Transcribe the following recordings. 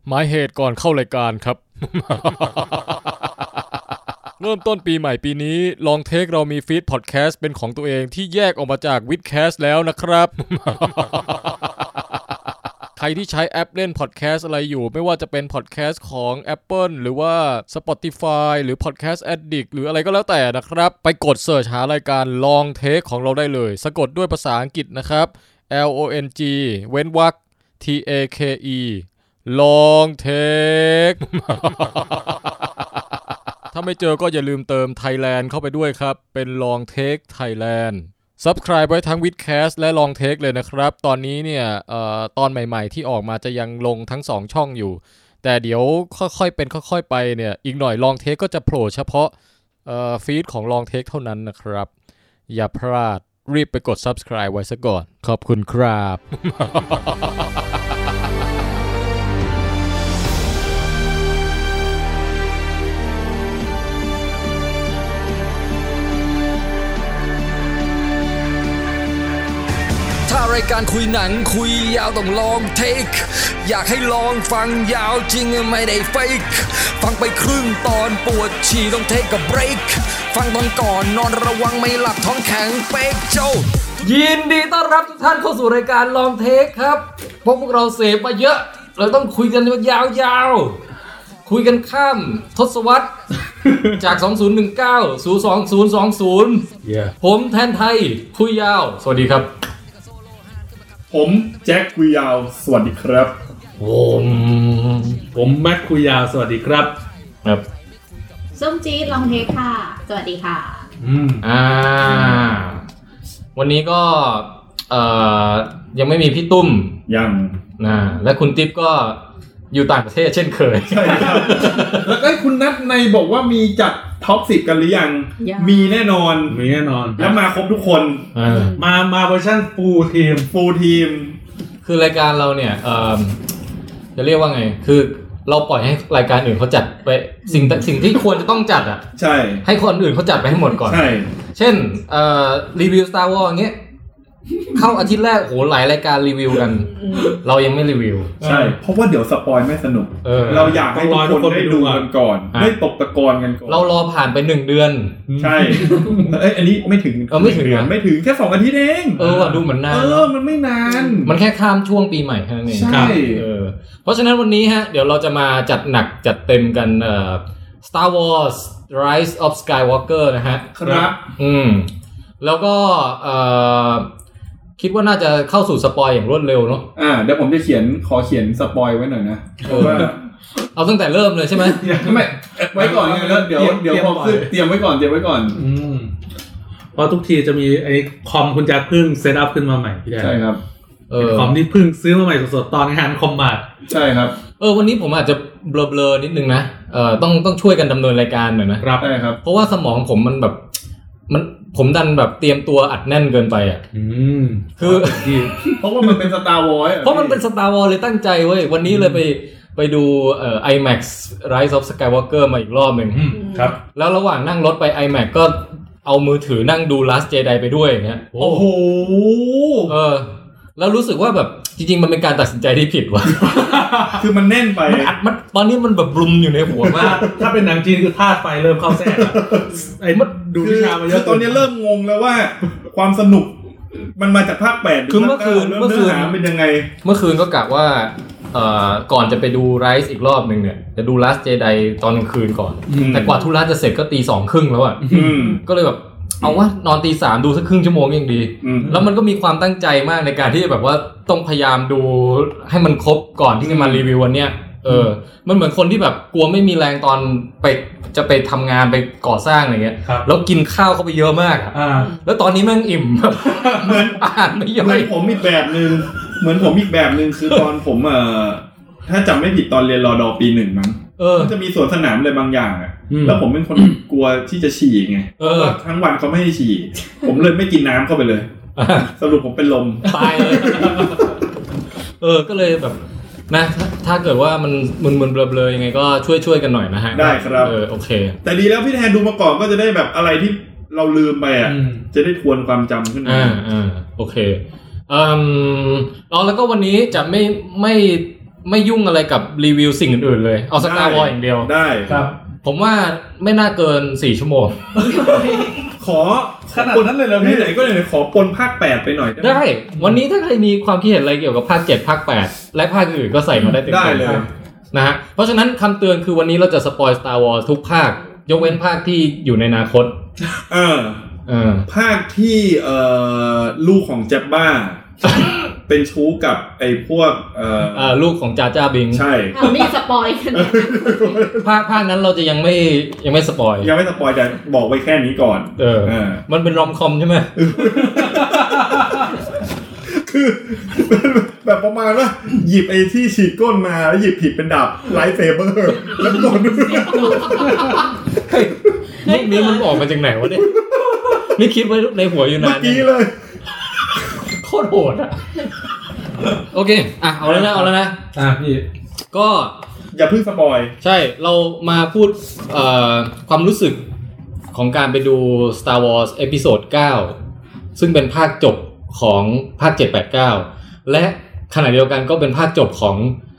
หมายเหตุก่อนเข้ารายการครับ เริ่มต้นปีใหม่ปีนี้ลองเทคเรามีฟีดพอดแคสต์เป็นของตัวเองที่แยกออกมาจากวิดแคสต์แล้วนะครับ ใครที่ใช้แอปเล่นพอดแคสต์อะไรอยู่ไม่ว่าจะเป็นพอดแคสต์ของ Apple หรือว่า Spotify หรือ Podcast Addict หรืออะไรก็แล้วแต่นะครับไปกดเสิร์ชหารายการลองเทคของเราได้เลยสะกดด้วยภาษาอังกฤษนะครับ LONG เว้นวรรค TAKE ลองเทค ถ้าไม่เจอก็อย่าลืมเติม Thailand เข้าไปด้วยครับเป็นลองเทค Thailand Subscribe ไว้ทั้ง Vidcast และ Long Take เลยนะครับตอนนี้เนี่ยตอนใหม่ๆที่ออกมาจะยังลงทั้ง2ช่องอยู่แต่เดี๋ยวค่อยๆเป็นค่อยๆไปเนี่ยอีกหน่อย Long Take ก็จะโผล่เฉพาะฟีดของ Long Take เท่านั้นนะครับอย่าพลาดรีบไปกด Subscribe ไว้ซะก่อนขอบคุณครับถ้ารายการคุยหนังคุยยาวต้องลองเทคอยากให้ลองฟังยาวจริงไม่ได้เฟกฟังไปครึ่งตอนปวดฉี่ต้องเทคกับเบรกฟังตอนก่อนนอนระวังไม่หลับท้องแข็งเป๊กโจยินดีต้อนรับทุกท่านเข้าสู่รายการลองเทคครับเพราะพวกเราเสพมาเยอะเราต้องคุยกันยาวๆคุยกันข้ามทศวรรษจาก2019สู่2020 ผมแทนไทยคุยยาวสวัสดีครับผมแจ็คคุยยาวสวัสดีครับผมแม็กคุยยาวสวัสดีครับครับส้มจี๊ดลองเทคค่ะสวัสดีค่ะวันนี้ก็ยังไม่มีพี่ตุ้มยังและคุณติ๊บก็อยู่ต่างประเทศเช่นเคยใช่ครับแล้วก็คุณนัทในบอกว่ามีจัดท็อป10กันหรือยังมีแน่นอนแล้วมาครบทุกคนมาเวอร์ชั่นฟูลทีมคือรายการเราเนี่ยจะเรียกว่าไงคือเราปล่อยให้รายการอื่นเขาจัดไปสิ่งที่ควรจะต้องจัดอ่ะใช่ให้คนอื่นเขาจัดไปให้หมดก่อนใช่เช่นรีวิว Star Wars อย่างเงี้ยเข้าอาทิตย์แรกโหหลายรายการรีวิวกันเรายังไม่รีวิวใช่เพราะว่าเดี๋ยวสปอยไม่สนุกเราอยากให้ทุกคนได้ดูกันก่อนได้ตกตะกอนกันก่อนเรารอผ่านไป1เดือนใช่อันนี้ไม่ถึงไม่ถึงแค่2อาทิตย์เองว่ะดูเหมือนนานมันไม่นานมันแค่ข้ามช่วงปีใหม่แค่นั้นเองใช่เพราะฉะนั้นวันนี้ฮะเดี๋ยวเราจะมาจัดหนักจัดเต็มกันStar Wars Rise of Skywalker นะฮะครับแล้วก็คิดว่าน่าจะเข้าสู่สปอยอย่างรวดเร็วเนาะเดี๋ยวผมจะขอเขียนสปอยไว้หน่อยนะว่าเอาตั้งแต่เริ่มเลยใช่ไหมไม่ไว้ก่อนแล้วเดี๋ยวพอคือเตรียมไว้ก่อนเพราะทุกทีจะมีไอ้คอมคุณจะเพิ่งเซตอัพขึ้นมาใหม่พี่แดนใช่ครับคอมที่เพิ่งซื้อมาใหม่สดๆตอนงานคอมมาใช่ครับวันนี้ผมอาจจะเบลอๆนิดนึงนะต้องช่วยกันดำเนินรายการหน่อยนะครับใช่ครับเพราะว่าสมองผมมันแบบผมดันแบบเตรียมตัวอัดแน่นเกินไปอ่ะคือเพราะว่ามันเป็น Star Wars เพราะมันเป็น Star Wars เลยตั้งใจเว้ยวันนี้เลยไปดูIMAX Rise of Skywalker มาอีกรอบนึงครับแล้วระหว่างนั่งรถไป IMAX ก็เอามือถือนั่งดู Last Jedi ไปด้วยอย่างเงี้ยโอ้โหแล้วรู้สึกว่าแบบจริงๆมันเป็นการตัดสินใจที่ผิดว่ะคือมันแน่นไปมันตอนนี้มันแบบรุมอยู่ในหัวมากถ้าเป็นหนังจีนคือธาตุไฟเริ่มเข้าแทรกไอ้มันดูวิชามาเยอะตอนนี้เริ่มงงแล้วว่าความสนุกมันมาจากภาค8 คือเมื่อคืนเป็นยังไงเมื่อคืนก็กะว่าก่อนจะไปดู Rise อีกรอบนึงเนี่ยจะดู Last Jedi ตอนกลางคืนก่อนแต่กว่าธุระจะเสร็จก็ 2:30 แล้วอ่ะก็เลยแบบเอาว่านอน 3:00 ดูสักครึ่งชั่วโมงยังดีแล้วมันก็มีความตั้งใจมากในการที่แบบว่าต้องพยายามดูให้มันครบก่อนที่จะมารีวิววันเนี้ยมันเหมือนคนที่แบบกลัวไม่มีแรงตอนจะไปทำงานไปก่อสร้างอะไรเงี้ยแล้วกินข้าวเข้าไปเยอะมากแล้วตอนนี้แม่งอิ่มแบบเหมือนอาหารไม่ย่อยเหมือนผมอีกแบบนึงคือตอนผมถ้าจำไม่ผิดตอนเรียนรด.ปี 1มั้งมันจะมีสวนสนามอะไรบางอย่างอ่ะแล้วผมเป็นคนกลัวที่จะฉี่ไงทั้งวันเขาไม่ให้ฉี่ผมเลยไม่กินน้ำเข้าไปเลยสรุปผมเป็นลมตายเลยก็เลยแบบนะถ้าเกิดว่ามันมึนๆเบลอๆยังไงก็ช่วยกันหน่อยนะฮะได้ครับโอเคแต่ดีแล้วพี่แทนดูมาก่อนก็จะได้แบบอะไรที่เราลืมไปอ่ะจะได้ทวนความจำขึ้นมาโอเคแล้วก็วันนี้จะไม่ไม่ยุ่งอะไรกับรีวิวสิ่งอื่นๆเลยเอา Star Wars อย่างเดียวได้ครับผมว่าไม่น่าเกิน4ชั่วโมงขอขนาดนั้นเลยเหรอพี่ไหนก็ไหนขอปนภาค8ไปหน่อยได้วันนี้ถ้าใครมีความคิดเห็นอะไรเกี่ยวกับภาค7ภาค8และภาคอื่นก็ใส่มาได้เต็มได้เลยนะฮะเพราะฉะนั้นคำเตือนคือวันนี้เราจะสปอย Star Wars ทุกภาคยกเว้นภาคที่อยู่ในอนาคตภาคที่ลูกของแจ็บบ้าเป็นชู้กับไอ้พวกลูกของจาจ้าบิงใช่ไม่สปอยกันภาคนั้นเราจะยังไม่สปอยแต่บอกไว้แค่นี้ก่อนมันเป็นรอมคอมใช่ไหมคือแบบประมาณว่าหยิบไอ้ที่ฉีดก้นมาแล้วหยิบผิดเป็นดาบไลท์เซเบอร์แล้วโดนนี่มันออกมาจากไหนวะเนี่ยนี่คิดไว้ในหัวอยู่นานเมื่อกี้เลยโคตรโหดอ่ะโอเคเอาแล้วนะพี่ก็อย่าเพิ่งสปอยใช่เรามาพูดความรู้สึกของการไปดู Star Wars เอพิโซด9ซึ่งเป็นภาคจบของภาค789และขณะเดียวกันก็เป็นภาคจบของ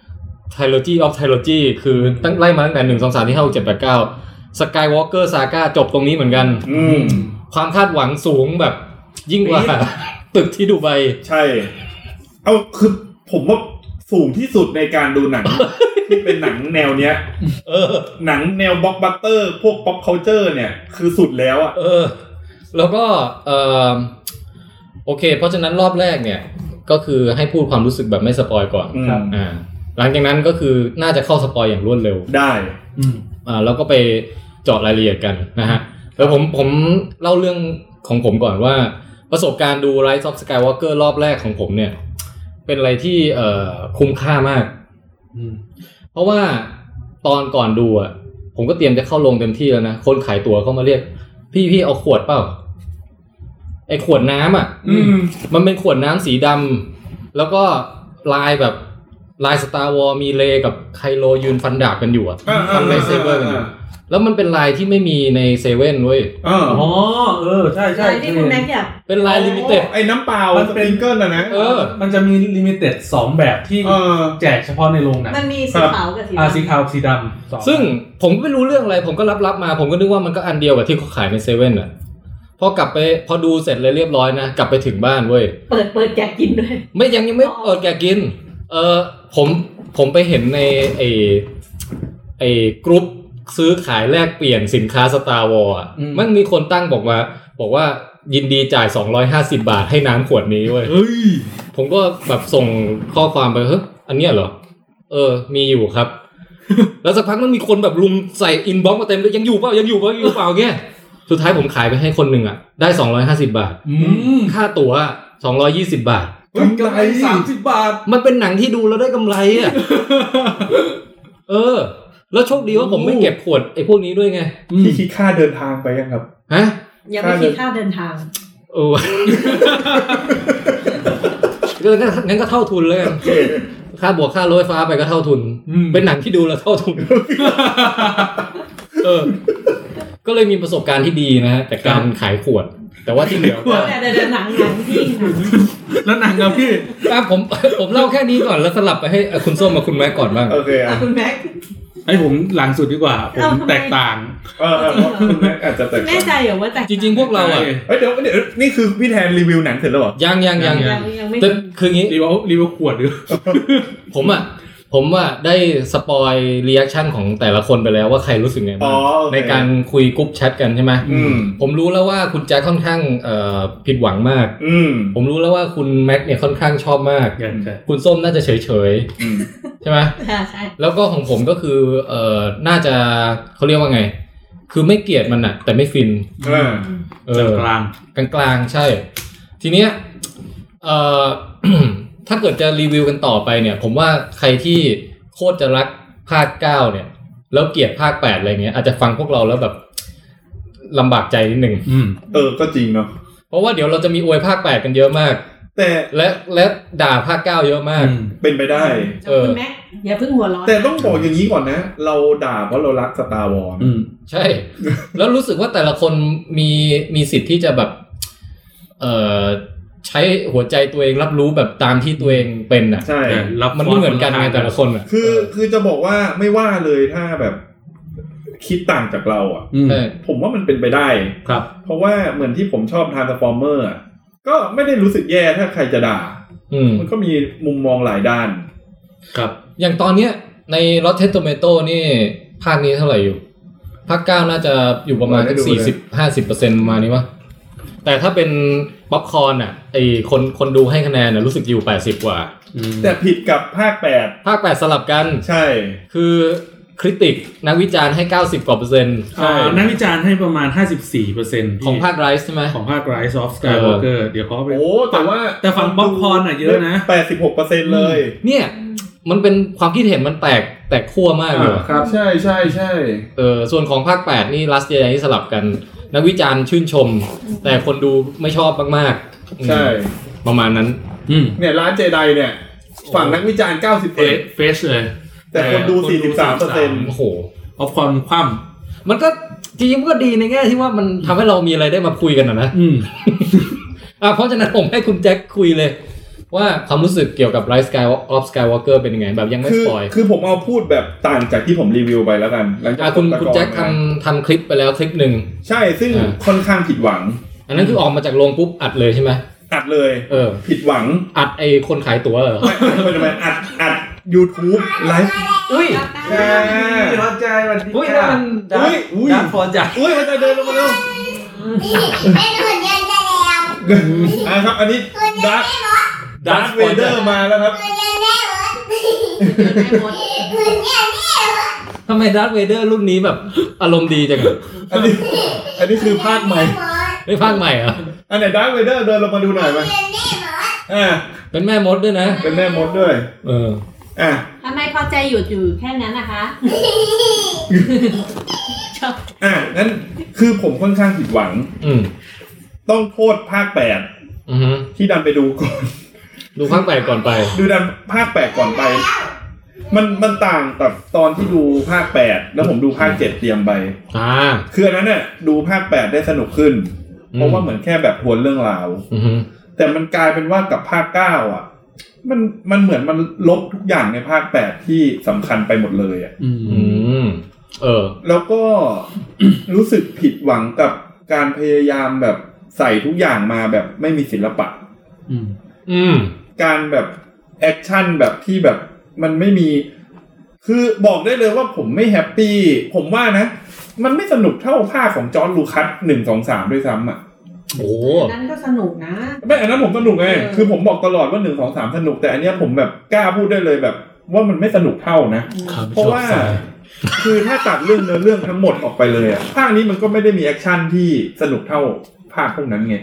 Trilogy of Trilogy คือตั้งไล่มาตั้งแต่1 2 3 4 5 6 7 8 9 Skywalker Saga จบตรงนี้เหมือนกันความคาดหวังสูงแบบยิ่งกว่าตึกที่ดูไบใช่เอาคือผมว่าสูงที่สุดในการดูหนัง ที่เป็นหนังแนวเนี้ยหนังแนวบล็อกบัสเตอร์พวก pop culture เนี่ยคือสุดแล้วอ่ะแล้วก็โอเคเพราะฉะนั้นรอบแรกเนี่ยก็คือให้พูดความรู้สึกแบบไม่สปอยก่อนหลังจากนั้นก็คือน่าจะเข้าสปอยอย่างรวดเร็วได้แล้วก็ไปเจาะรายละเอียดกันนะฮะแล้วผมเล่าเรื่องของผมก่อนว่าประสบการณ์ดู Rise of Skywalker รอบแรกของผมเนี่ยเป็นอะไรที่คุ้มค่ามากเพราะว่าตอนก่อนดูอ่ะผมก็เตรียมจะเข้าโรงเต็มที่แล้วนะคนขายตั๋วเข้ามาเรียกพี่เอาขวดเปล่าไอ้ขวดน้ำอ่ะมันเป็นขวดน้ำสีดำแล้วก็ลายแบบลาย Star Wars มีเลกับไคโลยืนฟันดาบกันอยู่อ่ะทำไลท์เซเบอร์กันอยู่แล้วมันเป็นลายที่ไม่มีในเซเว่นเว้ยใช่ลายที่คุณแม็กอยากเป็นลายลิมิเต็ดไอ้น้ำเปล่าสปริงเกิลนะมันจะมีลิมิเต็ด2แบบที่แจกเฉพาะในโรงหนังมันมีสีขาวกับสีดำสีขาวสีดำซึ่งผมไม่รู้เรื่องอะไรผมก็รับมาผมก็นึกว่ามันก็อันเดียวกับที่เขาขายในเซเว่นอ่ะพอกลับไปพอดูเสร็จเลยเรียบร้อยนะกลับไปถึงบ้านเว้ยเปิดแกะกินด้วยไม่ยังไม่เปิดแกะกินผมไปเห็นในไอ้กรุ๊ปซื้อขายแลกเปลี่ยนสินค้า Star Wars อ่ะมันมีคนตั้งบอกว่ายินดีจ่าย250 บาทให้น้ำขวดนี้เว้ยผมก็แบบส่งข้อความไปอันเนี้ยเหรอมีอยู่ครับ แล้วสักพักมันมีคนแบบลุมใส่อินบ็อกซ์มาเต็มเลยยังอยู่เปล่าเงี้ยสุดท้ายผมขายไปให้คนนึงอ่ะได้250 บาทค่าตั๋ว220 บาทกำไร30 บาทมันเป็นหนังที่ดูแล้วได้กำไรอ่ะแล้วโชคดีว่าผมไม่เก็บขวดไอ้พวกนี้ด้วยไงพี่คิดค่าเดินทางไปยังครับฮะยังไม่คิดค่าเดินทางงั้นก็เท่าทุนเลยค่าบวกค่ารถไฟฟ้าไปก็เท่าทุนเป็นหนังที่ดูแล้วเท่าทุนก็เลยมีประสบการณ์ที่ดีนะฮะแต่การขายขวดแต่ว่าที่เหลือแต่หนังพี่แล้วหนังกับพี่ผมเล่าแค่นี้ก่อนแล้วสลับไปให้คุณส้มกับคุณแม็กก่อนบ้างโอเคคุณแม็กให้ผมหลังสุดดีกว่าผมแตกต่างคุณแม็กอาจจะแตกแน่ใจเหรอว่าแตกจริงๆพวกเราอ่ะเดี๋ยวนี่คือพี่แทนรีวิวหนังเสร็จแล้วเหรอยังแต่คืองี้รีวิวขวดด้วยผมได้สปอยรีแอคชั่นของแต่ละคนไปแล้วว่าใครรู้สึกไงบ้างในการคุยกรุ๊ปแชทกันใช่ไหมผมรู้แล้วว่าคุณแจ็คค่อนข้างผิดหวังมากผมรู้แล้วว่าคุณแม็กเนี่ยค่อนข้างชอบมากคุณส้มน่าจะเฉยใช่ไหมใช่แล้วก็ของผมก็คือน่าจะเขาเรียกว่าไงคือไม่เกลียดมันอะแต่ไม่ฟินกลางใช่ทีเนี้ยถ้าเกิดจะรีวิวกันต่อไปเนี่ยผมว่าใครที่โคตรจะรักภาค9เนี่ยแล้วเกลียดภาค8อะไรเงี้ยอาจจะฟังพวกเราแล้วแบบลำบากใจนิดนึงก็จริงเนาะเพราะว่าเดี๋ยวเราจะมีอวยภาค8กันเยอะมากแต่และด่าภาค9เยอะมากเป็นไปได้คุณแม็กอย่าเพิ่งหัวร้อนแต่ต้องบอกอย่างนี้ก่อนนะเราด่าเพราะเรารัก Star Wars ใช่แล้วรู้สึกว่าแต่ละคนมีสิทธิ์ที่จะแบบใช้หัวใจตัวเองรับรู้แบบตามที่ตัวเองเป็นอ่ะใช่มันไม่เหมือนกันไงแต่ละคนอ่ะคือจะบอกว่าไม่ว่าเลยถ้าแบบคิดต่างจากเราอ่ะผมว่ามันเป็นไปได้ครับเพราะว่าเหมือนที่ผมชอบ Transformer อ่ะก็ไม่ได้รู้สึกแย่ถ้าใครจะด่ามันก็มีมุมมองหลายด้านครับอย่างตอนเนี้ยใน Rotten Tomato นี่ภาคนี้เท่าไหร่อยู่ภาค9น่าจะอยู่ประมาณ 40-50% มานี้วะแต่ถ้าเป็นป๊อปคอร์นอ่ะไอ้คนดูให้คะแนนน่ะรู้สึกอยู่80กว่าแต่ผิดกับภาค 8สลับกันใช่คือคริติกนักวิจารณ์ให้90กว่า% ใช่นักวิจารณ์ให้ประมาณ 54% ของภาค Rise ใช่มั้ยของภาค Rise of Skywalker เดี๋ยวเขาไปโอ้แต่ฝั่งป๊อปคอร์นน่ะเยอะนะ 86% เลยเนี่ยมันเป็นความคิดเห็นมันแตกขั้วมากเลยครับใช่ส่วนของภาค8นี่ Last Jedi นี่สลับกันนักวิจารณ์ชื่นชมแต่คนดูไม่ชอบมากๆใช่ประมาณนั้นเนี่ย Last Jedi เนี่ยฝั่งนักวิจารณ์91 เฟสเลยแต่คนดู 43% โอ้โหเอาความคว่ำมันก็จริงๆก็ดีในแง่ที่ว่ามันทำให้เรามีอะไรได้มาคุยกันนะเพราะฉะนั้นผมให้คุณแจ็คคุยเลยว่าความรู้สึกเกี่ยวกับ Rise of Skywalker เป็นยังไงแบบยังไม่สปอยคือผมเอาพูดแบบต่างจากที่ผมรีวิวไปแล้วกันหลังจากคุณแจ็คทำคลิปไปแล้วคลิปนึงใช่ซึ่งค่อนข้างผิดหวังอันนั้นคือออกมาจากโรงปุ๊บอัดเลยใช่ไหมอัดเลยผิดหวังอัดไอ้คนขายตั๋วเหรอไม่อัด YouTube ไลฟ์อุ้ยพอใจวันนี้อุ้ยมันพอใจมันจะเดินลงมาแล้วไม่เหมือนกันแล้วครับอันนี้ดาร์ธเวเดอร์มาแล้วครับทำไมดาร์ธเวเดอร์รุ่นนี้แบบอารมณ์ดีจังอันนี้คือภาคใหม่ไม่ภาคใหม่เหรออันไหนดาร์ธเวเดอร์เดินลงมาดูหน่อยมั้ยเป็นแม่มดด้วยนะเป็นแม่มดด้วยทำไมพอใจอยู่แค่นั้นนะคะงั้นคือผมค่อนข้างผิดหวังต้องโทษภาค8ที่ดันไปดูก่อนดูภาค8ก่อนไปดูดันภาค8ก่อนไปมันต่างกับตอนที่ดูภาค8แล้วผมดูภาค7เตรียมไปคืออันนั้นน่ะดูภาค8ได้สนุกขึ้นเพราะว่าเหมือนแค่แบบทวนเรื่องราวแต่มันกลายเป็นว่ากับภาค9อ่ะมันเหมือนมันลบทุกอย่างในภาค8ที่สำคัญไปหมดเลยอ่ะแล้วก็รู้สึกผิดหวังกับการพยายามแบบใส่ทุกอย่างมาแบบไม่มีศิลปะการแบบแอคชั่นแบบที่แบบมันไม่มีคือบอกได้เลยว่าผมไม่แฮปปี้ผมว่านะมันไม่สนุกเท่าภาคของจอร์จลูคัส1 2 3ด้วยซ้ำอ่ะโอ้นั้นก็สนุกนะไม่อันนั้นผมสนุกไงคือผมบอกตลอดว่า1 2 3สนุกแต่อันเนี้ยผมแบบกล้าพูดได้เลยแบบว่ามันไม่สนุกเท่านะเพราะว่าคือถ้าตัดเรื่องเนื้อเรื่องทั้งหมดออกไปเลยอ่ะภาคนี้มันก็ไม่ได้มีแอคชั่นที่สนุกเท่าภาคพวกนั้นไง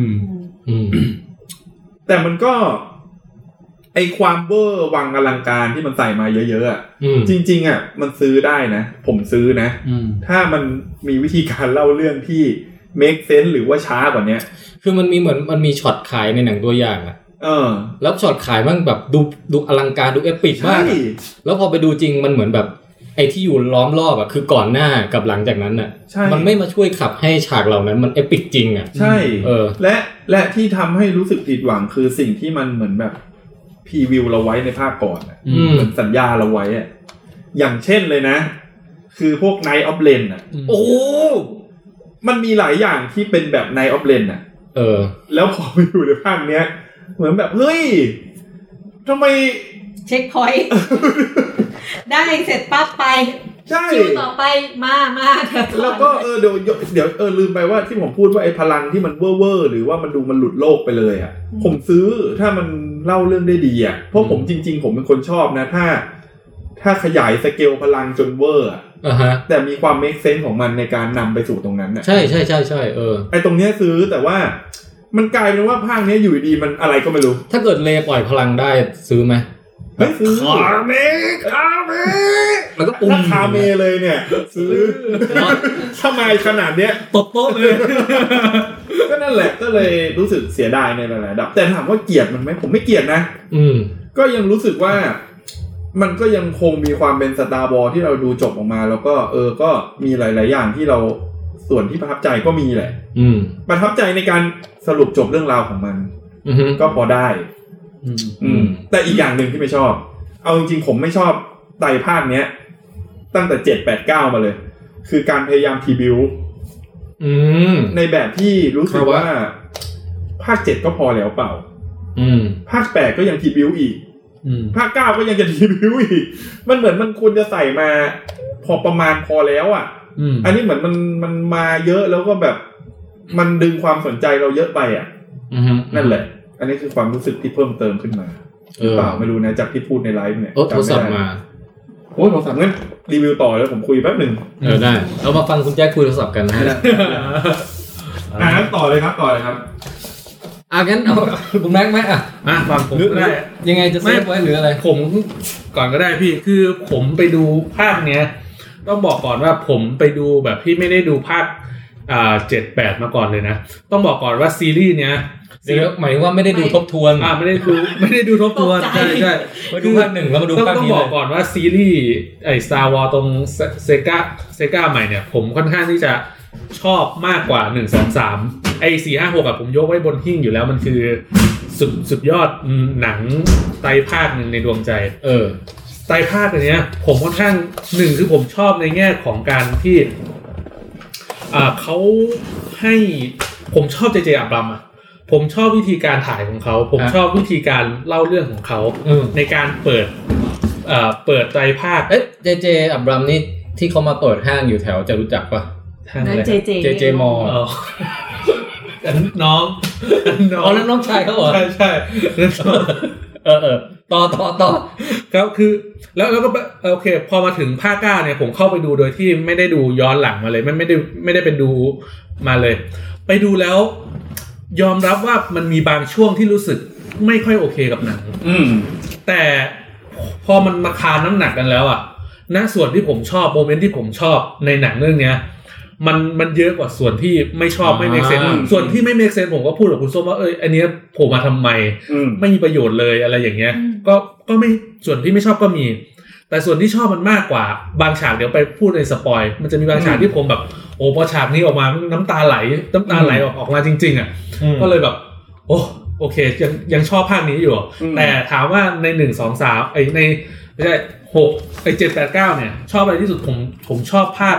แต่มันก็ไอความเวอร์วังอลังการที่มันใส่มาเยอะๆอ่ะจริงๆอ่ะมันซื้อได้นะผมซื้อนะถ้ามันมีวิธีการเล่าเรื่องที่ make sense หรือว่าช้ากว่านี้คือมันมีเหมือนมันมีช็อตขายในหนังตัวอย่างอ่ะแล้วช็อตขายมันแบบดูอลังการดูเอปิกมากแล้วพอไปดูจริงมันเหมือนแบบไอ้ที่อยู่ล้อมรอบอ่ะคือก่อนหน้ากับหลังจากนั้นน่ะมันไม่มาช่วยขับให้ฉากเหล่านั้นมันเอปิกจริงอ่ะใช่และที่ทำให้รู้สึกผิดหวังคือสิ่งที่มันเหมือนแบบพรีวิวเราไว้ในภาคก่อนเหมือนสัญญาเราไว้อ่ะอย่างเช่นเลยนะคือพวก Night of Ren อ่ะโอ้มันมีหลายอย่างที่เป็นแบบ Night of Ren อ่ะแล้วพอไปอยู่ในภาคเนี้ยเหมือนแบบเฮ้ยทำไมเช็คพอยต์ได้เสร็จปั๊บไปคิวต่อไปมาแล้วก็เดี๋ยวลืมไปว่าที่ผมพูดว่าไอ้พลังที่มันเว่อร์หรือว่ามันดูมันหลุดโลกไปเลยอ่ะผมซื้อถ้ามันเล่าเรื่องได้ดีอ่ะเพราะผมจริงๆผมเป็นคนชอบนะถ้าขยายสเกลพลังจนเวอร์แต่มีความเมคเซนส์ของมันในการนำไปสู่ตรงนั้นน่ะใช่ไอ้ตรงเนี้ยซื้อแต่ว่ามันกลายเป็นว่าภาคนี้อยู่ดีมันอะไรก็ไม่รู้ถ้าเกิดเลปล่อยพลังได้ซื้อไหมไม่ซื้อคาเมแล้วก็ปุ่มคาเมเลยเนี่ยซื้อทำไมขนาดเนี้ยตบโต๊ะเลยก็นั่นแหละก็เลยรู้สึกเสียดายในหลายๆระดับแต่ถามว่าเกลียดมันไหมผมไม่เกลียดนะก็ยังรู้สึกว่ามันก็ยังคงมีความเป็นสตาร์วอร์ที่เราดูจบออกมาแล้วก็ก็มีหลายๆอย่างที่เราส่วนที่ประทับใจก็มีแหละประทับใจในการสรุปจบเรื่องราวของมันก็พอได้แต่อีกอย่างนึงที่ไม่ชอบเอาจริงๆผมไม่ชอบไตรภาคเนี้ยตั้งแต่7 8 9มาเลยคือการพยายามทีบิวในแบบที่รู้สึกว่าภาค7ก็พอแล้วเปล่าภาค8ก็ยังทีบิวอีกภาค9ก็ยังจะทีบิวอีกมันเหมือนมันควรจะใส่มาพอประมาณพอแล้วอ่ะอันนี้เหมือนมันมาเยอะแล้วก็แบบมันดึงความสนใจเราเยอะไปอ่ะนั่นแหละอันนี้คือความรู้สึกที่เพิ่มเติมขึ้นมาเปล่าไม่รู้นะจากที่พูดในไลฟ์เนี่ยโทรศัพท์มาโทรศัพท์งั้นรีวิวต่อแล้วผมคุยแป๊บนึงได้เรามาฟังคุณแจ็คคุยโทรศัพท์กันนะงั้นต่อเลยครับงั้นเอาคุณแม็กไหมฟังผมก็ได้ยังไงจะเซฟไว้หรืออะไรผมก่อนก็ได้พี่คือผมไปดูภาคเนี้ยต้องบอกก่อนว่าผมไปดูแบบที่ไม่ได้ดูภาค7-8มาก่อนเลยนะต้องบอกก่อนว่าซีรีส์เนี้ยหมายว่าไม่ได้ดูทบทวนไม่ได้ดูทบทวนใช่มาดูภาค1แล้วมาดูภาคนี้ต้องบอกก่อนว่าซีรีส์Star Wars ตรงเซกาใหม่เนี่ยผมค่อนข้างที่จะชอบมากกว่า1 2 3 4 5 6ผมยกไว้บนหิ้งอยู่แล้วมันคือสุดยอดหนังไตรภาคนึงในดวงใจไตรภาคอันเนี้ยผมค่อนข้าง1คือผมชอบในแง่ของการที่เขาให้ผมชอบเจอับรัมผมชอบวิธีการถ่ายของเขาผมชอบวิธีการเล่าเรื่องของเขาในการเปิดไตรภาคเจอับรัมนี่ที่เขามาเปิดห้างอยู่แถวจะรู้จักปะห้างอะไรเจมอน้องนั่นน้องชายเขาเหรอใช่ต่อครับคือแล้วก็โอเคพอมาถึงภาค9เนี่ยผมเข้าไปดูโดยที่ไม่ได้ดูย้อนหลังมาเลยไม่ได้เป็นดูมาเลยไปดูแล้วยอมรับว่ามันมีบางช่วงที่รู้สึกไม่ค่อยโอเคกับหนังแต่พอมันมาคานน้ำหนักกันแล้วณส่วนที่ผมชอบโมเมนต์ที่ผมชอบในหนังเรื่องเนี้ยมันเยอะกว่าส่วนที่ไม่ชอบไม่เมคเซนส์ส่วนที่ไม่เมคเซนส์ผมก็พูดกับคุณส้มว่าอันนี้โผล่มาทำไมไม่มีประโยชน์เลยอะไรอย่างเงี้ยก็ไม่ส่วนที่ไม่ชอบก็มีแต่ส่วนที่ชอบมันมากกว่าบางฉากเดี๋ยวไปพูดในสปอยมันจะมีบางฉากที่ผมแบบพอฉากนี้ออกมาน้ำตาไหลออกมาจริงๆก็เลยแบบโอเคยังชอบภาคนี้อยู่แต่ถามว่าใน1 2 3ในไม่ใช่6 7 8 9เนี่ยชอบอะไรที่สุดผมชอบภาค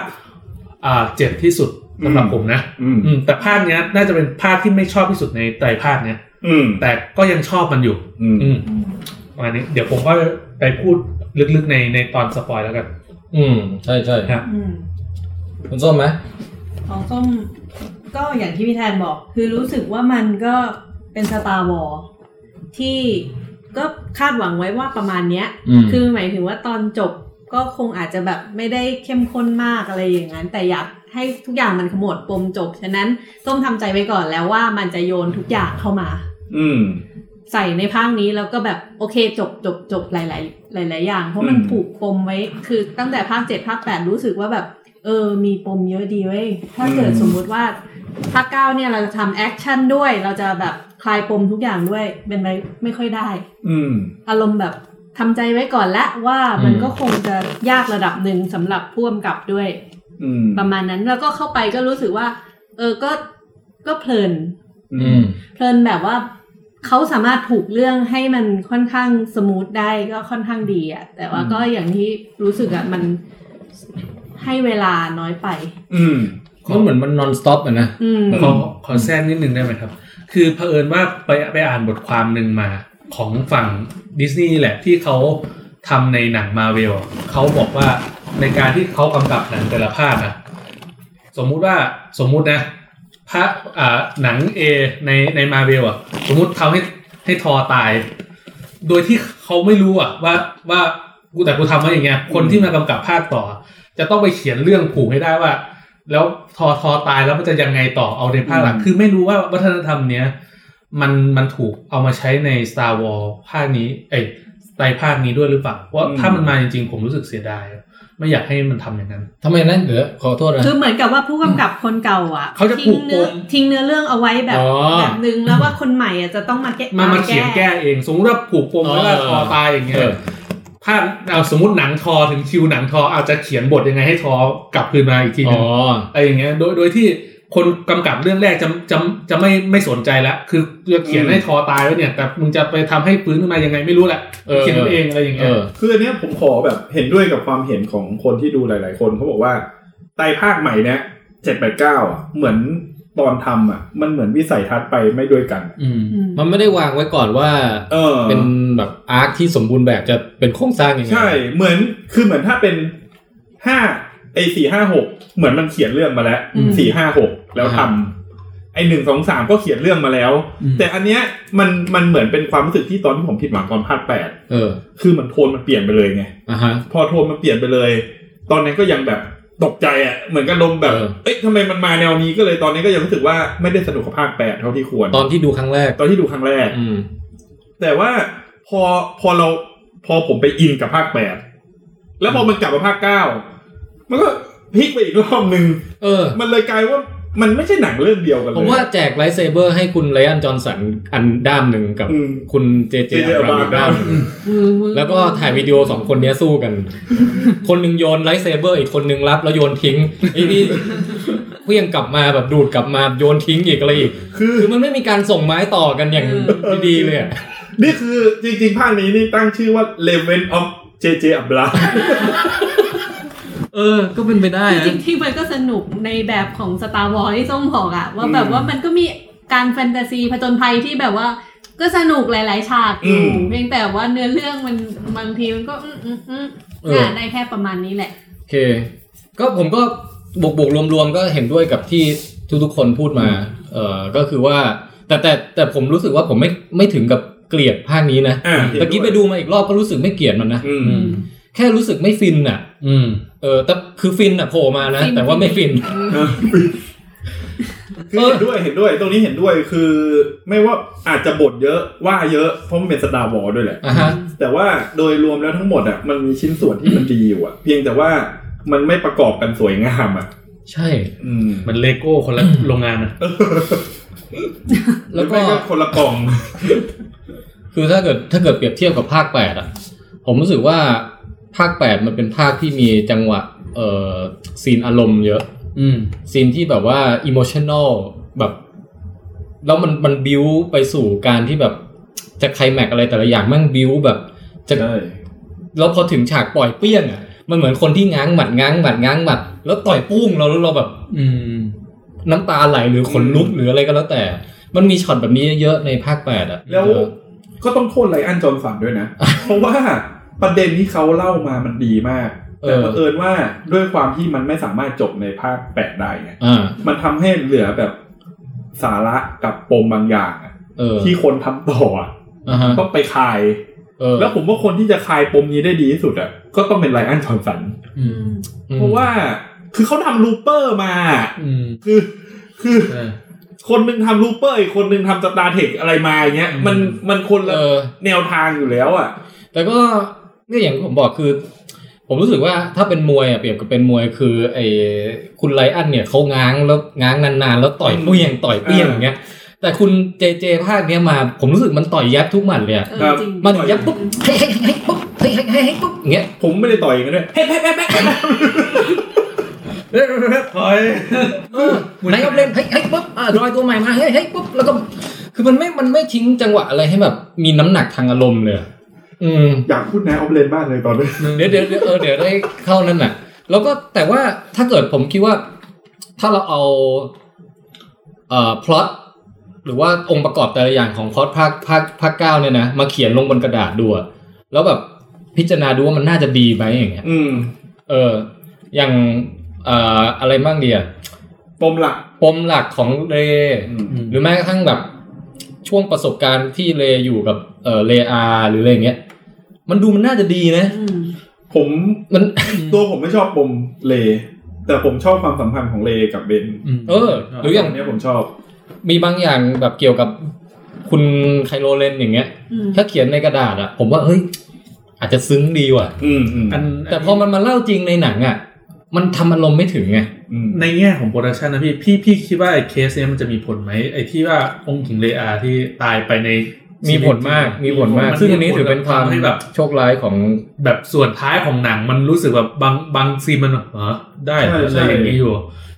7ที่สุดสำหรับผมนะแต่ภาคเนี้ยน่าจะเป็นภาคที่ไม่ชอบที่สุดในไตรภาคเนี้ยแต่ก็ยังชอบมันอยู่ประมาณนี้เดี๋ยวผมก็ไปพูดลึกๆในตอนสปอยแล้วกันใช่ครับคุณส้มไหมของส้มก็อย่างที่พี่แทนบอกคือรู้สึกว่ามันก็เป็น Star Wars ที่ก็คาดหวังไว้ว่าประมาณเนี้ยคือหมายถึงว่าตอนจบก็คงอาจจะแบบไม่ได้เข้มข้นมากอะไรอย่างนั้นแต่อยากให้ทุกอย่างมันขมวดปมจบฉะนั้นส้มทำใจไว้ก่อนแล้วว่ามันจะโยนทุกอย่างเข้ามาใส่ในภาคนี้แล้วก็แบบโอเคจบหลายอย่างเพราะมันผูกปมไว้คือตั้งแต่ภาค7ภาค8รู้สึกว่าแบบมีปมเยอะดีเว้ยถ้าเกิดสมมุติว่าภาค9เนี่ยเราจะทำแอคชั่นด้วยเราจะแบบคลายปมทุกอย่างด้วยเป็นไปไม่ค่อยได้อารมณ์แบบทำใจไว้ก่อนละว่ามันก็คงจะยากระดับหนึ่งสำหรับผู้กำกับด้วยประมาณนั้นแล้วก็เข้าไปก็รู้สึกว่าก็เพลินแบบว่าเขาสามารถผูกเรื่องให้มันค่อนข้างสมูทได้ก็ค่อนข้างดีแต่ว่าก็อย่างที่รู้สึกมันให้เวลาน้อยไปก็เหมือนมัน non stop นะขอแทรกนิดนึงได้ไหมครับคือเผอิญว่าไปอ่านบทความนึงมาของฝั่งดิสนีย์แหละที่เขาทำในหนัง Marvel เขาบอกว่าในการที่เขากำกับหนังแต่ละภาคสมมุตินะภาคหนัง A ใน Marvel สมมุติทำให้ทอตายโดยที่เขาไม่รู้ว่าแต่กูทำมาอย่างเงี้ยคนที่มากำกับภาคต่อจะต้องไปเขียนเรื่องผูกให้ได้ว่าแล้วทอตายแล้วมันจะยังไงต่อเอาในภาคหลังคือไม่รู้ว่าวัฒนธรรมเนี้ยมันถูกเอามาใช้ใน Star Wars ภาคนี้ไตรภาคนี้ด้วยหรือเปล่าเพราะถ้ามันมาจริงๆผมรู้สึกเสียดายไม่อยากให้มันทำอย่างนั้นทำไมนั่นขอโทษนะคือเหมือนกับว่าผู้กำกับคนเก่าเขาจะผูกปมทิ้งเนื้อเรื่องเอาไว้แบบนึงแล้วว่าคนใหม่จะต้องมาเขียนแก้เองสมมติว่าผูกปมไว้ว่าทอตายอย่างเงี้ยภาคสมมติหนังทอถึงคิวหนังทออาจจะเขียนบทยังไงให้ทอกลับคืนมาอีกทีนึงอะไรอย่างเงี้ยโดยที่คนกำกับเรื่องแรกจะไม่สนใจแล้วคือจะเขียนให้ทอตายแล้วเนี่ยแต่มึงจะไปทำให้ฟื้นขึ้นมายังไงไม่รู้แหละเขียนเองอะไรอย่างเงี้ยคืออันเนี้ยผมขอแบบเห็นด้วยกับความเห็นของคนที่ดูหลายๆคนเขาบอกว่าไตรภาคใหม่เนี้ย789อ่ะเหมือนตอนทำอ่ะมันเหมือนวิสัยทัศน์ไปไม่ด้วยกันมันไม่ได้วางไว้ก่อนว่าเป็นแบบอาร์คที่สมบูรณ์แบบจะเป็นโครงสร้างยังไงใช่เหมือนถ้าเป็น4-5-6เหมือนมันเขียนเรื่องมาแล้ว4-5-6แล้วทำ1-2-3ก็เขียนเรื่องมาแล้วแต่อันเนี้ยมันเหมือนเป็นความรู้สึกที่ตอนที่ผมผิดหวังตอนภาค8คือมันโทนมันเปลี่ยนไปเลยไงพอโทนมันเปลี่ยนไปเลยตอนนั้นก็ยังแบบตกใจอ่ะเหมือนกันลมแบบทำไมมันมาแนวนี้ก็เลยตอนนี้ก็ยังรู้สึกว่าไม่ได้สนุกกับภาค8เท่าที่ควรตอนที่ดูครั้งแรกแต่ว่าพอผมไปอินกับภาค8แล้วพอมันกลับมาภาค9มันก็พลิกไปอีกรอบนึงมันเลยกลายว่ามันไม่ใช่หนังเรื่องเดียวกันเลยผมว่าแจกไลท์เซเบอร์ให้คุณไรอันจอห์นสันอันด้ามนึงกับคุณเจอับราฮัมด้ามแล้วก็ถ่ายวิดีโอ2คนนี้สู้กันคนนึงโยนไลท์เซเบอร์อีกคนนึงรับแล้วโยนทิ้งไอ้นี่เพี้ยงกลับมาแบบดูดกลับมาโยนทิ้งอีกอะไรอีกคือมันไม่มีการส่งไม้ต่อกันอย่างดีๆเลยนี่คือจริงๆภาคนี้นี่ตั้งชื่อว่า Legend of J.J. Abrams ก็เป็นไปได้จริงๆที่มันก็สนุกในแบบของ Star Wars ที่ส้มบอกอะว่าแบบว่ามันก็มีการแฟนตาซีผจญภัยที่แบบว่าก็สนุกหลายๆฉากอยู่เพียงแต่ว่าเนื้อเรื่องมันบางทีมันก็ได้แค่ประมาณนี้แหละโอเคก็ผมก็บวกรวมๆก็เห็นด้วยกับที่ทุกๆคนพูดมาก็คือว่าแต่ผมรู้สึกว่าผมไม่ถึงกับเกลียดภาคนี้นะตะกี้ไปดูมาอีกรอบก็รู้สึกไม่เกลียดมันนะแค่รู้สึกไม่ฟินอ่ะแต่คือฟินอ่ะโผล่มานะแต่ว่าไม่ฟินคือเห็นด้วยตรงนี้เห็นด้วยคือไม่ว่าอาจจะบทเยอะว่าเยอะเพราะมันเป็น Star Wars ด้วยแหละแต่ว่าโดยรวมแล้วทั้งหมดอ่ะมันมีชิ้นส่วนที่มันดีอยู่อ่ะเพียงแต่ว่ามันไม่ประกอบกันสวยงามอ่ะใช่มันเลโก้คนละโรงงานอ่ะแล้วก็คนละกล่องคือถ้าเกิดเปรียบเทียบกับภาค8อ่ะผมรู้สึกว่าภาค8มันเป็นภาคที่มีจังหวะซีนอารมณ์เยอะซีนที่แบบว่าอิโมชันนอลแบบแล้วมันบิ้วไปสู่การที่แบบจะไคลแม็กซ์อะไรแต่ละอย่างมั่งบิ้วแบบจะแล้วพอถึงฉากปล่อยเปี้ยงอ่ะมันเหมือนคนที่ง้างหมัดแล้วต่อยปุ้งแล้วเราแบบน้ำตาไหลหรือขนลุกหรืออะไรก็แล้วแต่มันมีช็อตแบบนี้เยอะในภาค8อ่ะแล้วก็ต้องโทษไรอันจอห์นสันด้วยนะ เพราะว่าประเด็นที่เขาเล่ามามันดีมากแต่เผอิญว่าด้วยความที่มันไม่สามารถจบในภาค8ได้ไงมันทำให้เหลือแบบสาระกับปมบางอย่างที่คนทำต่อต้องไปคลายแล้วผมว่าคนที่จะคลายปมนี้ได้ดีที่สุดอ่ะก็ต้องเป็นไรอันจอห์นสันเพราะว่าคือเขาทำลูปเปอร์มาคือคนนึงทำลูปเปอร์อีกคนนึงทำสตาร์เทคอะไรมาอย่างเงี้ยมันคนละแนวทางอยู่แล้วอ่ะแต่ก็เนี่ยอย่างผมบอกคือผมรู้สึกว่าถ้าเป็นมวยอ่ะเปรียบกับเป็นมวยคือไอ้คุณไลอันเนี่ยเขาง้างแล้วง้างนานๆแล้วต่อยเปี้ยงอย่างเงี้ยแต่คุณเจภาคเนี้ยมาผมรู้สึกมันต่อยยับทุกหมัดเลยอ่ะมันยับปุ๊บให้ปุ๊บให้ปุ๊บอย่างเงี้ยผมไม่ได้ต่อยกันด้วยเฮ้นายเอาเล่นให้ปุ๊บรอยตัวใหม่มาให้ปุ๊บแล้วก็คือมันไม่ทิ้งจังหวะอะไรให้แบบมีน้ำหนักทางอารมณ์เลยอยากพูดนายออฟเลนมากเลยตอนนี้เดี๋ยวได้เข้านั่นน่ะแล้วก็แต่ว่าถ้าเกิดผมคิดว่าถ้าเราเอาพล็อตหรือว่าองค์ประกอบแต่ละอย่างของพล็อตภาค9เนี่ยนะมาเขียนลงบนกระดาษดูแล้วแบบพิจารณาดูว่ามันน่าจะดีไหมอย่างเงี้ยอย่างอะไรบ้างดีอ่ะปมหลักของเรหรือแม้กระทั่งแบบช่วงประสบการณ์ที่เรอยู่กับเรอาหรืออะไรอย่างเงี้ยมันดูมันน่าจะดีนะมันตัวผมไม่ชอบปมเรแต่ผมชอบความสัมพันธ์ของเรกับเบนหรืออย่างนี้ผมชอบมีบางอย่างแบบเกี่ยวกับคุณไคโลเรนอย่างเงี้ยถ้าเขียนในกระดาษอะผมว่าเฮ้ยอาจจะซึ้งดีว่ะแต่พอมันมาเล่าจริงในหนังอะมันทำอารมณ์ไม่ถึงไงในแง่ของโปรดักชันนะพี่คิดว่าไอ้เคสเนี้ยมันจะมีผลไหมไอ้ที่ว่าองค์หญิงเรอาที่ตายไปในมีผลมากซึ่งอันนี้ถือเป็นความที่แบบโชคร้ายของแบบส่วนท้ายของหนังมันรู้สึกแบบบางซีนมันได้อะไรอย่างนี้อยู่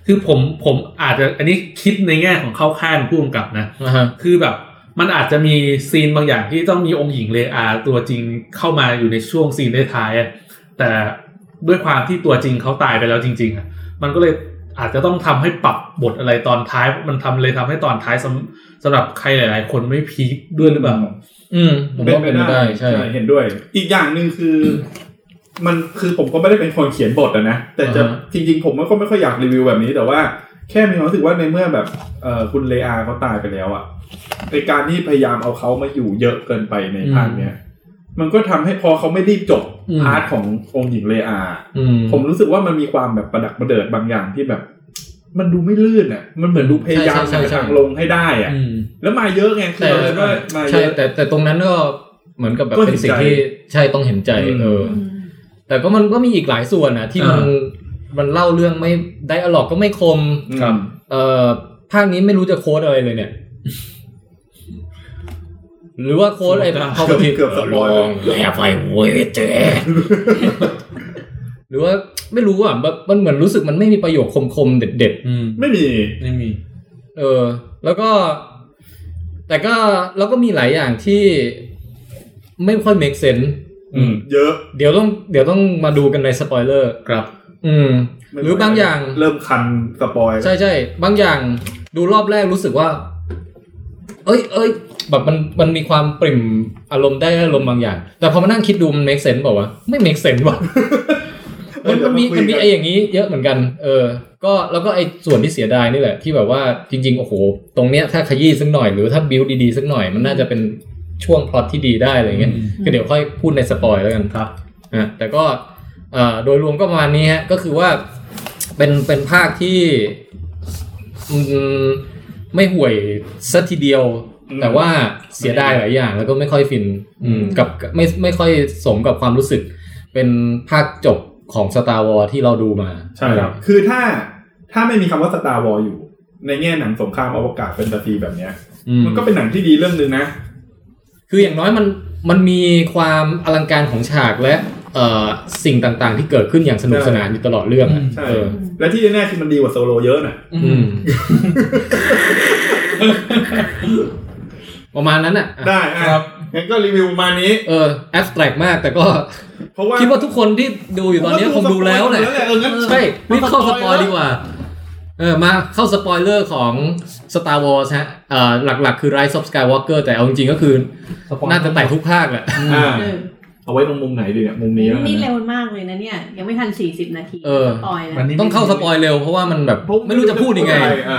คือผมอาจจะอันนี้คิดในแง่ของเข้าข้างผู้กำกับนะคือแบบมันอาจจะมีซีนบางอย่างที่ต้องมีองค์หญิงเลอาตัวจริงเข้ามาอยู่ในช่วงซีนท้ายๆแต่ด้วยความที่ตัวจริงเขาตายไปแล้วจริงๆมันก็เลยอาจจะต้องทำให้ปรับบทอะไรตอนท้ายมันทำให้ตอนท้ายสำหรับใครหลายๆคนไม่พีคด้วยหรือเปล่าผมว่าเป็นได้ใช่เห็นด้วยอีกอย่างนึงคือมันคือผมก็ไม่ได้เป็นคนเขียนบทนะแต่จะจริงๆผมก็ไม่ค่อยอยากรีวิวแบบนี้แต่ว่าแค่มีความรู้สึกว่าในเมื่อแบบคุณเลอาเขาตายไปแล้วอ่ะในการที่พยายามเอาเขามาอยู่เยอะเกินไปในภาคเนี้ยมันก็ทำให้พอเขาไม่รีบจบพาร์ทขององค์หญิงเลอาผมรู้สึกว่ามันมีความแบบประดักประเดิดบางอย่างที่แบบมันดูไม่ลื่นอ่ะมันเหมือนดูพยายามทางลงให้ได้อ่ะแล้วมาเยอะไงคือเลยว่ามาเยอะแต่ตรงนั้นก็เหมือนกับแบบเป็นสิ่งที่ใช่ต้องเห็นใจแต่ก็มันก็มีอีกหลายส่วนนะที่มันเล่าเรื่องไม่ไดอะล็อกก็ไม่คมภาคนี้ไม่รู้จะโค้ดอะไรเลยเนี่ยหรือว่าโค้ดอะไรเข้าไปเกือบสปอยล์แล้วไฟโวยเจ๊หรือว่าไม่รู้อ่ะมันเหมือนรู้สึกมันไม่มีประโยคคมๆเด็ดๆไม่มีแล้วก็แต่ก็แล้วก็มีหลายอย่างที่ไม่ค่อย make sense เยอะเดี๋ยวต้องมาดูกันในสปอยเลอร์ครับหรือบางอย่างเริ่มคันสปอยใช่ๆบางอย่างดูรอบแรกรู้สึกว่าเอ้ยแบบมันมีความปริ่มอารมณ์ได้อารมณ์บางอย่างแต่พอมานั่งคิดดูมัน make sense บอกว่าไม่ make sense ว่ะมันมีไอ้อย่างนี้เยอะเหมือนกันก็แล้วก็ไอ้ส่วนที่เสียดายนี่แหละที่แบบว่าจริงๆโอ้โหตรงเนี้ยถ้าขยี้สักหน่อยหรือถ้าบิวดีๆสักหน่อยมันน่าจะเป็นช่วงพล็อตที่ดีได้อะไรเงี้ยก็เดี๋ยวค่อยพูดในสปอยแล้วกันครับแต่ก็โดยรวมก็ประมาณนี้ฮะก็คือว่าเป็นภาคที่ไม่ห่วยซะทีเดียวแต่ว่าเสียดายหลายอย่างแล้วก็ไม่ค่อยฟินกับไม่ค่อยสมกับความรู้สึกเป็นภาคจบของ Star Wars ที่เราดูมาใช่ครับคือถ้าไม่มีคำว่า Star Wars อยู่ในแง่หนังสงครามอวกาศแฟนตาซีแบบเนี้ยมันก็เป็นหนังที่ดีเรื่องนึงนะคืออย่างน้อยมันมีความอลังการของฉากและสิ่งต่างๆที่เกิดขึ้นอย่างสนุกสนานอยู่ตลอดเรื่องใช่และที่แน่ๆคือมันดีกว่าโซโลเยอะน่ะประมาณนั้นน่ะได้ครับงั้นก็รีวิวมานี้แอบสแตรกมากแต่ก็คิดว่าทุกคนที่ดูอยู่ตอนนี้คงดูแล้วแหละใช่รีบเข้าสปอยดีกว่ามาเข้าสปอยเลอร์ของ Star Wars ฮะหลักๆคือ Rise of Skywalker แต่เอาจริงๆก็คือน่าจะแต่ทุกภาคแหละเอาไว้ตรงมุมไหนดีเนี่ยมุมนี้นี่เร็วมากเลยนะเนี่ยยังไม่ทัน40นาทีสปอยแล้วต้องเข้าสปอยเร็วเพราะว่ามันแบบไม่รู้จะพูดยังไง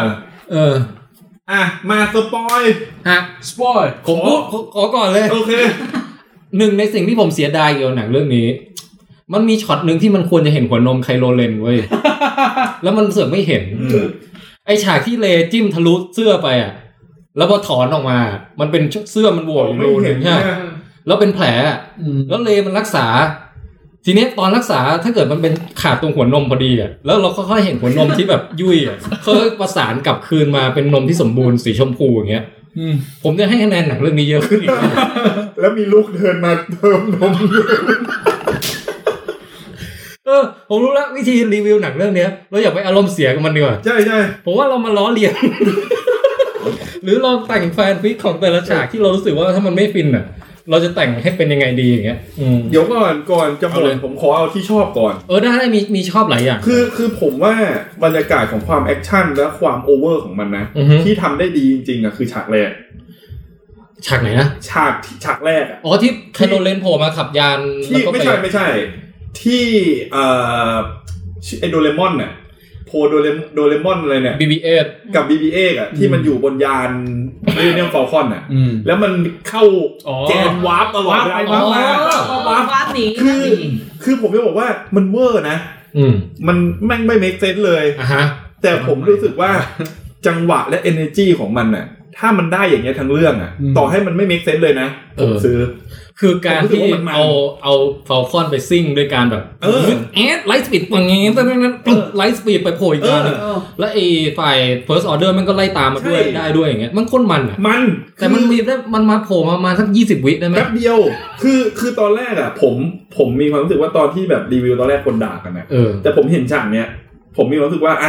มาสปอยฮะสปอยผมขอก่อนเลยโอเคหนึ่งในสิ่งที่ผมเสียดายเกี่ยวกับหนังเรื่องนี้มันมีช็อตนึงที่มันควรจะเห็นหัวนมไคโลเรนเว้ยแล้วมันเสือกไม่เห็นไอฉากที่เลจิ้มทะลุเสื้อไปอ่ะแล้วพอถอนออกมามันเป็นเสื้อมันโหว่อยู่รูนึงใช่แล้วเป็นแผลแล้วเลมันรักษาทีนี้ตอนรักษาถ้าเกิดมันเป็นขาดตรงหัวนมพอดีอ่ะแล้วเราค่อยๆเห็นหัวนมที่แบบยุ่ยอ่ะค่อยประสานกลับคืนมาเป็นนมที่สมบูรณ์สีชมพูอย่างเงี้ยผมจะให้คะแนนหนังเรื่องนี้เยอะขึ้นอีกแล้วมีลูกเดินมาเติมนมผมรู้แล้ววิธีรีวิวหนังเรื่องนี้เราอย่าไปอารมณ์เสียกับมันดีกว่าใช่ๆผมว่าเรามาล้อเลียน หรือเราแต่งแฟนฟิกของแต่ละฉากที่เรารู้สึกว่าถ้ามันไม่ฟินอ่ะเราจะแต่งให้เป็นยังไงดีอย่างเงี้ยเดี๋ยวก่อนจะบอกผมขอเอาที่ชอบก่อนได้มีชอบหลายอย่างคือผมว่าบรรยากาศของความแอคชั่นและความโอเวอร์ของมันนะที่ทำได้ดีจริงๆอ่ะคือฉากแรกฉากไหนนะฉากแรกอ่ะที่ไคโลเรนโผล่มาขับยานแล้วก็ไม่ใช่ที่ไอโดเรมอนน่ะโพโดเรมอนอะไรเนี่ย BB-8 กับ BB-8 อ่ะที่มันอยู่บนยานเรเนียมฟอลคอนน่ะแล้วมันเข้าแกนวาร์ปตลอดได้วาร์ปหนีคือผมจะบอกว่ามันเวอร์นะมันแม่งไม่เมคเซนส์เลยแต่ผมรู้สึกว่าจังหวะและ energy ของมันน่ะถ้ามันได้อย่างเงี้ยทั้งเรื่องอ่ะต่อให้มันไม่เมคเซนส์เลยนะผมซื้อคือการที่เอาฟอลคอนไปซิ่งด้วยการแบบไลท์สปีดอย่างงี้ตอนนั้นไลท์สปีดไปโผล่อีกแล้วแล้วไอ้ฝ่าย First Order มันก็ไล่ตามมาด้วยได้ด้วยอย่างเงี้ยมันโคตรมันอ่ะแต่มันมีได้มันมาโผล่มาสัก20วิได้มั้ยแป๊บเดียวคือตอนแรกอ่ะผมมีความรู้สึกว่าตอนที่แบบรีวิวตอนแรกคนด่ากันนะแต่ผมเห็นฉากเนี้ยผมมีความรู้สึกว่าอ่ะ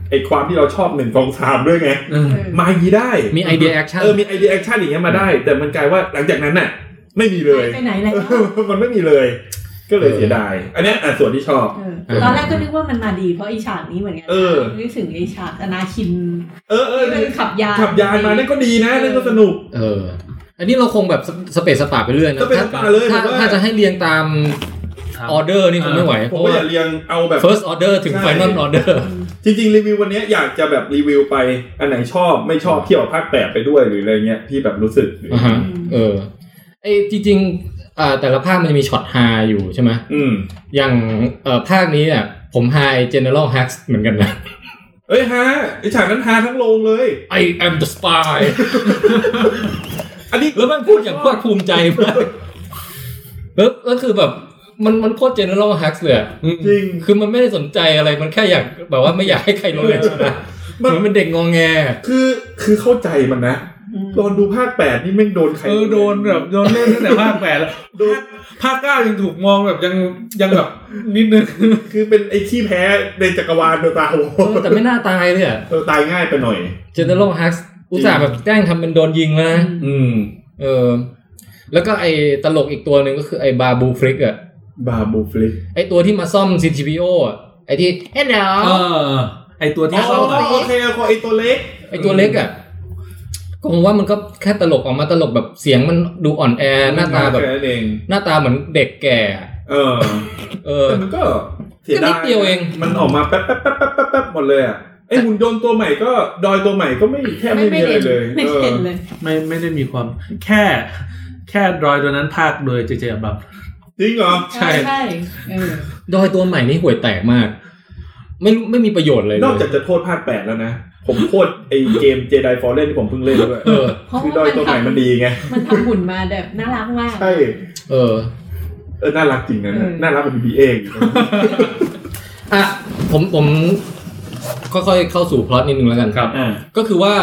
ไอ้ความที่เราชอบ1 2 3ด้วยไงมาอย่างนี้ได้มีไอเดียแอคชั่นมีไอเดียแอคชั่นอย่างเงี้ยมาได้แต่มันกลายว่าหลังจากนั้นน่ะไม่มีเลยไปไหนแล้วมันไม่มีเลยก็เลยเสียดายอันนี้ส่วนที่ชอบตอนแรกก็นึกว่ามันมาดีเพราะไอ้ฉากนี้เหมือนกันนึกถึงไอ้ฉากอนาคินขับยานมานั่นก็ดีนะนั่นก็สนุกอันนี้เราคงแบบสเปซสปาไปเรื่อยนะถ้าจะให้เรียงตามออเดอร์นี่คงไม่ไหวเพราะว่าอย่าเรียงเอาแบบ first order ถึง final order จริงๆรีวิววันนี้อยากจะแบบรีวิวไปอันไหนชอบไม่ชอบเที่ยวภาค8ไปด้วยหรืออะไรเงี้ยที่แบบรู้สึกไอ้จริงๆแต่ละภาคมันจะมีช็อตฮาอยู่ใช่ไหมอย่างภาคนี้เนี่ยผมฮาไอ้ General Hux เหมือนกันนะฮาไอ้ฉากนั้นฮาทั้งโรงเลย I am the spy อันนี้แล้วมันพูดอย่างภาคภูมิใจมากแล้วคือแบบมันโคตร General Hux เลยจริงคือมันไม่ได้สนใจอะไรมันแค่อยากแบบว่าไม่อยากให้ใครรู้เลยใช่ไหมมันเป็นเด็กงอแงคือเข้าใจมันนะตอนดูภาค8นี่แม่งโดนใครโดนแบบโดนเล่นตั้งแต่ภาค8แล้วภาค9ยังถูกมองแบบยังแบบนิดนึงคือเป็นไอ้ขี้แพ้ในจักรวาลโดตาโหแต่ไม่น่าตายเลยอ่ะตายง่ายไปหน่อย General Hux อุตส่าห์แบบแกล้งทำเป็นโดนยิงนะแล้วก็ไอ้ตลกอีกตัวนึงก็คือไอ้บาบูฟลิกอ่ะบาบูฟลิกไอ้ตัวที่มาซ่อม CTPO อ่ะไอ้ที่ Hello ไอ้ตัวที่ซ่อมโอเคไอ้ตัวเล็กอ่ะก็ผมว่ามันก็แค่ตลกออกมาตลกแบบเสียงมันดูอ่อนแอหน้าตาแบบหน้าตาเหมือนเด็กแก่แต่มันก็เสียดายนิดเดียวเองมันออกมาแป๊บหมดเลยอ่ะไอ้หุ่นยนต์ตัวใหม่ก็ดอยตัวใหม่ก็ไม่แค่ไม่มีอะไรเลยไม่เห็นเลยไม่ได้มีความแค่ดอยตัวนั้นภาคโดยเจเจอับบัมจริงเหรอใช่ดอยตัวใหม่นี่ห่วยแตกมากไม่มีประโยชน์เลยนอกจากจะโทษภาค8แล้วนะผมโทษไอ้เกม Jedi Fallen ที่ผมเพิ่งเล่นด้วยคือดอยตัวใหม่มันดีไงมันทำหุ่นมาแบบน่ารักมากใช่น่ารักจริงนะน่ารักเป็นBBเองผมค่อยๆเข้าสู่พล็อตนิดนึงแล้วกันครับก็คือว่า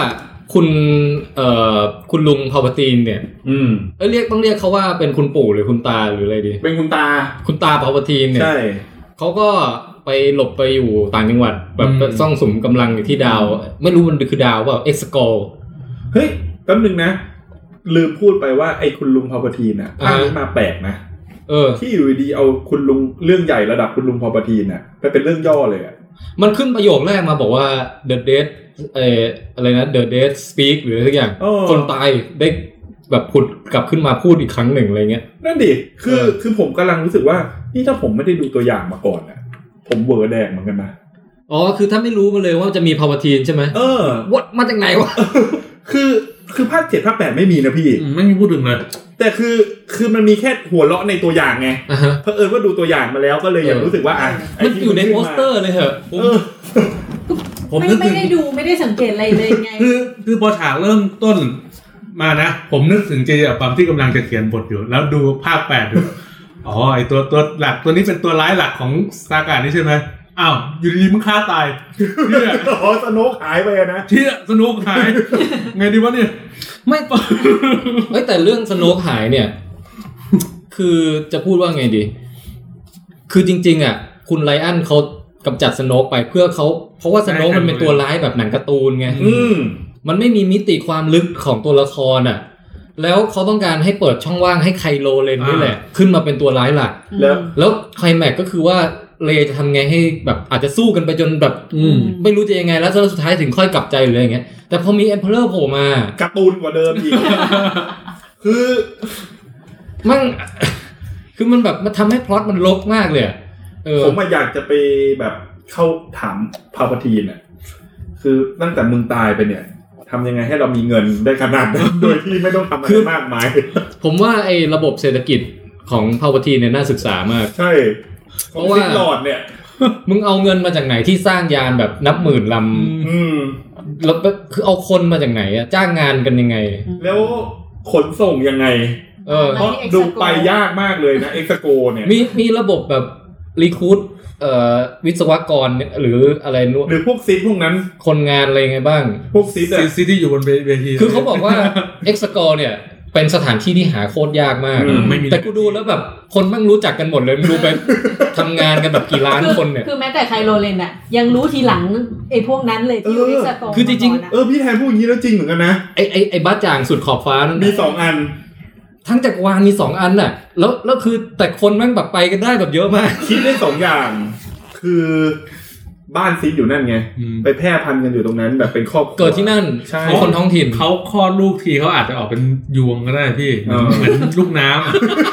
คุณลุงพาวตีนเนี่ยต้องเรียกเขาว่าเป็นคุณปู่หรือคุณตาหรืออะไรดีเป็นคุณตาพาวตีนเนี่ยใช่เขาก็ไปหลบไปอยู่ต่างจังหวัดแบบซ่องสุมกำลังอยู่ที่ดาวไม่รู้มันคือดาวเปล่าเอ็กซ์โกเฮ้ยแป๊บนึงนะลืมพูดไปว่าไอ้คุณลุงพาวตีนน่ะภาคนี้มาแปลกนะที่อยู่ดีเอาคุณลุงเรื่องใหญ่ระดับคุณลุงพาวตีนน่ะไปเป็นเรื่องย่อเลยอ่ะมันขึ้นประโยคแรกมาบอกว่า the dead อะไรนะ the dead speak หรืออะไรสักอย่างคนตายได้แบบผุดกลับขึ้นมาพูดอีกครั้งหนึ่งอะไรเงี้ยนั่นดิคือผมกำลังรู้สึกว่านี่ถ้าผมไม่ได้ดูตัวอย่างมาก่อนน่ะผมเวอร์แดงเหมือนกันนะคือถ้าไม่รู้มาเลยว่าจะมีพาวตีนใช่ไหมวัดมาจากไหนวะคือภาค7ภาค8ไม่มีนะพี่ไม่มีพูดถึงเลยแต่คือมันมีแค่หัวเราะในตัวอย่างไงเผอิญว่าดูตัวอย่างมาแล้วก็เลยอยากรู้สึกว่ามันอยู่ในโปสเตอร์เลยเหรอผมไม่ได้ดูไม่ได้สังเกตอะไรเลยไงคือพอฉากเริ่มต้นมานะผมนึกถึงเจเจอับบัมที่กำลังจะเขียนบทอยู่แล้วดูภาค8ดูไอตัวหลักตัวนี้เป็นตัวร้ายหลักของซากะนี่ใช่ไหมอ้าวอยู่ดีๆมึงฆ่าตายเนี่ยสโนกหายไปนะเชี่ยสโนกหายไงดีวะเนี่ยไม่แต่เรื่องสโนกหายเนี่ยคือจะพูดว่าไงดีคือจริงๆอ่ะคุณไลอ้อนเขากำจัดสโนกไปเพื่อเขาเพราะว่าสโนกมันเป็นตัวร้ายแบบหนังการ์ตูนไงมันไม่มีมิติความลึกของตัวละครอ่ะแล้วเขาต้องการให้เปิดช่องว่างให้ไคโลเลนนี่แหละขึ้นมาเป็นตัวร้ายหลักแล้วไคลแม็กก็คือว่าเลจะทำไงให้แบบอาจจะสู้กันไปจนแบบไม่รู้จะยังไงแล้วสุดท้ายถึงค่อยกลับใจหรืออะไรอย่างเงี้ยแต่พอมีเอ็มเพอเรอร์โผล่มาการ์ตูนกว่าเดิมอีกคือมันแบบมันทำให้พล็อตมันลกมากเลยผมอยากจะไปแบบเข้าถามพาวตีนอ่ะคือตั้งแต่มึงตายไปเนี่ยทำยังไงให้เรามีเงินได้ขนาดนั้นโดยที่ไม่ต้องทำอะไรมากมายผมว่าไอ้ระบบเศรษฐกิจของพาวตีนเนี่ยน่าศึกษามากใช่เพราะว่าหลอดเนี่ยมึงเอาเงินมาจากไหนที่สร้างยานแบบนับหมื่นลำแล้วคือเอาคนมาจากไหนอะจ้างงานกันยังไงแล้วขนส่งยังไงเพราะดูไปยากมากเลยนะเอ็กซ์โกเนี่ยมีระบบแบบรีครูทวิศวกรหรืออะไรนู้นหรือพวกซิทพวกนั้นคนงานอะไรไงบ้างพวกซิทที่อยู่บนเวทีคือเขาบอกว่า X-Score เนี่ยเป็นสถานที่ที่หาโคตรยากมากแต่กูดูแล้วแบบคนมั่งรู้จักกันหมดเลยดูไปทำงานกันแบบกี่ล้านคนเนี่ยคือแม้แต่ไคโรเลนอ่ะยังรู้ทีหลังไอ้พวกนั้นเลยที่อยู่ในสโตนคือจริงๆพี่แทนพูดอย่างนี้แล้วจริงเหมือนกันนะไอ้บ้าจ่างสุดขอบฟ้านั้นมี2อันทั้งจักรวาลมี2อันน่ะแล้วคือแต่คนแม่งแบบไปกันได้แบบเยอะมากคิดได้2อย่างคือบ้านซิดอยู่นั่นไงไปแพร่พันธุ์กันอยู่ตรงนั้นแบบเป็นครอบครัวเกิดที่นั่นเป็นคนท้องถิ่นเขาคลอดลูกทีเขาอาจจะออกเป็นยวงก็ได้พี่เหมือนลูกน้ำ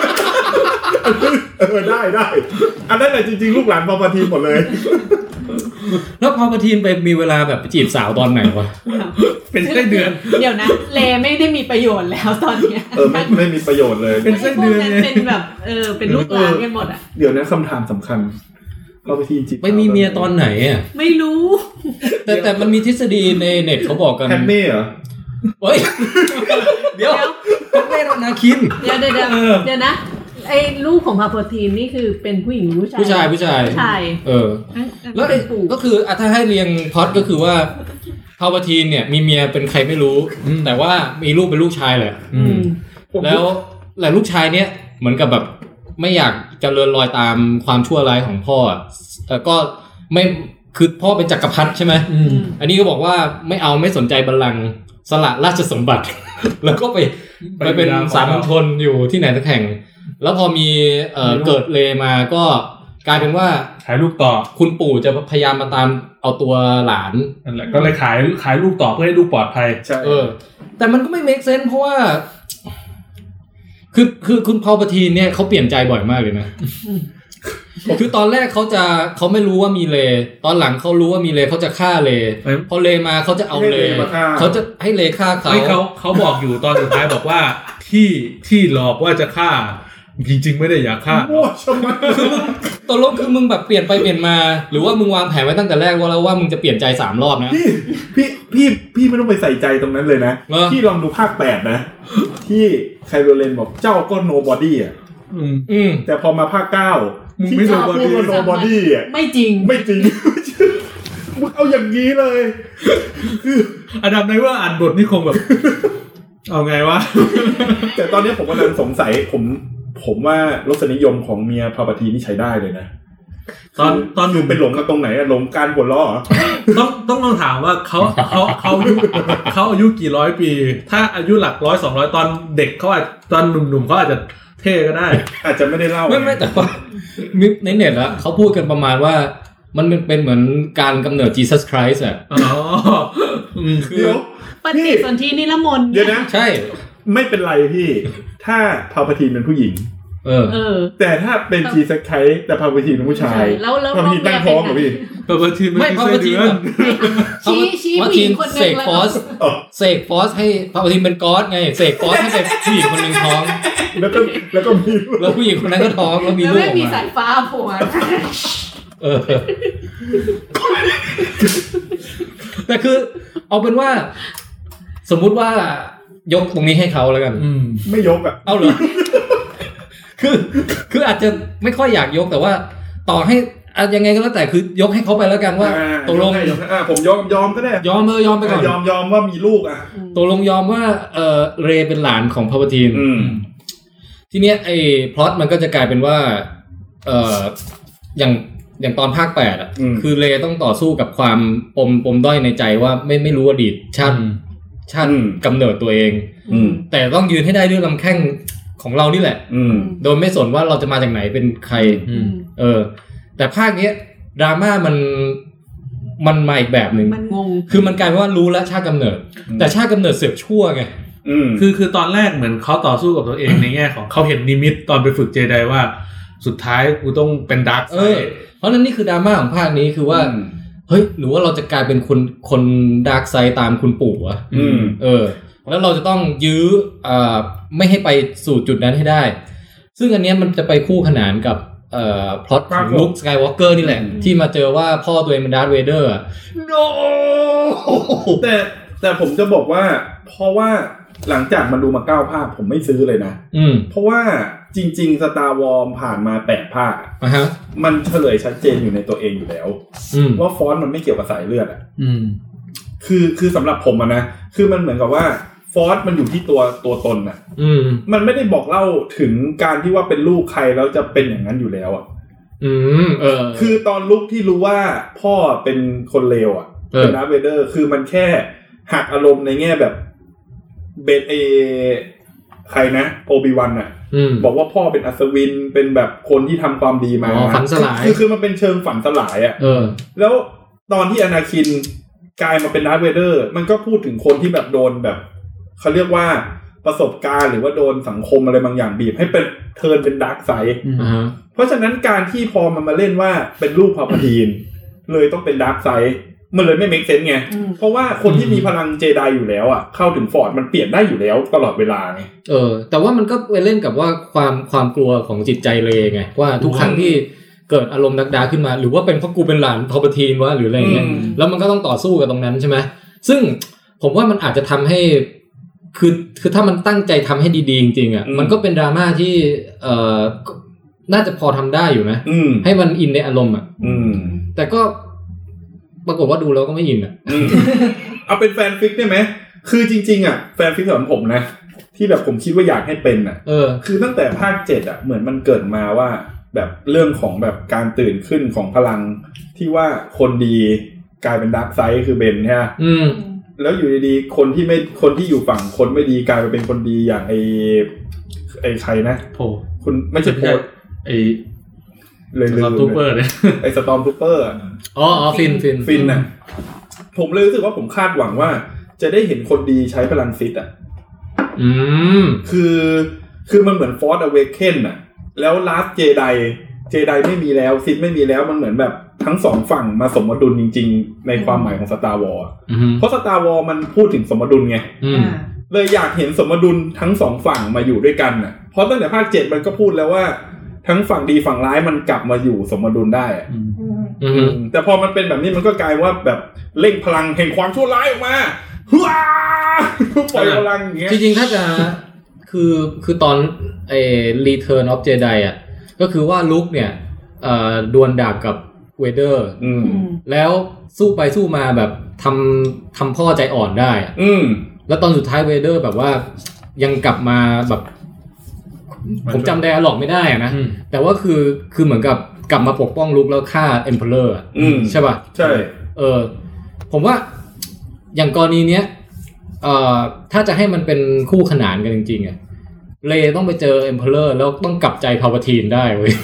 ได้อันนั้นแหละจริงๆลูกหลานพอปทีหมดเลยแล้วพอปทีไปมีเวลาแบบไปจีบสาวตอนไหนวะเป็นไส้เดือนเดี๋ยวนะเลไม่ได้มีประโยชน์แล้วตอนนี้ไม่มีประโยชน์เลยเป็นไส้เดือนเป็นแบบเป็นลูกหลานกันหมดอ่ะเดี๋ยวนะคำถามสำคัญไม่มีเมียตอนไหนอ่ะไม่รู้แต่มันมีทฤษฎีในเน็ตเขาบอกกันแพนเม่เหรอเฮ้ยเดี๋ยวแพนเม่นาคินเดี๋ยวนะไอ้ลูกของพาโพทีนนี่คือเป็นผู้หญิงผู้ชายแล้วก็คือถ้าให้เรียงพล็อตก็คือว่าพาโพทีนเนี่ยมีเมียเป็นใครไม่รู้แต่ว่ามีลูกเป็นลูกชายแหละแล้วลูกชายเนี่ยเหมือนกับแบบไม่อยากเจริญรอยตามความชั่วร้ายของพ่อก็ไม่คือพ่อเป็นจักรพรรดิใช่ไหมอันนี้ก็บอกว่าไม่สนใจบัลลังก์สละราชสมบัติ แล้วก็ไปเป็นสามัญชนอยู่ที่ไหนสักแห่งแล้วพอมีเกิดเลมาก็กลายเป็นว่าขายลูกต่อคุณปู่จะพยายามมาตามเอาตัวหลานนั่นแหละก็เลยขายลูกต่อเพื่อให้ลูกปลอดภัยใช่แต่มันก็ไม่เมคเซนส์เพราะว่าคือคุณพาลปาทีนเนี่ยเขาเปลี่ยนใจบ่อยมากเลยนะคือตอนแรกเขาไม่รู้ว่ามีเลตอนหลังเขารู้ว่ามีเลเขาจะฆ่าเลพอเลมาเขาจะเอาเลเขาจะให้เลฆ่าเขาบอกอยู่ตอนสุดท้ายบอกว่าที่หลอกว่าจะฆ่าจริงๆไม่ได้อยากฆ่าคือมึงตกลงคือมึงแบบเปลี่ยนไปเปลี่ยนมาหรือว่ามึงวางแผนไว้ตั้งแต่แรกว่ามึงจะเปลี่ยนใจ3รอบนะพี่ไม่ต้องไปใส่ใจตรงนั้นเลยนะพี่ลองดูภาค8นะที่ไคโรเลนบอกเจ้าก็โนบอดี้อ่ะแต่พอมาภาค9ที่ข้าพูดว่าโนบอดี้อ่ะไม่จริงมึงเอาอย่างนี้เลยคืออดัมไนว่าอ่านบทนี่คงแบบเอาไงวะแต่ตอนนี้ผมกำลังสงสัยผมว่ารสนิยมของเมียพาปาทีนี่ใช้ได้เลยนะตอนอยู่เป็นหลงกันตรงไหนอะหลงการหัวล้อต้องถามว่าเขาอายุกี่ร้อยปีถ้าอายุหลัก100 200ตอนเด็กเขาอาจตอนหนุ่มๆเขาอาจจะเท่ก็ได้อาจจะไม่ได้เล่าไม่แต่ว่าในเน็ตแล้วเขาพูดกันประมาณว่ามันเป็นเหมือนการกำเนิด Jesus Christ อ่ะเดี๋ยวปฏิสนธินิรมนต์เดี๋ยวนะใช่ไม่เป็นไรพี่ถ้าพาลปาทีนเป็นผู้หญิงแต่ถ้าเป็นจีซักไคแต่พาลปาทีนเป็นผู้ชายพาลปาทีนตั้งท้องเหรอพี่พาลปาทีนไม่พาลปาทีนชี้ผู้หญิงคนนึงเสกฟอสให้พาลปาทีนเป็นก๊อดไงเสกฟอสให้เป็นผู้หญิงคนนึงท้องแล้วก็มีแล้วผู้หญิงคนนั้นก็ท้องแล้วมีลูกออกมามีสายฟ้าโผล่แต่คือเอาเป็นว่าสมมุติว่ายกตรงนี้ให้เขาแล้วกันไม่ยกอ่ะเอาเหรอคืออาจจะไม่ค่อยอยากยกแต่ว่าต่อให้ยังไงก็แล้วแต่คือยกให้เขาไปแล้วกันว่าตกลงผมยอมก็ได้ยอมไปก่อนยอมว่ามีลูกอ่ะตกลงยอมว่าเรเป็นหลานของพาลปาทีนทีเนี้ยไอ้พล็อตมันก็จะกลายเป็นว่าอย่างตอนภาค8อ่ะคือเรต้องต่อสู้กับความปมด้อยในใจว่าไม่รู้อดีตชาติกำเนิดตัวเองแต่ต้องยืนให้ได้ด้วยลำแข้งของเรานี่แหละโดยไม่สนว่าเราจะมาจากไหนเป็นใครแต่ภาคนี้ดราม่ามันมาอีกแบบนึงคือมันกลายเป็นว่ารู้แล้วชาติกำเนิดแต่ชาติกำเนิดเสือกชั่วไงคือตอนแรกเหมือนเขาต่อสู้กับตัวเองในแง่ของเขาเห็นนิมิตตอนไปฝึกเจไดว่าสุดท้ายกูต้องเป็นดาร์กไซด์เพราะนั้นนี่คือดราม่าของภาคนี้คือว่าเฮ้ยหรือว่าเราจะกลายเป็นคนดาร์กไซด์ตามคุณปู่วะแล้วเราจะต้องยื้อไม่ให้ไปสู่จุดนั้นให้ได้ซึ่งอันนี้มันจะไปคู่ขนานกับพล็อตของลุคสกายวอล์กเกอร์นี่แหละที่มาเจอว่าพ่อตัวเองเป็นดาร์ธเวเดอร์ no แต่ผมจะบอกว่าเพราะว่าหลังจากมันดูมา9ภาคผมไม่ซื้อเลยนะเพราะว่าจริงๆ Star Wars ผ่านมา8ภาคมันเฉลยชัดเจนอยู่ในตัวเองอยู่แล้วว่าฟอนต์มันไม่เกี่ยวกับสายเลือดอ่ะคือสำหรับผมนะคือมันเหมือนกับว่าฟอร์สมันอยู่ที่ตัวตนน่ะมันไม่ได้บอกเล่าถึงการที่ว่าเป็นลูกใครแล้วจะเป็นอย่างนั้นอยู่แล้วอ่ะคือตอนลุกที่รู้ว่าพ่อเป็นคนเลวอ่ะเป็นดาร์ธเวเดอร์คือมันแค่หักอารมณ์ในแง่แบบเบนใครนะโอบิวันอ่ะบอกว่าพ่อเป็นอัศวินเป็นแบบคนที่ทำความดีมาฝันสลายคือมันเป็นเชิงฝันสลายอ่ะแล้วตอนที่อนาคินกลายมาเป็นดาร์ธเวเดอร์มันก็พูดถึงคนที่แบบโดนแบบเขาเรียกว่าประสบการณ์หรือว่าโดนสังคมอะไรบางอย่างบีบให้เป็นเทิร์นเป็นดาร์กไซด์เพราะฉะนั้นการที่พอมันมาเล่นว่าเป็นลูกพาลพาทีนเลยต้องเป็นดาร์กไซด์มันเลยไม่เมคเซนส์ไงเพราะว่าคนที่มีพลังเจไดอยู่แล้วอ่ะเข้าถึงฟอร์ดมันเปลี่ยนได้อยู่แล้วตลอดเวลาไงแต่ว่ามันก็ไปเล่นกับว่าความกลัวของจิตใจเลยไงว่าทุกครั้งที่เกิดอารมณ์ดักดาขึ้นมาหรือว่าเป็นเพราะกูเป็นหลานพาลพาทีนวะหรืออะไรเงี้ยแล้วมันก็ต้องต่อสู้กับตรงนั้นใช่ไหมซึ่งผมว่ามันอาจจะทำให้คือถ้ามันตั้งใจทำให้ดีๆจริงๆอ่ะมันก็เป็นดราม่าที่น่าจะพอทำได้อยู่นะให้มันอินในอารมณ์อ่ะแต่ก็ปรากฏว่าดูแล้วก็ไม่อินอ่ะเอาเป็นแฟนฟิกได้ไหมคือจริงๆอ่ะแฟนฟิกสำหรับผมนะที่แบบผมคิดว่าอยากให้เป็นอ่ะคือตั้งแต่ภาค7อ่ะเหมือนมันเกิดมาว่าแบบเรื่องของแบบการตื่นขึ้นของพลังที่ว่าคนดีกลายเป็นดาร์กไซด์คือเบนใช่ไหมแล้วอยู่ดีๆคนที่อยู่ฝั่งคนไม่ดีกลายไปเป็นคนดีอย่างไอ้ใครนะโพคุณไม่ใช่โพเลยสตอมทูเปอร์เนี่ยไอ้สตอมทูเปอร์ฟินน่ะผมเลยรู้สึกว่าผมคาดหวังว่าจะได้เห็นคนดีใช้พลังซิธอ่ะคือมันเหมือน Force Awakens อ่ะแล้ว Last Jedi ไม่มีแล้วซิธไม่มีแล้วมันเหมือนแบบทั้งสองฝั่งมาสมดุลจริงๆในความหมายของ Star Wars เพราะ Star Wars มันพูดถึงสมดุลไงเลยอยากเห็นสมดุลทั้งสองฝั่งมาอยู่ด้วยกันน่ะเพราะตั้งแต่ภาค7มันก็พูดแล้วว่าทั้งฝั่งดีฝั่งร้ายมันกลับมาอยู่สมดุลได้แต่พอมันเป็นแบบนี้มันก็กลายว่าแบบเร่งพลังแห่งความชั่วร้ายออกมาว้าปล่อยพลังอย่างเงี้ยจริงๆถ้าจะคือตอนReturn of Jedi อ่ะก็คือว่าลุคเนี่ยดวลดาบกับเวเดอร์แล้วสู้ไปสู้มาแบบทำพ่อใจอ่อนได้แล้วตอนสุดท้ายเวเดอร์แบบว่ายังกลับมาแบบผมจำไดอะล็อกไม่ได้นะแต่ว่าคือเหมือนกับกลับมาปกป้องลุคแล้วฆ่าเอ็มเพอเรอร์ใช่ป่ะใช่ผมว่าอย่างกรณีเนี้ยถ้าจะให้มันเป็นคู่ขนานกันจริงๆอ่ะเลต้องไปเจอเอ็มเพอเรอร์แล้วต้องกลับใจพาลพาทีนได้เว้ย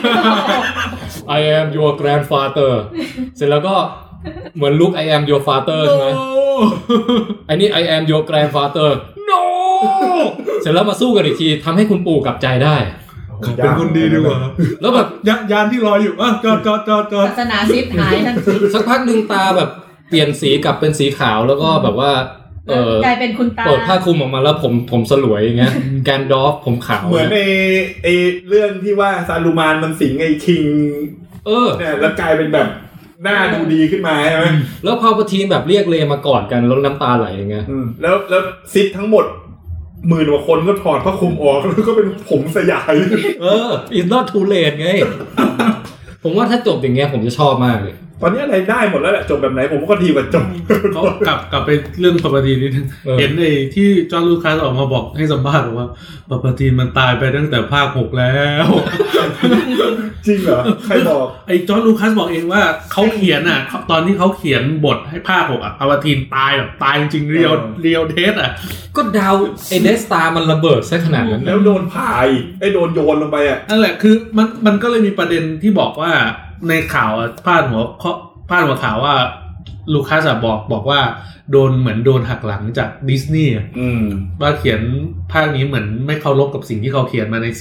I am your grandfather เสร็จแล้วก็เหมือนลุค I am your father ใช่ไหมไอ้นี่ I am your grandfather no เสร็จแล้วมาสู้กันอีกทีทำให้คุณปู่กลับใจได้เป็นคนดีดีกว่าแล้วแบบยานที่รออยู่จอดศาสนาซิธหายทันทีสักพักนึงตาแบบเปลี่ยนสีกลับเป็นสีขาวแล้วก็แบบว่ากลายเป็นคุณตาเปิดผ้าคลุมออกมาแล้วผมสลวยอย่างเงี้ยแกนดอฟผมขาวเหมือนไอเรื่องที่ว่าซาลูมานมันสิงไอคิงเนี่ยแล้วกลายเป็นแบบหน้าดูดีขึ้นมาใช่ไหมแล้วพาลพาทีนแบบเรียกเลมากอดกันแล้วน้ำตาไหลอย่างเงี้ยแล้วซิธทั้งหมด10,000 กว่าคนก็ถอดผ้าคลุมออกแล้วก็เป็นผมสยาย it's not too late ไง ผมว่าถ้าจบอย่างเงี้ยผมจะชอบมากเลยตอนนี้อะไรได้หมดแล้วแหละจบแบบไหนผมก็ดีกว่าจบเขากลับไปเรื่องพาลพาทีนนิดนึงเห็นไอ้ที่จอห์นลูคัสออกมาบอกให้สัมภาษณ์ว่าพาลพาทีนมันตายไปตั้งแต่ภาค6แล้วจริงเหรอใครบอกไอ้จอห์นลูคัสบอกเองว่าเขาเขียนอ่ะตอนที่เขาเขียนบทให้ภาค6อ่ะพาลพาทีนตายแบบตายจริงๆเรียวเดสอ่ะก็ดาวไอ้เดสตาร์มันระเบิดซะขนาดนั้นแล้วโดนพายโดนโยนลงไปอ่ะนั่นแหละคือมันก็เลยมีประเด็นที่บอกว่าในข่าวพาดหัวข่าวว่าลูคัสบอกว่าเหมือนโดนหักหลังจากดิสนีย์ว่าเขียนภาคนี้เหมือนไม่เคารพกับสิ่งที่เขาเขียนมาใน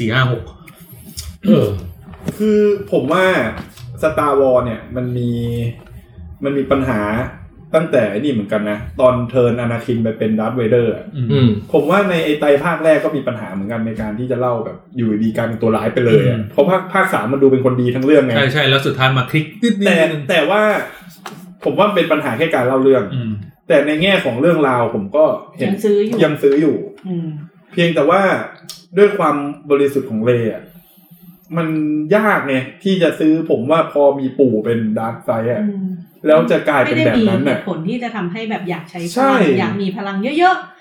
4-5-6 คือผมว่า Star Wars เนี่ยมันมีปัญหาตั้งแต่นี่เหมือนกันนะตอนเทิร์นอนาคินไปเป็นดาร์ธเวเดอร์ผมว่าในไตรภาคแรกก็มีปัญหาเหมือนกันในการที่จะเล่าแบบอยู่ดีกลายเป็นตัวร้ายไปเลยเพราะภาค3มันดูเป็นคนดีทั้งเรื่องไงใช่แล้วสุดท้ายมาคลิกแต่ว่าผมว่าเป็นปัญหาแค่การเล่าเรื่องแต่ในแง่ของเรื่องราวผมก็ยังซื้ออยู่เพียงแต่ว่าด้วยความบริสุทธิ์ของเลอ่ะมันยากไงที่จะซื้อผมว่าพอมีปู่เป็นดาร์คไซด์แล้วจะกลายเป็นแบบนั้นน่ะผลที่จะทำให้แบบอยากใช้พลังอยากมีพลังเยอะ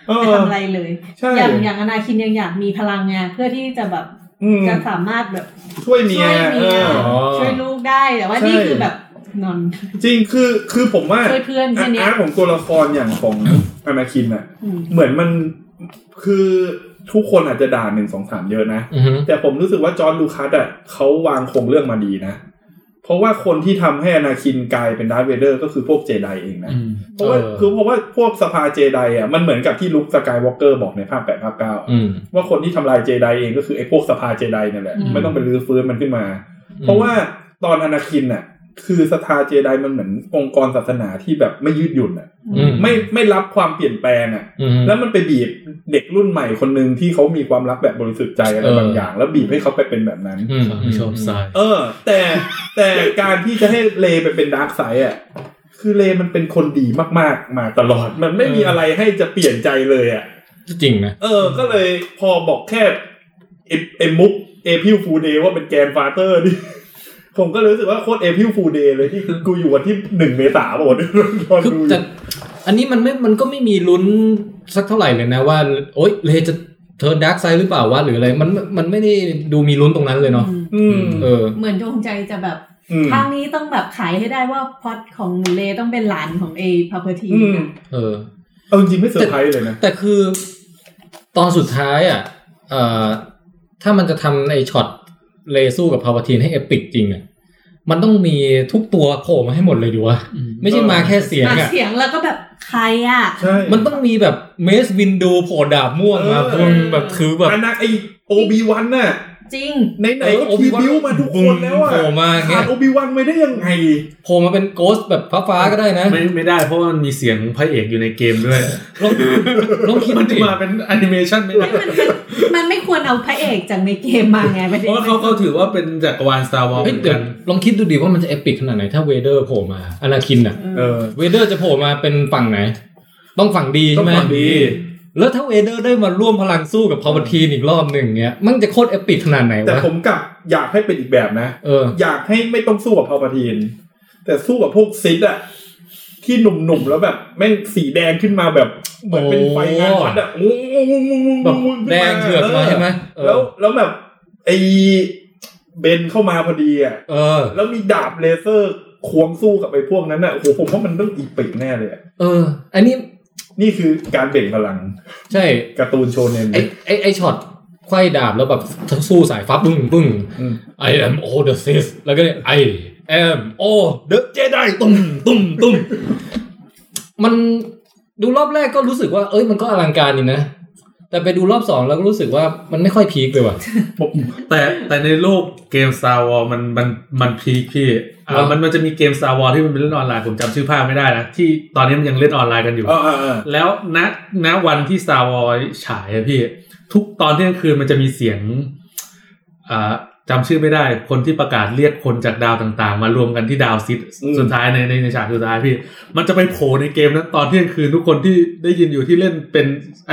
ไม่ทำอะไรเลยอย่างอนาคินยังอยากมีพลังไงเพื่อที่จะแบบจะสามารถแบบช่วยเมียช่วยลูกได้แต่ว่านี่คือแบบนอนจริงคือผมว่าช่วยเพื่อนแค่นี้ของตัวละครอย่างของอนาคินอ่ะเหมือนมันคือทุกคนอาจจะด่า1 2 3เยอะนะแต่ผมรู้สึกว่าจอร์จลูคัสอ่ะเขาวางโครงเรื่องมาดีนะเพราะว่าคนที่ทำให้อนาคินกลายเป็นดาร์ธเวเดอร์ก็คือพวกเจไดเองนะเพราะว่าพวกสภาเจไดอ่ะมันเหมือนกับที่ลุคสกายวอล์กเกอร์บอกในภาค8ภาค9ว่าคนที่ทำลายเจไดเองก็คือไอ้พวกสภาเจไดนั่นแหละไม่ต้องไปรื้อฟื้นมันขึ้นมาเพราะว่าตอนอนาคินอ่ะคือสภาเจไดมันเหมือนองค์กรศาสนาที่แบบไม่ยืดหยุ่นอ่ะไม่รับความเปลี่ยนแปลงอ่ะแล้วมันไปบีบเด็กรุ่นใหม่คนนึงที่เขามีความรักแบบบริสุทธิ์ใจอะไรบางอย่างแล้วบีบให้เขาไปเป็นแบบนั้นชอบไซด์แต่การที่จะให้เลไปเป็นดาร์กไซด์อ่ะคือเลมันเป็นคนดีมากๆมาตลอดมันไม่มีอะไรให้จะเปลี่ยนใจเลยอ่ะจริงนะก็เลยพอบอกแค่เอมุกเอพิลฟูเดย์ว่าเป็นแกรนด์ฟาเธอร์ดิผมก็รู้สึกว่าโคตรเอพิลฟูเดย์เลยที่กูอยู่วันที่1 เมษายนหมดคือแต่อันนี้มันก็ไม่มีลุ้นสักเท่าไหร่เลยนะว่าโอ๊ยเลจะเทิร์นดาร์กไซด์หรือเปล่าวะหรืออะไรมันไม่ได้ดูมีลุ้นตรงนั้นเลยเนาะเหมือนจงใจจะแบบทางนี้ต้องแบบขายให้ได้ว่าพล็อตของเลต้องเป็นหลานของเอพาเพอร์ทีเอาจริงไม่เซอร์ไพรส์เลยนะแต่คือตอนสุดท้ายอ่ะถ้ามันจะทำไอ้ช็อตเลสู้กับพาวเวอร์ทีนให้เอปิกจริงอ่ะมันต้องมีทุกตัวโผล่มาให้หมดเลยดิวะไม่ใช่มาแค่เสียงอ่ะเสียงแล้วก็แบบใครอ่ะมันต้องมีแบบเมสวินโดโผล่ดาบม่วงมาแบบคือแบบอันนั้นไอโอบีวันน่ะจริงไหนๆก็ทีบิวมาทุกคนแล้วอ่ะโผล่มาขาดโอบีวันไม่ได้ยังไงโผล่มาเป็นโกสต์แบบฟ้าๆก็ได้นะไม่ได้เพราะมันมีเสียงพระเอกอยู่ในเกมด้วยลองคิดมันจะมาเป็นแอนิเมชั่นไม่ได้มันไม่ควรเอาพระเอกจากในเกมมาไงเพราะเขาถือว่าเป็นจักรวาล Star Wars เหมือนกันลองคิดดูดิว่ามันจะเอปิกขนาดไหนถ้าเวเดอร์โผล่มาอนาคินน่ะเวเดอร์จะโผล่มาเป็นฝั่งไหนต้องฝั่งดีใช่ไหมต้องฝั่งดีแล้วถ้าเวเดอร์ได้มาร่วมพลังสู้กับพาวเวอร์ทีนอีกรอบนึงเงี้ยมันจะโคตรเอปิกขนาดไหนวะแต่ผมกับอยากให้เป็นอีกแบบนะอยากให้ไม่ต้องสู้กับพาวเวอร์ทีนแต่สู้กับพวกซิดอะที่หนุ่มๆแล้วแบบแม่งสีแดงขึ้นมาแบบเหมือนเป็นไฟงานวัดอะแบบแดงเถือกมาใช่ไหมแล้วแบบไอเบนเข้ามาพอดีอะแล้วมีดาบเลเซอร์ควงสู้กับไอพวกนั้นอะโอ้โหผมว่ามันต้องอีปิกแน่เลยอันนี้นี่คือการเบ่งพลังใช่การ์ตูนโชเน็นไอช็อตไขว้ดาบแล้วแบบสู้สายฟ้าปึ้ง I am all the Sith แล้วก็ I am all the Jedi ตุ้มมันดูรอบแรกก็รู้สึกว่ามันก็อลังการนี่นะแต่ไปดูรอบ2แล้วก็รู้สึกว่ามันไม่ค่อยพีคเลยว่ะแต่ในโลกเกม Star Wars มันพีคพี่มันจะมีเกม Star Wars ที่มันเป็นเล่นออนไลน์ผมจำชื่อภาคไม่ได้นะที่ตอนนี้มันยังเล่นออนไลน์กันอยู่แล้วณวันที่ Star Wars ฉายอะพี่ทุกตอนเที่ยงคืนมันจะมีเสียงจำชื่อไม่ได้คนที่ประกาศเรียกคนจากดาวต่างๆมารวมกันที่ดาวซิดสุดท้ายในฉากสุดท้ายพี่มันจะไปโผล่ในเกมนั้นตอนเที่ยงคืนทุกคนที่ได้ยินอยู่ที่เล่นเป็น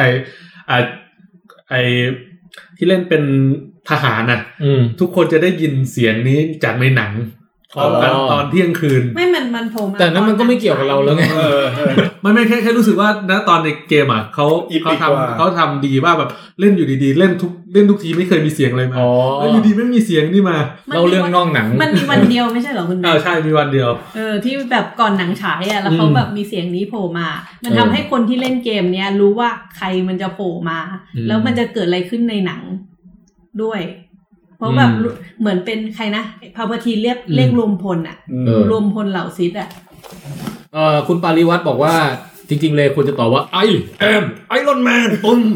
ที่เล่นเป็นทหารน่ะทุกคนจะได้ยินเสียงนี้จากในหนังตอนเที่ยงคืนไม่มันโผล่มาแต่นั้นมันก็ไม่เกี่ยวกับเราแล้วไงไม่แค่รู้สึกว่าณตอนในเกมอ่ะเขาทำดีว่าแบบเล่นอยู่ดีๆเล่นทุกทีไม่เคยมีเสียงเลยมาแล้วอยู่ดีไม่มีเสียงนี่มาเราเรื่องนอกหนังมันมีวันเดียวไม่ใช่เหรอคุณใช่มีวันเดียวที่แบบก่อนหนังฉายอ่ะแล้วเขาแบบมีเสียงนี้โผล่มามันทำให้คนที่เล่นเกมเนี้ยรู้ว่าใครมันจะโผล่มาแล้วมันจะเกิดอะไรขึ้นในหนังด้วยเพราะแบบเหมือนเป็นใครนะพาวเวอร์ทีเรียกรวมพลอ่ะรวมพลเหล่าซิดอ่ะคุณปาริวัฒน์บอกว่าจริงๆเลยควรจะตอบว่า I am Iron Man ตุ้ม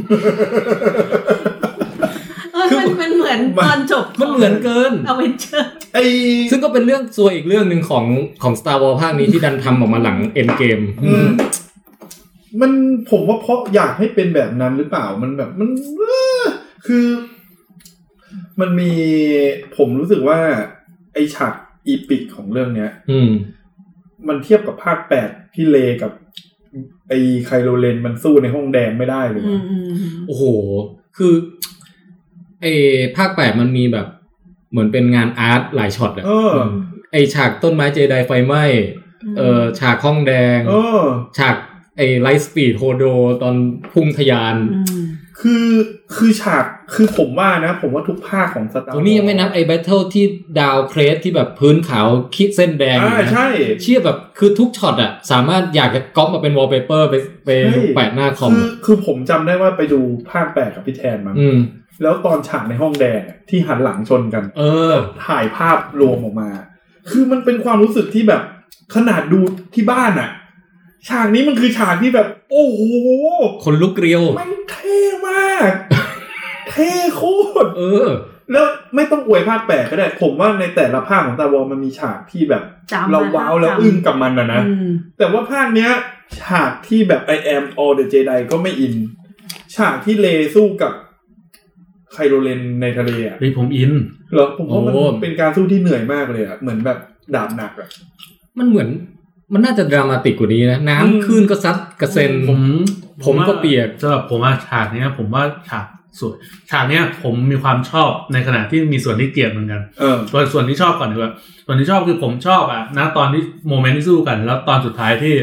มันเหมือนตอนจบมันเหมือนเกิน Avenger ซึ่งก็เป็นเรื่องซวยอีกเรื่องนึงของ Star Wars ภาคนี้ที่ดันทำออกมาหลัง Endgame มันผมว่าเพราะอยากให้เป็นแบบนั้นหรือเปล่ามันแบบมันคือมันมีผมรู้สึกว่าไอฉากอีปิกของเรื่องเนี้ยมันเทียบกับภาค8ที่เลกับไอไคโลเรนมันสู้ในห้องแดงไม่ได้เลยโอ้โหคือไอภาค8มันมีแบบเหมือนเป็นงานอาร์ตหลายช็อตอะไอฉากต้นไม้เจไดไฟไหม้ฉากห้องแดงฉากไอ้ไลท์สปีดโฮโดตอนพุ่งทะยานคือฉากคือผมว่าทุกภาคของ Star Wars ตัวนี้ยังไม่นับไอ้แบทเทิลที่ดาวเครสที่แบบพื้นขาวขีดเส้นแดงนะใช่เชี่ยแบบคือทุกช็อตอ่ะสามารถอยากจะก๊อปมาเป็นวอลเปเปอร์ไปแปะหน้าคอมคือผมจำได้ว่าไปดูภาค8กับพี่แทนมาแล้วตอนฉากในห้องแดงที่หันหลังชนกันถ่ายภาพรวมออกมาคือมันเป็นความรู้สึกที่แบบขนาดดูที่บ้านอ่ะฉากนี้มันคือฉากที่แบบโอ้โหคนลุกเรียวมันเท่มากเท่โคตรแล้วไม่ต้องอวยภาค8ก็ได้ผมว่าในแต่ละภาคของ Star Wars มันมีฉากที่แบบเราว้าวแล้วอึ้งกับมันนะแต่ว่าภาคเนี้ยฉากที่แบบ I am all the Jedi ก็ไม่อินฉากที่เลสู้กับไคโรเลนในทะเลอ่ะผมอินเหรอผมว่ามันเป็นการสู้ที่เหนื่อยมากเลยอ่ะเหมือนแบบดาบหนักอ่ะมันเหมือนมันน่าจะดรามาติกกว่านี้นะน้ำคลื่นก็ซัดกระเซ็นผมก็เปียกสำหรับผมว่าฉากนี้ผมว่าฉากสวยฉากนี้ผมมีความชอบในขณะที่มีส่วนที่เกลียดเหมือนกันส่วนที่ชอบก่อนดีกว่าส่วนที่ชอบคือผมชอบนะตอนที่โมเมนต์ที่สู้กันแล้วตอนสุดท้ายที่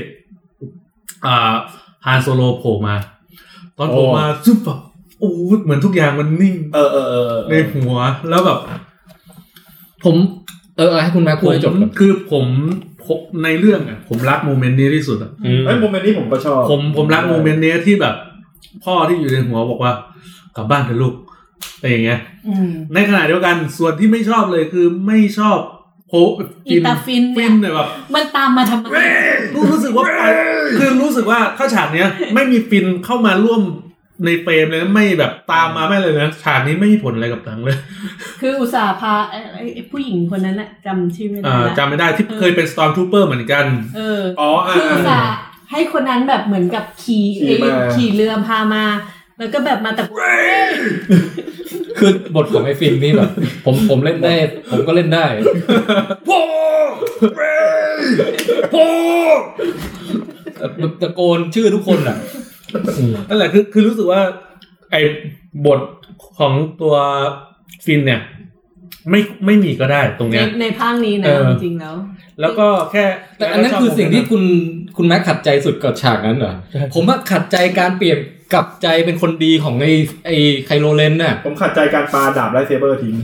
ฮานโซโลโผล่มาตอนโผล่มาซุปแบบโอ้เหมือนทุกอย่างมันนิ่งในหัวแล้วแบบผมให้คุณแม่พูดให้จบก่อนคือผมในเรื่องผมรักโมเมนต์นี้ที่สุดโมเมนต์นี้ผมก็ชอบผมรักโมเมนต์นี้ที่แบบพ่อที่อยู่ในหัวบอกว่ากลับบ้านเถอะลูกอะไรอย่างเงี้ยในขณะเดียวกันส่วนที่ไม่ชอบเลยคือไม่ชอบอิตาฟินเนี่ยแบบมันตามมาทำไมรู้สึกว่าคือรู้สึกว่าถ้าฉากเนี้ยไม่มีฟินเข้ามาร่วมในเฟรมเลยไม่แบบตามมาไม่เลยนะฉากนี้ไม่มีผลอะไรกับหนังเลยคืออุตส่าห์พาไอ้ผู้หญิงคนนั้นแหละจำชื่อไม่ได้จำไม่ได้ที่เคยเป็น Stormtrooper เหมือนกันคืออุตส่าห์ให้คนนั้นแบบเหมือนกับขี่เรือพามาแล้วก็แบบมาแต่คือบทของไอ้ฟินนี่แบบผมเล่นได้ผมก็เล่นได้ตะโกนชื่อทุกคนอ่ะนั่นแหละคือรู้สึกว่าไอ้บทของตัวฟินเนี่ยไม่มีก็ได้ตรงเนี้ยในภาคนี้นะจริงๆแล้วก็แค่แต่อันนั้นคือสิ่งที่คุณแม็กขัดใจสุดกับฉากนั้นเหรอผมว่าขัดใจการเปลี่ยนกลับใจเป็นคนดีของไอ้ไคโรเลนน่ะผมขัดใจการปาดาบไลท์เซเบอร์ทิ้ง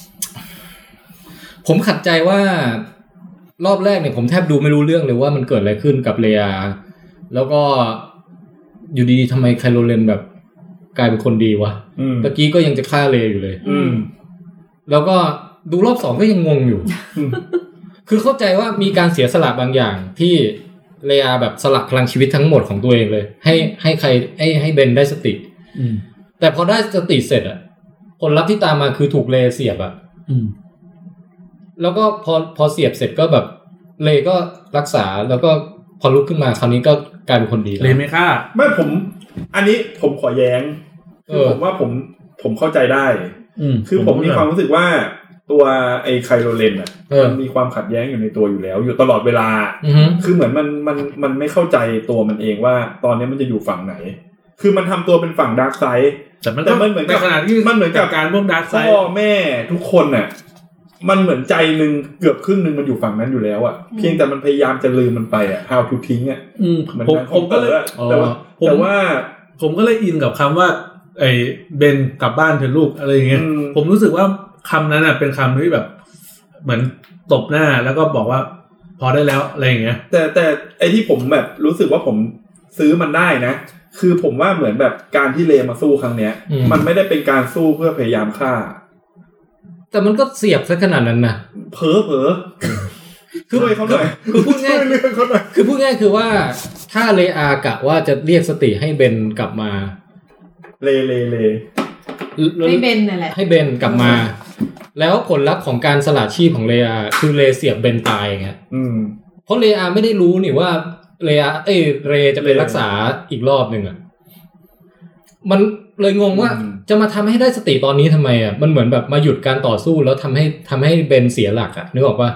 ผมขัดใจว่ารอบแรกเนี่ยผมแทบดูไม่รู้เรื่องเลยว่ามันเกิดอะไรขึ้นกับเลียแล้วก็อยู่ดีๆทำไมไคโรเลนแบบกลายเป็นคนดีวะตะกี้ก็ยังจะฆ่าเลอยู่เลยแล้วก็ดูรอบ2ก็ยังงงอยู่ คือเข้าใจว่ามีการเสียสละบางอย่างที่เลียแบบสละพลังชีวิตทั้งหมดของตัวเองเลยให้ใครให้เบนได้สติแต่พอได้สติเสร็จอะผลลัพธ์ที่ตามมาคือถูกเลเสียบอะแล้วก็พอเสียบเสร็จก็แบบเลก็รักษาแล้วก็พอลุกขึ้นมาคราวนี้ก็กลายเป็นคนดีเลไม่ฆ่าไม่อันนี้ผมขอแย้งผมว่าผมเข้าใจได้คือผมมีความรู้สึกว่าตัวไอ้ไคโรเลนมันมีความขัดแย้งอยู่ในตัวอยู่แล้วอยู่ตลอดเวลาคือเหมือนมันไม่เข้าใจตัวมันเองว่าตอนนี้มันจะอยู่ฝั่งไหนคือมันทำตัวเป็นฝั่งดาร์กไซด์แต่มันเหมือนกับมันเหมือนกับการร่วมดาร์กไซด์พ่อแม่ทุกคนน่ะมันเหมือนใจนึงเกือบครึ่งนึงมันอยู่ฝั่งนั้นอยู่แล้วอ่ะเพียงแต่มันพยายามจะลืมมันไปอ่ะ how to ทิ้งอ่ะผมก็เลยแต่ว่าผมก็เลยอินกับคำว่าไอ้เบนกลับบ้านเถอะลูกอะไรอย่างเงี้ยผมรู้สึกว่าคำนั้นเป็นคำที่แบบเหมือนตบหน้าแล้วก็บอกว่าพอได้แล้วอะไรอย่างเงี้ยแต่ไอ้ที่ผมแบบรู้สึกว่าผมซื้อมันได้นะคือผมว่าเหมือนแบบการที่เลมาสู้ครั้งเนี้ยมันไม่ได้เป็นการสู้เพื่อพยายามฆ่าแต่มันก็เสียบซะขนาดนั้นนะเผลอคือเขาหน่อยคือพูดง่ายคือว่าถ้าเลอากะว่าจะเรียกสติให้เบนกลับมาเลให้เบนนั่นแหละให้เบนกลับมาแล้วผลลัพธ์ของการสละชีพของเลอาคือเลเสียบเบนตายไงเพราะเลอาไม่ได้รู้นี่ว่าเรจะไปรักษาอีกรอบนึงอ่ะมันเลยงงว่าจะมาทำให้ได้สติตอนนี้ทำไมอ่ะมันเหมือนแบบมาหยุดการต่อสู้แล้วทำให้เบนเสียหลักอ่ะนึกออกป่ะ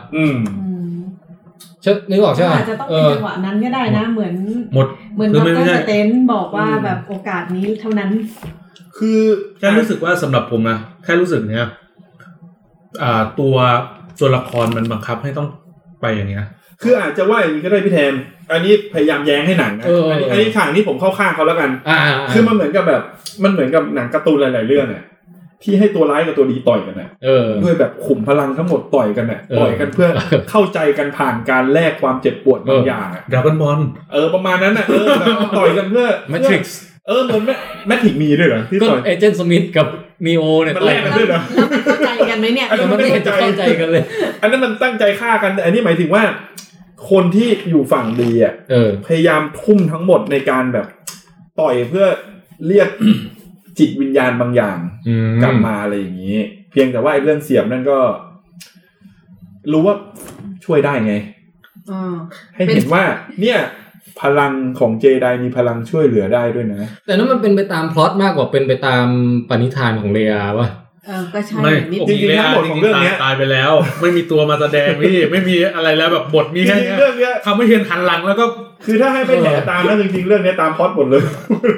นึกออกใช่ไหมอาจจะต้องเป็นจังหวะนั้นก็ได้นะเหมือนดร.สเตนบอกว่าแบบโอกาสนี้เท่านั้นคือแค่รู้สึกว่าสำหรับผมนะแค่รู้สึกเนี้ยตัวละครมันบังคับให้ต้องไปอย่างเงี้ยคืออาจจะว่าอย่างนี้ก็ได้พี่แทนอันนี้พยายามแย้งให้หนังนะอันนี้ทางที่ผมเข้าข้างเขาแล้วกันคือมันเหมือนกับแบบมันเหมือนกับหนังการ์ตูนหลายๆเรื่องอ่ะที่ให้ตัวร้ายกับตัวดีต่อยกันน่ะด้วยแบบขุมพลังทั้งหมดต่อยกันน่ะต่อยกันเพื่อเข้าใจกันผ่านการแลกความเจ็บปวดบางอย่างอ่ะ Dragon Ball ประมาณนั้นน่ะต่อยกันเพื่อ Matrix เหมือนแมทริกมีด้วยเหรอที่ต่อยเอเจนต์สมิธกับนีโอเนี่ยมันแลกกันด้วยเหรอแล้วมันเข้าใจกันไหมเนี่ยมันไม่เห็นจะเข้าใจกันเลยอันนั้นมันตั้งใจฆ่ากันแต่อันนี้หมายถึงว่าคนที่อยู่ฝั่งดีอ่ะพยายามทุ่มทั้งหมดในการแบบต่อยเพื่อเรียกจิตวิญญาณบางอย่างกลับมาอะไรอย่างนี้เพียงแต่ว่าเรื่องเสียบนั่นก็รู้ว่าช่วยได้ไงให้เห็นว่าเนี่ยพลังของเจไดมีพลังช่วยเหลือได้ด้วยนะแต่นั้นมันเป็นไปตามพล็อตมากกว่าเป็นไปตามปณิธานของเลียว่ะก็ใช่จริงๆทั้งหมดของเรื่องนี้ตายไปแล้วไม่มีตัวมาแสดงพี่ไม่มีอะไรแล้วแบบบทมีแค่นี้เรื่องนี้ทำให้เห็นหันหลังแล้วก็คือถ้าให้ไปแถตามแล้วจริงๆเรื่องนี้ตามพล็อตหมดเลย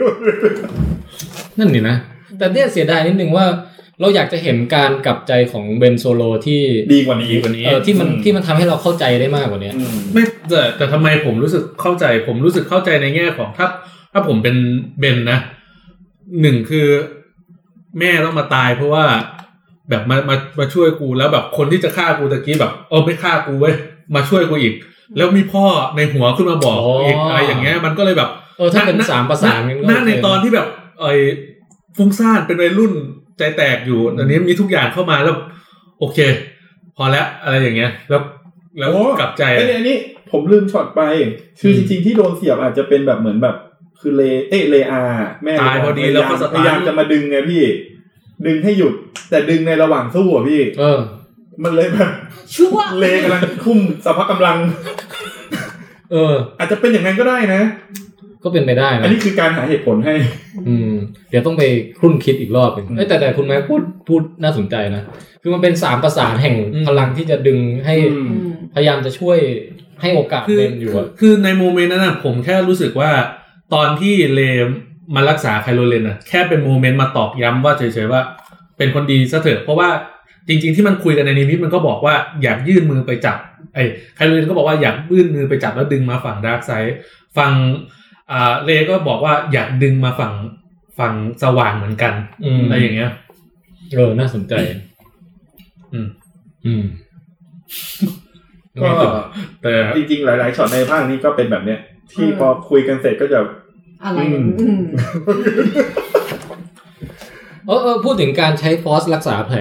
นั่นนี่นะแต่เนี่ยเสียดายนิดนึงว่าเราอยากจะเห็นการกลับใจของเบนโซโลที่ดีกว่านี้ที่มันทำให้เราเข้าใจได้มากกว่านี้ไม่แต่ทำไมผมรู้สึกเข้าใจในแง่ของถ้าผมเป็นเบนนะหนึ่งคือแม่ต้องมาตายเพราะว่าแบบมาช่วยกูแล้วแบบคนที่จะฆ่ากูตะกี้แบบไม่ฆ่ากูเว้ยมาช่วยกูอีกแล้วมีพ่อในหัวขึ้นมาบอกอีกอะไรอย่างเงี้ยมันก็เลยแบบถ้าเป็น3ประสานนั่นในตอนที่แบบฟุ้งซ่านเป็นวัยรุ่นใจแตกอยู่ตอนนี้มีทุกอย่างเข้ามาแล้วโอเคพอแล้วอะไรอย่างเงี้ยแล้วกลับใจอันนี้ผมลืมช็อตไปคือจริงๆที่โดนเสียบอาจจะเป็นแบบเหมือนแบบคือเลอาแม่ตายพอดีแล้วก็พยายามจะมาดึงไงพี่ดึงให้หยุดแต่ดึงในระหว่างสู้อ่ะพี่มันเลยแบบเลกำลังคุ้มสภาพกำลังอาจจะเป็นอย่างนั้นก็ได้นะก็เป็นไปได้นะอันนี้คือการหาเหตุผลให้เดี๋ยวต้องไปครุ่นคิดอีกรอบนึงแต่คุณแม่พูดน่าสนใจนะคือมันเป็น3ประสานแห่งพลังที่จะดึงให้พยายามจะช่วยให้โอกาสเบนอยู่คือในโมเมนต์นั้นน่ะผมแค่รู้สึกว่าตอนที่เลมารักษาไคโรเลนน่ะแค่เป็นโมเมนต์มาตอกย้ำว่าเฉยๆว่าเป็นคนดีซะเถอะเพราะว่าจริงๆที่มันคุยกันในนิมิตมันก็บอกว่าอยากยื่นมือไปจับไคโรเลนก็บอกว่าอยากยื่นมือไปจับแล้วดึงมาฝั่งดาร์กไซด์ฝั่งเลก็บอกว่าอยากดึงมาฝั่งสว่างเหมือนกันอะไรอย่างเงี้ยน่าสนใจก็แต่จริงๆหลายๆช็อตในภาคนี้ก็เป็นแบบเนี้ยที่พอคุยกันเสร็จก็จะอะไรพูดถึงการใช้ฟอสรักษาแผล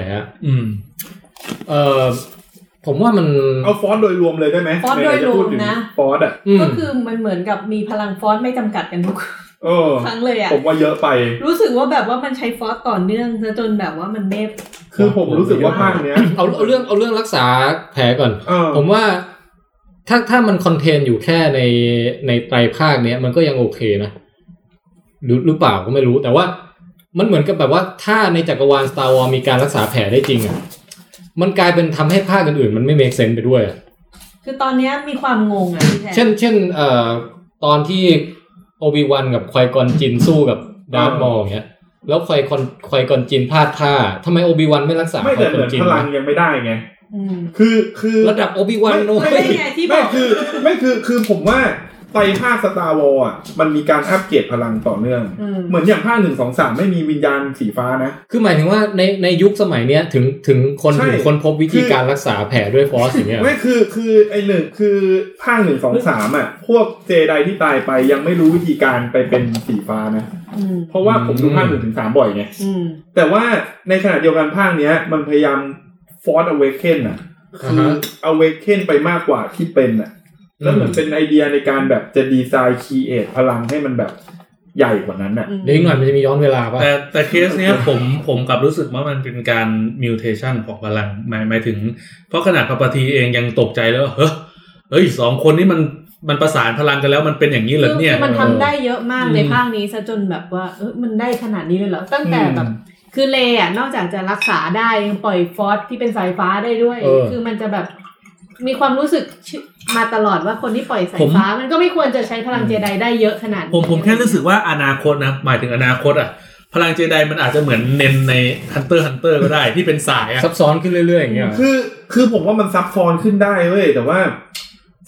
ผมว่ามันเอาฟอสโดยรวมเลยได้ไหมฟอสโดยรวมนะฟอสอ่ะก็คือมันเหมือนกับมีพลังฟอสไม่จำกัดกันทุกครั้งเลยอ่ะผมว่าเยอะไปรู้สึกว่าแบบว่ามันใช้ฟอสต่อเนื่องซะจนแบบว่ามันเมฟคือผมรู้สึกว่าภาคเนี้ยเอาเรื่องรักษาแผลก่อนผมว่าถ้ามันคอนเทนอยู่แค่ในไตรภาคเนี้ยมันก็ยังโอเคนะหรือเปล่าก็ไม่รู้แต่ว่ามันเหมือนกับแบบว่าถ้าในจักรวาล Star Wars มีการรักษาแผลได้จริงอ่ะมันกลายเป็นทำให้ภาคอื่นๆมันไม่เมคเซนส์ไปด้วยคือตอนนี้มีความงงอ่ะพี่แทนเช่นตอนที่โอบิวันกับไควกอนจินสู้กับดาร์ธมอลอย่างเงี้ยแล้วไควกอนจินพลาดท่าทำไมโอบิวันไม่รักษาไควกอนจินพลังยังไม่ได้ไงคือระดับโอบิวันโน้ยไม่คือผมว่าไตรภาค Star Wars อ่ะมันมีการอัปเกรดพลังต่อเนื่องเหมือนอย่างภาค1 2 3ไม่มีวิญญาณสีฟ้านะคือหมายถึงว่าในยุคสมัยเนี้ยถึงคนพบวิธีการรักษาแผลด้วยฟอสอย่างเงี้ยไม่คือไอ้1คือภาค1 2 3อ่ะพวกเจไดที่ตายไปยังไม่รู้วิธีการไปเป็นสีฟ้านะเพราะว่าผมดูภาค1 ถึง 3บ่อยไงแต่ว่าในขณะเดียวกันภาคเนี้ยมันพยายาม Force Awaken อ่ะคือ Awaken ไปมากกว่าที่เป็นอ่ะแล้วเหมือนเป็นไอเดียในการแบบจะดีไซน์ครีเอทพลังให้มันแบบใหญ่กว่านั้นน่ะเดี๋ยวอีกหน่อยมันจะมีย้อนเวลาป่ะแต่เคสเนี้ยผมกลับรู้สึกว่ามันเป็นการมิวเทชันของพลังหมายถึงเพราะขนาดพาปาทีเองยังตกใจแล้วเฮ้ย2คนนี้มันประสานพลังกันแล้วมันเป็นอย่างนี้เหรอเนี่ยมันทำได้เยอะมากในภาคนี้ซะจนแบบว่ามันได้ขนาดนี้เลยเหรอตั้งแต่แบบคือเลอ่ะนอกจากจะรักษาได้ยังปล่อยฟอสที่เป็นสายฟ้าได้ด้วยคือมันจะแบบมีความรู้สึกมาตลอดว่าคนที่ปล่อยสายฟ้ามันก็ไม่ควรจะใช้พลังเจไดได้เยอะขนาดนี้ผมแค่รู้สึกว่าอนาคตนะหมายถึงอนาคตอ่ะพลังเจไดมันอาจจะเหมือนเน้นใน Hunter ก็ได้ที่เป็นสายซับซ้อนขึ้นเรื่อยๆอย่างเงี้ยคือผมว่ามันซับซ้อนขึ้นได้เว้ยแต่ว่า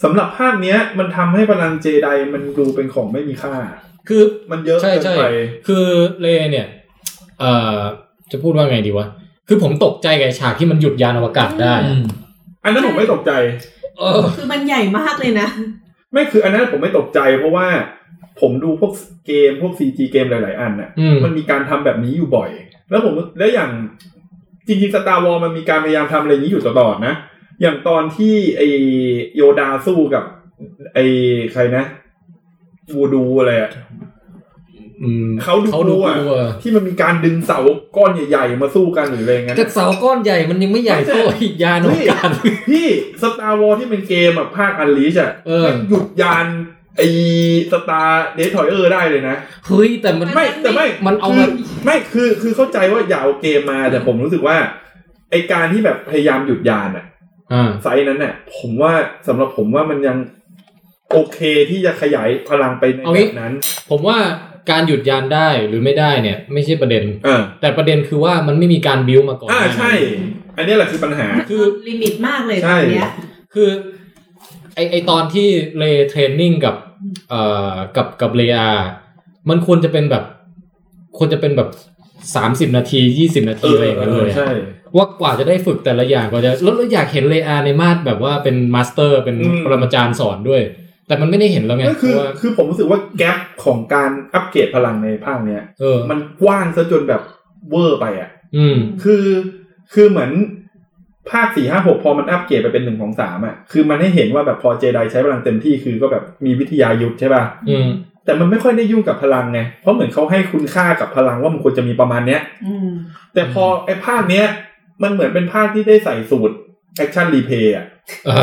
สำหรับภาคเนี้ยมันทำให้พลังเจไดมันดูเป็นของไม่มีค่าคือมันเยอะเกินไปคือเลเนี่ยจะพูดว่าไงดีวะคือผมตกใจกับฉากที่มันหยุดยานอวกาศได้อันนั้นผมไม่ตกใจคือมันใหญ่มากเลยนะไม่คืออันนั้นผมไม่ตกใจเพราะว่าผมดูพวกเกมพวก CG เกมหลายๆอันน่ะมันมีการทำแบบนี้อยู่บ่อยแล้วอย่างจริงๆ Star Wars มันมีการพยายามทำอะไรอย่างนี้อยู่ตลอดนะอย่างตอนที่ไอโยดาสู้กับไอใครนะวูดูอะไรอ่ะเขาดูอ่ะที่มันมีการดึงเสาก้อนใหญ่ๆมาสู้กันหรืออะไรเงี้ยแต่เสาก้อนใหญ่มันยังไม่ใหญ่เท่ายานอวกาศพี่ Star Wars ที่เป็นเกมอ่ะภาค Unleashed อ่ะหยุดยานไอ้สตาร์เดสทอยเออร์ได้เลยนะเฮ้ยแต่มันมันเอามาไม่คือเข้าใจว่าอย่าเอาเกมมาแต่ผมรู้สึกว่าไอการที่แบบพยายามหยุดยานอ่ะไซส์นั้นน่ะผมว่าสำหรับผมว่ามันยังโอเคที่จะขยายพลังไปในแบบนั้นผมว่าการหยุดยานได้หรือไม่ได้เนี่ยไม่ใช่ประเด็นแต่ประเด็นคือว่ามันไม่มีการบิ้วมาก่อนใช่อันนี้แหละคือปัญหาคือลิมิตมากเลยตอนเนี้ยคือไอตอนที่เลเทรนนิ่งกับเลอามันควรจะเป็นแบบ30นาที20นาทีอะไรอย่างเงี้ยเลยว่ากว่าจะได้ฝึกแต่ละอย่างก็จะแล้วอยากเห็นเลอาในมาดแบบว่าเป็นมาสเตอร์เป็นปรมาจารย์สอนด้วยแต่มันไม่ได้เห็นแล้วไงคือผมรู้สึกว่าแกปของการอัปเกรดพลังในภาคเนี้ยมันกว้างซะจนแบบเวอร์ไปอ่ะคือเหมือนภาค 4-5-6 พอมันอัปเกรดไปเป็น1 2 3อ่ะคือมันให้เห็นว่าแบบพอเจไดใช้พลังเต็มที่คือก็แบบมีวิทยายุทธใช่ป่ะแต่มันไม่ค่อยได้ยุ่งกับพลังไงเพราะเหมือนเขาให้คุณค่ากับพลังว่ามันควรจะมีประมาณเนี้ยแต่พอไอ้ภาคเนี้ยมันเหมือนเป็นภาคที่ได้ใส่สูตรแอคชั่นรีเพย์อ่ะ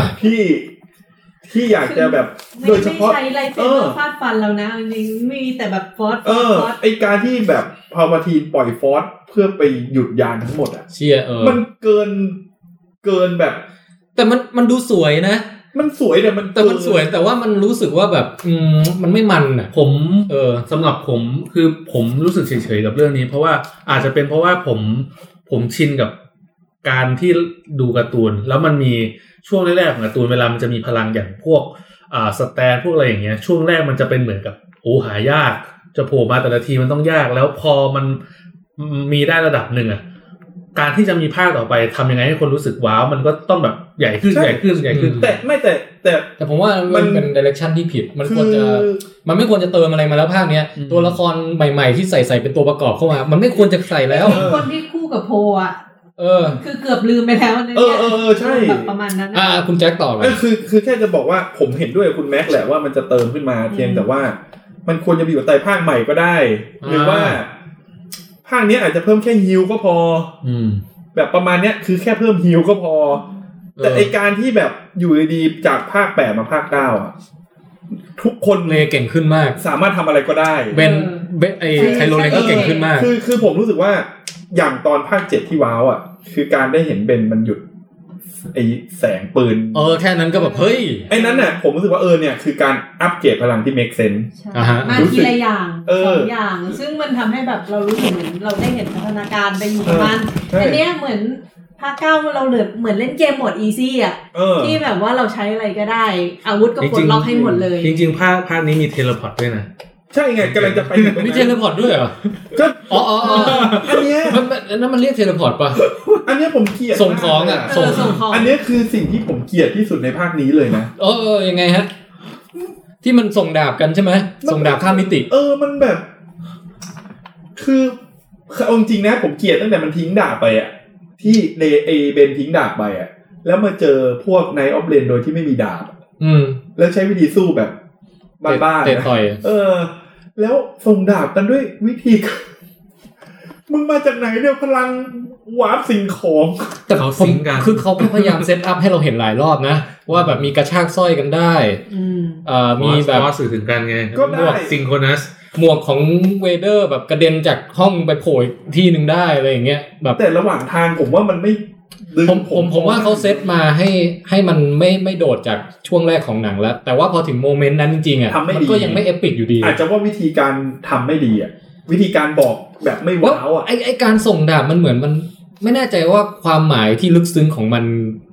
ที่อยากจะแบบโดยเฉพาะใช้ไรเซอร์ฟาดฟันแล้วนะจริงๆมีแต่แบบฟอสไอการที่แบบพาวาทีนปล่อยฟอสเพื่อไปหยุดยานทั้งหมดอ่ะเชี่ยมันเกินแบบแต่มันดูสวยนะมันสวยแต่มันสวยแต่ว่ามันรู้สึกว่าแบบมันไม่มันอ่ะผมสำหรับผมคือผมรู้สึกเฉยๆกับเรื่องนี้เพราะว่าอาจจะเป็นเพราะว่าผมชินกับการที่ดูการ์ตูนแล้วมันมีช่วงแรกๆของการ์ตูนเวลามันจะมีพลังอย่างพวกสแตนพวกอะไรอย่างเงี้ยช่วงแรกมันจะเป็นเหมือนกับหายากจะโผล่มาแต่ละทีมันต้องยากแล้วพอมันมีได้ระดับหนึ่งอ่ะการที่จะมีภาคต่อไปทำยังไงให้คนรู้สึกว้าวมันก็ต้องแบบใหญ่ขึ้นแต่ผมว่ามันเป็นไดเรคชั่นที่ผิดมันควรจะมันไม่ควรจะเติมอะไรมาแล้วภาคเนี้ยตัวละครใหม่ๆที่ใส่เป็นตัวประกอบเข้ามามันไม่ควรจะใส่แล้วคนที่คู่กับโพอ่ะคือเกือบลืมไปแล้วเนี่ยใช่แบบประมาณนั้นคุณแจ็คต่อไปคือแค่จะบอกว่าผมเห็นด้วยคุณแม็กแหละว่ามันจะเติมขึ้นมาเพียงแต่ว่ามันควรจะไปอยู่ใต้ภาคใหม่ก็ได้หรือว่าภาคนี้อาจจะเพิ่มแค่ฮิลก็พอแบบประมาณเนี้ยคือแค่เพิ่มฮิลก็พอแต่ไอการที่แบบอยู่ดีๆจากภาค8มาภาค9อ่ะทุกคนเลยเก่งขึ้นมากสามารถทำอะไรก็ได้เบนไอไทโรเลนก็เก่งขึ้นมากคือผมรู้สึกว่าอย่างตอนภาค7ที่ว้าวอ่ะคือการได้เห็นเบนมันหยุดไอแสงปืนแค่นั้นก็แบบเฮ้ยไอนั้นน่ะผมรู้สึกว่าเนี่ยคือการอัปเกรดพลังที่ make sense มาทีละอย่าง2อย่างซึ่งมันทำให้แบบเรารู้สึกเหมือนเราได้เห็นพัฒนาการไปอยู่ประมาณอันเนี้ยเหมือนภาค9เราเหมือนเล่นเกมโหมด easy อ่ะที่แบบว่าเราใช้อะไรก็ได้อาวุธก็ปลดล็อกให้หมดเลยจริงๆภาคนี้มีเทเลพอร์ตด้วยนะใช่ไงกำลังจะไปมีเทเลพอร์ตด้วยเหรออันนี้นั่นมันเรียกเทเลพอร์ตป่ะอันนี้ผมเกลียดส่งของอ่ะส่งของอันนี้คือสิ่งที่ผมเกลียดที่สุดในภาคนี้เลยนะยังไงฮะที่มันส่งดาบกันใช่ไหมส่งดาบข้ามมิติมันแบบคือเอาจริงนะผมเกลียดตั้งแต่มันทิ้งดาบไปอ่ะที่เบนทิ้งดาบไปอ่ะแล้วมาเจอพวกไนท์ออฟเลนโดยที่ไม่มีดาบแล้วใช้วิธีสู้แบบบ้าๆนะแล้วส่งดาบกันด้วยวิธีมึงมาจากไหนเนี่ยพลังวาร์ปสิ่งของแต่เขาสิงกันคือเขาพยายามเซตอัพให้เราเห็นหลายรอบนะว่าแบบมีกระชากสร้อยกันได้มีแบบสื่อถึงกันไงหมวกซิงโครนัสหมวกของเวเดอร์แบบกระเด็นจากห้องไปโผล่ที่นึงได้อะไรอย่างเงี้ยแบบแต่ระหว่างทางผมว่ามันไม่ผมว่าเขาเซตมาให้มันไม่โดดจากช่วงแรกของหนังแล้วแต่ว่าพอถึงโมเมนต์นั้นจริงๆอ่ะมันก็ยังไม่เอปิกอยู่ดีอาจจะว่าวิธีการทำไม่ดีอ่ะวิธีการบอกแบบไม่ว้าวอ่ะไอการส่งดาบมันเหมือนมันไม่แน่ใจว่าความหมายที่ลึกซึ้งของมัน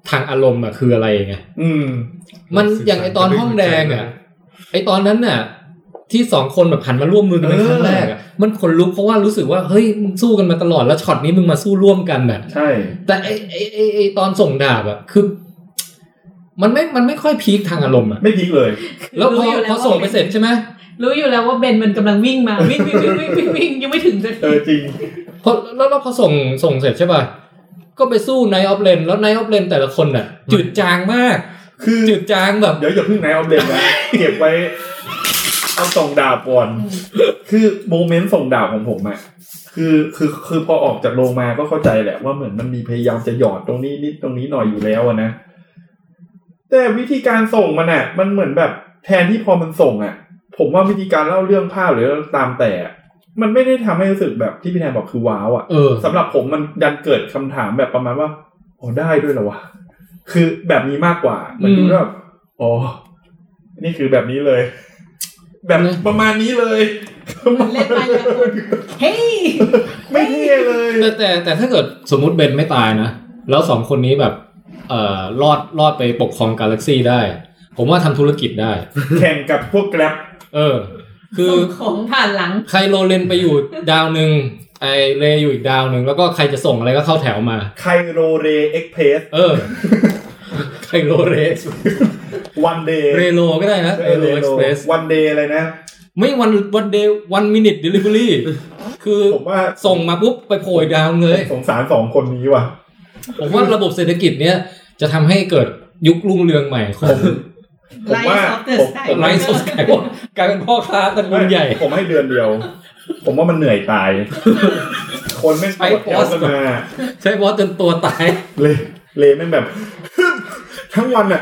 ทางอารมณ์อ่ะคืออะไรไงมันอย่างไอตอนห้องแดงอ่ะไอตอนนั้นน่ะที่2คนแบบหันมาร่วมมือกันเป็นครั้งแรกอ่ะมันขนลุกเพราะว่ารู้สึกว่าเฮ้ยมึงสู้กันมาตลอดแล้วช็อตนี้มึงมาสู้ร่วมกันน่ะใช่แต่ไอตอนส่งดาบอ่ะคือมันไม่ค่อยพีคทางอารมณ์อ่ะไม่พีคเลยแล้วพอส่งไปเสร็จใช่ไหมรู้อยู่แล้วว่าเบนมันกำลังวิ่งมาวิ่งยังไม่ถึงสักทีจริงพอแล้วพอส่งเสร็จใช่ป่ะก็ไปสู้ไนท์ออฟเลนแล้วไนท์ออฟเลนแต่ละคนน่ะจืดจางมากคือจืดจางแบบเดี๋ยวอย่าเพิ่งไนท์ออฟเลนนะเก็บไว้เอาส่งดาบก่อนคือโมเมนต์ส่งดาบของผมอ่ะคือพอออกจากโรงมาก็เข้าใจแหละว่าเหมือนมันมีพยายามจะหยอดตรงนี้นิดตรงนี้หน่อยอยู่แล้วนะแต่วิธีการส่งมันอ่ะมันเหมือนแบบแทนที่พอมันส่งอ่ะผมว่าวิธีการเล่าเรื่องภาพหรือตามแต่มันไม่ได้ทำให้รู้สึกแบบที่พี่แทนบอกคือว้าวอ่ะสำหรับผมมันดันเกิดคำถามแบบประมาณว่าอ๋อได้ด้วยเหรอวะคือแบบนี้มากกว่ามันดูแบบอ๋อนี่คือแบบนี้เลยแบบประมาณนี้เลยเล่นไปแล้วคุณเฮ้ยไม่เท่เลยแต่ถ้าเกิดสมมุติเบนไม่ตายนะแล้ว2คนนี้แบบรอดไปปกครองกาแล็กซี่ได้ผมว่าทำธุรกิจได้แข่งกับพวกแกร็บคือของผ่านหลังใครโรเลนไปอยู่ดาวนึงไอเรอยู่อีกดาวนึงแล้วก็ใครจะส่งอะไรก็เข้าแถวมาไคโรเรเอ็กเพสไคโรเรวันเดย์เรโลก็ได้นะเรโลเอ็กซ์เพรสวันเดย์อะไรนะไม่วันเดย์1 minute delivery คือผมว่าส่งมาปุ๊บไปโผล่ดาวเลยสงสาร2คนนี้ว่ะผมว่าระบบเศรษฐกิจเนี้ยจะทำให้เกิดยุครุ่งเรืองใหม่ผมว่าไลฟ์สดขายกลายเป็นพ่อค้าตระกูลใหญ่ผมให้เดือนเดียวผมว่ามันเหนื่อยตายคนไม่ใช้บอสมาใช้บอสจนตัวตายเลยแม่งแบบทั้งวันอ่ะ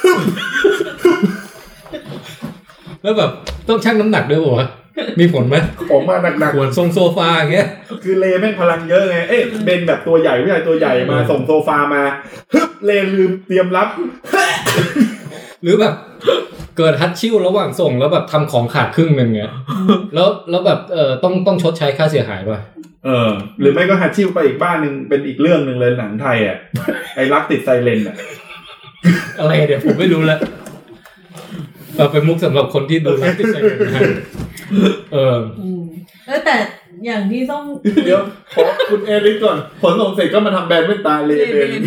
แล้วแบบต้องชั่งน้ำหนักด้วยป่ะมีผลไหมผมมาหนักๆควรส่งโซฟาอย่างเงี้ยคือเลแม่งพลังเยอะไงเบนแบบตัวใหญ่ผู้ใหญ่ตัวใหญ่มาส่งโซฟามาเลลืมเตรียมรับหรือแบบเกิดฮัตชิ่วระหว่างส่งแล้วแบบทำของขาดครึ่งนึงเงี้ยแล้วแบบต้องชดใช้ค่าเสียหายป่ะหรือไม่ก็ฮัตชิ่วไปอีกบ้านนึงเป็นอีกเรื่องนึงเลยหนังไทยอ่ะไอ้รักติดไซเรนอ่ะอะไรเดี๋ยวผมไม่รู้แล้วเป็นมุกสำหรับคนที่ดูรักติดไซเรนนะแต่อย่างที่ต้องเดี๋ยวขอคุณเอริกก่อนผลส่งเสร็จก็มาทำแบรนด์แว่นตาเลเบน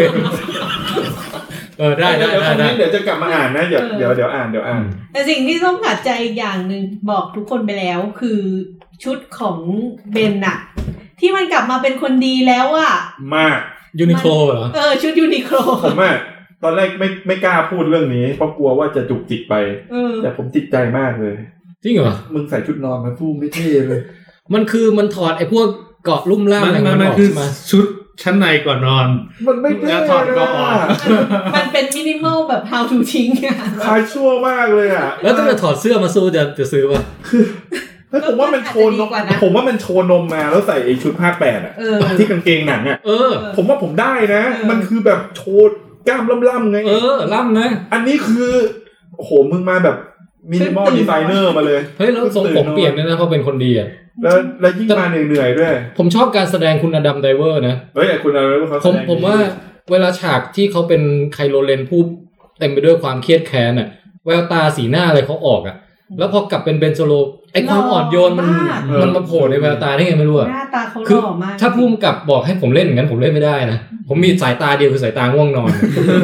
ได้เดี๋ยวจะกลับมาอ่านนะเดี๋ยวอ่านแต่สิ่งที่ต้องขัดใจอย่างนึงบอกทุกคนไปแล้วคือชุดของเบนน่ะที่มันกลับมาเป็นคนดีแล้วอ่ะมากยูนิโคลเหรอชุดยูนิโคลผมอ่ะตอนแรกไม่กล้าพูดเรื่องนี้เพราะกลัวว่าจะจุกจิกไปแต่ผมจิตใจมากเลยจริงเหรอมึงใส่ชุดนอนมาสู้ไม่เท่เลยมันถอดไอ้พวกเกาะลุ่มล่างอะไรมันคือชุดชั้นในก่อนนอนมันไม่เท่ถอดก็อ่อนมันเป็นมินิมอลแบบ how to ทิ้งอ่ะคลายชั่วมากเลยอ่ะแล้วถ้าจะถอดเสื้อมาสู้จะซื้อป่ะผมว่ามันโชว์นมมาแล้วใส่ไอ้ชุดภาค8อ่ะที่กางเกงหนังอ่ะผมว่าผมได้นะมันคือแบบโชว์กล้ามล่ำๆไงล่ำนะอันนี้คือโหมึงมาแบบมินิมอลดีไซเนอร์มาเลยเฮ้ยแล้วทรงผมเปลี่ยนด้วยนะเพราะเป็นคนดีอ่ะแล้วยิ่งมาเหนื่อยๆด้วยผมชอบการแสดงคุณอดัมไดเวอร์นะเฮ้ยคุณอดัมไดเวอร์เขาแสดงผมว่าเวลาฉากที่เขาเป็นไคโรเลนผู้เต็มไปด้วยความเครียดแค้นอ่ะแววตาสีหน้าอะไรเขาออกอ่ะแล้วพอกลับเป็นเบนโซโลไอ้ความอ่อนโยนมันมาโผล่ในแววตาได้ไงไม่รู้อ่ะหน้าตาเขาหล่อมากถ้าพุ่มกับบอกให้ผมเล่นอย่างนั้นผมเล่นไม่ได้นะผมมีสายตาเดียวคือสายตาง่วงนอน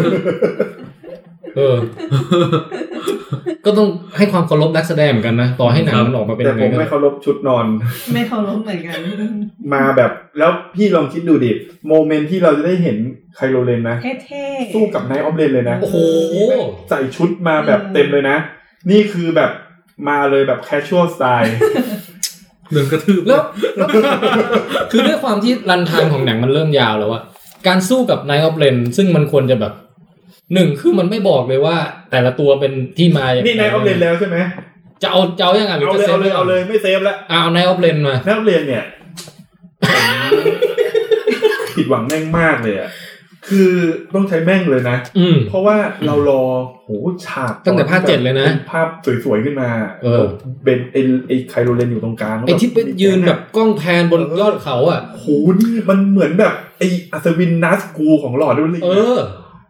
ก็ต้องให้ความเคารพนักแสดงเหมือนกันนะต่อให้หนังมันออกมาเป็นยังไงแต่ผมไม่เคารพชุดนอนไม่เคารพเหมือนกันมาแบบแล้วพี่ลองคิดดูดิโมเมนต์ที่เราจะได้เห็นไคโรเลนนะเท่ๆสู้กับไนท์ออฟเลนเลยนะโอ้โหใส่ชุดมาแบบเต็มเลยนะนี่คือแบบมาเลยแบบแคชชวลสไตล์เดินกระทืบแล้วคือด้วยความที่รันไทม์ของหนังมันเริ่มยาวแล้วอะการสู้กับไนท์ออฟเลนซึ่งมันควรจะแบบ1คือมันไม่บอกเลยว่าแต่ละตัวเป็นที่มานี่ไนท์ออฟเลนแล้วใช่ไหมจะเอายังไงหรือจะเซฟเอาเลยไม่เซฟแล้วเอาไนท์ออฟเลนมาไนท์ออฟเลนเนี่ยผิดหวังแม่งมากเลยอะคือต้องใช้แม่งเลยนะเพราะว่าเรารอโหฉากตั้งแต่ภาค7เลยนะภาพสวยๆขึ้นมาเป็นไอ้ไคโรเลนอยู่ตรงกลางไอ้ที่เป็นยืนแบบกล้องแพนบนยอดเขาอ่ะโหนี่มันเหมือนแบบไอ้อัศวินนัสกูของหลอดด้วยเลย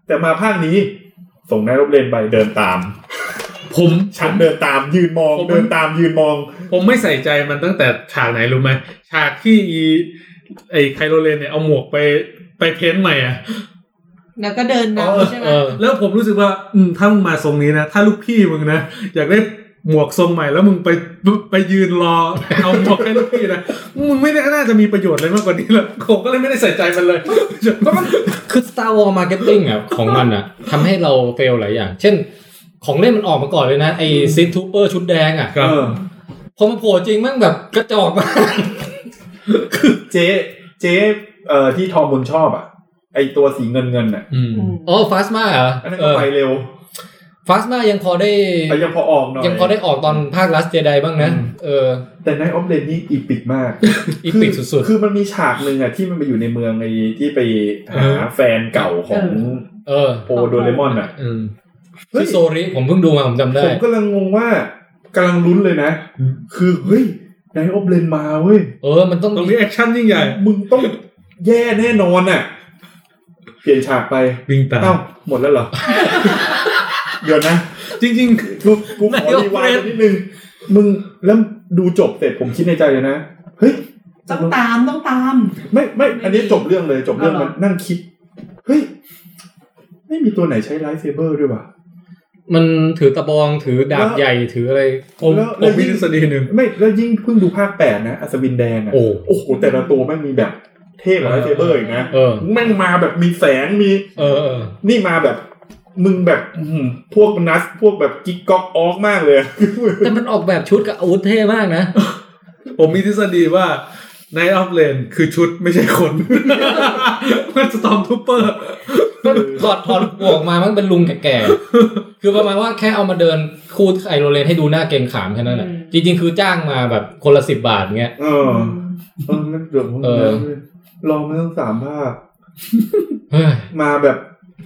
แต่มาภาคนี้ส่งนายรบเลนไปเดินตามฉันเดินตามยืนมองเดินตามยืนมองผมไม่ใส่ใจมันตั้งแต่ฉากไหนรู้ไหมฉากที่ไอ้ไคโรเลนเนี่ยเอาหมวกไปเพ้นท์ใหม่อ่ะแล้วก็เดินนำใช่ไหมแล้วผมรู้สึกว่าถ้ามึงมาทรงนี้นะถ้าลูกพี่มึงนะอยากได้หมวกทรงใหม่แล้วมึงไปยืนรอเอาหมวกให้ลูกพี่นะมึงไม่ได้น่าจะมีประโยชน์อะไรมากกว่านี้แล้วผมก็เลยไม่ได้ใส่ใจมันเลยคือ Star Wars Marketing อ่ะของมันอ่ะทำให้เราเฟลหลายอย่างเช่นของเล่นมันออกมาก่อนเลยนะไอ้ซินทูเปอร์ชุดแดงอ่ะพอมันโผล่จริงมั่งแบบกระจอกมากคือเจ๊ที่ทอมบุญชอบอ่ะไอตัวสีเงินอ่ะอ๋อฟาสมาเหรออันนั้นก็ไปเร็วฟาสมายังพอได้ยังพอออกหน่อยยังพอได้ออกตอนภาค Last Jedi บ้างนะแต่Night of Renนี่อีปิกมากอีปิกสุดๆคือมันมีฉากนึงอ่ะที่มันไปอยู่ในเมืองไอ้ที่ไปหาแฟนเก่าของโปโดเรมอนอ่ะที่โซริผมเพิ่งดูมาผมจำได้ผมกำลังงงว่ากำลังลุ้นเลยนะคือเฮ้ยNight of Renมาเว้ยมันต้องมีแอคชั่นยิ่งใหญ่มึงต้องแย่แน่นอนอ่ะเปลี่ยนฉากไปวิ่งตามหมดแล้วเหรอเดี๋ยวนะจริงๆกูขอรีวายนิดนึงมึงแล้วดูจบเสร็จผมคิดในใจเลยนะเฮ้ยต้องตามไม่อันนี้จบเรื่องเลยจบเรื่องมันนั่งคิดเฮ้ยไม่มีตัวไหนใช้ไลท์เซเบอร์ด้วยว่ะมันถือตะบองถือดาบใหญ่ถืออะไรแล้ววิทยาศาสตร์นึงไม่แล้วยิ่งเพิ่งดูภาค8นะอัศวินแดงอ่ะโอ้โหแต่ละตัวแม่งมีแบบเท่กว่าไลท์เซเบอร์อีกนะแม่งมาแบบมีแสงมีนี่มาแบบมึงแบบพวกนัสพวกแบบกิ๊กก๊อกออกมากเลยแต่มันออกแบบชุดกับอาวุธเท่มากนะผมมีทฤษฎีว่า Night of Ren คือชุดไม่ใช่คนมันสตอร์มทูปเปอร์ถอดหมวกมามันเป็นลุงแก่ๆคือประมาณว่าแค่เอามาเดินคูดไคโรเลนให้ดูหน้าเกรงขามแค่นั้นแหละจริงๆคือจ้างมาแบบคนละ10 บาทเงี้ยนั่นเดือดผมลองมาตั้ง3 ภาคมาแบบ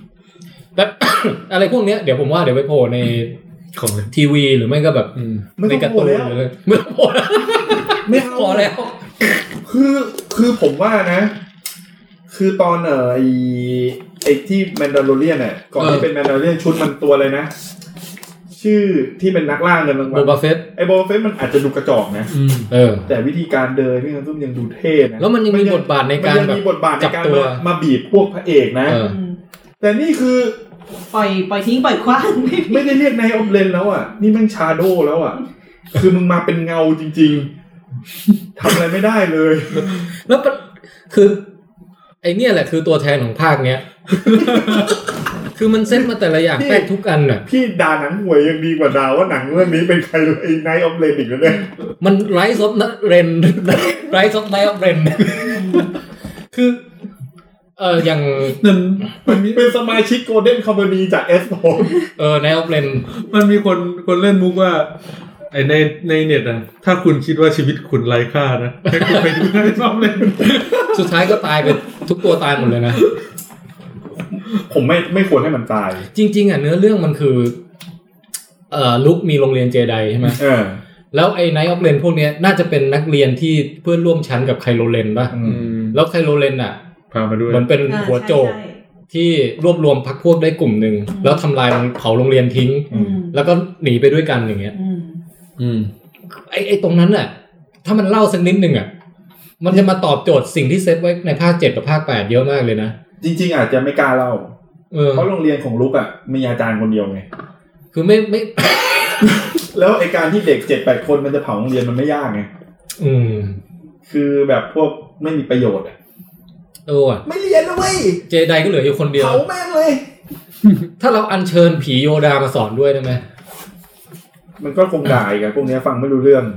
อะไรพวกเนี้ยเดี๋ยวผมว่าเดี๋ยวไปโผล่ในของทีวีหรือไม่ก็แบบในการ์ตูนเลยไม่พอแล้วคือผมว่านะคือตอนไอ้ที่แมนดาโลเรียนน่ะก่อนที่เป็นแมนดาโลเรียนชุดมันตัวอะไรนะชื่อที่เป็นนักล่าเงินรางวัลโบบาเฟตไอ้โบบาเฟตมันอาจจะดูกระจอกนะแต่วิธีการเดินพี่มันยังดูเท่นะแล้วมันยังมีบทบาทในการแบบจับตัวมาบีบพวกพระเอกนะแต่นี่คือปล่อยทิ้งปล่อยคว้างไม่ได้เรียกNight of Renแล้วอ่ะนี่แม่งชาโดว์แล้วอ่ะคือมึงมาเป็นเงาจริงๆทำอะไรไม่ได้เลยแล้วคือไอเนี่ยแหละคือตัวแทนของภาคเนี้ยคือมันเซ็ตมาแต่ละอย่างแป๊กทุกอันน่ะพี่ด่าหนังห่วยยังดีกว่าด่าว่าหนังเรื่องนี้เป็นใครไอ้ Night of Ren อีกแล้วเนี่ยมัน Rise of Ren Rise of Night of Ren คืออย่างมันเป็นสมาชิก Golden Company จาก S4 Night of Ren มันมีคนเล่นมุกว่าไอ้ในเน็ตอ่ะถ้าคุณคิดว่าชีวิตคุณไร้ค่านะให้คุณไปดู Night of Ren สุดท้ายก็ตายไปทุกตัวตายหมดเลยนะผมไม่ควรให้มันตายจริงๆอ่ะเนื้อเรื่องมันคือลุคมีโรงเรียนเจไดใช่ไหมแล้วไอ้Night of Renพวกเนี้ยน่าจะเป็นนักเรียนที่เพื่อนร่วมชั้นกับไคโรเลนป่ะแล้วไคโรเลนอ่ะพามาด้วยมันเป็นหัวโจกที่รวบรวมพรรคพวกได้กลุ่มนึงแล้วทำลายเผาโรงเรียนทิ้งแล้วก็หนีไปด้วยกันอย่างเงี้ยไอ้ตรงนั้นน่ะถ้ามันเล่าสักนิดนึงอ่ะมันจะมาตอบโจทย์สิ่งที่เซตไว้ในภาค7กับภาค8เยอะมากเลยนะจริงๆอาจจะไม่กล้าเล่าเพราะโรงเรียนของลุกอ่ะมีอาจารย์คนเดียวไงคือไม่แล้วไอ้การที่เด็ก 7-8 คนมันจะเผาโรงเรียนมันไม่ยากไงคือแบบพวกไม่มีประโยชน์อ่ะไม่เรียนนะเว้ยเจไดก็เหลืออยู่คนเดียวเผาแม่งเลยถ้าเราอัญเชิญผีโยดามาสอนด้วยได้ไหมมันก็คงได้กันพวกนี้ฟังไม่รู้เรื่อง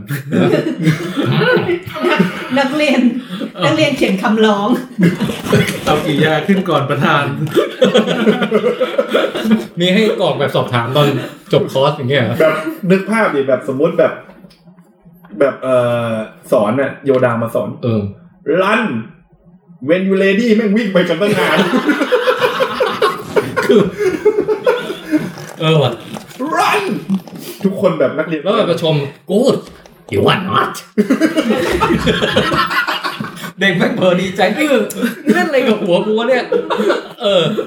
นักเรียนเขียนคำร้องเอากี่ยาขึ้นก่อนประธานมีให้กรอกแบบสอบถามตอนจบคอร์สอย่างเงี้ยแบบนึกภาพดิแบบสมมุติแบบสอนน่ะโยดามาสอนรันWhen you ready แม่งวิ่งไปกันตั้งนานคือว่ะ Run ทุกคนแบบนักเรียนแล้วแบบประชม Good you want not เด็กแม่งเผลอดีใจเล่นอะไรกับหัวกูเนี่ย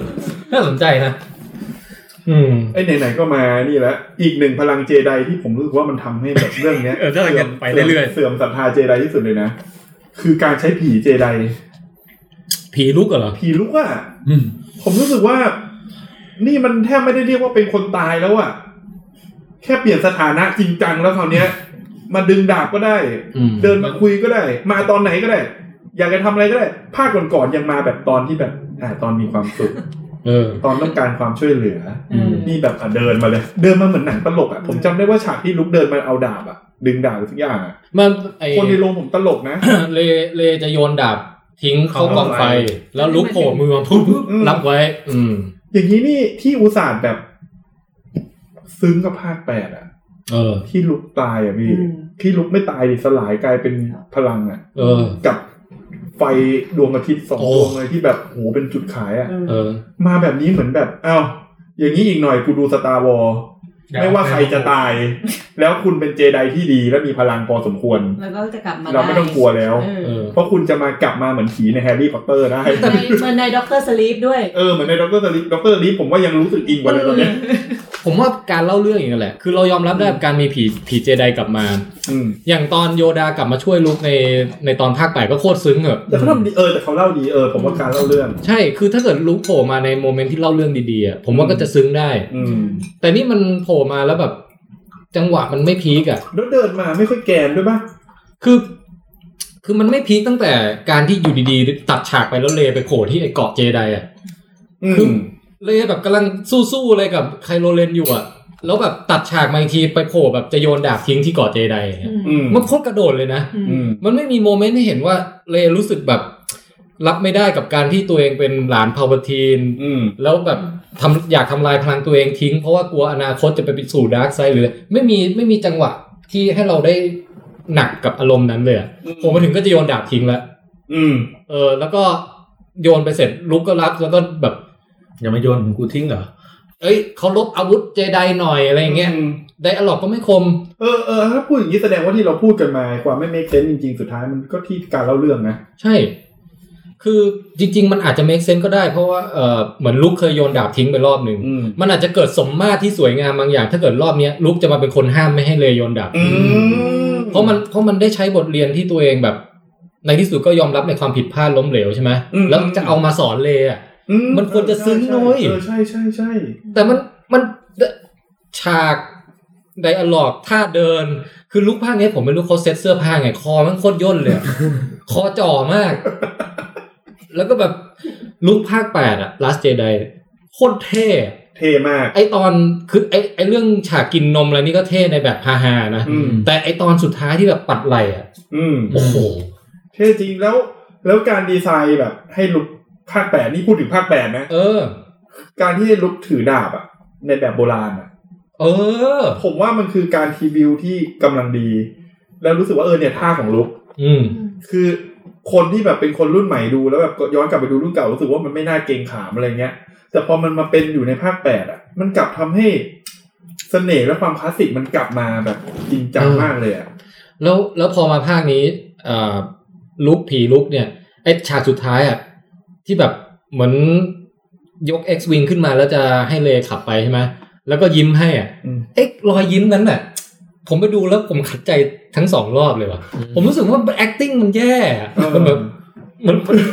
น่าสนใจนะไอ้ไหนๆก็มานี่แหละอีกหนึ่งพลังเจไดที่ผมรู้สึกว่ามันทำให้แบบเรื่องเนี้ยไปเรื่อยๆเสื่อมศรัทธาเจไดที่สุดเลยนะคือการใช้ผีเจไดผีลุกเหรอผีลุกอ่ะผมรู้สึกว่านี่มันแทบไม่ได้เรียกว่าเป็นคนตายแล้วอ่ะแค่เปลี่ยนสถานะจริงจังแล้วคราวเนี้ยมาดึงดาบก็ได้เดินมาคุยก็ได้มาตอนไหนก็ได้อยากจะทำอะไรก็ได้ภาคก่อนๆยังมาแบบตอนที่แบบตอนมีความสุขตอนต้องการความช่วยเหลือนี่แบบเดินมาเลยเดินมาเหมือนหนังตลกอ่ะผมจำได้ว่าฉากที่ลุกเดินมาเอาดาบอ่ะดึงดาบทุกอย่างอ่ะคนในโรงผมตลกนะเลจะโยนดาบทิ้งเข้ากองไฟแล้วลุกโผล่มือมาปุ๊บรับไว้อย่างนี้นี่ที่อุตส่าห์แบบซึ้งกับภาค8อ่ะที่ลุกตายอ่ะพี่ที่ลุกไม่ตายดิสลายกลายเป็นพลังอ่ะกับไฟดวงอาทิตย์2ดวงเลยที่แบบโหเป็นจุดขายอ่ะมาแบบนี้เหมือนแบบอ้าวอย่างนี้อีกหน่อยกูดู Star Wars ไม่ว่าใครจะตายแล้วคุณเป็นเจไดที่ดีและมีพลังพอสมควรแล้วก็จะกลับมาเราไม่ต้องกลัวแล้วเพราะคุณจะมากลับมาเหมือนผีในแฮร์รี่พอตเตอร์ได้เหมือนในด็อกเตอร์สลีปด้วยเหมือนในด็อกเตอร์สลีปผมว่ายังรู้สึกอินกว่าเลยตอนนี้ผมว่าการเล่าเรื่องอย่างนั้นแหละคือเรายอมรับได้การมีผีเจไดกลับมาอย่างตอนโยดากลับมาช่วยลุคในตอนภาค8ก็โคตรซึ้งแต่เขาทำดีแต่เขาเล่าดีผมว่าการเล่าเรื่องใช่คือถ้าเกิดลุคโผล่มาในโมเมนต์ที่เล่าเรื่องดีๆผมว่าก็จะซึ้งได้แต่นี่มันโผล่มาแล้วแบบจังหวะมันไม่พีคอ่ะแล้วเดินมาไม่ค่อยแกนด้วยป่ะคือมันไม่พีคตั้งแต่การที่อยู่ดีๆตัดฉากไปแล้วเลไปโผล่ที่ไอ้เกาะเจไดอ่ะคือเลแบบกำลังสู้ๆอะไรกับไคโรเลนอยู่อ่ะแล้วแบบตัดฉากมาอีกทีไปโผล่แบบจะโยนดาบทิ้งที่เกาะเจไดมันโคตรกระโดดเลยนะมันไม่มีโมเมนต์ให้เห็นว่าเลรู้สึกแบบรับไม่ได้กับการที่ตัวเองเป็นหลานพาวเวอร์ทีนแล้วแบบอยากทำลายพลังตัวเองทิ้งเพราะว่ากลัวอนาคตจะไปสู่ดาร์กไซด์หรือไม่มีจังหวะที่ให้เราได้หนักกับอารมณ์นั้นเลยผมมาถึงก็จะโยนดาบทิ้งแล้วแล้วก็โยนไปเสร็จลุกก็รับแล้วก็แบบอย่ามาโยนกูทิ้งเหรอเขาลบอาวุธเจไดหน่อยอะไรอย่างเงี้ยไดอะล็อกก็ไม่คมถ้าพูดอย่างนี้แสดงว่าที่เราพูดกันมาความไม่เมคเซนส์จริงๆสุดท้ายมันก็ที่การเล่าเรื่องนะใช่คือจริงๆมันอาจจะ make sense ก็ได้เพราะว่าเหมือนลุคเคยโยนดาบทิ้งไปรอบนึงมันอาจจะเกิดสมมาตรที่สวยงามบางอย่างถ้าเกิดรอบนี้ลุคจะมาเป็นคนห้ามไม่ให้เลโยนดาบเพราะมันได้ใช้บทเรียนที่ตัวเองแบบในที่สุดก็ยอมรับในความผิดพลาดล้มเหลวใช่ไหมแล้วจะเอามาสอนเลอ่ะมันควรจะซึ้งน้อยใช่แต่มันฉากไดอะล็อกท่าเดินคือลุคภาคนี้ผมไม่รู้เขาเซ็ตเสื้อผ้าไงคอมันโคตรย่นเลยคอจ่อมากแล้วก็แบบลุคภาค8อ่ะ Last Jedi โคตรเท่มากไอตอนคือไอเรื่องฉากกินนมอะไรนี่ก็เท่ในแบบฮาๆนะแต่ไอตอนสุดท้ายที่แบบปัดไหล่อ่ะโอ้โหเท่จริงแล้วการดีไซน์แบบให้ลุคภาค8นี่พูดถึงภาค8นะการที่ลุคถือดาบอ่ะในแบบโบราณอ่ะผมว่ามันคือการทีวิวที่กำลังดีแล้วรู้สึกว่าเนี่ยท่าของลุคคือคนที่แบบเป็นคนรุ่นใหม่ดูแล้วแบบย้อนกลับไปดูรุ่นเก่ารู้สึกว่ามันไม่น่าเกรงขามอะไรเงี้ยแต่พอมันมาเป็นอยู่ในภาค8อ่ะมันกลับทำให้เสน่ห์และความคลาสสิกมันกลับมาแบบจริงจังมากเลยอ่ะแล้วพอมาภาคนี้ลุคผีลุคเนี่ยไอ้ฉากสุดท้ายอ่ะที่แบบเหมือนยก X-Wing ขึ้นมาแล้วจะให้เลขับไปใช่ไหมแล้วก็ยิ้มให้อ่ะรอยยิ้มนั้นน่ะผมไปดูแล้วผมขัดใจทั้ง2รอบเลยว่ะผมรู้สึกว่า acting มันแย่มันแบบมัน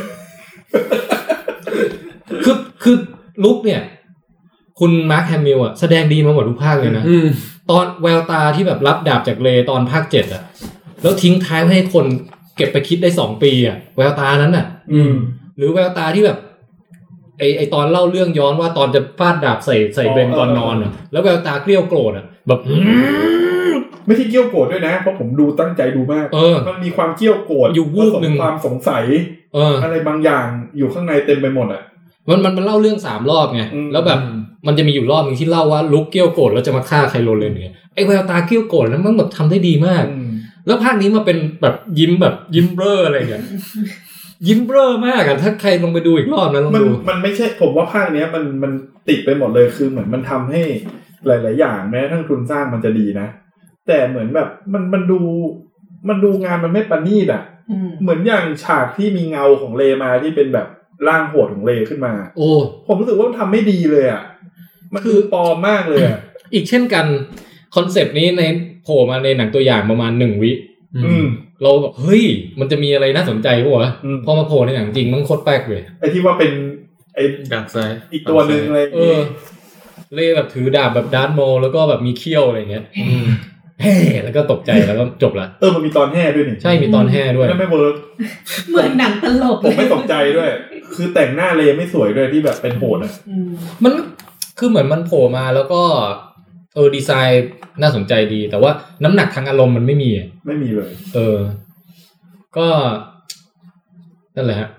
คือลุคเนี่ยคุณมาร์คแฮมมิลอ่ะแสดงดีมาหมดทุกภาคเลยนะตอนแววตาที่แบบรับดาบจากเลตอนภาค7อ่ะแล้วทิ้งท้ายให้คนเก็บไปคิดได้2ปีอ่ะแววตานั้นน่ะหรือแววตาที่แบบไอตอนเล่าเรื่องย้อนว่าตอนจะฟาดดาบใส่เบนตอนนอนอ่ะแล้วแววตาเกลี้ยวโกรธอ่ะแบบไม่ใช่เกี้ยวโกรธด้วยนะเพราะผมดูตั้งใจดูมากมันมีความเกี้ยวโกรธอยู่วูบนึงความสงสัยอะไรบางอย่างอยู่ข้างในเต็มไปหมดอ่ะมันเล่าเรื่อง3รอบไงแล้วแบบมันจะมีอยู่รอบนึงที่เล่าว่าลุคเกี้ยวโกรธแล้วจะมาฆ่าไคโรเลนเนี่ยไอแววตาเกี้ยวโกรธนั้นมันแบบทำได้ดีมากแล้วภาคนี้มาเป็นแบบยิ้มเบ้ออะไรอย่างเงี้ยยิ้มเบ้อมากอ่ะถ้าใครลงไปดูอีกรอบนะลองดูมันไม่ใช่ผมว่าภาคเนี้ยมันติดไปหมดเลยคือเหมือนมันทำให้หลายๆอย่างแม้ทั้งทุนสร้างมันจะดีนะแต่เหมือนแบบมันดูงานมันไม่ประณีตอ่ะเหมือนอย่างฉากที่มีเงาของเลมาที่เป็นแบบร่างโหดของเลขึ้นมาโอ้ผมรู้สึกว่ามันทำไม่ดีเลยอ่ะมันคือปลอมมากเลยอ่ะอีกเช่นกันคอนเซปต์นี้ในโผล่มาในหนังตัวอย่างประมาณ1 วิเราแบบเฮ้ยมันจะมีอะไรน่าสนใจป่ะวะพอมาโผล่ในหนังจริงมันโคตรแปลกเลยไอ้ที่ว่าเป็นไอ้ดาร์กไซด์อีกตัวนึงอะไรเล่แบบถือดาบแบบดาร์ธโมลแล้วก็แบบมีเขี้ยวอะไรเงี้ยแฮ่แล้วก็ตกใจแล้วก็จบละมันมีตอนแห่ด้วยนี่ใช่มีตอนแห่ด้วยไม่เวิร์กเหมือนหนังตลกผมไม่ตกใจด้วยคือแต่งหน้าเลไม่สวยด้วยที่แบบเป็นโหดอ่ะมันคือเหมือนมันโผล่มาแล้วก็ดีไซน์น่าสนใจดีแต่ว่าน้ำหนักทางอารมณ์มันไม่มีเลยก็นั่นแหละฮะ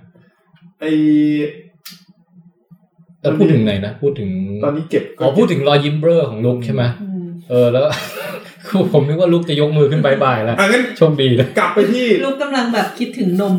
พูดถึงไหนนะพูดถึงตอนนี้เก็บพูดถึงรอยยิ้มเบ้อของลุกใช่ไหมแล้วผมนึกว่าลุกจะยกมือขึ้นบายบายแล้วโชคดีเลยกลับไปที่ลุกกำลังแบบคิดถึงนม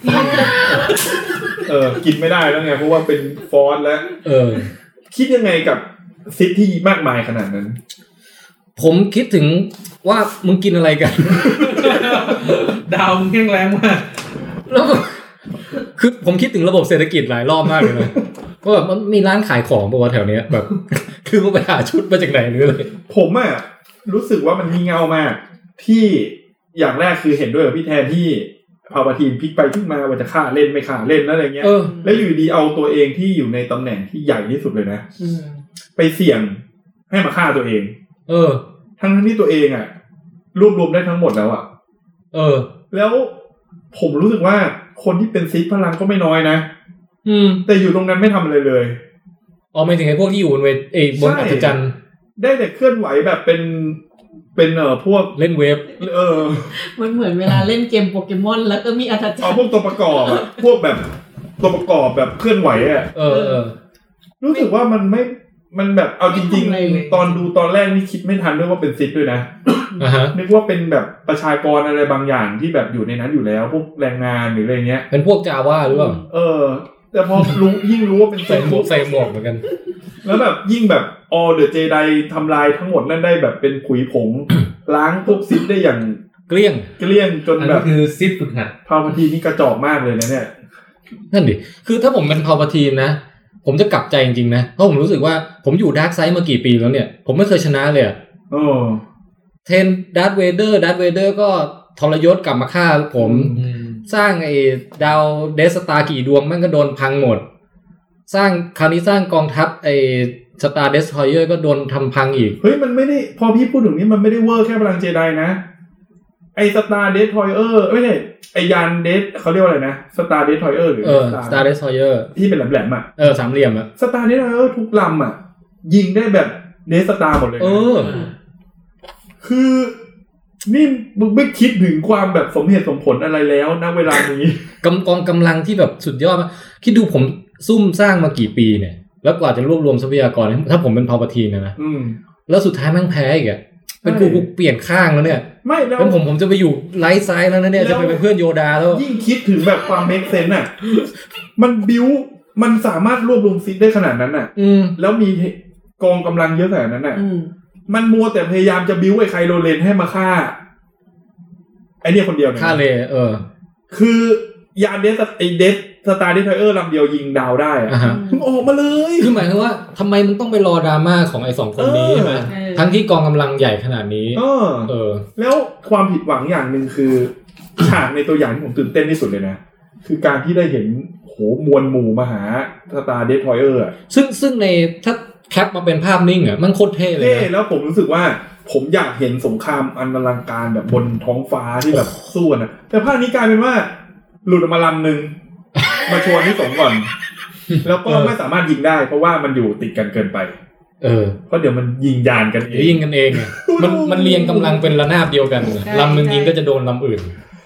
กินไม่ได้แล้วไงเพราะว่าเป็นฟอสแล้วคิดยังไงกับซิทที่มากมายขนาดนั้นผมคิดถึงว่ามึงกินอะไรกันดาวมึงแข็งแรงมากแล้วคือผมคิดถึงระบบเศรษฐกิจหลายรอบมากเลยนะว่าแบบมันมีร้านขายของป่ะวะแถวเนี้ยแบบคือมึงไปหาชุดมาจากไหนหรืออะไรผมอ่ะรู้สึกว่ามันมีเงามากที่อย่างแรกคือเห็นด้วยกับพี่แทนที่พาปาทีนพลิกไปพลิกมาว่าจะฆ่าเล่นไม่ฆ่าเล่นอะไรเงี้ยแล้วอยู่ดีเอาตัวเองที่อยู่ในตำแหน่งที่ใหญ่ที่สุดเลยนะไปเสี่ยงให้มาฆ่าตัวเองทั้งที่ตัวเองอ่ะรวบรวมได้ทั้งหมดแล้วอ่ะแล้วผมรู้สึกว่าคนที่เป็นซิทพลังก็ไม่น้อยนะแต่อยู่ตรงนั้นไม่ทำอะไรเลยไม่ถึงไอ้พวกที่อยู่บนบนอัศจรรย์ได้แต่เคลื่อนไหวแบบเป็นพวกเล่นเวฟมันเหมือนเวลาเล่นเกมโปเกมอนแล้วก็มีอัศจรรย์พวกตัวประกอบอ่ะพวกแบบตัวประกอบแบบเคลื่อนไหวอ่ะรู้สึกว่ามันแบบเอาจริงๆตอนดูตอนแรกนี่คิดไม่ทันด้วยว่าเป็นซิทด้วยนะนึกว่าเป็นแบบประชากรอะไรบางอย่างที่แบบอยู่ในนั้นอยู่แล้วพวกแรงงานหรืออะไรเงี้ยเป็นพวกจาว่าหรือเปล่าแต่พอยิ่งรู้ว่าเป็นใส่หมวกเหมือนกันแล้วแบบยิ่งแบบthe Jedi ทำลายทั้งหมดนั่นได้แบบเป็นผุยผง ล้างพวกซิทได้อย่างเกลี้ยงจนแบบคือซิทฝึกหัดพาลพาทีนนี่กระจอกมากเลยนะเนี่ยนั่นดิคือถ้าผมเป็นพาลพาทีนนะผมจะกลับใจจริงๆนะเพราะผมรู้สึกว่าผมอยู่ดาร์กไซด์มากี่ปีแล้วเนี่ยผมไม่เคยชนะเลยเทนดาร์ธเวเดอร์ก็ทรยศกลับมาฆ่าผมสร้างไอ้ดาวเดสตาร์กี่ดวงมันก็โดนพังหมดคราวนี้สร้างกองทัพไอ้สตาร์เดสทรอยเออร์ก็โดนทำพังอีกเฮ้ยมันไม่ได้พอพี่พูดถึงนี้มันไม่ได้เวอร์แค่พลังเจไดนะไอ้สตาร์เดสทรอยเออร์ไม่ใช่ไอ้ยานเดสเขาเรียกว่าอะไรนะสตาร์เดสทรอยเออร์หรือสตาร์เดสทรอยเออร์ที่เป็นแหลมๆอ่ะสามเหลี่ยมอ่ะสตาร์เดสทรอยเออร์ทุกลำอ่ะยิงได้แบบเดสตาร์หมดเลยคือนี่มึงไม่คิดถึงความแบบสมเหตุสมผลอะไรแล้วณเวลานี้กองกำลังที่แบบสุดยอดมากคิดดูผมซุ่มสร้างมากี่ปีเนี่ยแล้วกว่าจะรวบรวมทรัพยากรถ้าผมเป็นพาลพาทีนนะแล้วสุดท้ายแม่งแพ้อีกอ่ะเป็นกูเปลี่ยนข้างแล้วเนี่ยไม่แล้วผมจะไปอยู่ไลท์ไซด์แล้วนะเนี่ยจะไปเป็นเพื่อนโยดาแล้วยิ่งคิดถึงแบบความเมคเซนส์อ่ะมันบิ้วมันสามารถรวบรวมซิทได้ขนาดนั้นอ่ะแล้วมีกองกำลังเยอะขนาดนั้นอ่ะมันมัวแต่พยายามจะบิ้วไอ้ไคโรเลนให้มาฆ่าไอ้เนี่ยคนเดียวฆ่าเลยคือยานเดสสตาร์เดสทรอยเออร์ลำเดียวยิงดาวได้อ่ะมึงออกมาเลยคือหมายถึงว่าทำไมมึงต้องไปรอดราม่าของไอ้2คนนี้ใช่ไหมทั้งที่กองกำลังใหญ่ขนาดนี้แล้วความผิดหวังอย่างนึงคือฉากในตัวอย่างที่ผมตื่นเต้นที่สุดเลยนะคือการที่ได้เห็นมวลหมู่มาหาสตาร์เดสทรอยเออร์อ่ะซึ่งในถ้าแคปมาเป็นภาพนิ่งอ่ะมันโคตรเท่เลยนะแล้วผมรู้สึกว่าผมอยากเห็นสงครามอันอลังการแบบบนท้องฟ้าที่แบบสู้นะแต่ภาคนี้กลายเป็นว่าหลุดออกมาลำนึงมาชวนที่สงก่อนแล้วก็ไม่สามารถยิงได้เพราะว่ามันอยู่ติดกันเกินไปเพราะเดี๋ยวมันยิงยานกันเองยิงกันเองอ่ะมันเรียงกำลังเป็นระนาบเดียวกันลำนึงยิงก็จะโดนลำอื่น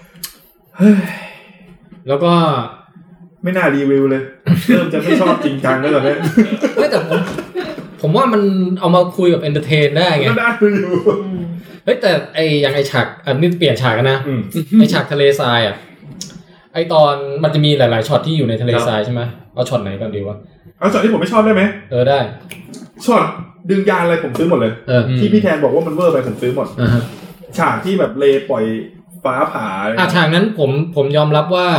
แล้วก็ไม่น่ารีวิวเลยเริ่มจะไม่ชอบจริงจังแล้วตอนนี้แต่ผมว่ามันเอามาคุยแบบเอนเตอร์เทนได้ไงก็ได้อยู่แต่อย่างไอ้ฉากอันนี้เปลี่ยนฉากกันนะไอ้ฉากทะเลทรายอ่ะไอ้ตอนมันจะมีหลายๆช็อตที่อยู่ในทะเลทรายใช่ไหมเอาช็อตไหนก่อนดีวะเอาช็อตที่ผมไม่ชอบได้ไหมได้ช็อตดึงยานอะไรผมซื้อหมดเลยที่พี่แทนบอกว่ามันเวอร์ไปผมซื้อหมดฉากที่แบบเลปล่อยฟ้าผ่าฉากนั้นผมยอมรับว่า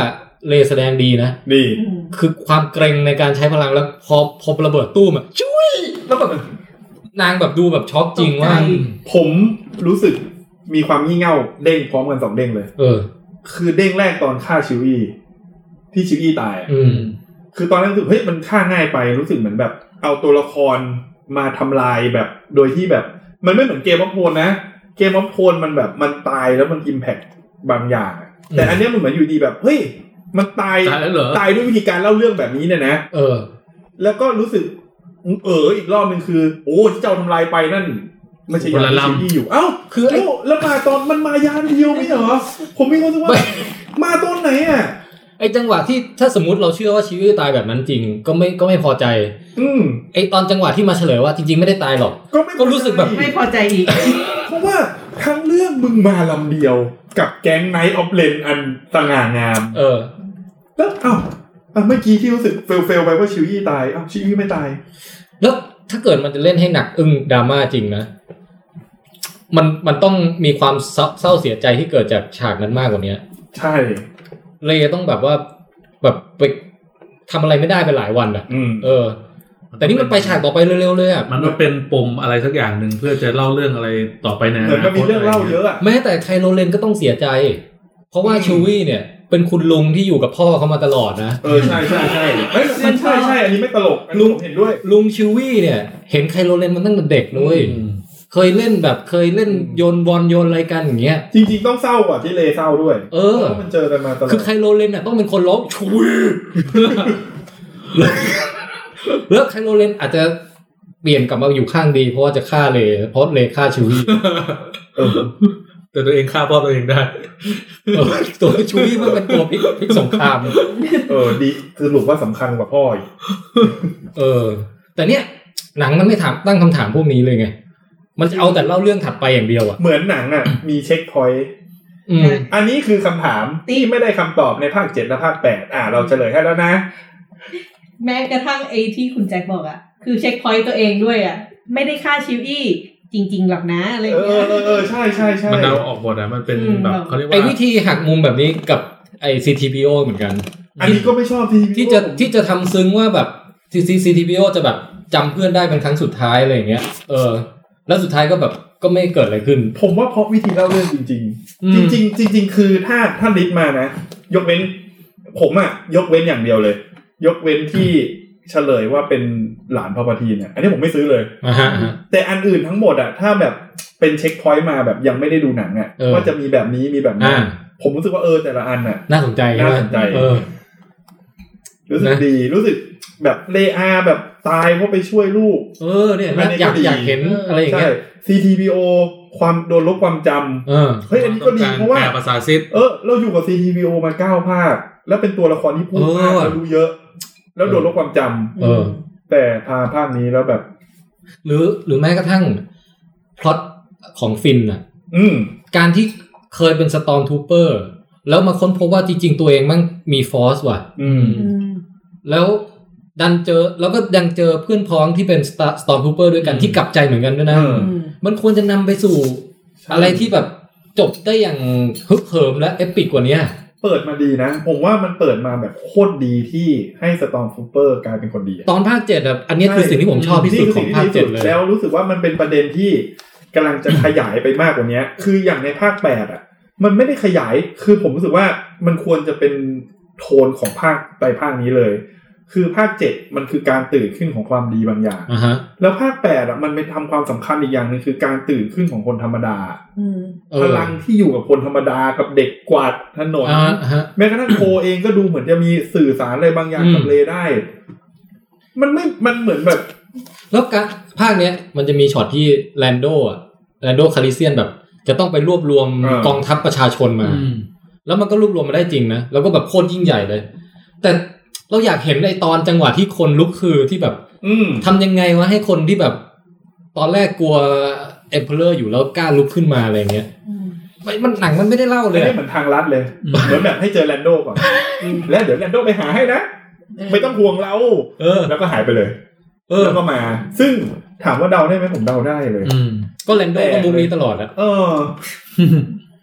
เลแสดงดีนะดีคือความเกรงในการใช้พลังแล้วพอระเบิดตู้มช่วยแล้วแบบนางแบบดูแบบช็อกจริงว่าผมรู้สึกมีความงี่เง่าเด้งพร้อมกัน2เด้งเลยคือเด้งแรกตอนฆ่าชิวี่ที่ชิวี่ตายคือตอนนั้นรู้สึกเฮ้ยมันฆ่าง่ายไปรู้สึกเหมือนแบบเอาตัวละครมาทำลายแบบโดยที่แบบมันไม่เหมือนเกมออฟโทนนะเกมออฟโทนมันแบบมันตายแล้วมันอิมแพคบางอย่างแต่อันนี้มันเหมือนอยู่ดีแบบเฮ้ยมันตายด้วยวิธีการเล่าเรื่องแบบนี้เนี่ยนะแล้วก็รู้สึกอีกรอบนึงคือโอ้ที่เจ้าทำลายไปนั่นไม่ใช่ยานที่อยู่เอ้าคือแล้วมาตอนมันมายานเดียวไม่เหรอผมมีความรู้สึกว่ามาตอนไหนอ่ะไอ้จังหวะที่ถ้าสมมุติเราเชื่อว่าชีวิตตายแบบนั้นจริงก็ไม่พอใจไอ้ตอนจังหวะที่มาเฉลยว่าจริงๆไม่ได้ตายหรอกก็รู้สึกแบบไม่พอใจอีกเพราะว่าทั้งเรื่องมึงมาลำเดียวกับแก๊งไนท์ออฟเลนอันสง่างามแล้วเมื่อกี้ที่รู้สึกเฟลไปว่าชิวี่ตายชิวี่ไม่ตายแล้วถ้าเกิดมันจะเล่นให้หนักดราม่าจริงนะมันต้องมีความเศร้าเสียใจที่เกิดจากฉากนั้นมากกว่านี้ใช่เลต้องแบบว่าแบบไปทำอะไรไม่ได้ไปหลายวันแต่นี่มันไปฉากต่อไปเร็วๆเลยอ่ะมันก็เป็นปมอะไรสักอย่างนึงเพื่อจะเล่าเรื่องอะไรต่อไปในอนาคตมันมีเรื่องเล่าเยอะแม้แต่ไคโรเลนก็ต้องเสียใจเพราะว่าชูวี่เนี่ยเป็นคุณลุงที่อยู่กับพ่อเขามาตลอดนะใช่มันใช่อันนี้ไม่ตลกลุงเห็นด้วยลุงชูวี่เนี่ยเห็นไคโรเลนมันตั้งแต่เด็กเลยเคยเล่นโยนบอลโยนอะไรกันอย่างเงี้ยจริงๆต้องเศร้ากว่าที่เลเศร้าด้วยเพราะมันเจอกันมาตลอดคือไคโรเลนน่ะต้องเป็นคนร้องชูวี่แล้วไคโรเลนอาจจะเปลี่ยนกลับมาอยู่ข้างดีเพราะว่าจะฆ่าเลเพราะเลฆ่าชูวี่แต่ตัวเองฆ่าพ่อตัวเองได้ตัวชูวี่มันเป็นตัวพลิกสงครามดีสรุปว่าสำคัญกว่าพ่ออีกแต่เนี้ยหนังมันไม่ถามตั้งคำถามพวกนี้เลยไงมันจะเอาแต่เล่าเรื่องถัดไปอย่างเดียวอ่ะเหมือนหนังอ่ะมีเช็คพอยต์อันนี้คือคำถามที่ไม่ได้คำตอบในภาค7และภาค8เราเฉลยให้แล้วนะแม้กระทั่งไอ้ที่คุณแจ็คบอกอ่ะคือเช็คพอยต์ตัวเองด้วยอ่ะไม่ได้ฆ่าชิวี่จริงๆหรอกนะอะไรอย่างเงี้ยใช่มันเดาออกหมดอ่ะมันเป็นแบบเขาเรียกว่าไอ้วิธีหักมุมแบบนี้กับไอ้ CTPO เหมือนกันอันนี้ก็ไม่ชอบที่จะทำซึ้งว่าแบบ CTPO จะแบบจำเพื่อนได้เป็นครั้งสุดท้ายอะไรอย่างเงี้ยแล้วสุดท้ายก็แบบก็ไม่เกิดอะไรขึ้นผมว่าเพราะวิธีเล่าเรื่องจริงๆคือถ้าลิสต์มานะยกเว้นผมอ่ะยกเว้นอย่างเดียวเลยยกเว้นที่เฉลยว่าเป็นหลานพาปาทีนเนี่ยอันนี้ผมไม่ซื้อเลยแต่อันอื่นทั้งหมดอ่ะถ้าแบบเป็นเช็คพอยต์มาแบบยังไม่ได้ดูหนังอ่ะว่าจะมีแบบนี้มีแบบนี้ผมรู้สึกว่าแต่ละอันอ่ะน่าสนใจรู้สึกดีรู้สึกแบบเลอาแบบตายเพราะไปช่วยลูกเนี่ยอยากเห็นอะไรอย่างเงี้ย CTPO ความโดนลบความจำเฮ้ยอันนี้ก็ดีเพราะว่าภาษาซิดเราอยู่กับ CTPO มา9ภาคแล้วเป็นตัวละครที่พูดมากแล้วรู้เยอะแล้วโดนลบความจำแต่พาภาคนี้แล้วแบบหรือแม้กระทั่งพล็อตของฟินน่ะการที่เคยเป็นสตอร์มทูเปอร์แล้วมาค้นพบว่าจริงๆตัวเองมั่งมีฟอร์สว่ะแล้วดันเจอแล้วก็ยังเจอเพื่อนพ้องที่เป็นสตอร์มทูเปอร์ด้วยกันที่กลับใจเหมือนกันด้วยนะมันควรจะนำไปสู่อะไรที่แบบจบได้อย่างฮึกเหิมและเอปิกกว่านี้เปิดมาดีนะผมว่ามันเปิดมาแบบโคตรดีที่ให้สตอร์มทูเปอร์กลายเป็นคนดีตอนภาค7แบบอันนี้คือสิ่งที่ผมชอบที่สุดของภาค7เลยแล้วรู้สึกว่ามันเป็นประเด็นที่กำลังจะขยายไปมากกว่านี้คืออย่างในภาค8อ่ะมันไม่ได้ขยายคือผมรู้สึกว่ามันควรจะเป็นโทนของภาคไตรภาคนี้เลยคือภาค7มันคือการตื่นขึ้นของความดีบางอย่างแล้วภาค8อ่ะมันเป็นทำความสำคัญอีกอย่างนึงคือการตื่นขึ้นของคนธรรมดาพลังที่อยู่กับคนธรรมดากับเด็กกวาดถนนแม้กระทั่งโคเองก็ดูเหมือนจะมีสื่อสารอะไรบางอย่างกับเลได้มันเหมือนแบบแล้วภาคเนี้ยมันจะมีช็อตที่แลนโดคาริเซียนแบบจะต้องไปรวบรวมกองทัพประชาชนมาแล้วมันก็รวบรวมมาได้จริงนะแล้วก็แบบโคตรยิ่งใหญ่เลยแต่เราอยากเห็นในตอนจังหวะที่คนลุกคือที่แบบทำยังไงวะให้คนที่แบบตอนแรกกลัวเอ็มเพอเรอร์อยู่แล้วกล้าลุกขึ้นมาอะไรเงี้ยมันหนังมันไม่ได้เล่าเลยเหมือนทางลัดเลยเหมือนแบบให้เจอแลนโดก่อนแล้วเดี๋ยวแลนโดไปหาให้นะไม่ต้องห่วงเราแล้วก็หายไปเลยแล้วก็มาซึ่งถามว่าเดาได้ไหมผมเดาได้เลยก็แลนโดก็มุมนี้ตลอดอะ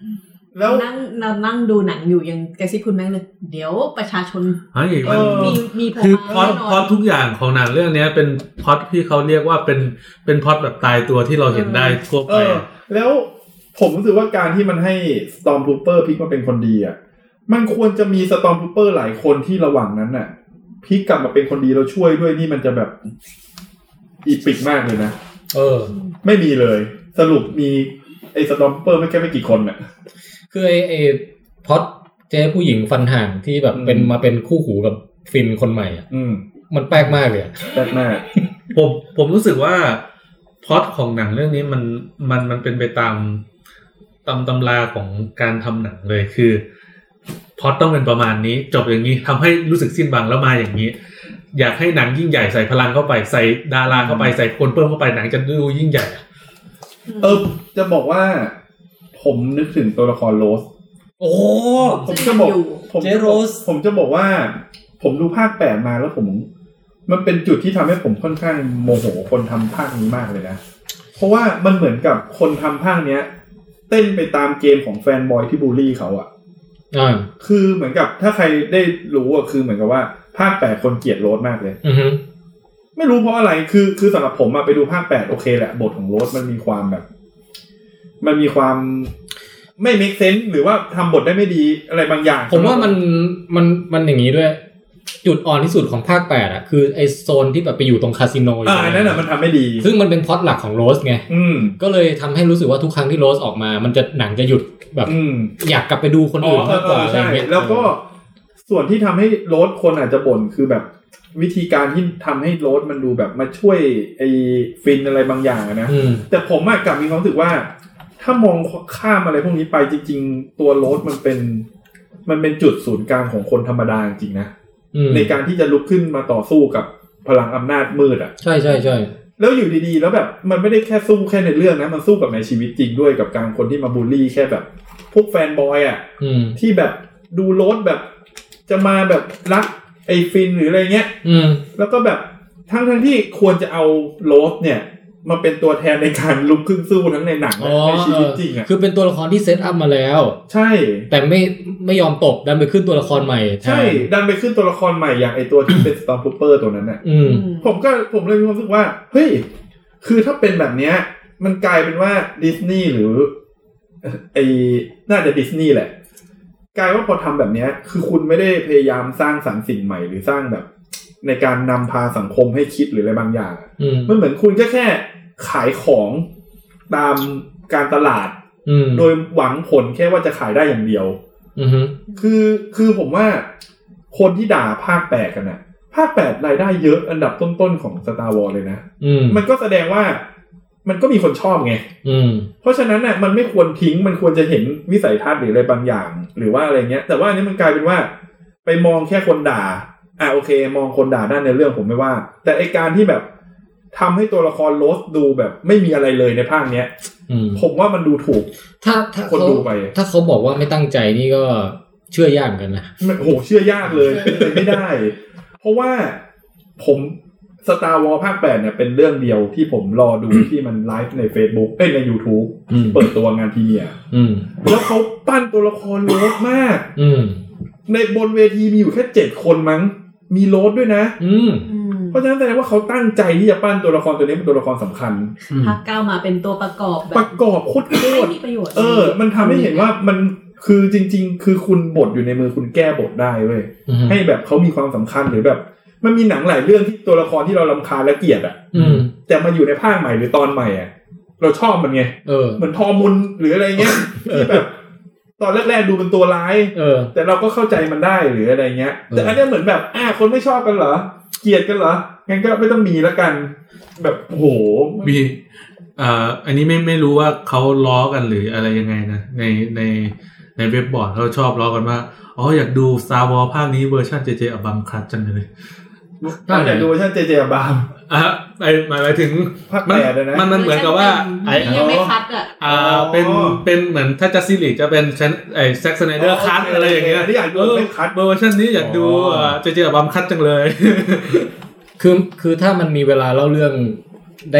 แล้วนั่งดูหนังอยู่ยังกระซิบคุณแม่เลยเดี๋ยวประชาชนมีคือพล็อตทุกอย่างของหนังเรื่องนี้เป็นพล็อตที่เขาเรียกว่าเป็นพล็อตแบบตายตัวที่เราเห็นได้ทั่วไปแล้วผมรู้สึกว่าการที่มันให้ Stormtrooper พลิกมาเป็นคนดีอ่ะมันควรจะมี Stormtrooper หลายคนที่ระหว่างนั้นน่ะพลิกกลับมาเป็นคนดีเราช่วยด้วยนี่มันจะแบบอีปิกมากเลยนะไม่มีเลยสรุปมีไอ้ Stormtrooper ไม่กี่คนน่ะคือไอ้พล็อตเจ๊ผู้หญิงฟันห่างที่แบบเป็นมาเป็นคู่หูกับฟินคนใหม่อ่ะมันแปลกมากเลยแปลกมากผมรู้สึกว่าพล็อตของหนังเรื่องนี้มันเป็นไปตามตำราของการทำหนังเลยคือพล็อตต้องเป็นประมาณนี้จบอย่างนี้ทำให้รู้สึกสิ้นหวังแล้วมาอย่างนี้อยากให้หนังยิ่งใหญ่ใส่พลังเข้าไปใส่ดาราเข้าไปใส่คนเพิ่มเข้าไปหนังจะดูยิ่งใหญ่จะบอกว่าผมนึกถึงตัวละครโรสผมจะบอกผมจะบอกว่าผมดูภาค8มาแล้วมันเป็นจุดที่ทำให้ผมค่อนข้างโมโหคนทำภาคนี้มากเลยนะเพราะว่ามันเหมือนกับคนทำภาคเนี้ยเต้นไปตามเกมของแฟนบอยที่บูลลี่เขาอ่ะคือเหมือนกับถ้าใครได้รู้อ่ะคือเหมือนกับว่าภาค8คนเกลียดโรสมากเลยไม่รู้เพราะอะไรคือสำหรับผมไปดูภาค8โอเคแหละบทของโรสมันมีความแบบมันมีความไม่ make sense หรือว่าทำบทได้ไม่ดีอะไรบางอย่างผมว่ามันอย่างนี้ด้วยจุดอ่อนที่สุดของภาค8อ่ะคือไอ้โซนที่แบบไปอยู่ตรงคาสิโนอันนั้นน่ะมันทำไม่ดีซึ่งมันเป็นพล็อตหลักของโรสไงก็เลยทำให้รู้สึกว่าทุกครั้งที่โรสออกมามันจะหนังจะหยุดแบบอยากกลับไปดูคนอื่นมากกว่าอะไรเงี้ยแล้วก็ส่วนที่ทำให้โรสคนอาจจะบ่นคือแบบวิธีการที่ทำให้โรสมันดูแบบมาช่วยไอ้ฟินอะไรบางอย่างนะแต่ผมกลับมีความรู้สึกว่าถ้ามองข้ามอะไรพวกนี้ไปจริงๆตัวโรสมันเป็นจุดศูนย์กลางของคนธรรมดาจริงๆนะในการที่จะลุกขึ้นมาต่อสู้กับพลังอำนาจมืดอ่ะใช่ๆแล้วอยู่ดีๆแล้วแบบมันไม่ได้แค่สู้แค่ในเรื่องนะมันสู้กับในชีวิตจริงด้วยกับการคนที่มาบูลลี่แค่แบบพวกแฟนบอยอ่ะที่แบบดูโรสแบบจะมาแบบรักไอ้ฟินหรืออะไรเงี้ยแล้วก็แบบทั้งที่ควรจะเอาโรสเนี่ยมาเป็นตัวแทนในการลุกขึ้นสู้ทั้งในหนังและในชีวิตจริงอ่ะคือเป็นตัวละครที่เซตอัพมาแล้วใช่แต่ไม่ยอมตกดันไปขึ้นตัวละครใหม่ใช่ดันไปขึ้นตัวละครใหม่อย่างไอตัวที่เป็น Stormtrooper ตัวนั้นน่ะผมเลยมีความรู้สึกว่าเฮ้ยคือถ้าเป็นแบบเนี้ยมันกลายเป็นว่าดิสนีย์หรือน่าจะดิสนีย์แหละกลายว่าพอทำแบบเนี้ยคือคุณไม่ได้พยายามสร้างสรรค์สิ่งใหม่หรือสร้างแบบในการนำพาสังคมให้คิดหรืออะไรบางอย่างมันเหมือนคุณแค่ขายของตามการตลาดโดยหวังผลแค่ว่าจะขายได้อย่างเดียวคือผมว่าคนที่ด่าภาค8กันน่ะภาค8รายได้เยอะอันดับต้นๆของ Star Wars เลยนะมันก็แสดงว่ามันก็มีคนชอบไงเพราะฉะนั้นน่ะมันไม่ควรทิ้งมันควรจะเห็นวิสัยทัศน์หรืออะไรบางอย่างหรือว่าอะไรเงี้ยแต่ว่าอันนี้มันกลายเป็นว่าไปมองแค่คนด่าโอเคมองคนด่าด้านในเรื่องผมไม่ว่าแต่ไอการที่แบบทำให้ตัวละครโรสดูแบบไม่มีอะไรเลยในภาคเนี้ยผมว่ามันดูถูกถ้าคนดูไปถ้าเขาบอกว่าไม่ตั้งใจนี่ก็เชื่อยากกันนะโหเชื่อยากเลยไม่ได้เพราะว่าผม Star Wars ภาค8เนี่ยเป็นเรื่องเดียวที่ผมรอดูที่มันไลฟ์ใน Facebook ใน YouTube เปิดตัวงานพรีเมียร์แล้วเขาปั้นตัวละครโรสมากในบนเวทีมีอยู่แค่7คนมั้งมีโรสด้วยนะเพราะฉะนั้นแสดงว่าเขาตั้งใจที่จะปั้นตัวละครตัวนี้เป็นตัวละครสำคัญภาค9มาเป็นตัวประกอบแบบประกอบโคตรมีประโยชน์มันทำให้เห็นว่ามันคือจริงๆคือคุณบทอยู่ในมือคุณแก้บทได้เว้ยให้แบบเขามีความสำคัญหรือแบบมันมีหนังหลายเรื่องที่ตัวละครที่เรารำคาญและเกลียดแต่มาอยู่ในภาคใหม่หรือตอนใหม่เราชอบมันไงเหมือนทอมุนหรืออะไรเงี้ยที่แบบตอนแรกๆดูเป็นตัวร้ายแต่เราก็เข้าใจมันได้หรืออะไรเงี้ยแต่อันนี้เหมือนแบบคนไม่ชอบกันเหรอเกลียดกันเหรองั้นก็ไม่ต้องมีแล้วกันแบบโหมีอันนี้ไม่รู้ว่าเขาล้อกันหรืออะไรยังไงนะในเว็บบอร์ดเขาชอบล้อกันว่าอยากดู Star Wars ภาคนี้เวอร์ชัน JJ อับบัมคัทจังเลยอยากดูเวอร์ชัน JJ อับบัมหมายถึงภาค8เลยนะมันเหมือนกับว่ายังไม่คัทเป็นเหมือนถ้าจะซีรีส์จะเป็นแซ็กสไนเดอร์คัทอะไรอย่างเงี้ยที่อยากดูเป็นคัทเวอร์ชันนี้อยากดู JJ อับบัมคัทจังเลยคือถ้ามันมีเวลาเล่าเรื่องได้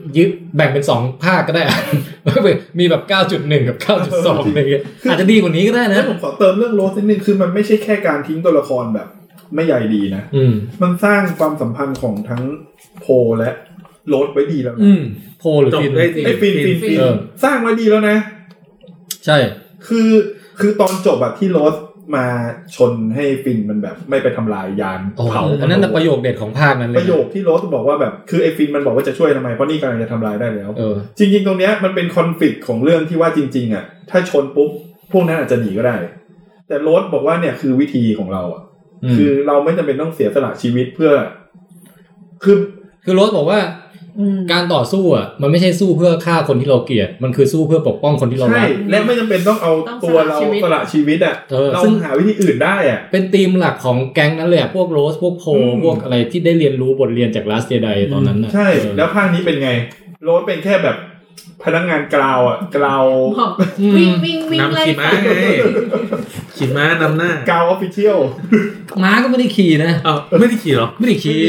ยึดแบ่งเป็น2ภาคก็ได้อ่ะมีแบบ 9.1 กับ 9.2 อะไรเงี้ยอาจจะดีกว่านี้ก็ได้นะผมขอเติมเรื่องโรสนิดนึงคือมันไม่ใช่แค่การทิ้งตัวละครแบบไม่ใหญ่ดีนะมันสร้างความสัมพันธ์ของทั้งโพและโรสไว้ดีแล้วนะโพหรือฟินไอ้ฟินสร้างไว้ดีแล้วนะใช่คือตอนจบแบบที่โรสมาชนให้ฟินมันแบบไม่ไปทำลายยานเผาอันนั้นประโยคเด็ดของภาคนั้นเลยประโยคที่โรสบอกว่าแบบคือไอ้ฟินมันบอกว่าจะช่วยทำไมเพราะนี่กำลังจะทำลายได้แล้วจริงๆตรงเนี้ยมันเป็นคอนฟลิกต์ของเรื่องที่ว่าจริงๆอ่ะถ้าชนปุ๊บพวกนั้นอาจจะหนีก็ได้แต่โรสบอกว่าเนี่ยคือวิธีของเราอ่ะคือเราไม่จำเป็นต้องเสียสละชีวิตเพื่อคือโรสบอกว่าการต่อสู้อ่ะมันไม่ใช่สู้เพื่อฆ่าคนที่เราเกลียดมันคือสู้เพื่อปกป้องคนที่เรารักและไม่จำเป็นต้องเอาตัวเราสละชีวิตอ่ะเราหาวิธีอื่นได้อ่ะเป็นธีมหลักของแก๊งนั้นเลยพวกโรสพวกโพพวกอะไรที่ได้เรียนรู้บทเรียนจาก Last Jedi ตอนนั้นน่ะใช่แล้วภาคนี้เป็นไงโรสเป็นแค่แบบพนักงานกราวอ่ะกราววิ่งไล่ขี่ม้านำหน้ากราวออฟฟิเชียลม้าก็ไม่ได้ขี่นะไม่ได้ขี่หรอไม่ได้ขี่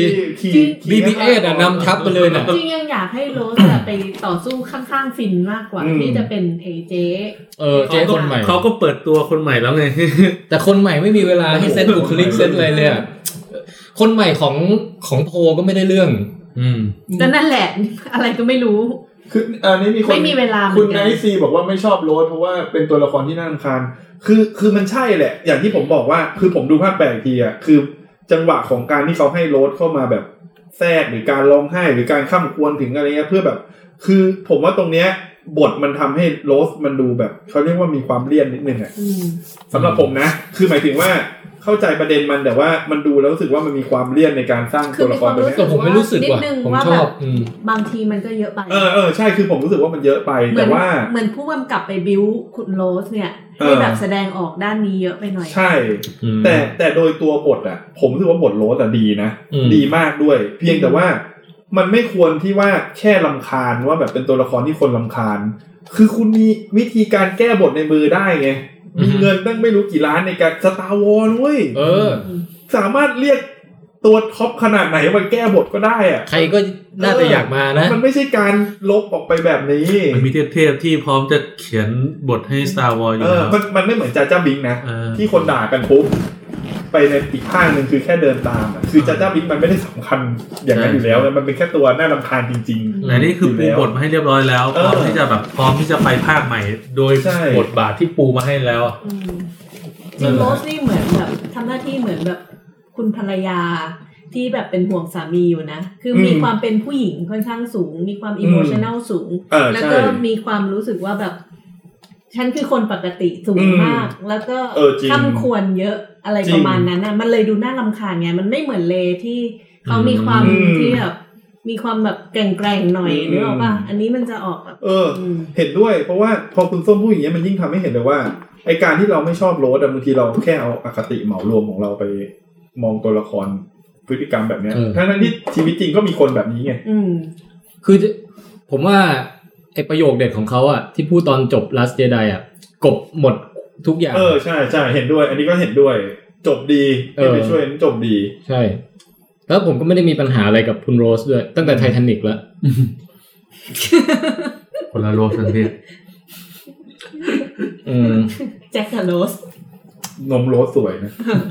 BB8 อ่ะนำทัพไปเลยน่ะจริงยังอยากให้โรสไปต่อสู้ข้างๆฟินมากกว่าที่จะเป็นเจ๊เจ๊คนใหม่เขาก็เปิดตัวคนใหม่แล้วไงแต่คนใหม่ไม่มีเวลาให้เซตบุคลิกเซตอะไรเลยอ่ะคนใหม่ของโพก็ไม่ได้เรื่องก็นั่นแหละอะไรก็ไม่รู้คืออันนี้มีคนไม่มีเวลาคุณไนซีบอกว่าไม่ชอบโรสเพราะว่าเป็นตัวละครที่น่ารำคาญคือมันใช่แหละอย่างที่ผมบอกว่าคือผมดูภาคแปลกทีอ่ะคือจังหวะของการที่เขาให้โรสเข้ามาแบบแทรกหรือการร้องไห้หรือการข้ามควรถึงอะไรเงี้ยเพื่อแบบคือผมว่าตรงเนี้ยบทมันทำให้โรสมันดูแบบเขาเรียกว่ามีความเลี่ยนนิดนึงอ่ะสำหรับผมนะคือหมายถึงว่าเข้าใจประเด็นมันแต่ว่ามันดูแล้วรู้สึกว่ามันมีความเลี่ยนในการสร้างตัวละครตัวนี้แต่ผมไม่รู้สึกว่าผมชอบบางทีมันก็เยอะไปใช่คือผมรู้สึกว่ามันเยอะไปแต่ว่าเหมือนผู้กำกับไปบิ้วคุณโรสเนี่ยให้แบบแสดงออกด้านนี้เยอะไปหน่อยใช่แต่โดยตัวบทอ่ะผมรู้สึกว่าบทโรสดีนะดีมากด้วยเพียงแต่ว่ามันไม่ควรที่ว่าแค่รำคาญว่าแบบเป็นตัวละครที่คนรำคาญคือคุณมีวิธีการแก้บทในมือได้ไงมีเงินตั้งไม่รู้กี่ล้านในการสตาร์วอร์เว้ยสามารถเรียกตัวท็อปขนาดไหนมาแก้บทก็ได้อะใครก็น่าจะอยากมานะมันไม่ใช่การลบออกไปแบบนี้มันมีเทพที่พร้อมจะเขียนบทให้ Star Wars อยู่มันไม่เหมือนจาจ้าบิงนะที่คนด่ากันปุ๊บไปในอีกข้างนึงคือแค่เดินตามคือจาจ้าบิงมันไม่ได้สำคัญอย่างนั้นอยู่แล้วมันเป็นแค่ตัวน่ารำคาญจริงๆแต่นี่คือปูบทมาให้เรียบร้อยแล้วพร้อมที่จะแบบพร้อมที่จะไปภาคใหม่โดยบทบาทที่ปูมาให้แล้วจริงโรสนี่เหมือนแบบทำหน้าที่เหมือนแบบคุณภรรยาที่แบบเป็นห่วงสามีอยู่นะคือมีความเป็นผู้หญิงค่อนข้างสูงมีความอิโมชันแนลสูงแล้วก็มีความรู้สึกว่าแบบฉันคือคนปกติสูงมากแล้วก็ข้ามควรเยอะอะไรประมาณนั้นนะมันเลยดูน่ารำคาญไงมันไม่เหมือนเลที่เขามีความที่แบบมีความแบบแกร่งๆหน่อยนึกออกป่ะอันนี้มันจะออกแบบเห็นด้วยเพราะว่าพอคุณส้มพูดอย่างนี้มันยิ่งทำให้เห็นเลยว่าไอการที่เราไม่ชอบโรสบางทีเราแค่เอาอคติเหมารวมของเราไปมองตัวละครพฤติกรรมแบบนี้ทั้งที่ชีวิตจริงก็มีคนแบบนี้ไงคือผมว่าไอประโยคเด็ดของเขาอะที่พูดตอนจบ Last Jedi อะกบหมดทุกอย่างใช่เห็นด้วยอันนี้ก็เห็นด้วยจบดีไปช่วยจบดีใช่แล้วผมก็ไม่ได้มีปัญหาอะไรกับคุณโรสด้วยตั้งแต่ไททานิกแล้วคนละโรสกันพี่แจ็คกับโรสนมโรสสวยนะ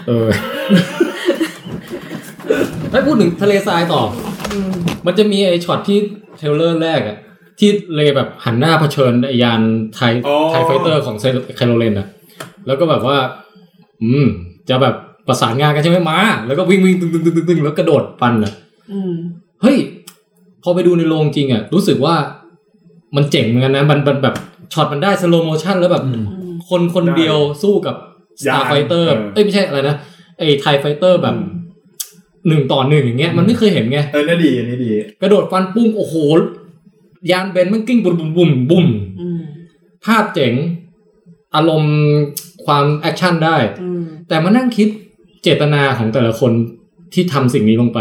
ให้พูดถึงทะเลทรายต่อมันจะมีไอ้ช็อตที่เทรลเลอร์แรกอะที่เลยแบบหันหน้าเผชิญไอ้ยานไทไฟเตอร์ของไคโรเลนอะแล้วก็แบบว่าจะแบบประสานงานกันใช่ไหมม้าแล้วก็วิ่งตึงแล้วกระโดดฟันอ่ะเฮ้ยพอไปดูในโรงจริงอ่ะรู้สึกว่ามันเจ๋งเหมือนกันนะมันแบบช็อตมันได้สโลโมชั่นแล้วแบบคนเดียวสู้กับ Star Fighter ไม่ใช่อะไรนะไอ้ไทไฟเตอร์แบบ1 ต่อ 1อย่างเงี้ยมันไม่เคยเห็นไงน่าดีอันนี้ดีกระโดดฟันปุ้งโอ้โหยานเบนมันกิ้งบุ่มภาพเจ๋งอารมณ์ความแอคชั่นได้แต่มานั่งคิดเจตนาของแต่ละคนที่ทำสิ่งนี้ลงไป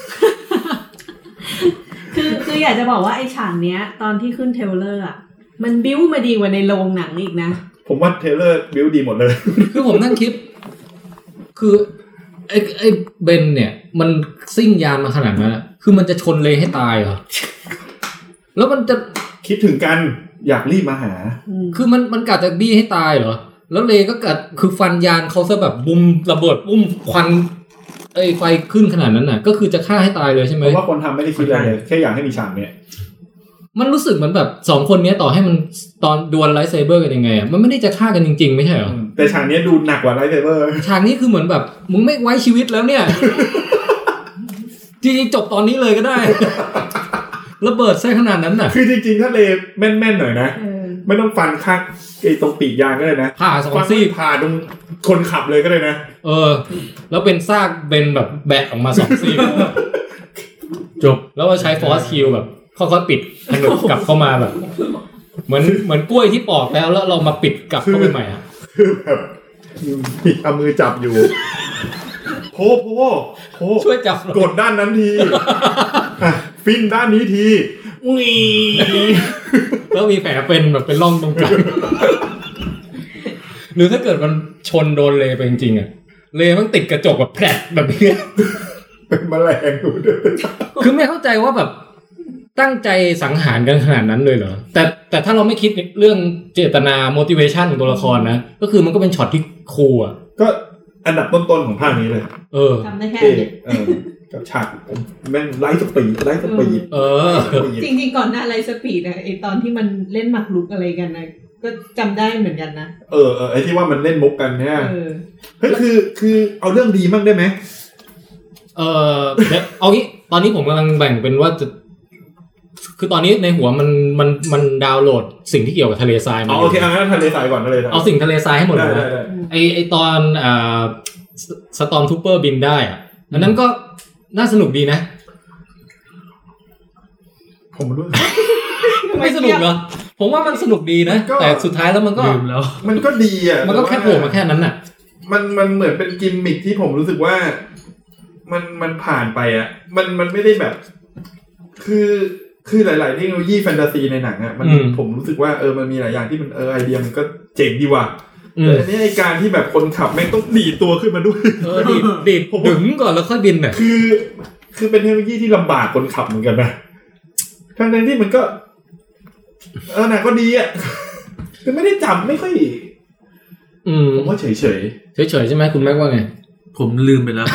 คืออยากจะบอกว่าไอ้ฉากเนี้ยตอนที่ขึ้นเทรลเลอร์อ่ะมันบิ้วมาดีกว่าในโรงหนังอีกนะผมว่าเทรลเลอร์บิ้วดีหมดเลยคือผมนั่งคิดคือไอ้เบนเนี่ยมันซิ่งยานมาขนาดนั้นคือมันจะชนเลให้ตายเหรอแล้วมันจะคิดถึงกันอยากรีบมาหาคือมันกะจะบี้ให้ตายเหรอแล้วเลก็กะคือฟันยานเขาซะแบบบุ้มระเบิดปุ้มควันไฟขึ้นขนาดนั้นน่ะก็คือจะฆ่าให้ตายเลยใช่ไหมเพราะว่าคนทำไม่ได้คิดอะไรเลยแค่อยากให้มีฉากเนี้ยมันรู้สึกเหมือนแบบ2คนนี้ต่อให้มันตอนดวลไลท์เซเบอร์กันยังไงมันไม่ได้จะฆ่ากันจริงๆไม่ใช่เหรอแต่ฉากนี้ดูหนักกว่าไลท์เซเบอร์ฉากนี้คือเหมือนแบบมึงไม่ไว้ชีวิตแล้วเนี่ยจริงๆจบตอนนี้เลยก็ได้ระเบิดใส่ขนาดนั้นน่ะคือจริงๆถ้าเลแม่นๆหน่อยนะไม่ต้องฟันข้างตรงปีกยางก็ได้นะผ่า2ซี่ผ่าตรงคนขับเลยก็ได้นะแล้วเป็นซากเป็นแบบแบะออกมา2ซี่จบแล้วก็ใช้ฟอร์สคิวแบบค่อยๆปิดผนึกกลับเข้ามาแบบเหมือนกล้วยที่ปอกแล้วเรามาปิดกลับเข้าไปใหม่อ่ะคือแบบเอามือจับอยู่โพช่วยจับกดด้านนั้นทีฟินด้านนี้ทีแล้วมีแผลเป็นแบบเป็นร่องตรงกลางหรือถ้าเกิดมันชนโดนเลไปจริงๆอ่ะเลมันติดกระจกแบบแผลแบบนี้เป็นแมลงอยู่คือไม่เข้าใจว่าแบบตั้งใจสังหารกันขนาดนั้นเลยเหรอแต่ถ้าเราไม่คิดเรื่องเจตนา motivation ของตัวละครนะก็คือมันก็เป็นช็อตที่คูลอ่ะก็อันดับต้นๆของภาคนี้เลยทำได้แค่นี้กับฉากแม่งไลท์สปีดจริงๆก่อนหน้าไลท์สปีดนะไอตอนที่มันเล่นหมากรุกอะไรกันนะก็จำได้เหมือนกันนะไอที่ว่ามันเล่นมุกกันเนี่ยเฮ้ยคือเอาเรื่องดีมั่งได้ไหมเอางี้ตอนนี้ผมกำลังแบ่งเป็นว่าจะคือตอนนี้ในหัวมันดาวน์โหลดสิ่งที่เกี่ยวกับทะเลทรายมาโอเคงั้นทะเลทรายก่อนทะเลทรายเอาสิ่งทะเลทรายให้หมดเลยไอตอนสตอร์มทูเปอร์บินได้อ่ะอันนั้นก็น่าสนุกดีนะผมรู้ไม่สนุกเหรอผมว่ามันสนุกดีนะแต่สุดท้ายแล้วมันก็ลืมแล้วมันก็ดีอ่ะมันก็แค่โผล่มาแค่นั้นน่ะมันเหมือนเป็นกิมมิคที่ผมรู้สึกว่ามันผ่านไปอ่ะมันไม่ได้แบบคือหลายๆเทคโนโลยีแฟนตาซีในหนังอ่ะมันผมรู้สึกว่ามันมีหลายอย่างที่มันไอเดียมันก็เจ๋งดีว่ะแต่อันนี้ไอการที่แบบคนขับแม่งต้องดีดตัวขึ้นมาด้วยดีดดึงก่อนแล้วค่อยบินน่ะคือเป็นเทคโนโลยีที่ลำบากคนขับเหมือนกันนะทั้งที่มันก็น่ะก็ดีอ่ะคือไม่ได้จำไม่ค่อยผมว่าเฉยใช่ไหมคุณแม็กว่าไงผมลืมไปแล้ว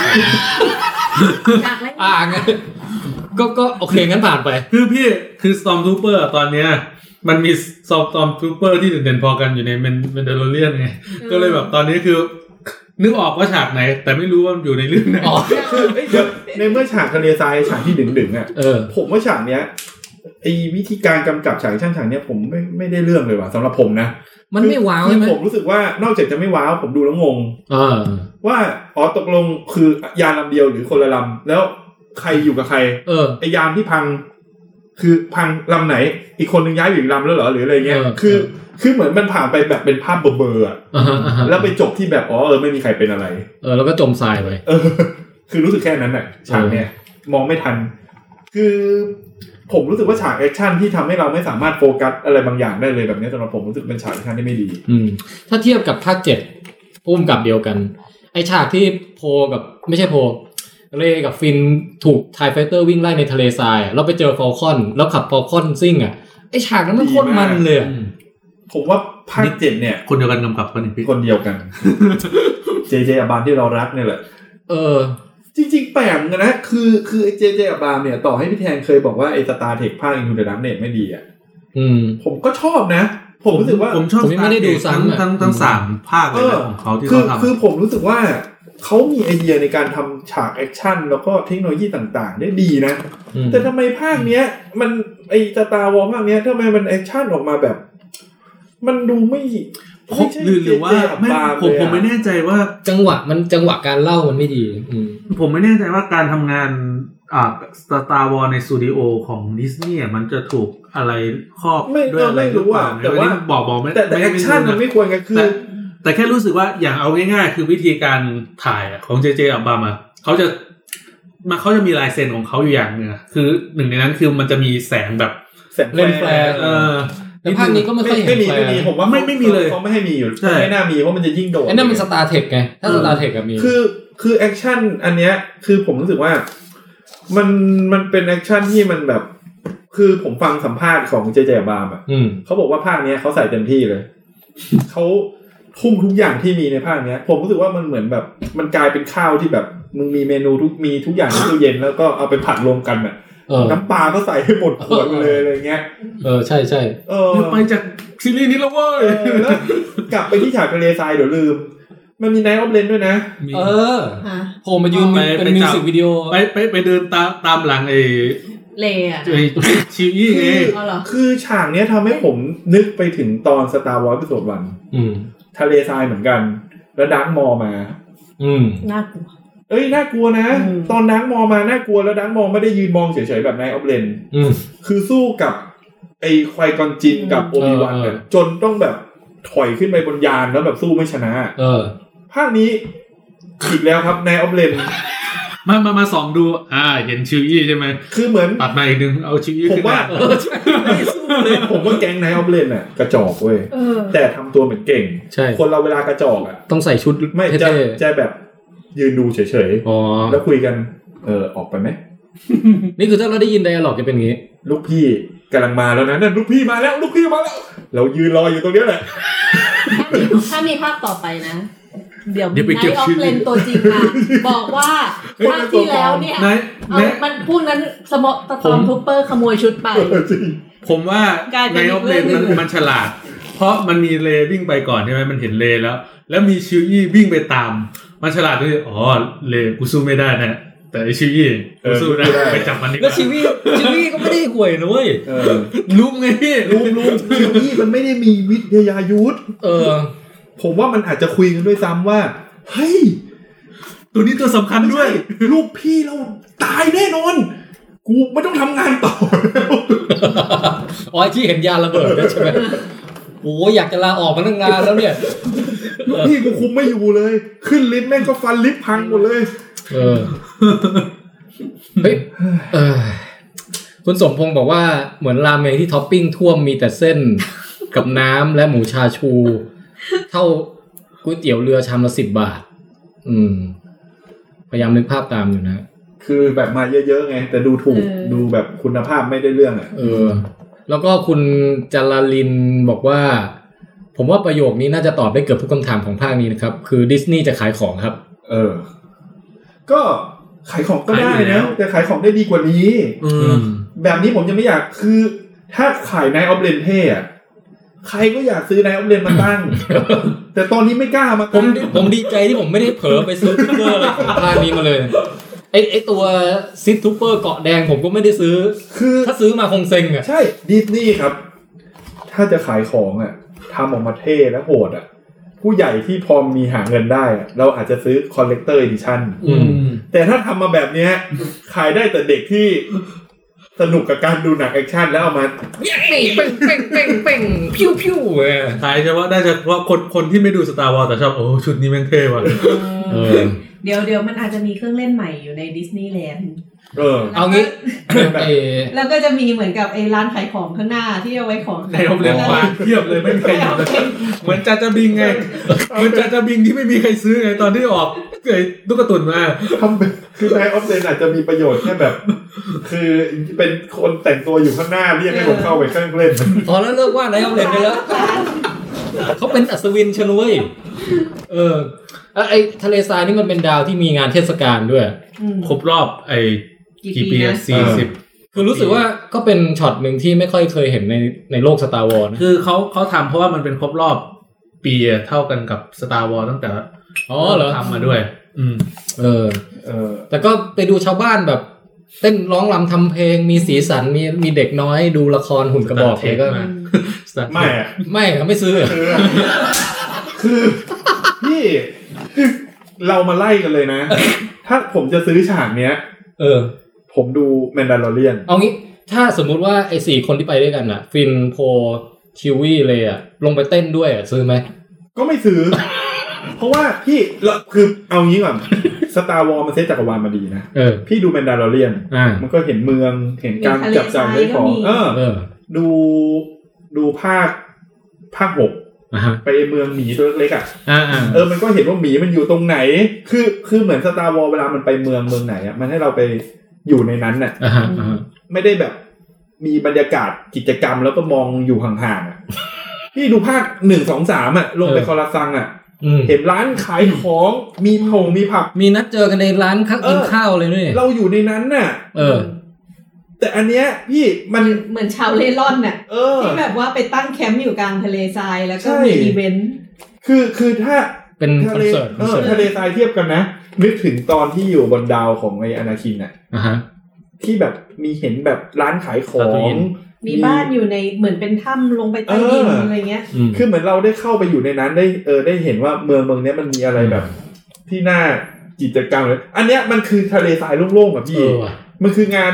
ไงก็โอเคงั้นผ่านไปคือ Stormtrooper ตอนเนี้ยมันมี Stormtrooper ที่เด่นๆพอกันอยู่ใน Mandalorian ไงก็เลยแบบตอนนี้คือนึกออกว่าฉากไหนแต่ไม่รู้ว่ามันอยู่ในเรื่องไหนคือในเมื่อฉากทะเลทรายฉากที่ดึงๆอ่ะผมว่าฉากเนี้ยไอ้วิธีการกำกับฉากฉากเนี้ยผมไม่ได้เรื่องเลยว่ะสำหรับผมนะมันไม่ว้าวใช่ไหมผมรู้สึกว่านอกจากจะไม่ว้าวผมดูแล้วงงว่าตกลงคือยานลำเดียวหรือคนละลำแล้วใครอยู่กับใครไอยานที่พังคือพังลำไหนอีกคนนึงย้ายอยู่อีกลำแล้วเหรอหรืออะไรเงี้ยคือเหมือนมันผ่านไปแบบเป็นภาพเบลอๆอ่ะแล้วไปจบที่แบบไม่มีใครเป็นอะไรแล้วก็จมทรายไปคือรู้สึกแค่นั้นแหละฉากเนี้ยมองไม่ทันคือผมรู้สึกว่าฉากแอคชั่นที่ทำให้เราไม่สามารถโฟกัสอะไรบางอย่างได้เลยแบบนี้สำหรับผมรู้สึกเป็นฉากแอคชั่นที่ไม่ดีถ้าเทียบกับภาค7พุ่มกับเดียวกันไอฉากที่โพกับไม่ใช่โพเรกับฟินถูกไทไฟเตอร์วิ่งไล่ในทะเลทรายแล้วไปเจอฟอลคอนแล้วขับฟอลคอนซิ่งอ่ะไอฉากนั้นมันโคตรมันเลยผมว่าภาค7เนี่ยคนเดียวกันกำกับกันคนเดียวกันเจอบานที่เรารักเนี่ยแหละจริงๆแปลกนะคือไอ้เจอบามเนี่ยต่อให้พี่แทนเคยบอกว่าไอ้ Star Trek ภาค Into the Darkness ไม่ดีอ่ะผมก็ชอบนะผมรู้สึกว่าผมชอบไม่ได้ดูซ้ำทั้ง3ภาคเลยของเขาที่เขาทำคือผมรู้สึกว่าเขามีไอเดียในการทำฉากแอคชั่นแล้วก็เทคโนโลยีต่างๆได้ดีนะแต่ทำไมภาคเนี้ยมันไอ้ Star Wars ภาคเนี้ยทำไมมันแอคชั่นออกมาแบบมันดูไม่หรือว่าผมไม่แน่ใจว่าจังหวะการเล่ามันไม่ดีผมไม่แน่ใจว่าการทำงานStar Wars ในสตูดิโอของดิสนีย์มันจะถูกอะไรครอบด้วยอะไรหรือเปล่าแต่ว่าบอกไม่แต่แอคชั่นมันไม่ควรกันคือแต่แค่รู้สึกว่าอย่างเอาง่ายๆคือวิธีการถ่ายของเจอับบามเขาจะมีลายเซ็นของเขาอยู่อย่างนึงคือหนึ่งในนั้นคือมันจะมีแสงแบบแสงเลนส์แฟลร์ในภาคนี้ก็ไม่ค่อยเห็นแฟลร์ผมว่าไม่มีเลยเขาไม่ให้มีอยู่ไม่น่ามีเพราะมันจะยิ่งโดดไอ้นั่นมันสตาร์เทคไงถ้าสตาร์เทคก็มีคือแอคชั่นอันเนี้ยคือผมรู้สึกว่ามันเป็นแอคชั่นที่มันแบบคือผมฟังสัมภาษณ์ของเจเจบามอ่ะเขาบอกว่าภาคเนี้ยเขาใส่เต็มที่เลยเขาทุ่มทุกอย่างที่มีในภาคเนี้ยผมรู้สึกว่ามันเหมือนแบบมันกลายเป็นข้าวที่แบบมึงมีเมนูมีทุกอย่างในตู้เย็นแล้วก็เอาไปผัดรวมกันอ่ะน้ำปลาก็ใส่ให้หมดขวดเลยอะไรเงี้ยใช่ใช่ไปจากซีรีส์นี้แล้วเว้ยแล้วกลับไปที่ฉากทะเลทรายเดี๋ยวลืมมันมีไนท์ออฟเลนด้วยนะผมมายืนเป็นมิวสิกวิดีโอไปเดินตามหลังเลอ่ะชิวอี้ไงคือฉากเนี้ยทำให้ผมนึกไปถึงตอน Star Wars ตอนวันทะเลทรายเหมือนกันแล้วดักมอมาน่ากลัวน่ากลัวนะตอนดักมอมาน่ากลัวแล้วดักมอไม่ได้ยืนมองเฉยๆแบบไนท์ออฟเลนคือสู้กับไอ้ควายกอนจินกับโอบิวันเนี่ยจนต้องแบบถอยขึ้นไปบนยานแล้วแบบสู้ไม่ชนะภาคนี้อีกแล้วครับไนท์ออฟเลนมาส่องดูเห็นชิวอี้ใช่ไหมคือเหมือนตัดมาอีกนึงเอาชิวอี้ขึ้นมาผมว่าแก๊งไนท์ออฟเลนน่ะกระจอกเว้ยแต่ทำตัวเหมือนเก่งคนเราเวลากระจอกต้องใส่ชุดไม่จะแบบยืนดูเฉยๆแล้วคุยกันออกไปไหมนี่คือถ้าเราได้ยินไดอะล็อกจะเป็นอย่างนี้ลูกพี่กำลังมาแล้วนะนั่นลูกพี่มาแล้วเรายืนรออยู่ตรงนี้แหละถ้ามีภาคต่อไปนะเดี๋ยวไนท์ออฟเลนตัวจริงมาบอกว่าภาคที่แล้วเนี่ยมันพวกนั้นสตอร์มทูเปอร์ขโมยชุดไปผมว่าไนท์ออฟเลนมันฉลาดเพราะมันมีเลวิ่งไปก่อนใช่ไหมมันเห็นเลแล้วมีชิวอี้วิ่งไปตามมันฉลาดด้วยเลกูสู้ไม่ได้นะแต่ไอชิวอี้กูสู้ได้ไปจับมันนี่แล้วชิวอี้ก็ไม่ได้ห่วยนะเว้ยลุมไงพี่ลุมชิวอี้มันไม่ได้มีวิทยายุทธผมว่ามันอาจจะคุยกันด้วยซ้ำว่าเฮ้ยตัวนี้ตัวสำคัญด้วยลูกพี่เราตายแน่นอนกูไม่ต้องทำงานต่อที่เห็นยาระเบิดใช่ไหมโอ้อยากจะลาออกมาตั้งนานแล้วเนี่ยลูกพี่กูคุมไม่อยู่เลยขึ้นลิฟต์แม่งก็ฟันลิฟต์พังหมดเลยคุณสมพงษ์บอกว่าเหมือนราเมงที่ท็อปปิ้งท่วมมีแต่เส้นกับน้ำและหมูชาชูเท่าก๋วยเตี๋ยวเรือชามละ10 บาทพยายามนึกภาพตามอยู่นะคือแบบมาเยอะๆไงแต่ดูถูกดูแบบคุณภาพไม่ได้เรื่องแล้วก็คุณจาราลินบอกว่าผมว่าประโยคนี้น่าจะตอบได้เกือบทุกคำถามของภาคนี้นะครับคือดิสนีย์จะขายของครับก็ขายของก็ได้นะแต่ขายของได้ดีกว่านี้แบบนี้ผมยังไม่อยากคือถ้าขายไนท์ออฟเลนเท่อะใครก็อยากซื้อไนท์ออฟเลนมาตั้งแต่ตอนนี้ไม่กล้ามาผมดีใจที่ผมไม่ได้เผลอไปซื้อทูเปอร์ของภาคนี้มาเลยไอตัวซิททูเปอร์เกาะแดงผมก็ไม่ได้ซื้อคือถ้าซื้อมาคงเซ็งอ่ะใช่ดิสนีย์ครับถ้าจะขายของอ่ะทำออกมาเท่และโหดอ่ะผู้ใหญ่ที่พอมีหาเงินได้เราอาจจะซื้อคอลเลกเตอร์อีดิชั่นแต่ถ้าทำมาแบบนี้ขายได้แต่เด็กที่สนุกกับการดูหนังแอคชั่นแล้วเอามาเป่งพิ้วขายเฉพาะได้เฉพาะคนที่ไม่ดู Star Wars แต่ชอบชุดนี้แม่งเท่ว่ะเดี๋ยวมันอาจจะมีเครื่องเล่นใหม่อยู่ในดิสนีย์แลนด์เอางี้แล้วก็จะมีเหมือนกับไอ้ร้านขายของข้างหน้าที่เอาไว้ของในโรงเรียนวางเทียบเลยไม่มีใครอยู่เลยเหมือนจะบิงไงเหมือนจะบิงที่ไม่มีใครซื้อไงตอนที่ออกไอ้ตุ๊กตุ่นมาคือไนท์ออฟเลนอาจจะมีประโยชน์แค่แบบคือเป็นคนแต่งตัวอยู่ข้างหน้าเรียกให้ผมเข้าไปเครื่องเล่นแล้วเลิกว่าไนท์ออฟเลนไปแล้วเขาเป็นอัศวินชนุยไอ้ทะเลทรายนี่มันเป็นดาวที่มีงานเทศกาลด้วยครบรอบไอ้กี่ปี40 คือรู้สึกว่าก็เป็นช็อตนึงที่ไม่ค่อยเคยเห็นในโลก Star Wars คือเขาทำเพราะว่ามันเป็นครบรอบปีเท่ากันกับ Star Wars ตั้งแต่เหรอทำมาด้วยแต่ก็ไปดูชาวบ้านแบบเต้นร้องรำทำเพลงมีสีสันมีเด็กน้อยดูละครหุ่นกระบอกเลยก็ไม่ซื้อคือพี่เรามาไล่กันเลยนะถ้าผมจะซื้อฉากเนี้ยผมดูแมนดาลอเรียนเอางี้ถ้าสมมุติว่าไอ้4คนที่ไปด้วยกันน่ะฟินโพชิวี่เลยอ่ะลงไปเต้นด้วยอ่ะซื้อไหมก็ไม่ซื้อ เพราะว่าพี่คือเอางี้ก่อน Star Wars มันเซตจักรวาลมาดีนะพี่ดูแมนดาลอเรียนมันก็เห็นเมืองเห็นการจับจ่ายได้ของดูภาค6ไปเมืองหมีตัวเล็กๆมันก็เห็นว่าหมีมันอยู่ตรงไหนคือเหมือน Star Wars เวลามันไปเมืองไหนอ่ะมันให้เราไปอยู่ในนั้นน่ะไม่ได้แบบมีบรรยากาศกิจกรรมแล้วก็มองอยู่ห่างๆอ่ะพี่ดูภาค1 2 3อ่ะลงไปคอราซังอ่ะเห็นร้านขายของมีมีผับมีนัดเจอกันในร้านกินข้าวเลยด้วยเราอยู่ในนั้นน่ะแต่อันเนี้ยพี่มันเหมือนชาวเล่ร่อนน่ะที่แบบว่าไปตั้งแคมป์อยู่กลางทะเลทรายแล้วก็มีอีเวนต์คือถ้าเป็นคอนเสิร์ตทะเลทรายเทียบกันนะนึกถึงตอนที่อยู่บนดาวของไอ้อนาคินน่ะที่แบบมีเห็นแบบร้านขายของมีบ้านอยู่ในเหมือนเป็นถ้ำลงไปใต้ดินอะไรเงี้ยคือเหมือนเราได้เข้าไปอยู่ในนั้นได้เห็นว่าเมืองนี้มันมีอะไรแบบที่น่ากิจกรรมเลยอันเนี้ยมันคือทะเลทรายโล่งๆแบบพี่มันคืองาน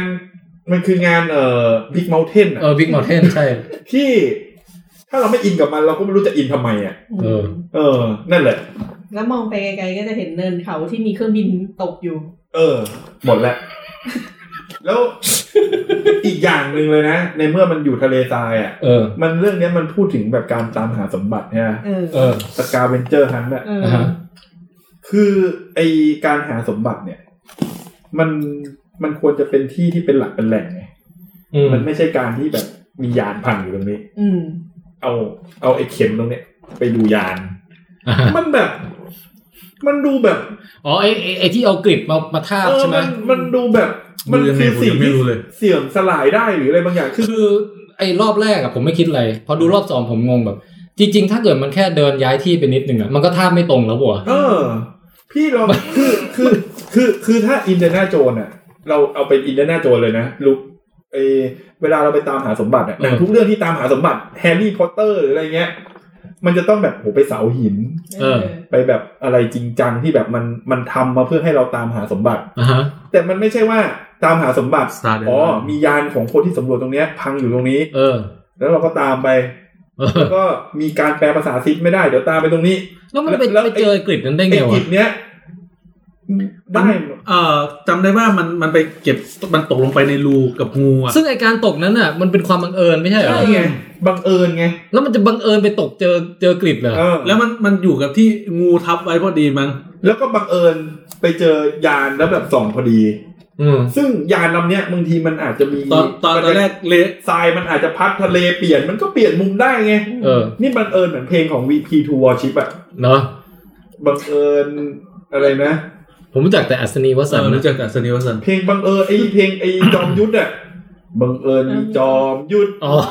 Big Mountain อ่ะ Big Mountain ใช่ที่ถ้าเราไม่อินกับมันเราก็ไม่รู้จะอินทำไมอ่ะนั่นแหละแล้วมองไปไกลๆก็จะเห็นเนินเขาที่มีเครื่องบินตกอยู่หมดแล้วแล้วอีกอย่างนึงเลยนะในเมื่อมันอยู่ทะเลทรายอ่ะมันเรื่องนี้มันพูดถึงแบบการตามหาสมบัติเนี่ยสกาเวนเจอร์ฮันต์อ่ะคือไอการหาสมบัติเนี่ยมันควรจะเป็นที่ที่เป็นหลักเป็นแหล่งไงมันไม่ใช่การที่แบบมียานพังอยู่ตรงนี้เอาไอ้เข็มตรงเนี้ยไปดูยานมันแบบมันดูแบบไอ้ที่เอากริดมาทาบใช่ไหมมันดูแบบมันคือสิ่งที่เสื่อมสลายได้หรืออะไรบางอย่างคือไอ้รอบแรกอะผมไม่คิดอะไรพอดูรอบ2ผมงงแบบจริงๆถ้าเกิดมันแค่เดินย้ายที่ไปนิดนึงอะมันก็ทาบไม่ตรงแล้วบ่พี่เราคือถ้าอินเดียนาโจนอะเราเอาไปอินเดียนาโจนเลยนะลุกเวลาเราไปตามหาสมบัติอ่ะทุกเรื่องที่ตามหาสมบัติแฮร์รี่พอตเตอร์หรืออะไรเงี้ยมันจะต้องแบบไปเสาหินไปแบบอะไรจริงจังที่แบบมันทำมาเพื่อให้เราตามหาสมบัติแต่มันไม่ใช่ว่าตามหาสมบัติมียานของคนที่สำรวจตรงเนี้ยพังอยู่ตรงนี้แล้วเราก็ตามไปแล้วก็มีการแปลภาษาซิกไม่ได้เดี๋ยวตามไปตรงนี้แล้วมันไปเจอกริดนั้นได้ไงวะกริดเนี้ยได้จำได้ว่ามันไปเก็บมันตกลงไปในรูกับงูอ่ะซึ่งไอการตกนั้นอ่ะมันเป็นความบังเอิญไม่ใช่เหรอใช่ไงบังเอิญไงแล้วมันจะบังเอิญไปตกเจอกริดเหรอแล้วมันอยู่กับที่งูทับไว้พอดีมั้งแล้วก็บังเอิญไปเจอยานแล้วแบบส่องพอดีซึ่งยานลำเนี้ยบางทีมันอาจจะมีตอนแรกทรายมันอาจจะพัดทะเลเปลี่ยนมันก็เปลี่ยนมุมได้ไงนี่บังเอิญเหมือนเพลงของ VP2 Warship อ่ะเนาะบังเอิญอะไรนะผมรู้จักแต่อัศนีวสันต์รู้จักแต่อัศนีวสันต์เพลงบังเอิญเพลงจอมยุทธอ่ะบังเอิญมีจอมยุทธ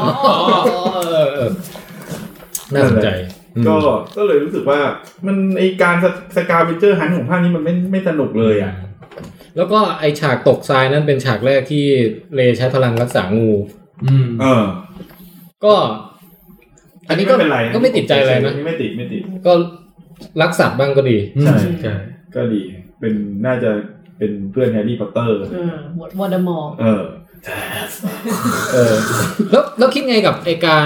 น่าสนใจก็เลยรู้สึกว่ามันการสกาเวนเจอร์ฮันต์ของภาคนี้มันไม่สนุกเลยอ่ะแล้วก็ไอฉากตกทรายนั้นเป็นฉากแรกที่เลใช้พลังรักษางูก็อันนี้ก็ไม่ติดใจอะไรนะไม่ติดก็รักสัตว์บ้างก็ดีใช่ก็ดีเป็นน่าจะเป็นเพื่อนแฮร์รี่พอตเตอร์วอเดอมอร์แล้วคิดไงกับไอการ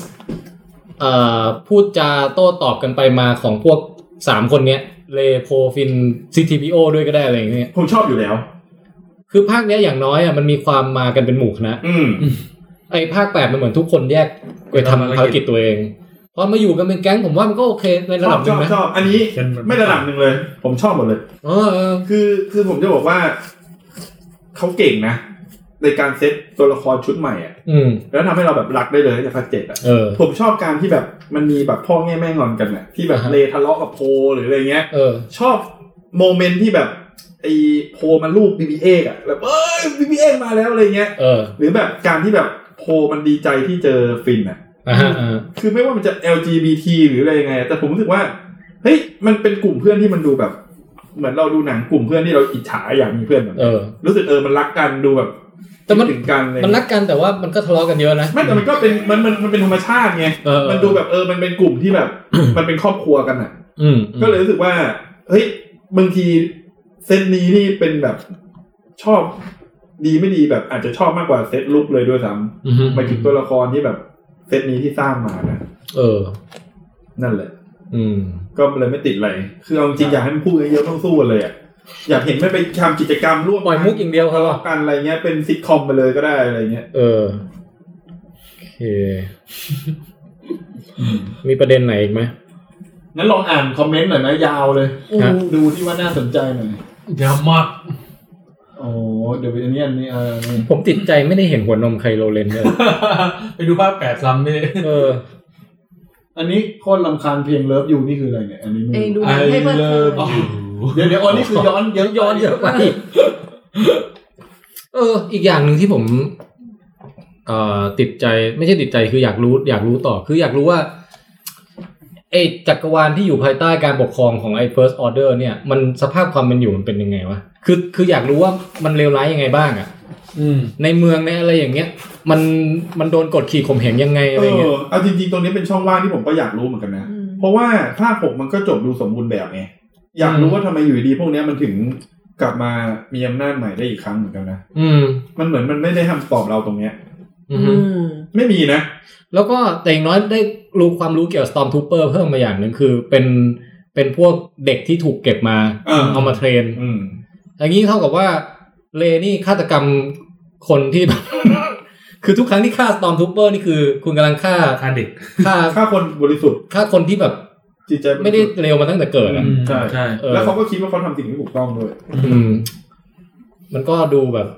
พูดจาโต้ตอบกันไปมาของพวก3คนเนี้ยเลโพฟิน CTPO ด้วยก็ได้อะไรอย่างเงี้ยผมชอบอยู่แล้วคือภาคเนี้ยอย่างน้อยอ่ะมันมีความมากันเป็นหมู่คณะไอภาค8มันเหมือนทุกคนแยกไปทำภารกิจตัวเองพอมาอยู่กันเป็นแก๊งผมว่ามันก็โอเคในระดับนึงนะชอบอันนี้ไม่ระดับนึงเลยผมชอบหมดเลยคือผมจะบอกว่าเขาเก่งนะในการเซตตัวละครชุดใหม่อ่ะแล้วทำให้เราแบบรักได้เลยจากภาค7อ่ะผมชอบการที่แบบมันมีแบบพ่อแง่แม่งอนกันอ่ะที่แบบเลทะเลาะกับโพหรืออะไรเงี้ยชอบโมเมนต์ที่แบบไอ้โพมันลูก BB-8 อ่ะแบบ BB-8 มาแล้วอะไรเงี้ยหรือแบบการที่แบบโพมันดีใจที่เจอฟินอ่ะคือไม่ว่ามันจะ LGBT หรืออะไรยังไงแต่ผมรู้สึกว่าเฮ้ยมันเป็นกลุ่มเพื่อนที่มันดูแบบเหมือนเราดูหนังกลุ่มเพื่อนที่เราอิจฉาอยากมีเพื่อนแบบรู้สึกมันรักกันดูแบบแต่มันรักกันแต่ว่ามันก็ทะเลาะกันเยอะนะไม่แต่มันก็เป็นมันเป็นธรรมชาติไงมันดูแบบมันเป็นกลุ่มที่แบบ มันเป็นครอบครัวกันอ่ะก็เลยรู้สึกว่าเฮ้ยบางทีเซตนี้นี่เป็นแบบชอบดีไม่ดีแบบอาจจะชอบมากกว่าเซตลุกเลยด้วยซ้ำหมายถึงตัวละครที่แบบเซตนี้ที่สร้างมานะนั่นแหละก็เลยไม่ติดอะไรคือเอาจริงอยากให้มันพูดเยอะๆต้องสู้กันเลยอ่ะอยากเห็นไม่ไปทำกิจกรรมร่วมปล่อยมุกอย่างเดียวครับกันอะไรเงี้ยเป็นซิทคอมไปเลยก็ได้อะไรเงี้ยโอเคมีประเด็นไหนอีกไหมงั้นลองอ่านคอมเมนต์หน่อยนะยาวเลยดูที่ว่าน่าสนใจหน่อยยาวมากเดี๋ยวอันนี้ผมติดใจไม่ได้เห็นหัวนมไคโลเรนเลยไปดูภาค8ซ้ำไม่อันนี้โคตรรำคาญเพลงเลิฟยูนี่คืออะไรเนี่ยอันนี้ไม่ดูให้เพื่อนเดี๋ยวอันนี้คือย้อนเยอะไปอีกอย่างนึงที่ผมติดใจไม่ใช่ติดใจคืออยากรู้ต่อคืออยากรู้ว่าไอ้จักรวาลที่อยู่ภายใต้การปกครองของไอ้ First Order เนี่ยมันสภาพความเป็นอยู่มันเป็นยังไงวะคืออยากรู้ว่ามันเลวร้ายยังไงบ้างอ่ะในเมืองในอะไรอย่างเงี้ยมันโดนกดขี่ข่มเหงยังไงอะไรเงี้ยเอาจริงๆตรงนี้เป็นช่องว่างที่ผมก็อยากรู้เหมือนกันนะเพราะว่าภาค6มันก็จบดูสมบูรณ์แบบไงอยากรู้ว่าทำไมอยู่ดีพวกนี้มันถึงกลับมามีอำนาจใหม่ได้อีกครั้งเหมือนกันนะมันเหมือนมันไม่ได้ทำตอบเราตรงเนี้ยไม่มีนะแล้วก็แต่อย่างน้อยได้รู้ความรู้เกี่ยวกับ Stormtrooper เพิ่มมาอย่างนึงคือเป็นพวกเด็กที่ถูกเก็บมาเอามาเทรนอย่างนี้เท่ากับว่าเลนี่ฆาตกรรมคนที่แบบ คือทุกครั้งที่ฆ่า Stormtrooper นี่คือคุณกำลังฆ่าเด็กฆ่าคนบริสุทธิ์ฆ่าคนที่แบบจิตใจไม่ได้เลวมาตั้งแต่เกิดอ่ะใช่แล้วเขาก็คิดว่าเขาทำสิ่งที่ถูกต้องด้วยมันก็ดูแบบ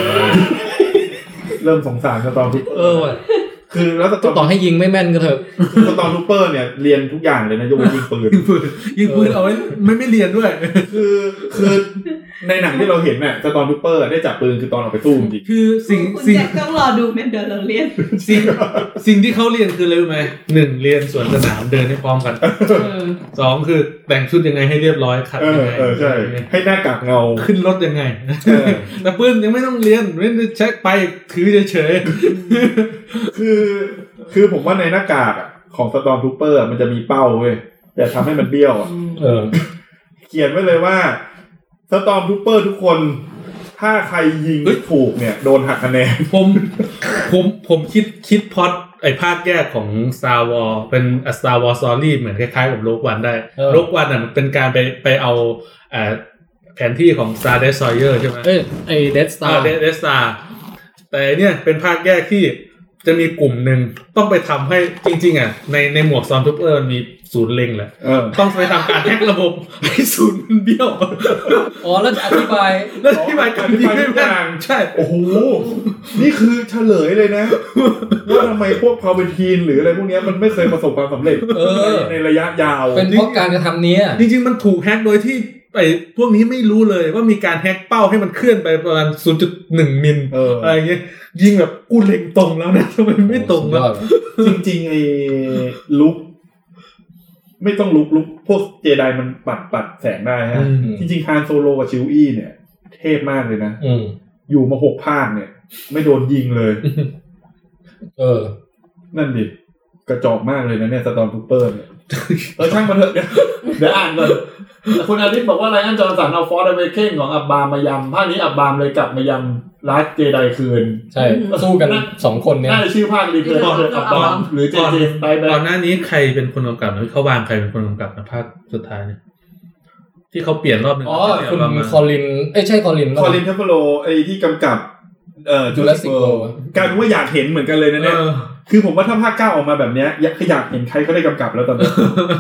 เริ่มสงสารStormtrooperคือแล้วต่อให้ยิงไม่แม่นก็เถอะ Stormtrooperเนี่ยเรียนทุกอย่างเลยนะยกเว้นยิงปืนเอาไว้ไม่เรียนด้วยคือในหนังที่เราเห็นน่ะStormtrooperได้จับปืนคือตอนออกไปสู้จริงคือสิ่งต้องรอดูแมนเดอร์เราเรียนสิ่งที่เขาเรียนคืออะไรรู้ไหม1เรียนสวนสนามเดินให้พร้อมกัน2คือแต่งชุดยังไงให้เรียบร้อยขัดยังไงใช่ให้หน้ากากเงาขึ้นรถยังไงแต่ปืนยังไม่ต้องเรียนไม่ได้เช็คไปถือเฉยๆคือผมว่าในหน้ากากของ Stormtrooper มันจะมีเป้าเว้ยแต่ทำให้มันเบี้ยวเขียนไว้เลยว่าStormtrooper ทุกคนถ้าใครยิงถูกเนี่ยโดนหักคะแนนผมคิดพล็อตไอ้ภาคแยกของ Star Wars เป็น Star Wars Story เหมือนคล้ายๆกับ Rogue One ได้ Rogue One น่ะมันเป็นการไปเอาแผนที่ของ Star Destroyer ใช่มั้ยไอ้ Death Star แต่เนี่ยเป็นภาคแยกที่จะมีกลุ่มนึงต้องไปทำให้จริงๆอ่ะในหมวก Stormtrooper มีศูนย์เล็งแหละต้องไปทำการแฮกระบบให้ศูนย์มันเบี้ยวแล้วอธิบายการยิงไม่แม่นใช่โอ้โหนี่คือเฉลยเลยนะว่าทำไมพวกพาวเวอร์ทีนหรืออะไรพวกนี้มันไม่เคยประสบความสำเร็จในระยะยาวเป็นเพราะการกระทำนี้จริงๆมันถูกแฮกโดยที่ไอ้พวกนี้ไม่รู้เลยว่ามีการแฮกเป้าให้มันเคลื่อนไปประมาณ 0.1 มิลอะไรเงี้ยยิงแบบกูเล็งตรงแล้วนะทำไมไม่ตรงแล้วจริงๆไอ้ลุกไม่ต้องลุกพวกเจไดมันปัดแสงได้ฮะจริงๆฮานโซโลกับชิวอี้เนี่ยเทพมากเลยนะอยู่มา6ภาคเนี่ยไม่โดนยิงเลยนั่นดิกระจอกมากเลยนะเนี่ยStormtrooperเนี่ยช่างมันเถอะเดี๋ยวอ่านก่อนคุณอาทิตย์บอกว่าไรอันจอร์สันเอาฟอร์ดเวเคนของอับบามายำภาคนี้อับบามเลยกลับมายำลาสเจไดคืนใช่สู้กัน2คนเนี่ยน่าจะชื่อภาครีเทิร์นอับบามหรือเจไปก่อนหน้านี้ใครเป็นคนกำกับหรือเขาวางใครเป็นคนกำกับนะภาคสุดท้ายเนี่ยที่เขาเปลี่ยนรอบนึงคุณคอลินใช่คอลินเทฟโลไอ้ที่กำกับจูราสสิก World กลายเป็นว่าอยากเห็นเหมือนกันเลยนะเนี่ยคือผมว่าถ้าภาค9ออกมาแบบเนี้ยอยากเห็นใครเขาได้กำกับแล้วตอนนี้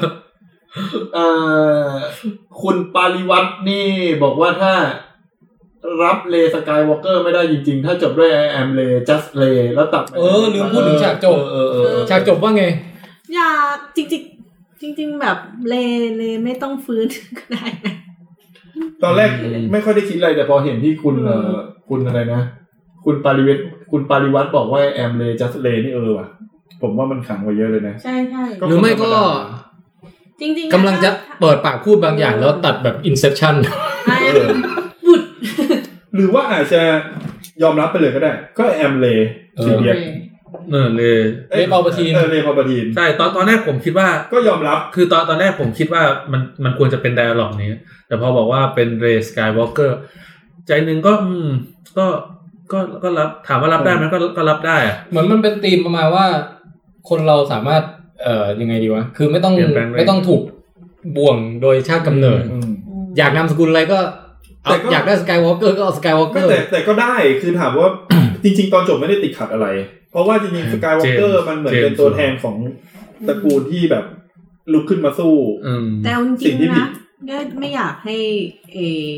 คุณปาริวัฒน์นี่บอกว่าถ้ารับเลสกายวอล์กเกอร์ไม่ได้จริงๆถ้าจบด้วย I am Rey just Rey แล้วตัดลืมพูดถึงฉากจบฉากจบว่าไงอยากจริงแบบเลไม่ต้องฟื้นก็ได้นะตอนแรกไม่ค่อยได้คิดอะไรแต่พอเห็นที่คุณอะไรนะคุณปาริวัฒน์บอกว่า I am Rey just Rey นี่ว่ะผมว่ามันขังไว้เยอะเลยนะใช่ๆหรือไม่ก็จริงๆกำลังจะเปิดปากพูดบางอย่างแล้วตัดแบบ Inception บุดหรือว่าอาจจะยอมรับไปเลยก็ได้ก็แอมเลซีเรียสเลพาปาทีนเลพาปาทีนใช่ตอนแรกผมคิดว่าก็ยอมรับคือตอนแรกผมคิดว่ามันควรจะเป็นไดอะล็อกนี้แต่พอบอกว่าเป็นเรย์สกายวอล์กเกอร์ใจนึงก็รับถามว่ารับได้มั้ยก็รับได้อ่ะเหมือนมันเป็นธีมประมาณว่าคนเราสามารถยังไงดีวะคือไม่ต้องถูกบ่วงโดยชาติกำเนิดอยากนามสกุลอะไรก็อยากได้สกายวอล์กเกอร์ก็เอาสกายวอล์กเกอร์แต่ก็ได้คือถามว่าจริงๆตอนจบไม่ได้ติดขัดอะไรเพราะว่าจริงๆสกายวอล์กเกอร์มันเหมือนเป็นตัวแทนของตระกูลที่แบบลุกขึ้นมาสู้แต่จริงๆนะก็ไม่อยากให้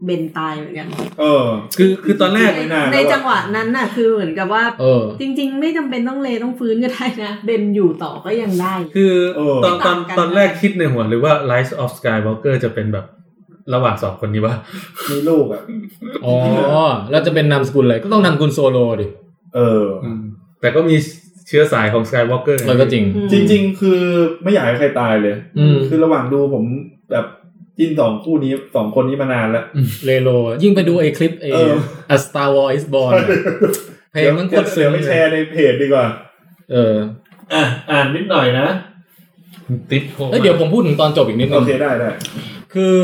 เบนตายเหมือนกันคือตอนแรกในจังหวะนั้นน่ะคือเหมือนกับว่าจริงๆไม่จำเป็นต้องต้องฟื้นก็ได้นะเบนอยู่ต่อก็ยังได้คือตอนแรกคิดในหัวหรือว่า Rise of Skywalker จะเป็นแบบระหว่าง2คนนี้ว่ามีลูกอ่ะอ๋อแล้วจะเป็นนามสกุลอะไรก็ต้องนามสกุลโซโลดิแต่ก็มีเชื้อสายของ Skywalker เลยก็จริงคือไม่อยากให้ใครตายเลยคือระหว่างดูผมแบบจิ้น2คู่นี้2คนนี้มานานแล้วเลโลยิ่งไปดูไอ้คลิปA Star Wars is Born เพลงมันกดซึ้งไม่แชร์ในเพจดีกว่าอ่านนิดหน่อยนะติดเดี๋ยวผมพูดถึงตอนจบอีกนิดนึงโอเคได้คือ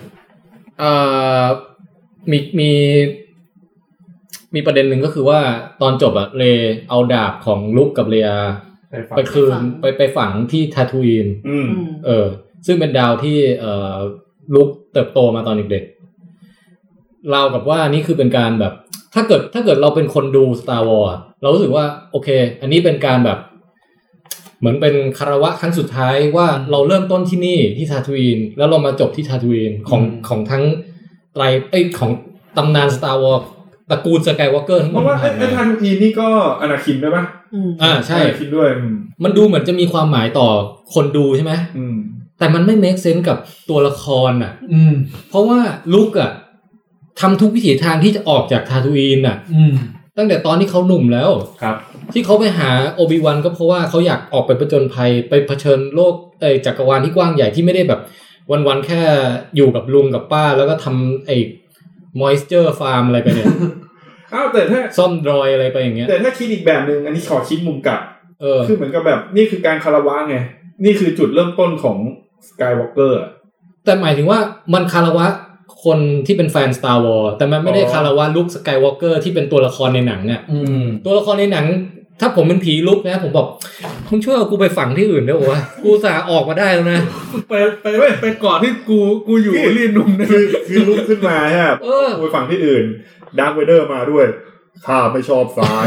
มีประเด็นหนึ่งก็คือว่าตอนจบอะเลเอาดาบของลุคกับเลียไปคืนไปฝังที่ทาทูอินซึ่งเป็นดาวที่ลุคเติบโตมาตอนเด็กๆเรากับว่านี่คือเป็นการแบบถ้าเกิดเราเป็นคนดู Star Wars เรารู้สึกว่าโอเคอันนี้เป็นการแบบเหมือนเป็นคารวะครั้งสุดท้ายว่าเราเริ่มต้นที่นี่ที่ทาทูอินแล้วเรามาจบที่ทาทูอินของทั้งไตรของตำนาน Star Wars ตระกูลสกายวอล์กเกอร์ทั้งหมดเพราะว่าไอ้ทาทูอินนี่ก็อนาคินด้วยป่ะใช่อนาคินด้วยมันดูเหมือนจะมีความหมายต่อคนดูใช่ไหมแต่มันไม่เมคเซนส์กับตัวละครอ่ะเพราะว่าลุคอ่ะทำทุกวิถีทางที่จะออกจากทาทูอินอ่ะตั้งแต่ตอนที่เขาหนุ่มแล้วครับที่เขาไปหาโอบิวันก็เพราะว่าเขาอยากออกไปผจญภัยไปเผชิญโลกจักรวาลที่กว้างใหญ่ที่ไม่ได้แบบวันๆแค่อยู่กับลุงกับป้าแล้วก็ทำไอ้มอยส์เจอร์ฟาร์มอะไรไปเนี่ยแต่ถ้าซ่อมดรอยอะไรไปอย่างเงี้ยแต่ถ้าคิดอีกแบบนึงอันนี้ขอคิดมุมกลับคือเหมือนกับแบบนี่คือการคารวะไงนี่คือจุดเริ่มต้นของสกายวอล์กเกอร์แต่หมายถึงว่ามันคารวะคนที่เป็นแฟน Star Wars แต่มันไม่ได้คารวะลุคสกายวอล์กเกอร์ที่เป็นตัวละครในหนังอ่ะตัวละครในหนังถ้าผมเป็นผีลุกนะผมบอกมึงช่วยเอากูไปฝังที่อื่นได้ป่ะวะกูสาออกมาได้แล้วนะไปก่อนที่กูอยู่เรียนนุ่มคือลุกขึ้นมาใช่ป่ะกูไปฝังที่อื่นดาร์คเวเดอร์มาด้วยข้าไม่ชอบสาย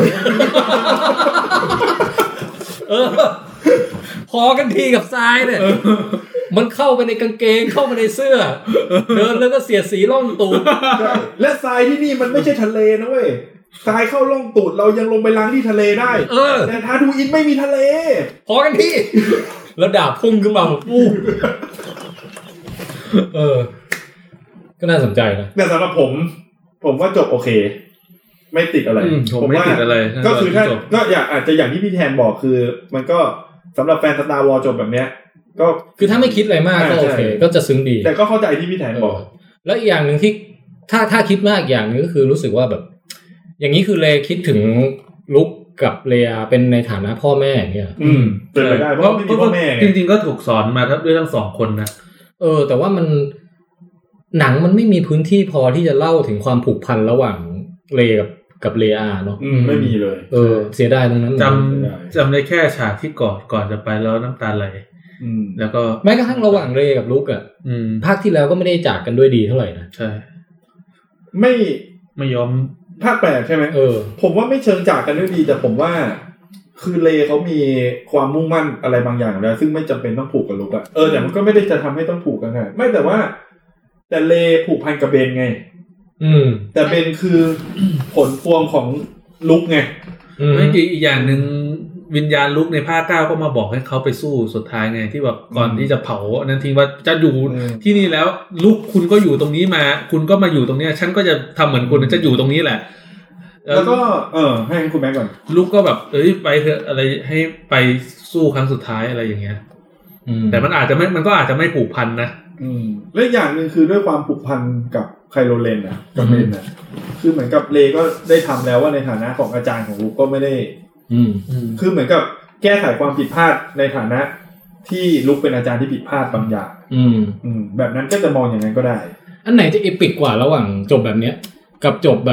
พอกันทีกับทรายเนี่ยมันเข้าไปในกางเกงเข้ามาในเสื้อเดินแล้วก็เสียดสีร่องตูดและทรายที่นี่มันไม่ใช่ทะเลนะเว้ยทรายเข้าร่องตูดเรายังลงไปล้างที่ทะเลได้แต่ทาทูอินไม่มีทะเลพอกันทีแล้วดาบพุ่งขึ้นมาปูก็น่าสนใจนะแต่สำหรับผมว่าจบโอเคไม่ติดอะไรผมว่าก็คือถ้าก็อาจจะอย่างที่พี่แทนบอกคือมันก็สำหรับแฟน Star Wars จบแบบเนี้ยก็คือถ้าไม่คิดอะไรมากก็โอเคก็จะซึ้งดีแต่ก็เข้าใจที่พี่แทนบอกแล้วอีกอย่างนึงที่ถ้าคิดมากอย่างนึงก็คือรู้สึกว่าแบบอย่างนี้คือเลคิดถึงลุคกับเลียเป็นในฐานะพ่อแม่อย่างเงี้ยเป็นไปได้เพราะไม่มีพ่อแม่จริงๆก็ถูกสอนมาด้วยทั้ง2คนนะแต่ว่ามันหนังมันไม่มีพื้นที่พอที่จะเล่าถึงความผูกพันระหว่างเลกับเลียเนาะไม่มีเลยเสียดายตรงนั้นจำได้แค่ฉากที่ก่อนจะไปแล้วน้ำตาไหลแล้วก็แม้กระทั่งระหว่างเลกับลุคอ่ะภาคที่แล้วก็ไม่ได้จากกันด้วยดีเท่าไหร่นะใช่ไม่ยอมภาค8ใช่ไหมผมว่าไม่เชิงจากกันด้วยดีแต่ผมว่าคือเลเขามีความมุ่งมั่นอะไรบางอย่างแล้วซึ่งไม่จำเป็นต้องผูกกับลุคแต่มันก็ไม่ได้จะทำให้ต้องผูกกันไงไม่แต่ว่าแต่เลผูกพันกับเบนไงแต่เบนคือผลพวงของลุคไงไม่กี่อีกอย่างนึงวิญญาณลุคในภาค9ก็มาบอกให้เขาไปสู้สุดท้ายไงที่แบบก่อนที่จะเผานั้นทิ้งว่าจะอยู่ที่นี่แล้วลุคคุณก็อยู่ตรงนี้มาคุณก็มาอยู่ตรงนี้ฉันก็จะทำเหมือนคุณจะอยู่ตรงนี้แหละแล้วก็ให้คุณแม็กก่อนลุคก็แบบไปเถอะอะไรให้ไปสู้ครั้งสุดท้ายอะไรอย่างเงี้ยแต่มันก็อาจจะไม่ผูกพันนะและอย่างนึงคือด้วยความผูกพันกับไคโรเลนกับเบนคือเหมือนกับเลก็ได้ทำแล้วว่าในฐานะของอาจารย์ของลุคก็ไม่ได้คือเหมือนกับแก้ไขความผิดพลาดในฐานะที่ลุคเป็นอาจารย์ที่ผิดพลาดบางอย่างแบบนั้นก็จะมองอย่างนั้นก็ได้อันไหนจะเอปิกกว่าระหว่างจบแบบเนี้ยกับจบแบบ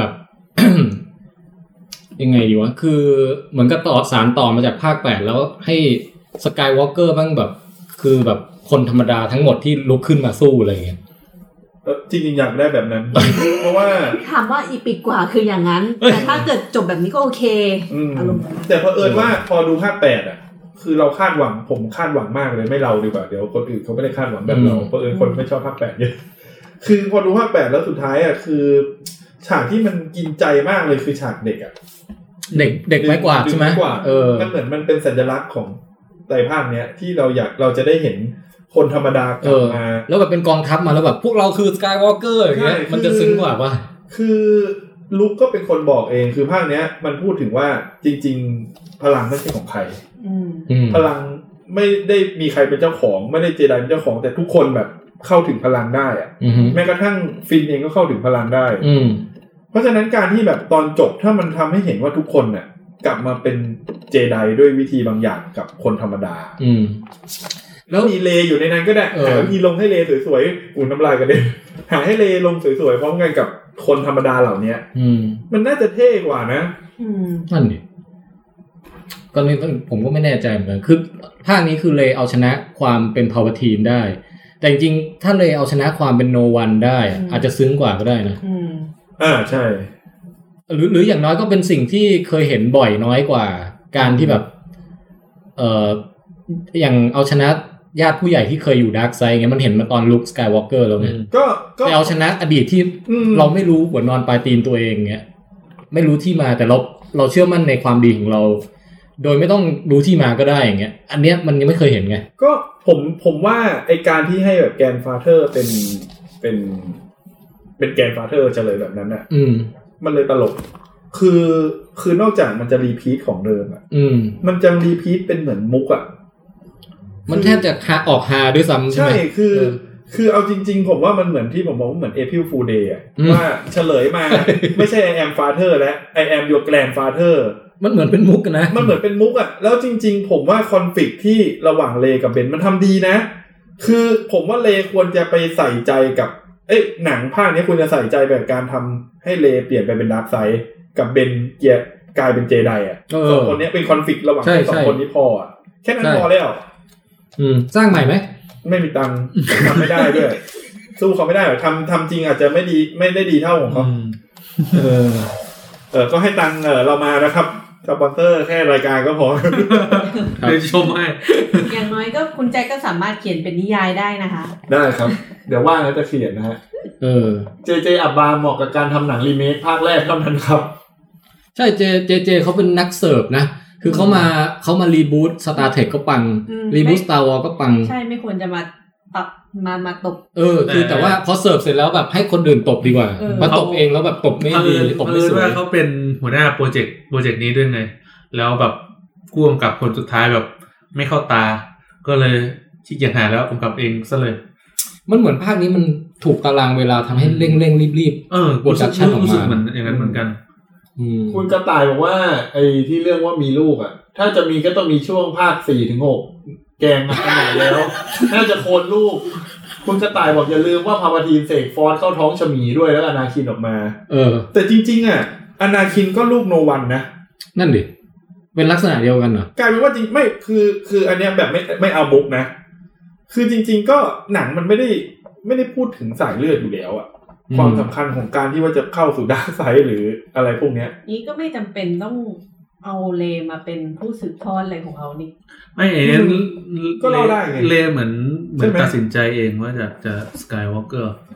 ยังไงดีวะคือเหมือนกับสารต่อมาจากภาค8แล้วให้สกายวอล์กเกอร์บ้างแบบคือแบบคนธรรมดาทั้งหมดที่ลุกขึ้นมาสู้อะไรอย่างเงี้ยจริงๆอยากได้แบบนั้น เพราะว่าถามว่าอีปิกกว่าคืออย่างนั้นแต่ถ้าเกิดจบแบบนี้ก็โอเคอารมณ์แต่เผอิญว่าพอดูภาค8คือเราคาดหวังผมคาดหวังมากเลยไม่เราดีกว่าเดี๋ยวคนอื่นเขาไม่ได้คาดหวังแบบเราเผอิญคนไม่ชอบภาค8เยอะคือพอดูภาค8แล้วสุดท้ายอ่ะคือฉากที่มันกินใจมากเลยคือฉากเด็กอ่ะเด็กไม้กวาดใช่ไหมมันเหมือนมันเป็นสัญลักษณ์ของไตรภาคเนี้ยที่เราจะได้เห็นคนธรรมดากลับมาแล้วแบบเป็นกองทัพมาแล้วแบบพวกเราคือสกายวอล์กเกอร์อย่างเงี้ยมันจะซึ้งกว่าป่ะคือลุคก็เป็นคนบอกเองคือภาคเนี้ยมันพูดถึงว่าจริงๆพลังไม่ใช่ของใครพลังไม่ได้มีใครเป็นเจ้าของไม่ได้เจไดเป็นเจ้าของแต่ทุกคนแบบเข้าถึงพลังได้อะแม้กระทั่งฟินเองก็เข้าถึงพลังได้เพราะฉะนั้นการที่แบบตอนจบถ้ามันทำให้เห็นว่าทุกคนน่ะกลับมาเป็นเจไดด้วยวิธีบางอย่างกับคนธรรมดาแล้วมีเลอยู่ในนั้นก็ได้หาวิธีลงให้เลสวยๆอุ่นน้ำลายกันเด็หาให้เลลงสวยๆพร้อมกันกับคนธรรมดาเหล่านี้มันน่าจะเท่กว่านะนั่นดิก็นี่ผมก็ไม่แน่ใจเหมือนกันคือภาคนี้คือเลเอาชนะความเป็นพาวเวอร์ทีนได้แต่จริงๆถ้าเลเอาชนะความเป็นโนวันได้อาจจะซึ้งกว่าก็ได้นะใช่หรืออย่างน้อยก็เป็นสิ่งที่เคยเห็นบ่อยน้อยกว่าการที่แบบอย่างเอาชนะญาติผู้ใหญ่ที่เคยอยู่ดาร์กไซด์เงี้ยมันเห็นมาตอนลุคสกายวอล์กเกอร์แล้วไงก็เอาชนะอดีตที่เราไม่รู้หัวนอนปลายตีนตัวเองเงี้ยไม่รู้ที่มาแต่เราเชื่อมั่นในความดีของเราโดยไม่ต้องรู้ที่มาก็ได้อย่างเงี้ยอันเนี้ยมันยังไม่เคยเห็นไงก็ผมว่าไอการที่ให้แบบแกนฟาเธอร์เป็นแกนฟาเธอร์เฉลยแบบนั้นน่ะมันเลยตลกคือนอกจากมันจะรีพีทของเดิมอ่ะมันจะรีพีทเป็นเหมือนมุกอ่ะมันแทบจะออกฮาด้วยซ้ำใช่ไหมใช่คือเอาจริงๆผมว่ามันเหมือนที่ผมบอกว่าเหมือน April Fool Day อ่ะว่าเฉลยมาไม่ใช่ I am father และ I am your grandfather มันเหมือนเป็นมุกนะมันเหมือนเป็นมุกอ่ะแล้วจริงๆผมว่าคอนฟลิกต์ที่ระหว่างเลกับเบนมันทำดีนะคือผมว่าเลควรจะไปใส่ใจกับหนังภาคนี้ควรจะใส่ใจแบบการทำให้เลเปลี่ยนไปเป็นดาร์กไซด์กับเบนกลายเป็นเจไดอ่ะสองคนนี้เป็นคอนฟลิกต์ระหว่างสองคนนี้พออ่ะแค่นั้นพอแล้วสร้างใหม่ไหมไม่มีตังค์ทำไม่ได้ด้วยสู้เขาไม่ได้หรอกทำจริงอาจจะไม่ได้ดีเท่าของเขาก็ให้ตังค์เรามานะครับสปอนเซอร์แค่รายการก็พอเดี๋ยวชมให้อย่างน้อยก็คุณแจ็คก็สามารถเขียนเป็นนิยายได้นะคะได้ครับเดี๋ยวว่างแล้วจะเขียนนะฮะเจอับบาเหมาะกับการทำหนังรีเมคภาคแรกเท่านั้นครับใช่เจเขาเป็นนักเสิร์ฟนะคือเขามารีบูต Star Trek ก็ปังรีบูต Star Wars ก็ปังใช่ไม่ควรจะมาตับมาตบคือแต่ว่าพอเสิร์ฟเสร็จแล้วแบบให้คนอื่นตบดีกว่ามาตบเองแล้วแบบตบไม่ดีตบไม่สวยว่าเขาเป็นหัวหน้าโปรเจกต์นี้ด้วยไงแล้วแบบผู้กำกับคนสุดท้ายแบบไม่เข้าตาก็เลยขี้เกียจหาแล้วกำกับเองซะเลยมันเหมือนภาคนี้มันถูกตารางเวลาทำให้เร่งรีบโปรดักชั่นออกมาเหมือนอย่างนั้นเหมือนกันคุณกระต่ายบอกว่าไอ้ที่เรื่องว่ามีลูกอ่ะถ้าจะมีก็ต้องมีช่วงภาค 4-6 แกงมาขนาดแล้วน่าจะโคนลูกคุณกระต่ายบอกอย่าลืมว่าพาลพาทีนเสกฟอสเข้าท้องฉมีด้วยแล้วอนาคินออกมาแต่จริงๆอ่ะอนาคินก็ลูกโนวันนะนั่นดิเป็นลักษณะเดียวกันเหรอกลายเป็นว่าจริงไม่คืออันเนี้ยแบบไม่เอาบุ๊กนะคือจริงๆก็หนังมันไม่ได้พูดถึงสายเลือดอยู่แล้วอ่ะความสำคัญของการที่ว่าจะเข้าสู่ดาร์กไซด์หรืออะไรพวกเนี้ยนี่ก็ไม่จำเป็นต้องเอาเลมาเป็นผู้สืบทอดอะไรของเขานี่ไม่ก็เล่าได้ไงเลเหมือนตัดสินใจเองว่าจะสกายวอล์กเกอร์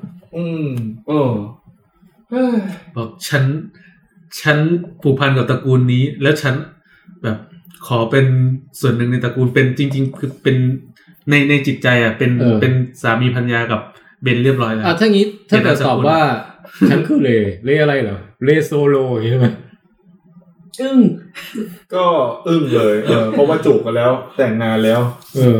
บอกฉันผูกพันกับตระกูลนี้แล้วฉันแบบขอเป็นส่วนหนึ่งในตระกูลเป็นจริงๆคือเป็นในจิตใจอ่ะเป็นสามีภรรยากับเบนเรียบร้อยแล้วถ้างี้ถ้าเกิดตอบว่าฉันคือเลอะไรเหรอเลโซโลใช่ไหมก็เลยเพราะว่าจูบกันแล้วแต่งงานแล้ว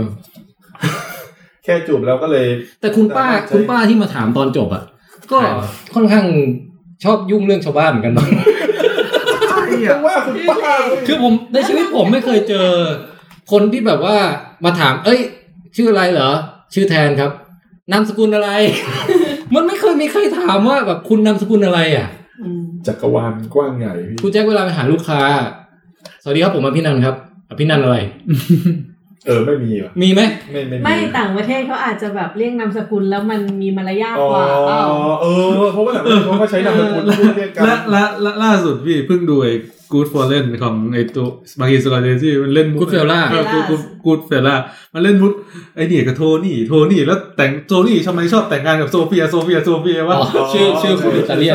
แค่จูบแล้วก็เลยแต่คุณป้าที่มาถามตอนจบอ่ะก็ค่อนข้างชอบยุ่งเรื่องชาวบ้านเหมือนกันนะว่าคุณป้าคือผมในชีวิตผมไม่เคยเจอคนที่แบบว่ามาถามชื่ออะไรเหรอชื่อแทนครับนามสกุลอะไร มันไม่เคยมีใครถามว่าแบบคุณนามสกุลอะไรอ่ะจักรวาลกว้างใหญ่คุณแจ็คเวลาไปหาลูกค้าสวัสดีครับผมอภินันท์ครับอภินันท์อะไรไม่มีว่ะมีไหมไม่ต่างประเทศเขาอาจจะแบบเรียกนามสกุลแล้วมันมีมารยาทกว่าเพราะว่าต่างประเทศเขาก็ใช้นามสกุลพูดเรียกกันและล่าสุดพี่เพิ่งดู Good Fallen ของไอ้ตัวบางทีสกอร์เดซี่มันเล่นมุก Goodfellas Goodfellas มันเล่นมุกไอ้นี่กับโทนี่แล้วแต่งโทนี่ทำไมชอบแต่งงานกับโซเฟียวะชื่อคุณอิตาเลียน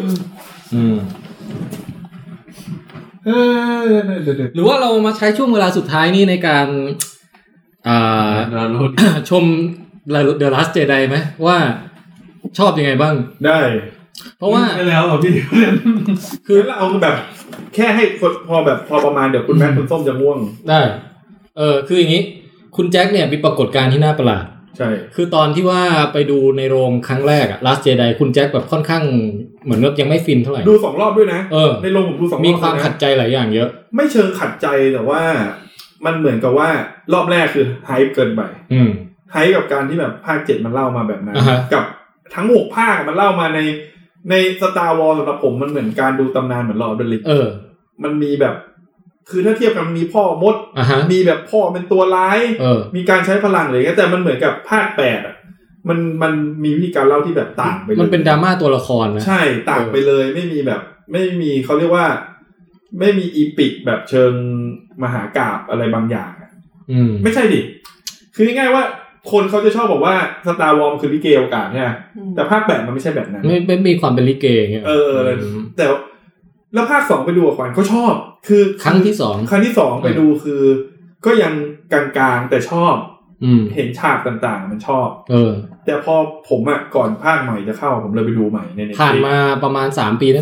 หรือว่าเรามาใช้ช่วงเวลาสุดท้ายนี้ในการชม The Last Jedi ไหมว่าชอบยังไงบ้างได้เพราะว่าไปแล้วอ่ะพี่คือเราแบบแค่ให้พอประมาณเดี๋ยวคุณแม่คุณส้มจะง่วงได้คืออย่างนี้คุณแจ็คเนี่ยมีปรากฏการณ์ที่น่าประหลาดใช่คือตอนที่ว่าไปดูในโรงครั้งแรกอะ Last Jedi คุณแจ็คแบบค่อนข้างเหมือนยังไม่ฟินเท่าไหร่ดู2รอบด้วยนะในโรงผมดู2รอบมีความขัดใจหลายอย่างเยอะไม่เชิงขัดใจแต่ว่ามันเหมือนกับว่ารอบแรกคือไฮป์เกินไปไฮป์กับการที่แบบภาค7มันเล่ามาแบบนั้นกับทั้ง6ภาคมันเล่ามาใน Star Wars สำหรับผมมันเหมือนการดูตำนานเหมือนLord of the Ringsมันมีแบบคือถ้าเทียบกันมีพ่อมดมีแบบพ่อเป็นตัวร้ายมีการใช้พลังอะไรแต่มันเหมือนกับภาค8อ่ะมันมีวิธีการเล่าที่แบบต่างไปเลยมันเป็นดราม่าตัวละครนะใช่ต่างไปเลยไม่มีแบบไม่มีเขาเรียกว่าไม่มีอีปิกแบบเชิงมหากาพย์อะไรบางอย่างไม่ใช่ดิคือง่ายๆว่าคนเขาจะชอบบอกว่า Star Wars คือลิเกโอกาสเนี่ยแต่ภาค8มันไม่ใช่แบบนั้นไม่มีความเป็นลิเกอย่างเงี้ยแต่แล้วภาค2ไปดูกับขวัญเขาชอบคือครั้งที่ 2ไปดูคือก็ยังกลางๆแต่ชอบเห็นฉากต่างๆมันชอบแต่พอผมอ่ะก่อนภาคใหม่จะเข้าผมเลยไปดูใหม่ในผ่านมาประมาณ3ปีแล้ว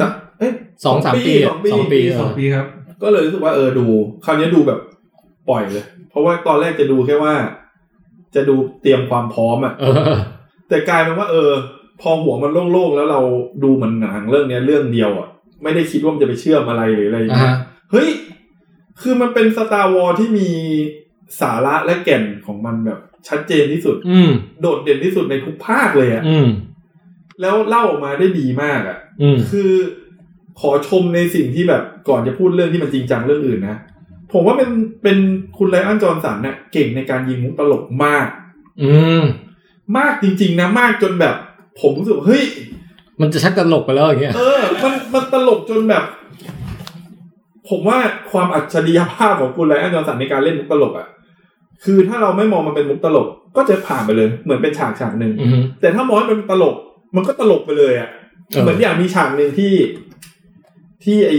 2-3 ปีครับก็เลยรู้สึกว่าดูคราวนี้ดูแบบปล่อยเลยเพราะว่าตอนแรกจะดูแค่ว่าจะดูเตรียมความพร้อมอ่ะแต่กลายเป็นว่าพอหัวมันโล่งๆแล้วเราดูเหมือนหนังเรื่องนี้เรื่องเดียวอ่ะไม่ได้คิดว่ามันจะไปเชื่อมอะไรหรืออะไรอย่างเงี้ยเฮ้ยคือมันเป็น Star Wars ที่มีสาระและแก่นของมันแบบชัดเจนที่สุดโดดเด่นที่สุดในทุกภาคเลยอ่ะแล้วเล่าออกมาได้ดีมากอ่ะคือขอชมในสิ่งที่แบบก่อนจะพูดเรื่องที่มันจริงจังเรื่องอื่นนะผมว่าเป็นคุณไลออนจอห์นสันเนี่ยเก่งในการยิงมุกตลกมากมากจริงๆนะมากจนแบบผมรู้สึกเฮ้ยมันจะชักตลกไปแล้วอย่างเงี้ยมันตลกจนแบบผมว่าความอัจฉริยภาพของคุณไลออนจอห์นสันในการเล่นมุกตลกอ่ะคือถ้าเราไม่มองมันเป็นมุกตลกก็จะผ่านไปเลยเหมือนเป็นฉากนึงแต่ถ้ามองให้มันตลกมันก็ตลกไปเลยอ่ะเหมือนอย่างมีฉากนึงที่ไอ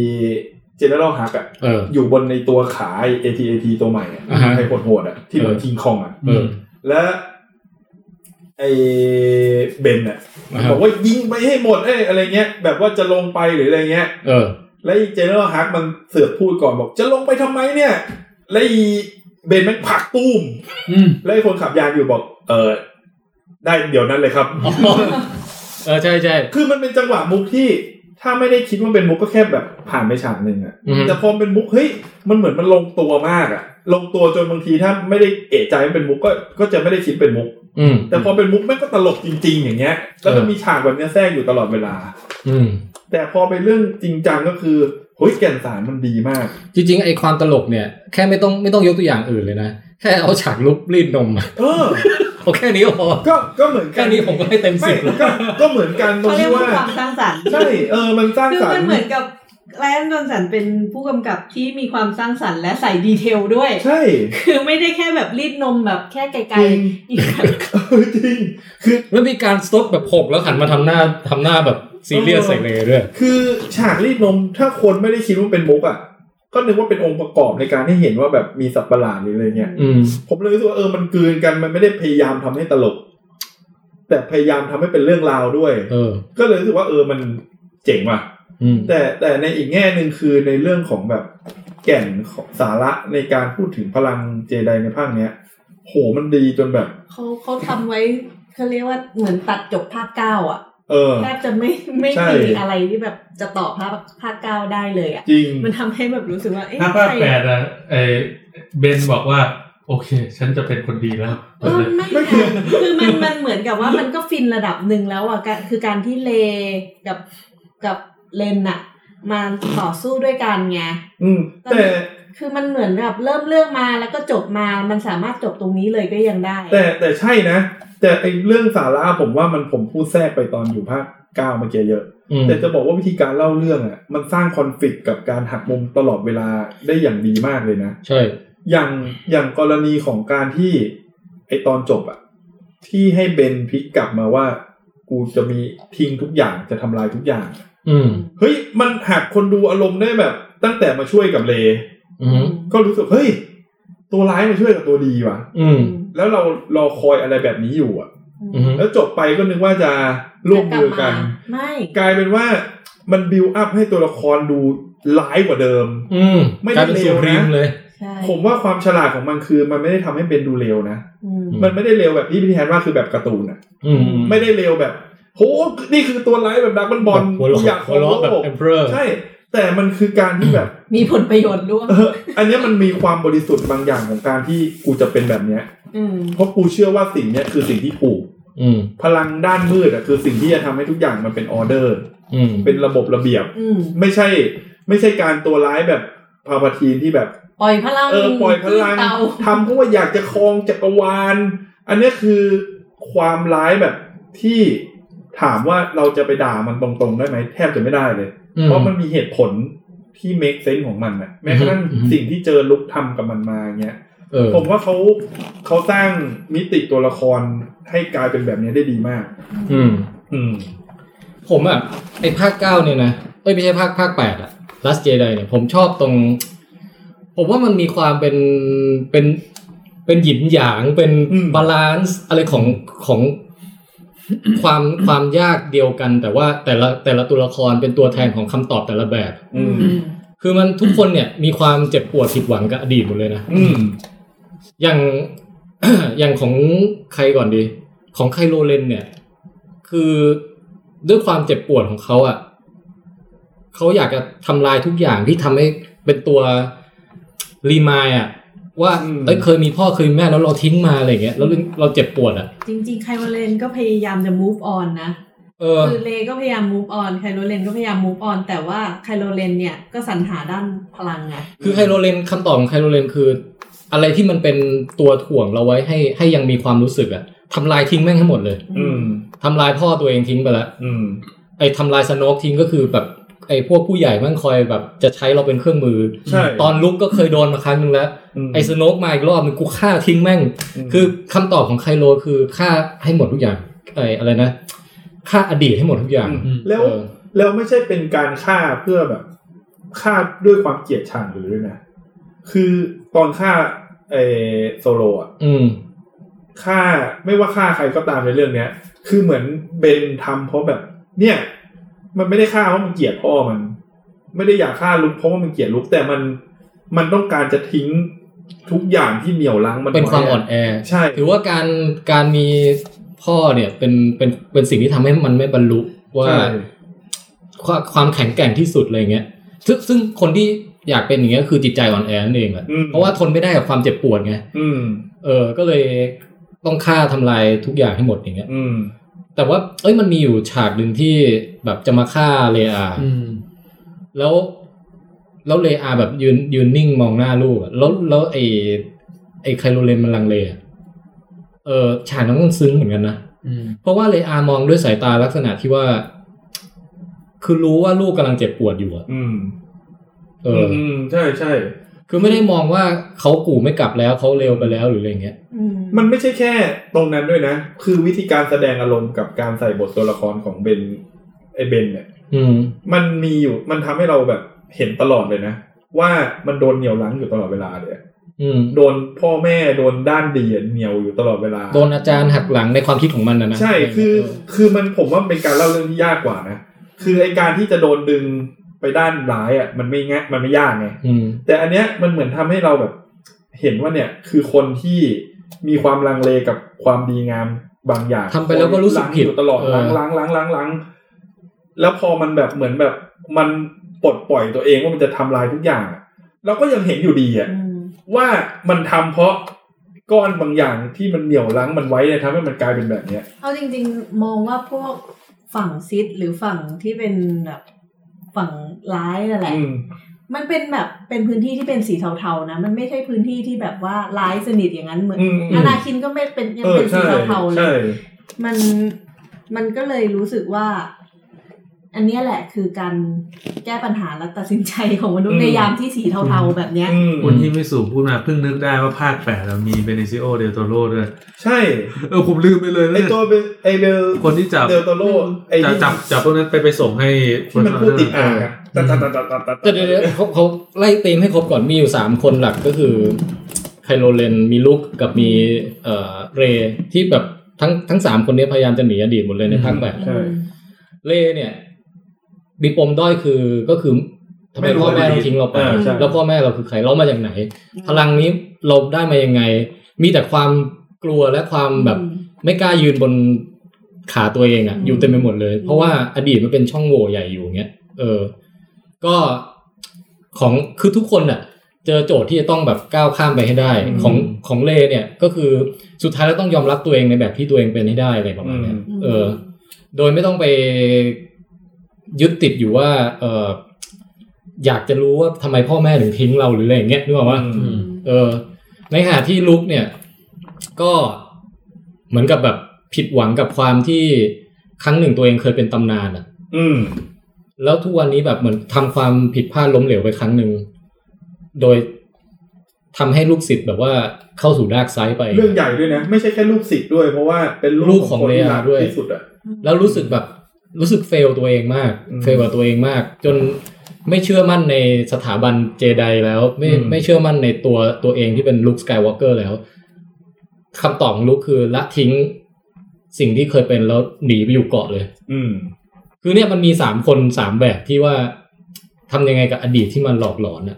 General Hux อ่ะอยู่บนในตัวขา AT-AT ตัวใหม่อ่ะไอ้โหดๆอ่ะที่เหมือนคิงคองอ่ะและไอ้เบนอ่ะบอกว่ายิงไปให้หมดอะไรเงี้ยแบบว่าจะลงไปหรืออะไรเงี้ยแล้วไอ้ General Hux มันเสือกพูดก่อนบอกจะลงไปทำไมเนี่ยแล้วไอ้เบนแม่งผลักตุ้มแล้วไอ้คนขับยานอยู่บอกได้เดี๋ยวนั้นเลยครับใช่ๆคือมันเป็นจังหวะมุกที่ถ้าไม่ได้คิดว่าเป็นมุกก็แค่แบบผ่านไปฉากนึงอ่ะแต่พอเป็นมุกเฮ้ยมันเหมือนมันลงตัวมากอ่ะลงตัวจนบางทีถ้าไม่ได้เอะใจมันเป็นมุกก็จะไม่ได้คิดเป็นมุกแต่พอเป็นมุกแม่งก็ตลกจริงๆอย่างเงี้ยแล้วมันมีฉากแบบนี้แทรกอยู่ตลอดเวลาแต่พอเป็นเรื่องจริงจังก็คือเฮ้ยแก่นสารมันดีมากจริงๆไอ้ความตลกเนี่ยแค่ไม่ต้องยกตัวอย่างอื่นเลยนะแค่เอาฉากลุกรีดนมโอแค่นี้พอก็เหมือนแค่นี้ผมก็ให้เต็ม10แล้วก็เหมือนกันตรงที่ว่าความสร้างสรรค์ใช่มันสร้างสรรค์คือมันเหมือนกับไลออนจอห์นสันเป็นผู้กำกับที่มีความสร้างสรรค์และใส่ดีเทลด้วยใช่คือไม่ได้แค่แบบรีดนมแบบแค่ไกลๆอีกจริงคือแล้วมีการสต็อปแบบ6แล้วหันมาทำหน้าแบบซีเรียสใส่เลยด้วยคือฉากรีดนมถ้าคนไม่ได้คิดว่าเป็นมุกอ่ะก็นึกว่าเป็นองค์ประกอบในการให้เห็นว่าแบบมีสัตว์ประหลาดหรืออะไรเงี้ยผมเลยรู้สึกว่ามันกลืนกันมันไม่ได้พยายามทำให้ตลกแต่พยายามทำให้เป็นเรื่องราวด้วยก็เลยรู้สึกว่ามันเจ๋งว่ะแต่ในอีกแง่นึงคือในเรื่องของแบบแก่นของสาระในการพูดถึงพลังเจไดในภาคเนี้ยโหมันดีจนแบบเขาทำไว้เขาเรียกว่าเหมือนตัดจบภาค9อ่ะแทบจะไม่มีอะไรที่แบบจะต่อภาค9ได้เลยอ่ะมันทำให้แบบรู้สึกว่าภาค8อ่ะเบนบอกว่าโอเคฉันจะเป็นคนดีแล้วไม่คือมันเหมือนกับว่ามันก็ฟินระดับนึงแล้วอ่ะคือการที่เลกับเลนน่ะมาต่อสู้ด้วยกันไงแต่คือมันเหมือนแบบเริ่มเรื่องมาแล้วก็จบมามันสามารถจบตรงนี้เลยก็ยังได้แต่ใช่นะแแต่ไอ้เรื่องสาระผมว่าผมพูดแทรกไปตอนอยู่ภาค9เมื่อกี้เยอะแต่จะบอกว่าวิธีการเล่าเรื่องอ่ะมันสร้างคอนฟลิกต์กับการหักมุมตลอดเวลาได้อย่างดีมากเลยนะใช่อย่างกรณีของการที่ไอ้ตอนจบอ่ะที่ให้เบนพลิกกลับมาว่ากูจะมีทิ้งทุกอย่างจะทำลายทุกอย่างเฮ้ยมันหักคนดูอารมณ์ได้แบบตั้งแต่มาช่วยกับเลก็รู้สึกเฮ้ยตัวร้ายมาช่วยกับตัวดีว่ะแล้วเรารอคอยอะไรแบบนี้อยู่อ่ะแล้วจบไปก็นึกว่าจะร่วมมือกันไม่กลายเป็นว่ามันบิวอัพให้ตัวละครดูร้ายกว่าเดิมไม่ได้เลวนะผมว่าความฉลาดของมันคือมันไม่ได้ทำให้เบนดูเลวนะมันไม่ได้เลวแบบที่พี่แทนว่าคือแบบการ์ตูนอ่ะไม่ได้เลวแบบโหนี่คือตัวร้ายแบบดราก้อนบอลอยากหัวเราะแบบเอ็มเพอเรอร์ใช่แต่มันคือการที่แบบมีผลประโยชน์ร่วมอันนี้มันมีความบริสุทธิ์บางอย่างของการที่กูจะเป็นแบบเนี้ยเพราะกูเชื่อว่าสิ่งเนี้ยคือสิ่งที่ถูกพลังด้านมืดอ่ะคือสิ่งที่จะทำให้ทุกอย่างมันเป็นออเดอร์เป็นระบบระเบียบไม่ใช่การตัวร้ายแบบพาพาทีนที่แบบปล่อยพลังปล่อยพลังทำเพราะว่าอยากจะครองจักรวาลอันนี้คือความร้ายแบบที่ถามว่าเราจะไปด่ามันตรงๆได้ไหมแทบจะไม่ได้เลยเพราะมันมีเหตุผลที่ make sense ของมันน่ะแม้กระทั่งสิ่งที่เจอลุกทำกับมันมาเงี้ยผมว่าเขาสร้างมิติตัวละครให้กลายเป็นแบบนี้ได้ดีมากผมอ่ะไอ้ภาค9เนี่ยนะไม่ใช่ภาค8อ่ะ Last Jedi เนี่ยผมชอบตรงผมว่ามันมีความเป็นหยินหยางเป็นบาลานซ์อะไรของความยากเดียวกันแต่ว่าแต่ละตัวละครเป็นตัวแทนของคำตอบแต่ละแบบคือมันทุกคนเนี่ยมีความเจ็บปวดผิดหวังกับอดีตหมดเลยนะอย่างของใครก่อนดีของไคโลเรนเนี่ยคือด้วยความเจ็บปวดของเขาอ่ะเขาอยากจะทำลายทุกอย่างที่ทำให้เป็นตัวรีมายอ่ะว่าเคยมีพ่อเคยมีแม่แล้วเราทิ้งมาอะไรอย่างเงี้ยแล้วเราเจ็บปวดอ่ะจริงๆไคโลเรนก็พยายามจะ move on นะคือเลก็พยายาม move on ไคโลเรนก็พยายาม move on แต่ว่าไคโลเรนเนี่ยก็สรรหาด้านพลังไงคือไคโลเรนคำตอบของไคโลเรนคืออะไรที่มันเป็นตัวถ่วงเราไว้ให้ยังมีความรู้สึกอ่ะทำลายทิ้งแม่งให้หมดเลยทำลายพ่อตัวเองทิ้งไปแล้วไอ้ทำลายสโนกทิ้งก็คือแบบไอ้พวกผู้ใหญ่มั่งคอยแบบจะใช้เราเป็นเครื่องมือตอนลุกก็เคยโดนมาครั้งนึงแล้วไอ้สโนกมาอีกรอบนึงกูฆ่าทิ้งแม่งคือคำตอบของไคโลคือฆ่าให้หมดทุกอย่างอะไรนะฆ่าอดีตให้หมดทุกอย่างแล้วไม่ใช่เป็นการฆ่าเพื่อแบบฆ่าด้วยความเกลียดชังหรือด้วยนะคือตอนฆ่าโซโลอ่ะฆ่าไม่ว่าฆ่าใครก็ตามในเรื่องเนี้ยคือเหมือนเบนทำเพราะแบบเนี่ยมันไม่ได้ฆ่าเพราะมันเกลียดพ่อมันไม่ได้อยากฆ่าลุกเพราะว่ามันเกลียดลุกแต่มันต้องการจะทิ้งทุกอย่างที่เหนี่ยวรั้งมันเป็นความอ่อนแอใช่ถือว่าการมีพ่อเนี่ยเป็นสิ่งที่ทำให้มันไม่บรรลุว่าความแข็งแกร่งที่สุดอะไรเงี้ยซึ่งคนที่อยากเป็นอย่างเงี้ยคือจิตใจอ่อนแอนั่นเองแหละเพราะว่าทนไม่ได้กับความเจ็บปวดไงก็เลยต้องฆ่าทำลายทุกอย่างให้หมดอย่างเงี้ยแต่ว่ามันมีอยู่ฉากนึงที่แบบจะมาฆ่าเลอาแล้วเลอาแบบยืนนิ่งมองหน้าลูกแล้วไอ้ไคโลเรนมันลังเลฉากนั้นมันซึ้งเหมือนกันนะเพราะว่าเลอามองด้วยสายตาลักษณะที่ว่าคือรู้ว่าลูกกำลังเจ็บปวดอยู่ใช่ใช่คือไม่ได้มองว่าเขากู่ไม่กลับแล้วเขาเร็วไปแล้วหรืออะไรเงี้ยมันไม่ใช่แค่ตรงนั้นด้วยนะคือวิธีการแสดงอารมณ์กับการใส่บทตัวละครของเบนเนี่ยมันมีอยู่มันทำให้เราแบบเห็นตลอดเลยนะว่ามันโดนเหนี่ยวรั้งอยู่ตลอดเวลาเลยโดนพ่อแม่โดนด้านดีเหนี่ยวอยู่ตลอดเวลาโดนอาจารย์หักหลังในความคิดของมันนะใช่คือมันผมว่าเป็นการเล่าเรื่องที่ยากกว่านะคือไอการที่จะโดนดึงไปด้านร้ายอ่ะมันไม่ยากไงแต่อันเนี้ยมันเหมือนทำให้เราแบบเห็นว่าเนี่ยคือคนที่มีความลังเลกับความดีงามบางอย่างทำไปแล้วก็รู้สึกผิดตลอดล้างแล้วพอมันแบบเหมือนแบบมันปลดปล่อยตัวเองว่ามันจะทำลายทุกอย่างเราก็ยังเห็นอยู่ดีอ่ะว่ามันทำเพราะก้อนบางอย่างที่มันเหนี่ยวรั้งมันไว้เนี่ยทำให้มันกลายเป็นแบบเนี้ยเอาจริงๆมองว่าพวกฝั่งซิธหรือฝั่งที่เป็นแบบฝั่งร้ายนั่นแหละมันเป็นแบบเป็นพื้นที่ที่เป็นสีเทาๆนะมันไม่ใช่พื้นที่ที่แบบว่าร้ายสนิทอย่างนั้นเหมือนอนาคินก็ไม่เป็นยังเป็นสีเทาๆเลยมันก็เลยรู้สึกว่าอันนี้แหละคือการแก้ปัญหาและตัดสินใจของมนุษย์ในยามที่สีเทาๆแบบเนี้ยคนที่ไม่สูงพูดมาเพิ่งนึกได้ว่าภาค8เรามีเบเนซิโอเดลโตโรด้วยใช่ผมลืมไปเลยไอตัวไอเบลคนที่จับเดลโตโรไอจับพวกนั้นไปส่งให้ที่มันพูดติดอ่างแต่เดี๋ยวเขาไล่ธีมให้ครบก่อนมีอยู่3คนหลักก็คือไคโลเลนมีลุคกับมีเรที่แบบทั้ง3คนนี้พยายามจะหนีอดีตหมดเลยในภาค8เรเนี่ยมีปมด้อยก็คือทำไมพ่อแม่ต้องทิ้งเราไปแล้วพ่อแม่เราคือใครเรามาจากไหนพลังนี้เราได้มายังไงมีแต่ความกลัวและความแบบไม่กล้ายืนบนขาตัวเองอ่ะอยู่เต็มไปหมดเลยเพราะว่าอดีตมันเป็นช่องโหว่ใหญ่อยู่เงี้ยก็คือทุกคนน่ะเจอโจทย์ที่จะต้องแบบก้าวข้ามไปให้ได้ของเลเนี่ยก็คือสุดท้ายแล้วต้องยอมรับตัวเองในแบบที่ตัวเองเป็นให้ได้อะไรประมาณนี้โดยไม่ต้องไปยึดติดอยู่ว่าอยากจะรู้ว่าทำไมพ่อแม่ถึงทิ้งเราหรืออะไรอย่างเงี้ยนึกออกป่ะในขณะที่ลุกเนี่ยก็เหมือนกับแบบผิดหวังกับความที่ครั้งหนึ่งตัวเองเคยเป็นตำนานอ่ะแล้วทุกวันนี้แบบเหมือนทำความผิดพลาดล้มเหลวไปครั้งหนึ่งโดยทำให้ลูกศิษย์แบบว่าเข้าสู่ดาร์กไซด์ไปเรื่องใหญ่ด้วยนะไม่ใช่แค่ลูกศิษย์ด้วยเพราะว่าเป็นลูกของเลอาด้วยที่สุดอ่ะแล้วรู้สึกเฟลตัวเองมากเฟลกับตัวเองมากจนไม่เชื่อมั่นในสถาบันเจไดแล้วไม่เชื่อมั่นในตัวเองที่เป็นลุคสกายวอล์กเกอร์แล้วคำตอบของลุคคือละทิ้งสิ่งที่เคยเป็นแล้วหนีไปอยู่เกาะเลยคือเนี่ยมันมี3คน3แบบที่ว่าทำยังไงกับอดีตที่มันหลอกหลอนอ่ะ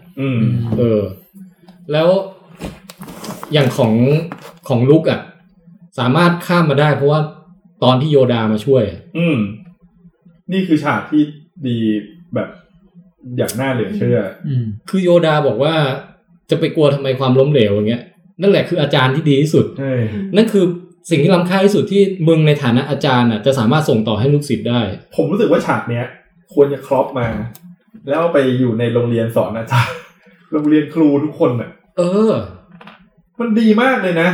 แล้วอย่างของลุคอ่ะสามารถข้ามมาได้เพราะว่าตอนที่โยดามาช่วยนี่คือฉากที่ดีแบบอย่างน่าเหลือเชื่อคือโยดาบอกว่าจะไปกลัวทำไมความล้มเหลวอย่างเงี้ยนั่นแหละคืออาจารย์ที่ดีที่สุดนั่นคือสิ่งที่ล้ำค่าที่สุดที่มึงในฐานะอาจารย์จะสามารถส่งต่อให้ลูกศิษย์ได้ผมรู้สึกว่าฉากเนี้ยควรจะครอปมาแล้วไปอยู่ในโรงเรียนสอนอาจารย์โรงเรียนครูทุกคนน่ะมันดีมากเลยนะ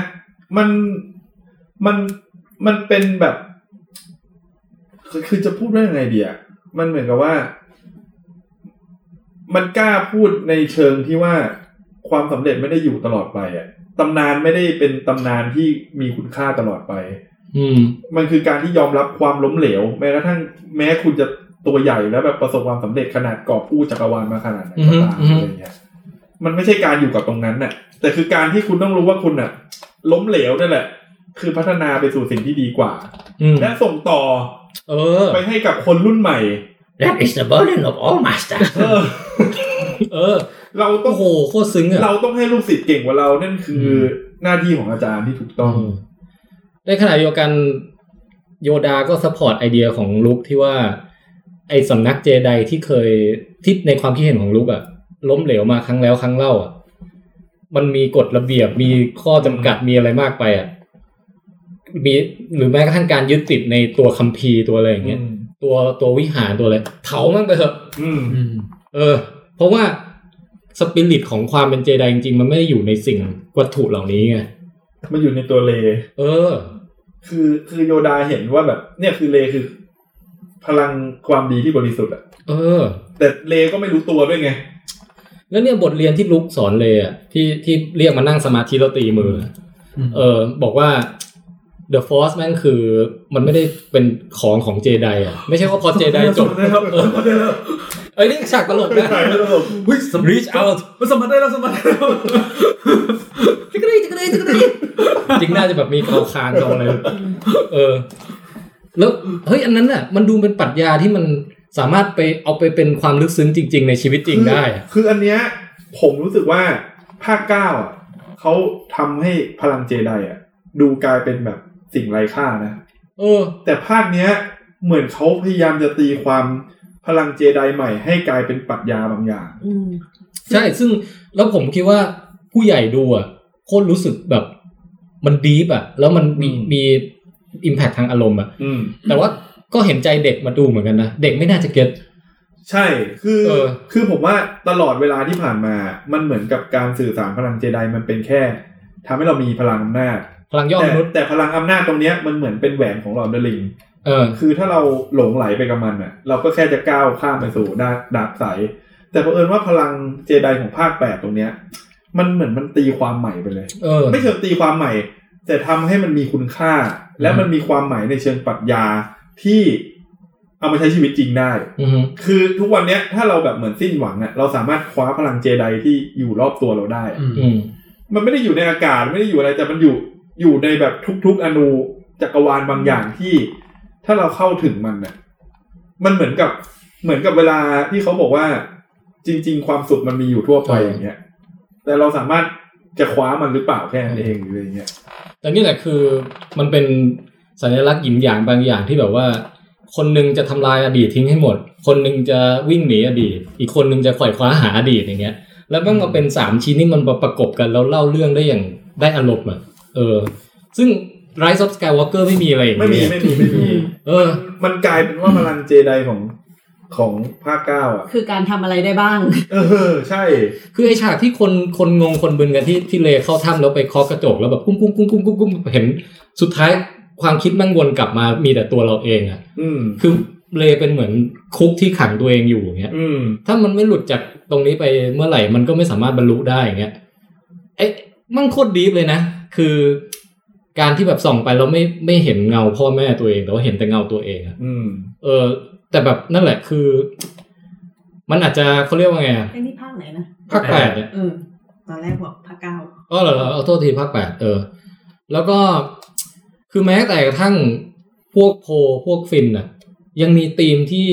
มันเป็นแบบคือจะพูดว่ายังไงดีอ่ะมันเหมือนกับว่ามันกล้าพูดในเชิงที่ว่าความสำเร็จไม่ได้อยู่ตลอดไปอ่ะตำนานไม่ได้เป็นตำนานที่มีคุณค่าตลอดไปมันคือการที่ยอมรับความล้มเหลวแม้กระทั่งแม้คุณจะตัวใหญ่แล้วแบบประสบความสำเร็จขนาดกอบกู้จักรวาลมาขนาดไหนก็ตามอะไรเงี้ยมันไม่ใช่การอยู่กับตรงนั้นน่ะแต่คือการที่คุณต้องรู้ว่าคุณน่ะล้มเหลวนั่นแหละคือพัฒนาไปสู่สิ่งที่ดีกว่าและส่งต่อไปให้กับคนรุ่นใหม่ That is the burden of all master เราต้องโหโคตรซึ้งเราต้องให้ลูกศิษย์เก่งกว่าเรานั่นคือหน้าที่ของอาจารย์ที่ถูกต้องในขณะเดียวกันโยดาก็ซัพพอร์ตไอเดียของลุคที่ว่าไอสำนักเจไดที่ในความคิดเห็นของลุคล้มเหลวมาครั้งแล้วครั้งเล่ามันมีกฎระเบียบมีข้อจำกัดมีอะไรมากไปมีหรือแม้กระทั่งการยึดติดในตัวคัมภีร์ตัวอะไรอย่างเงี้ยตัววิหารตัวอะไรเผามันไปเถอะเพราะว่าสปิริตของความเป็นเจไดจริงๆมันไม่ได้อยู่ในสิ่งวัตถุเหล่านี้ไงมันอยู่ในตัวเลคือโยดาเห็นว่าแบบเนี่ยคือเลคือพลังความดีที่บริสุทธิ์แต่เลก็ไม่รู้ตัวด้วยไงแล้วเนี่ยบทเรียนที่ลุกสอนเลที่เรียกมานั่งสมาธิแล้วตีมือบอกว่าThe Force แม่งคือมันไม่ได้เป็นของเจไดไม่ใช่ว่าพอเจไดจบนี่ฉากตลกนะreach out สมัครได้แล้วจิกรีจริงน่าจะแบบมีเขาคานเขาอะไรแล้วเฮ้ยอันนั้นน่ะมันดูเป็นปรัชญาที่มันสามารถไปเอาไปเป็นความลึกซึ้งจริงๆในชีวิตจริงได้คืออันเนี้ยผมรู้สึกว่าภาค9เขาทำให้พลังเจไดดูกลายเป็นแบบสิ่งไร้ค่านะแต่ภาคเนี้ยเหมือนเขาพยายามจะตีความพลังเจไดใหม่ให้กลายเป็นปรัชญาบางอย่างใช่ซึ่งแล้วผมคิดว่าผู้ใหญ่ดูโคตรรู้สึกแบบมันดีฟแล้วมันมีอิมแพคทางอารมณ์แต่ว่าก็เห็นใจเด็กมาดูเหมือนกันนะเด็กไม่น่าจะเก็ตใช่คือผมว่าตลอดเวลาที่ผ่านมามันเหมือนกับการสื่อสารพลังเจไดมันเป็นแค่ทำให้เรามีพลังอำนาจพลังย่อมนุษย์แต่พลังอำนาจตรงเนี้ยมันเหมือนเป็นแหวนของหลอร์ดเดลิงคือถ้าเราหลงไหลไปกับมันอ่ะเราก็แค่จะก้าวข้ามไปสู่ดาบใสแต่เผอิญว่าพลังเจไดของภาค8ตรงเนี้ยมันเหมือนมันตีความใหม่ไปเลยไม่เชิงตีความใหม่แต่ทำให้มันมีคุณค่าและมันมีความหมายในเชิงปรัชญาที่เอามาใช้ชีวิตจริงได้คือทุกวันเนี้ยถ้าเราแบบเหมือนสิ้นหวังอ่ะเราสามารถคว้าพลังเจไดที่อยู่รอบตัวเราได้มันไม่ได้อยู่ในอากาศไม่ได้อยู่อะไรแต่มันอยู่ในแบบทุกๆอนูจักรวาลบางอย่างที่ถ้าเราเข้าถึงมันน่ะมันเหมือนกับเวลาที่เขาบอกว่าจริงๆความสุขมันมีอยู่ทั่วไปอย่างเงี้ยแต่เราสามารถจะคว้ามันหรือเปล่าแค่นั้นเองหรืออะไรเงี้ยแต่นี่แหละคือมันเป็นสัญลักษณ์หยินหยางบางอย่างที่แบบว่าคนนึงจะทำลายอดีตทิ้งให้หมดคนนึงจะวิ่งหนีอดีตอีกคนนึงจะไขว่คว้าหาอดีตอย่างเงี้ยแล้วมันมาเป็น3ชิ้นนี่มันประกบกันแล้วเล่าเรื่องได้อย่างได้อารมณ์อ่ะซึ่ง Rise of Skywalker ไม่มีอะไรอย่างเงี้ยไม่มีมันกลายเป็นว่าพลังเจไดของภาค9อ่ะคือการทำอะไรได้บ้างใช่คือไอ้ฉากที่คนงงคนบึนกันที่เลเข้าถ้ำแล้วไปเคาะกระจกแล้วแบบกุ้งเห็นสุดท้ายความคิดมั่งวนกลับมามีแต่ตัวเราเองอ่ะคือเลเป็นเหมือนคุกที่ขังตัวเองอยู่อย่างเงี้ยถ้ามันไม่หลุดจากตรงนี้ไปเมื่อไหร่มันก็ไม่สามารถบรรลุได้อย่างเงี้ยไอ้มันโคตรดีฟเลยนะคือการที่แบบส่องไปแล้วไม่เห็นเงาพ่อแม่ตัวเองแต่ว่าเห็นแต่เงาตัวเองอ่ะแต่แบบนั่นแหละคือมันอาจจะเขาเรียกว่าไงอ่ะนี่ภาคไหนนะภาค8เนี่ยตอนแรกบอกภาค9 เหรอเอาโทษทีภาค8แล้วก็คือแม้แต่กระทั่งพวกโพพวกฟินน่ะยังมีธีมที่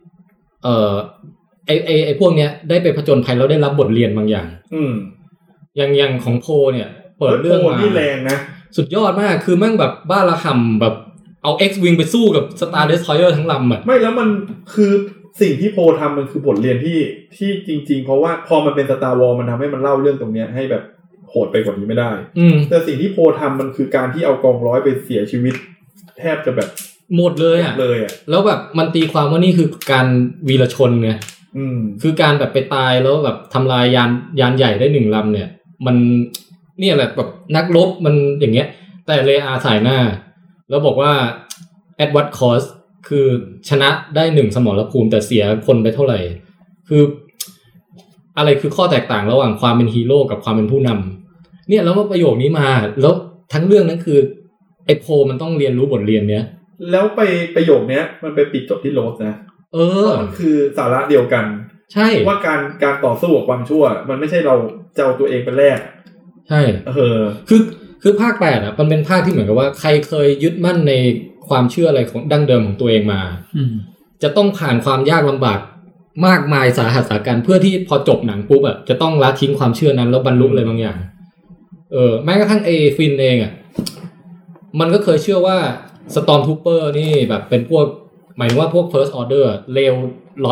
ไอพวกเนี้ยได้ไปผจญภัยแล้วได้รับบทเรียนบางอย่างอย่างของโพเนี่ยเปิดเรื่องมานี่แรงนะสุดยอดมากคือแม่งแบบบ้าระห่ำแบบเอา X-Wing ไปสู้กับ Star Destroyer ทั้งลำอ่ะไม่แล้วมันคือสิ่งที่โพทำมันคือบทเรียนที่จริงๆเพราะว่าพอมันเป็น Star Wars มันทำให้มันเล่าเรื่องตรงเนี้ยให้แบบโหดไปกว่านี้ไม่ได้แต่สิ่งที่โพทำมันคือการที่เอากองร้อยไปเสียชีวิตแทบจะแบบหมดเลยอ่ะแล้วแบบมันตีความว่านี่คือการวีรชนไงคือการแบบไปตายแล้วแบบทำลายยานใหญ่ได้1ลำเนี่ยมันเนี่ยแหละแบบนักรบมันอย่างเงี้ยแต่เลอาสายหน้าแล้วบอกว่า at what cost คือชนะได้1สมรภูมิแต่เสียคนไปเท่าไหร่คืออะไรคือข้อแตกต่างระหว่างความเป็นฮีโร่กับความเป็นผู้นำเนี่ยแล้วประโยคนี้มาแล้วทั้งเรื่องนั้นคือไอ้โพมันต้องเรียนรู้บทเรียนเนี้ยแล้วไปประโยคเนี้ยมันไปปิดจบที่โรสนะมันคือสาระเดียวกันใช่ว่าการต่อสู้กับความชั่วมันไม่ใช่เราจะเอาตัวเองเป็นแรกใช่คือภาค8อ่ะมันเป็นภาคที่เหมือนกับว่าใครเคยยึดมั่นในความเชื่ออะไรของดั้งเดิมของตัวเองมาจะต้องผ่านความยากลำบากมากมายสาหัสสากันเพื่อที่พอจบหนังปุ๊บอ่ะจะต้องละทิ้งความเชื่อนั้นแล้วบรรลุอะไรบางอย่างแม้กระทั่งฟินเองอ่ะมันก็เคยเชื่อว่า Stormtrooper นี่แบบเป็นพวกหมายถึงว่าพวก First Order เลว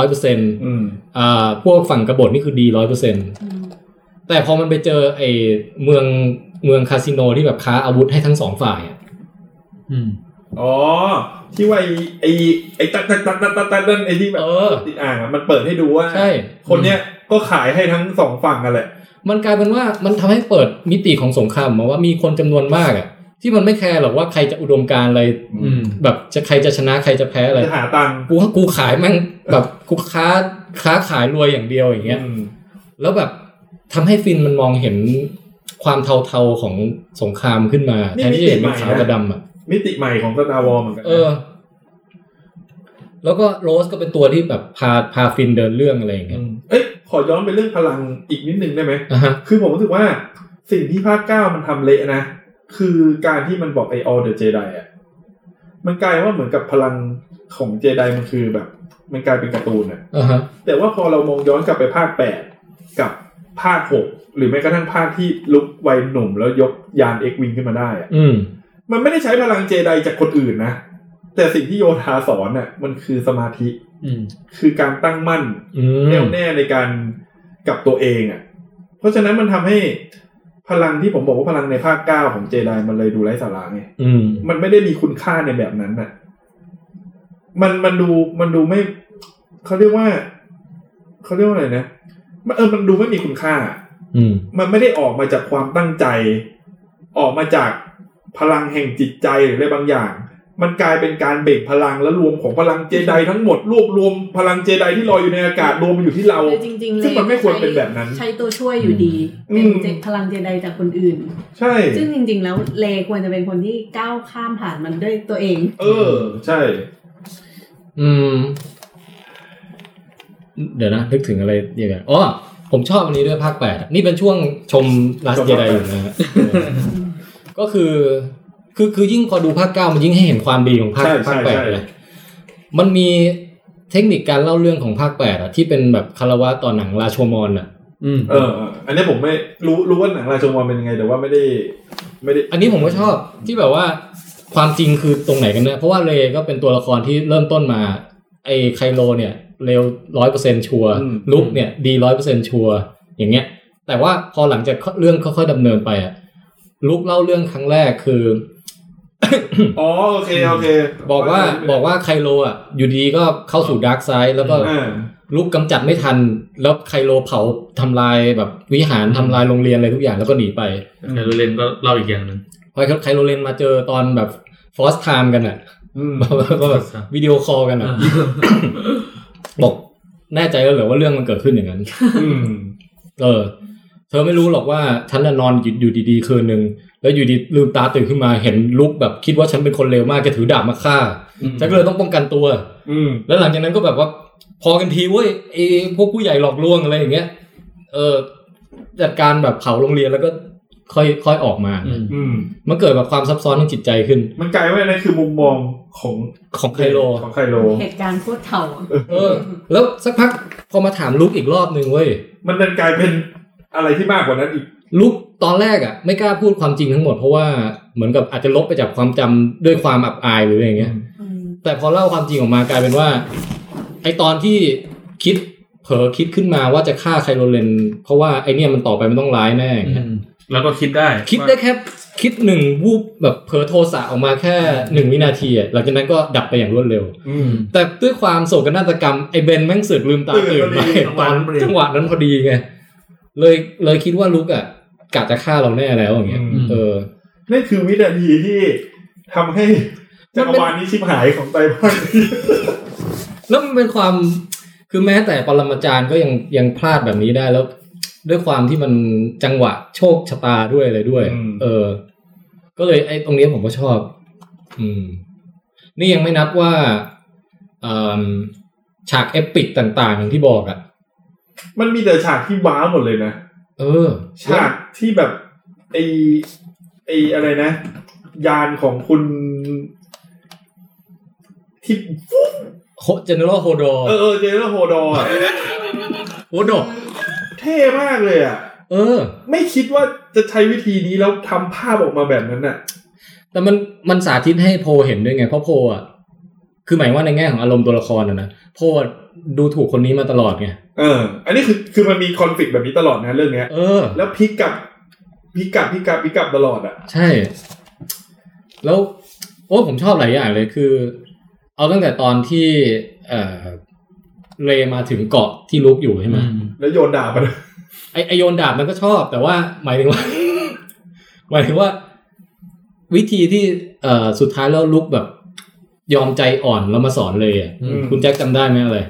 100% พวกฝั่งกบฏนี่คือดี 100% แต่พอมันไปเจอไอ้เมืองคาสิโนที่แบบค้าอาวุธให้ทั้งสองฝ่ายที่ว่าไอ้ตัดนั่นไอ้ที่แบบติดอ่างอ่ะมันเปิดให้ดูว่าคนเนี้ยก็ขายให้ทั้งสองฝั่งกันแหละมันกลายเป็นว่ามันทำให้เปิดมิติของสงครามมาว่ามีคนจำนวนมากอ่ะที่มันไม่แคร์หรอกว่าใครจะอุดมการณ์อะไรแบบใครจะชนะใครจะแพ้อะไรจะหาตังค์กูขายแม่งแบบกูค้าขายรวยอย่างเดียวอย่างเงี้ยแล้วแบบทำให้ฟินมันมองเห็นความเทาๆของสงครามขึ้นมาแทนที่จะเห็นเป็นขาวกับดำอ่ะมิติใหม่ของ Star Wars เหมือนกันแล้วก็โรสก็เป็นตัวที่แบบพาฟินเดินเรื่องอะไรอย่างเงี้ยขอย้อนไปเรื่องพลังอีกนิดนึงได้ไหมคือผมรู้สึกว่าสิ่งที่ภาค9มันทำเละนะคือการที่มันบอกไอ้ All the Jedi อ่ะมันกลายว่าเหมือนกับพลังของเจไดมันคือแบบมันกลายเป็นการ์ตูนอ่ะแต่ว่าพอเรามองย้อนกลับไปภาค8กับภาค6หรือแม้กระทั่งภาคที่ลุกวัยหนุ่มแล้วยกยาน X-Wing ขึ้นมาได้อ่ะมันไม่ได้ใช้พลังเจไดจากคนอื่นนะแต่สิ่งที่โยธาสอนน่ะมันคือสมาธิคือการตั้งมั่นแน่วแน่ในการกับตัวเองอ่ะเพราะฉะนั้นมันทำให้พลังที่ผมบอกว่าพลังในภาค9ของเจไดมันเลยดูไร้สาระไงมันไม่ได้มีคุณค่าในแบบนั้นน่ะมันดูไม่เขาเรียกว่าเขาเรียกว่าอะไรนะมันดูไม่มีคุณค่ามันไม่ได้ออกมาจากความตั้งใจออกมาจากพลังแห่งจิตใจหรืออะไรบางอย่างมันกลายเป็นการเบ่งพลังและรวมของพลังเจไดทั้งหมดรวบรวมพลังเจไดที่ลอยอยู่ในอากาศรวมมาอยู่ที่เราซึ่งมันไม่ควรเป็นแบบนั้นใช้ตัวช่วยอยู่ดีเป็นพลังเจไดจากคนอื่นใช่ซึ่งจริงๆแล้วเลควรจะเป็นคนที่ก้าวข้ามผ่านมันด้วยตัวเองใช่เดี๋ยวนะนึกถึงอะไรอย่างเงี้ยผมชอบอันนี้ด้วยภาค8นี่เป็นช่วงชม Last Jedi อยู่นะฮะก็คือยิ่งพอดูภาค9มันยิ่งให้เห็นความดีของภาค8เลยมันมีเทคนิคการเล่าเรื่องของภาค8อ่ะที่เป็นแบบคารวะต่อหนังราโชมอนอ่ะอันนี้ผมไม่รู้ว่าหนังราโชมอนเป็นยังไงแต่ว่าไม่ได้อันนี้ผมก็ชอบที่แบบว่าความจริงคือตรงไหนกันเนี่ยเพราะว่าเรก็เป็นตัวละครที่เริ่มต้นมาไอ้ไคโลเนี่ยเร็ว 100% ชัวร์ลุคเนี่ยดี 100% ชัวร์อย่างเงี้ยแต่ว่าพอหลังจากเรื่องค่อยๆดำเนินไปอ่ะลุคเล่าเรื่องครั้งแรกคือโอเคบอกว่าไคโลอ่ะอยู่ดีก็เข้าสู่ดาร์กไซด์แล้วก็ลุกกำจัดไม่ทันแล้วไคโลเผาทำลายแบบวิหารทำลายโรงเรียนอะไรทุกอย่างแล้วก็หนีไปไคโลเลนก็เล่าอีกอย่างนึงพอไคโลเลนมาเจอตอนแบบฟอสไทม์กันอ่ะก็แบบวิดีโอคอลกันอ่ะบอกแน่ใจแล้วเหรอว่าเรื่องมันเกิดขึ้นอย่างนั้นเธอไม่รู้หรอกว่าฉันนอนอยู่ดีๆคืนนึงแล้วอยู่ดีลืมตาตื่นขึ้นมาเห็นลุกแบบคิดว่าฉันเป็นคนเลวมากแกถือดาบมาฆ่าฉันก็เลยต้องป้องกันตัวแล้วหลังจากนั้นก็แบบว่าพอกันทีเว้ยไอ้พวกผู้ใหญ่หลอกลวงอะไรอย่างเงี้ยจัดการแบบเผาโรงเรียนแล้วก็ค่อยออกมามันเกิดแบบความซับซ้อนทางจิตใจขึ้นมันกลายว่านั่นคือมุมมองของไคโลเหตุการณ์โคตรเถ่าแล้วสักพักพอมาถามลุกอีกรอบนึงเว้ยมันดันกลายเป็นอะไรที่มากกว่านั้นอีกลุกตอนแรกอ่ะไม่กล้าพูดความจริงทั้งหมดเพราะว่าเหมือนกับอาจจะลบไปจากความจำด้วยความอับอายหรืออะไรอย่างเงี้ยแต่พอเล่าความจริงออกมากลายเป็นว่าไอตอนที่เผลอคิดขึ้นมาว่าจะฆ่าไคโลเลนเพราะว่าไอเนี่ยมันต่อไปมันต้องร้ายแน่อย่างเงี้ยแล้วก็คิดได้แค่คิด1วูบแบบเผลอโทสะออกมาแค่1วินาทีอ่ะหลังจากนั้นก็ดับไปอย่างรวดเร็วแต่ด้วยความโศกนาฏกรรมไอเบนแม่งสึกลืมตาตื่นไปตอนจังหวะนั้นพอดีไงเลยคิดว่าลุกอ่ะกะจะฆ่าเราแน่แล้วอย่างเงี้ยนั่นคือวินาทีที่ทำให้จักรวาลนี้ชิบหายของไตรภาคแล้วมันเป็นความคือแม้แต่ปรมาจารย์ก็ยังพลาดแบบนี้ได้แล้วด้วยความที่มันจังหวะโชคชะตาด้วยอะไรด้วยก็เลยไอ้ตรงนี้ผมก็ชอบนี่ยังไม่นับว่าฉากเอปิกต่างๆอย่างที่บอกอ่ะมันมีแต่ฉากที่ว้าวหมดเลยนะฉากที่แบบไออะไรนะยานของคุณที่ General Hodor General Hodor อ่ะ Hodor เท่มากเลยอ่ะไม่คิดว่าจะใช้วิธีนี้แล้วทำภาพออกมาแบบนั้นน่ะแต่มันสาธิตให้โพเห็นด้วยไงเพราะโพอ่ะคือหมายว่าในแง่ของอารมณ์ตัวละครนะโพดูถูกคนนี้มาตลอดไงอันนี้คือมันมีคอนฟลิกต์แบบนี้ตลอดนะเรื่องเนี้ยแล้วพลิกกลับตลอดอ่ะใช่แล้วผมชอบหลายอย่างเลยคือเอาตั้งแต่ตอนที่เรมาถึงเกาะที่ลุกอยู่ใช่ไหมแล้วโยนดาบไปไอโยนดาบมันก็ชอบแต่ว่าหมายถึงว่าวิธีที่สุดท้ายแล้วลุกแบบยอมใจอ่อนแล้วมาสอนเลยอ่ะคุณแจ็คจำได้ไหมอะไร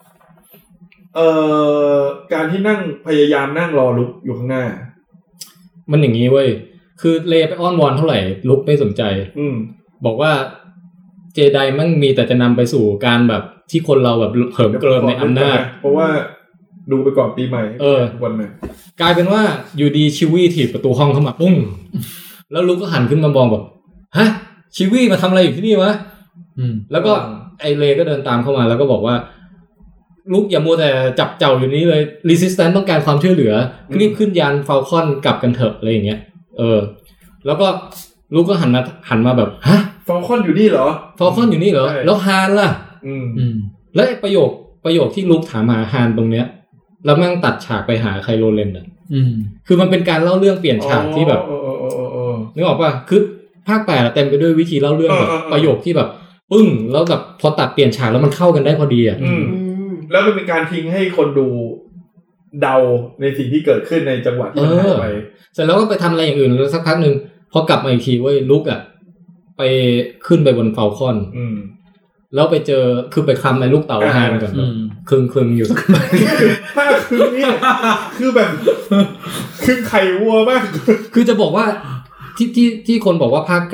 การที่พยายามนั่งรอลุกอยู่ข้างหน้ามันอย่างนี้เว้ยคือเลไปอ้อนวอนเท่าไหร่ลุกไม่สนใจบอกว่าเจไดมั่งมีแต่จะนำไปสู่การแบบที่คนเราแบบเหิมเกริมในอำนาจเพราะว่าดูไปก่อนปีใหม่วันนึงกลายเป็นว่าอยู่ดีชิวี่ถีบประตูห้องเข้ามาปุ้งแล้วลุกก็หันขึ้นมามองแบบฮะชิวี่มาทำอะไรอยู่ที่นี่วะแล้วก็ไอเลก็เดินตามเข้ามาแล้วก็บอกว่าลุกอย่ามัวแต่จับเจ้าอยู่นี้เลย Resistance ต้องการความช่วยเหลือรีบขึ้นยานฟอลคอนกลับกันเถอะอะไรอย่างเงี้ยแล้วก็ลุกก็หันมาแบบฮะฟอลคอนอยู่นี่เหรอฟอลคอนอยู่นี่เหรอแล้วฮานล่ะแล้วไอ้ประโยคที่ลุกถามหาฮานตรงเนี้ยแล้วแม่งตัดฉากไปหาไคโลเลนอ่ะคือมันเป็นการเล่าเรื่องเปลี่ยนฉากที่แบบนึกออกป่ะคือภาค8เต็มไปด้วยวิธีเล่าเรื่องแบบประโยคที่แบบปึ้งแล้วแบบพอตัดเปลี่ยนฉากแล้วมันเข้ากันได้พอดีอ่ะแล้วมันเป็นการทิ้งให้คนดูเดาในสิ่งที่เกิดขึ้นในจังหวะที่มันหายไปเสร็จแล้วก็ไปทำอะไรอย่างอื่นแล้วสักพักนึงพอกลับมาอีกทีเว้ยลุกไปขึ้นไปบนฟอลคอนแล้วไปเจอคือไปคลำไอ้ลูกเต่าหานกันคลึงอยู่สักพักถ้าคือเนี่ยคือแบบคือไข่วัวมากคือจะบอกว่าที่คนบอกว่าภาค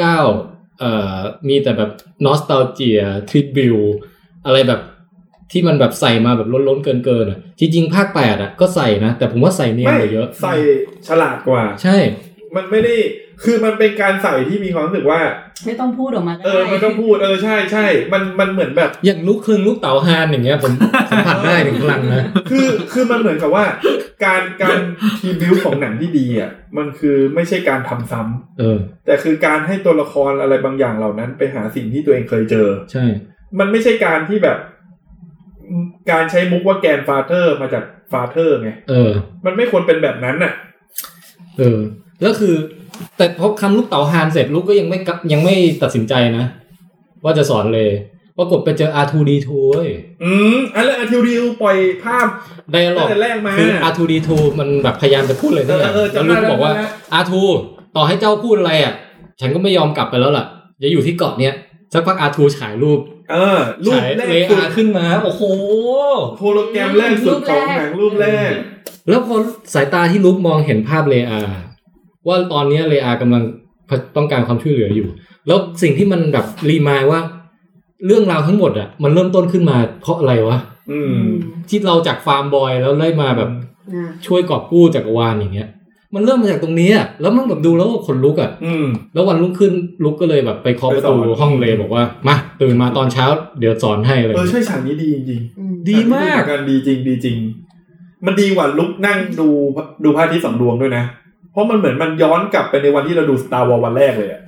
9มีแต่แบบนอสตาลเจียทริบิวอะไรแบบที่มันแบบใส่มาแบบล้นๆเกินอ่ะจริงๆภาค8อ่ะก็ใส่นะแต่ผมว่าใส่เนียนกว่าเยอะใส่ฉลาดกว่าใช่มันไม่ได้คือมันเป็นการใส่ที่มีความรู้สึกว่าไม่ต้องพูดออกมาก็ได้ไม่ต้องพูดใช่มันเหมือนแบบอย่างลูกครึ่งลูกเต๋าฮานอย่างเงี้ยผมสัมผัสได้ถึงพลังนะคือมันเหมือนกับว่าการทีบิวของหนังที่ดีอ่ะมันคือไม่ใช่การทำซ้ำแต่คือการให้ตัวละครอะไรบางอย่างเหล่านั้นไปหาสิ่งที่ตัวเองเคยเจอใช่มันไม่ใช่การที่แบบการใช้มุกว่าแกนฟาเธอร์มาจากฟาเธอร์ไงมันไม่ควรเป็นแบบนั้นน่ะแล้วคือแต่พอคำลูกเต๋าฮานเสร็จลูกก็ยังไม่ตัดสินใจนะว่าจะสอนเลยปรากฏไปเจอ R2D2 เว้ยแล้ว R2D2 ปล่อยภาพไดอะล็อกแรกมาคือ R2D2 มันแบบพยายามจะพูดเลยเนี่ยแล้วลูกบอกว่า R2 ต่อให้เจ้าพูดอะไรอ่ะฉันก็ไม่ยอมกลับไปแล้วล่ะจะอยู่ที่เกาะเนี้ยสักพัก R2 ฉายรูปรูปแรกขึ้นมาโอ้โหโฮโลแกรมแรกสุดของหนังรูปแรกแล้วพอสายตาที่ลูกมองเห็นภาพเลอาว่าตอนนี้เลอากำลังต้องการความช่วยเหลืออยู่แล้วสิ่งที่มันแบบรีมายว่าเรื่องราวทั้งหมดอ่ะมันเริ่มต้นขึ้นมาเพราะอะไรวะที่เราจากฟาร์มบอยแล้วได้มาแบบช่วยกอบกู้จักรวาลอย่างเงี้ยมันเริ่มมาจากตรงนี้อ่ะแล้วมันแบบดูแล้วขนลุกอ่ะแล้ววันรุ่งขึ้นลุกก็เลยแบบไปเคาะประตูห้องเลบอกว่ามาตื่นมาตอนเช้าเดี๋ยวสอนให้เลยใช่ฉากนี้ดีจริงดีมากกันดีจริงมันดีกว่าลุกนั่งดูพระอาทิตย์2 ดวงด้วยนะเพราะมันเหมือนมันย้อนกลับไปในวันที่เราดู Star Wars วันแรกเลยอ่ะ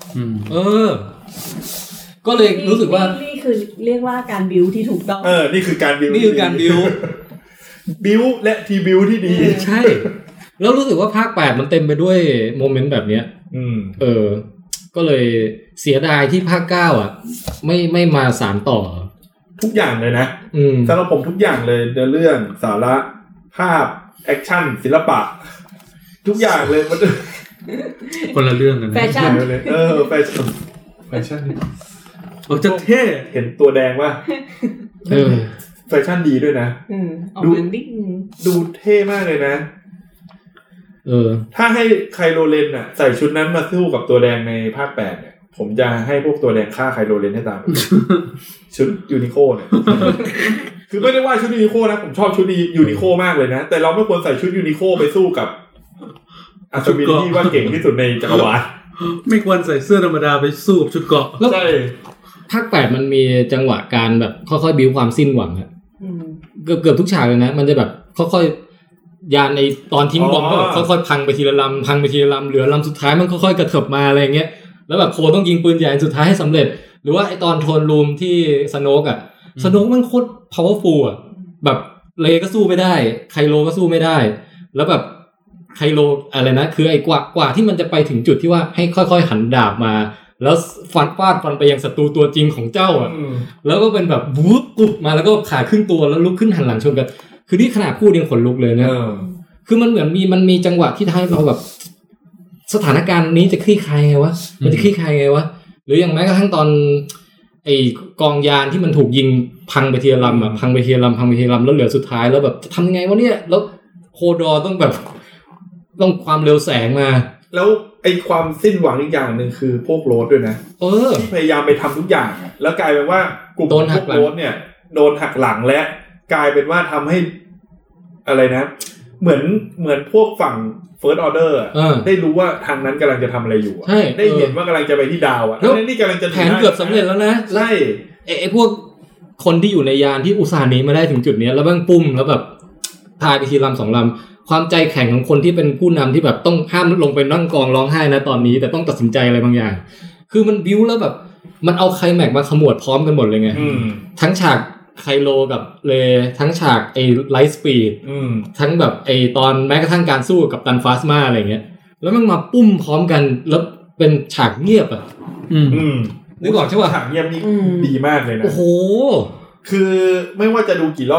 ก็เลยรู้สึกว่านี่คือเรียกว่าการบิวที่ถูกต้องนี่คือการบิวนี่คือการบิวบิวและทีบิวที่ดีใช่แล้วรู้สึกว่าภาค8มันเต็มไปด้วยโมเมนต์แบบเนี้ยก็เลยเสียดายที่ภาค9อ่ะไม่มาสานต่อทุกอย่างเลยนะสำหรับผมทุกอย่างเลยเรื่องสาระภาพแอคชั่นศิลปะทุกอย่างเลยมันคนละเรื่องกันแฟชั่นแฟชั่นจะเท่เห็นตัวแดงว่าแฟชั่นดีด้วยนะดูเท่มากเลยนะถ้าให้ไคโรเลนน่ะใส่ชุดนั้นมาสู้กับตัวแดงในภาค8เนี่ยผมจะให้พวกตัวแดงฆ่าไคโรเลนให้ตามชุดยูนิโคเนี่ยคือไม่ได้ว่าชุดยูนิโคนะผมชอบชุดยูนิโคมากเลยนะแต่เราไม่ควรใส่ชุดยูนิโคไปสู้กับอัศวินที่ว่าเก่งที่สุดในจักรวาลไม่ควรใส่เสื้อธรรมดาไปสู้กับชุดเกราะใช่ภาค8มันมีจังหวะการแบบค่อยๆบิ้วความสิ้นหวังอะเกือบทุกฉากเลยนะมันจะแบบค่อยๆยานในตอนทิ้งบอมก็แบบค่อยๆพังไปทีละลำเหลือลำสุดท้ายมันค่อยๆกระเถิบมาอะไรอย่างเงี้ยแล้วแบบโคต้องยิงปืนใหญ่สุดท้ายให้สำเร็จหรือว่าไอตอนโทนรูมที่สโนกมันโคตร powerful อ่ะแบบเลก็สู้ไม่ได้ไคโลก็สู้ไม่ได้แล้วแบบไคโลอะไรนะคือไอ้กว่าที่มันจะไปถึงจุดที่ว่าให้ค่อยๆหันดาบมาแล้วฟันไปยังศัตรูตัวจริงของเจ้าอ่ะแล้วก็เป็นแบบวูบปุ๊บมาแล้วก็ขาครึ่งตัวแล้วลุกขึ้นหันหลังชนกันคือนี่ขนาดพูดยังขนลุกเลยเนี่ยคือมันเหมือนมันมีจังหวะที่ทำให้เราแบบสถานการณ์นี้จะคลี่คลายไงวะมันจะคลี่คลายไงวะหรืออย่างแม้กระทั่งตอนไอ้กองยานที่มันถูกยิงพังไปทีละลำอ่ะพังไปทีละลำแล้วเหลือสุดท้ายแล้วแบบจะทำยังไงวะเนี่ยแล้วโคดอต้องแบบต้องความเร็วแสงมาแล้วไอ้ความสิ้นหวังอีกอย่างนึงคือพวกโรดด้วยนะที่พยายามไปทำทุกอย่างแล้วกลายเป็นว่ากลุ่มพวกโรดเนี่ยโดนหักหลังและกลายเป็นว่าทำให้อะไรนะเหมือนพวกฝั่ง First Order ได้รู้ว่าทางนั้นกำลังจะทำอะไรอยู่ได้เห็นว่ากำลังจะไปที่ดาวอ่ะแล้วนี่กำลังจะแผนเกือบสำเร็จแล้วนะใช่ไอ้พวกคนที่อยู่ในยานที่อุตส่าห์หนีมาได้ถึงจุดนี้แล้วบ้างปุ้มแล้วแบบพาไปทีลำ2 ลำความใจแข็งของคนที่เป็นผู้นำที่แบบต้องห้ามลงไปนั่งกองร้องไห้นะตอนนี้แต่ต้องตัดสินใจอะไรบางอย่างคือมันบิ้วแล้วแบบมันเอาไคลแม็กซ์มาขมวดพร้อมกันหมดเลยไงทั้งฉากไคโลกับเลทั้งฉากไอ้ไลท์สปีดทั้งแบบไอ้ตอนแม้กระทั่งการสู้กับตันฟาสมาอะไรเงี้ยแล้วมันมาปุ้มพร้อมกันแล้วเป็นฉากเงียบอ่ะนึกออกใช่ป่ะฉากเงียบนี่ดีมากเลยนะโอ้โหคือไม่ว่าจะดูกี่รอบ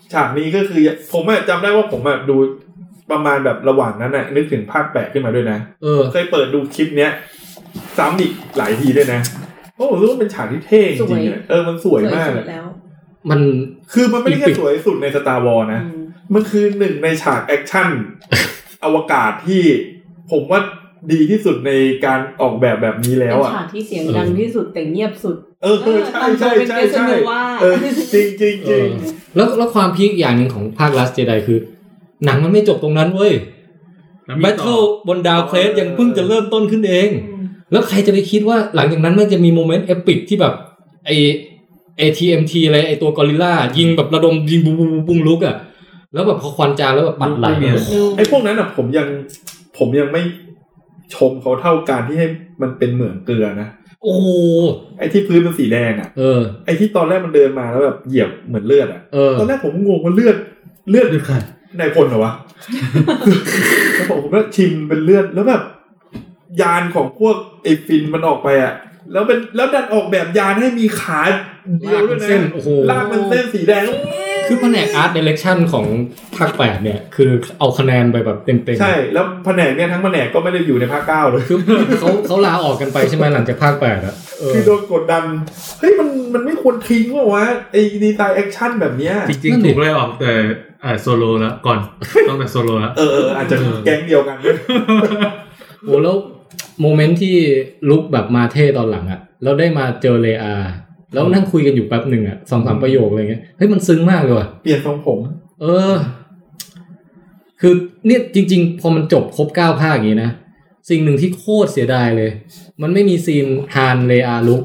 ฉากนี้ก็คือผมจำได้ว่าผมดูประมาณแบบระหว่างนั้นน่ะนึกถึงภาค8ขึ้นมาด้วยนะเคยเปิดดูคลิปเนี้ยซ้ำอีกหลายทีด้วยนะเพราะผมรู้ว่าเป็นฉากที่เท่จริงๆมันสวยมากแล้วมันไม่ได้แค่สวยสุดใน Star Wars นะมันคือหนึ่งในฉากแอคชั่นอวกาศที่ผมว่าดีที่สุดในการออกแบบนี้แล้วอ่ะฉากที่เสียงดังที่สุดแต่เงียบสุดใช่จริงแล้วความพีคอย่างนึงของภาค Last Jedi คือหนังมันไม่จบตรงนั้นเว้ยแบทเทิลบนดาวเครสยังเพิ่งจะเริ่มต้นขึ้นเองแล้วใครจะไปคิดว่าหลังจากนั้นมันจะมีโมเมนต์เอปิกที่แบบไอ้ ATMT อะไรไอ้ตัวกอริลลายิงแบบระดมยิงบุ้งลุกอ่ะแล้วแบบพอควันจางแล้วแบบปัดไหลไอ้พวกนั้นอ่ะผมยังไม่ชมเขาเท่าการที่ให้มันเป็นเหมืองเกลือนะโอ้ไอ้ที่พื้นมันสีแดงอ่ะไอ้ที่ตอนแรกมันเดินมาแล้วแบบเหยียบเหมือนเลือดอ่ะตอนแรกผมงงว่าเลือดใครนายพลเหรอวะแล้วผมก็ชิมเป็นเลือดแล้วแบบยานของพวกไอ้ฟินมันออกไปอ่ะแล้วดันออกแบบยานให้มีขาเดียวด้วยนะลากมันเส้นสีแดงคือแผนกอาร์ตไดเรคชั่นของภาค8เนี่ยคือเอาคะแนนไปแบบเต็มๆใช่แล้วแผนกเนี่ยทั้งแผนกก็ไม่ได้อยู่ในภาค9เลยคือเขาลาออกกันไปใช่ไหมหลังจากภาค8อ่ะคือโดนกดดันเฮ้ยมันไม่ควรทิ้งวะไอ้ดีไซน์แอคชั่นแบบเนี้ยจริงๆถูกเลยออกแต่โซโลแล้วก่อนต้องแต่โซโลแล้วอาจจะแก๊งเดียวกันด้วยโอ้แล้วโมเมนต์ที่ลุกแบบมาเท่ตอนหลังอ่ะแล้วได้มาเจอเลอาแล้วนั่งคุยกันอยู่แป๊บนึงอ่ะ 2-3 ประโยคอะไรเงี้ยเฮ้ยมันซึ้งมากเลยว่ะเปลี่ยนทรงผมคือเนี่ยจริงๆพอมันจบครบ9ภาคอย่างงี้นะสิ่งหนึ่งที่โคตรเสียดายเลยมันไม่มีซีนฮานเลอาลุก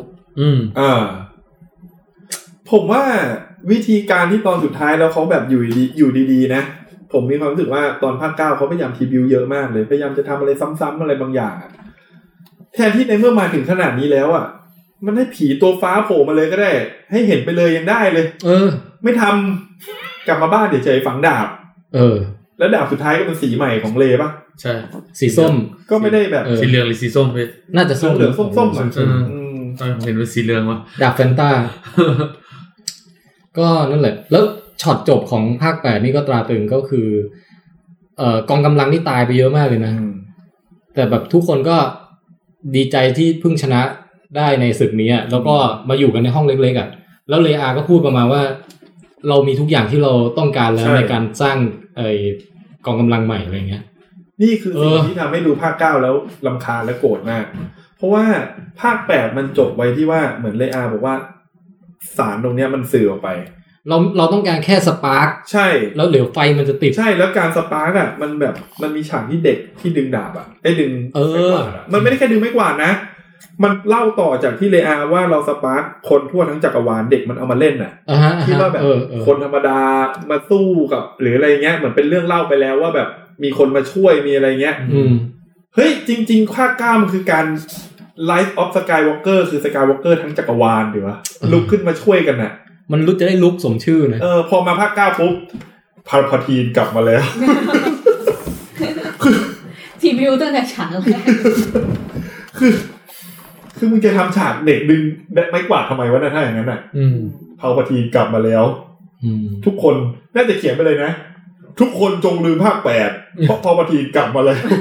ผมว่าวิธีการที่ตอนสุดท้ายแล้วเขาแบบอยู่ดีๆนะผมมีความรู้สึกว่าตอนภาค9เขาพยายามทีบิวเยอะมากเลยพยายามจะทำอะไรซ้ำๆอะไรบางอย่างแทนที่ในเมื่อมาถึงขนาดนี้แล้วอ่ะมันให้ผีตัวฟ้าโผล่มาเลยก็ได้ให้เห็นไปเลยยังได้เลยไม่ทำกลับมาบ้านเดี๋ยวเฉยฝังดาบแล้วดาบสุดท้ายก็เป็นสีใหม่ของเลป่ะใช่สีส้มก็ไม่ได้แบบสีเหลืองหรือสีส้มพี่น่าจะส้มเหลืองส้มๆเห็นว่าสีเหลืองวะดาบแฟนต้าก็นั่นแหละแล้วช็อตจบของภาค8นี่ก็ตราตรึงก็คือกองกำลังที่ตายไปเยอะมากเลยนะแต่แบบทุกคนก็ดีใจที่เพิ่งชนะได้ในศึกนี้แล้วก็มาอยู่กันในห้องเล็กๆอ่ะแล้วเลอาก็พูดประมาณว่าเรามีทุกอย่างที่เราต้องการแล้วในการสร้างกองกำลังใหม่อะไรเงี้ยนี่คือสิ่งที่ทำให้ดูภาค9แล้วรำคาญและโกรธมากเพราะว่าภาค8มันจบไว้ที่ว่าเหมือนเลอาบอกว่าสารตรงเนี้ยมันสื่อออกไปเราต้องการแค่สปาร์คใช่แล้วเหลวไฟมันจะติดใช่แล้วการสปาร์คอ่ะมันแบบมันมีฉากที่เด็กที่ดึงดาบอ่ะดึงมันไม่ได้แค่ดึงไม้กวาดนะมันเล่าต่อจากที่เลอาว่าเราสปาร์คคนทั่วทั้งจักรวาลเด็กมันเอามาเล่นน่ะที่ว่าแบบคนธรรมดามาสู้กับหรืออะไรเงี้ยเหมือนเป็นเรื่องเล่าไปแล้วว่าแบบมีคนมาช่วยมีอะไรเงี้ยเฮ้ยจริงๆภาค9มันคือการ Life of Skywalker คือ Skywalker ทั้งจักรวาลดิวะลุกขึ้นมาช่วยกันน่ะมันรู้จะได้ลุกสมชื่อนะพอมาภาค9ปุ๊บพาลพาทีนกลับมาแล้วทีวิวตั้งแต่ฉากแรกคือมึงจะทำฉากเด็กดึงไม่กวาดทำไมวะนะถ้าอย่างนั้นน่ะพาลพาทีนกลับมาแล้วทุกคนน่าจะเขียนไปเลยนะทุกคนจงลืมภาค8เพราะพาลพาทีนกลับมาแล้ว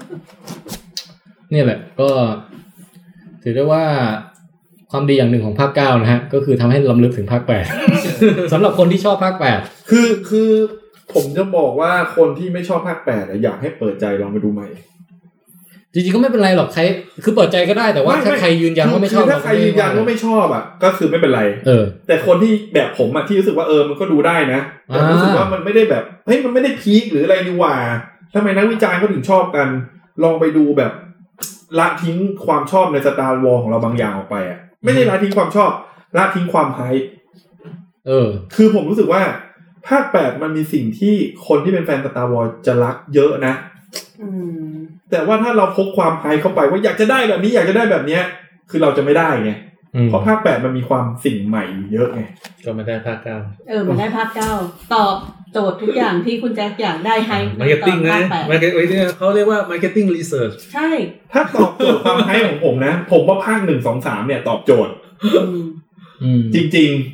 นี่แหละก็ถือได้ว่าความดีอย่างหนึ่งของภาค9นะฮะก็คือทำให้รำลึกถึงภาค8 สำหรับคนที่ชอบภาค8 คือผมจะบอกว่าคนที่ไม่ชอบภาค8อยากให้เปิดใจลองไปดูใหม่จริงๆก็ไม่เป็นไรหรอกใครคือเปิดใจก็ได้แต่ว่าถ้าใครยืนยันว่าไม่ชอบถ้าใครยืนยันว่าไม่ชอบอ่ะก็คือไม่เป็นไรแต่คนที่แบบผมอ่ะที่รู้สึกว่ามันก็ดูได้นะแต่รู้สึกว่ามันไม่ได้แบบเฮ้ยมันไม่ได้พีคหรืออะไรนี่หว่าทำไมนักวิจารณ์เขาถึงชอบกันลองไปดูแบบละทิ้งความชอบใน Star Wars ของเราบางอย่างออกไปอ่ะไม่ได้ละทิ้งความชอบละทิ้งความไฮป์คือผมรู้สึกว่าภาค8มันมีสิ่งที่คนที่เป็นแฟน Star Wars จะรักเยอะนะแต่ว่าถ้าเราพกความไฮป์เข้าไปว่าอยากจะได้แบบนี้อยากจะได้แบบเนี้ยคือเราจะไม่ได้ไงเพราะภาค8มันมีความสิ่งใหม่เยอะไงก็ไม่ได้ภาค9 มันได้ภาค9ตอบโจทย์ทุกอย่างที่คุณแจ็คอยากได้ไฮป์มาร์เก็ตติ้งนะมาร์เก็ตติ้งเขาเรียกว่ามาร์เก็ตติ้งรีเสิร์ชใช่ถ้าตอบโจทย์ความไฮป์ของผมนะผมว่าภาค1 2 3เนี่ยตอบโจทย์จริง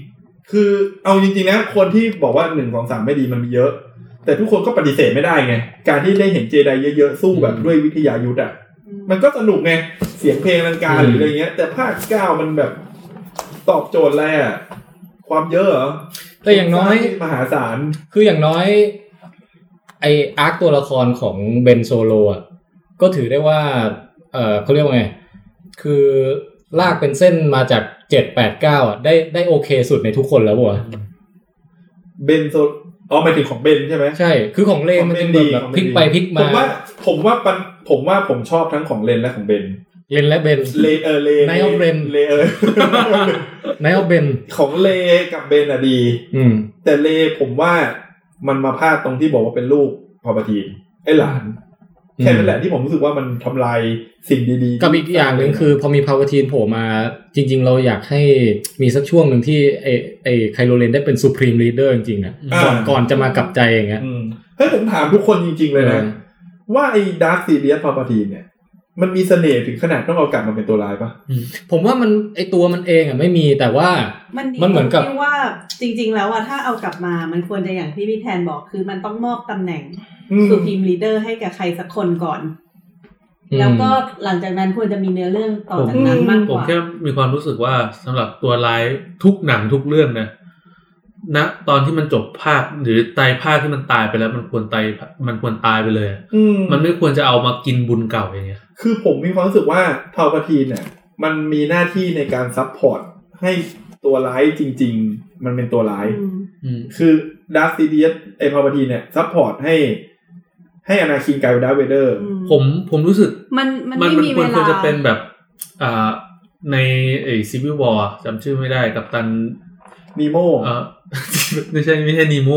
คือเอาจริงๆนะคนที่บอกว่า1 2 3ไม่ดีมันมีเยอะแต่ทุกคนก็ปฏิเสธไม่ได้ไงการที่ได้เห็นเจไดเยอะๆสู้แบบด้วยวิทยายุทธ์อ่ะมันก็สนุกไงเสียงเพลงลังการหรืออะไรเงี้ยแต่ภาค9มันแบบตอบโจทย์อะไรอ่ะความเยอะเหรอแต่อย่างน้อยมหาศาลคืออย่างน้อยไออาร์คตัวละครของเบนโซโลอ่ะก็ถือได้ว่าเขาเรียกว่าไงคือลากเป็นเส้นมาจาก7 8 9อ่ะได้โอเคสุดในทุกคนแล้วว่ะเบนโซหมายถึงของเบนใช่ไหมใช่คือของเลนมันจะแบบพลิกไปพลิกมาผมว่าผมชอบทั้งของเลนและของเบนเลนและเบนเลไนออฟเบนไนออฟเบนของเลกับเบนอ่ะดีแต่เลผมว่ามันมาพลาดตรงที่บอกว่าเป็นลูกพอปทีนไอ้หลานแค่นั้นแหละที่ผมรู้สึกว่ามันทำลายสิ่งดีๆกับอีกอย่างนึงคือพอมีพาวเวอร์ทีนโผล่มาจริงๆเราอยากให้มีสักช่วงนึงที่ไอไคโลเรนได้เป็นซูพรีมลีดเดอร์จริงๆอ่ะก่อนจะมากลับใจอย่างเงี้ยเฮ้ยผมถามทุกคนจริงๆเลยนะว่าไอ้ดาร์คซีเรียสพาวเวอร์ทีนเนี่ยมันมีเสน่ห์ถึงขนาดต้องเอากลับมาเป็นตัวร้ายป่ะผมว่ามันไอตัวมันเองอ่ะไม่มีแต่ว่ามันเหมือนกับที่ว่าจริงๆแล้วอ่ะถ้าเอากลับมามันควรจะอย่างที่พี่แทนบอกคือมันต้องมอบตำแหน่งซูพรีมลีดเดอร์ให้กับใครสักคนก่อนแล้วก็หลังจากนั้นควรจะมีเนื้อเรื่องต่อจากนั้นมากกว่าผมแค่มีความรู้สึกว่าสำหรับตัวร้ายทุกหนังทุกเรื่องนะตอนที่มันจบภาคหรือไตรภาคที่มันตายไปแล้วมันควรตายไปเลยมันไม่ควรจะเอามากินบุญเก่าอย่างเงี้ยคือผมมีความรู้สึกว่าพาวเวอร์ทีนเนี่ยมันมีหน้าที่ในการซัพพอร์ตให้ตัวร้ายจริงๆมันเป็นตัวร้ายคือดาร์คซีเดียสไอ้พาวเวอร์ทีนเนี่ยซัพพอร์ตให้อนาคินกลายเป็นดาร์ธเวเดอร์ผมรู้สึกมันควรจะเป็นแบบในไอ้ซีวิลวอร์จำชื่อไม่ได้กัปตันนีโม่ไม่ใช่นีโม่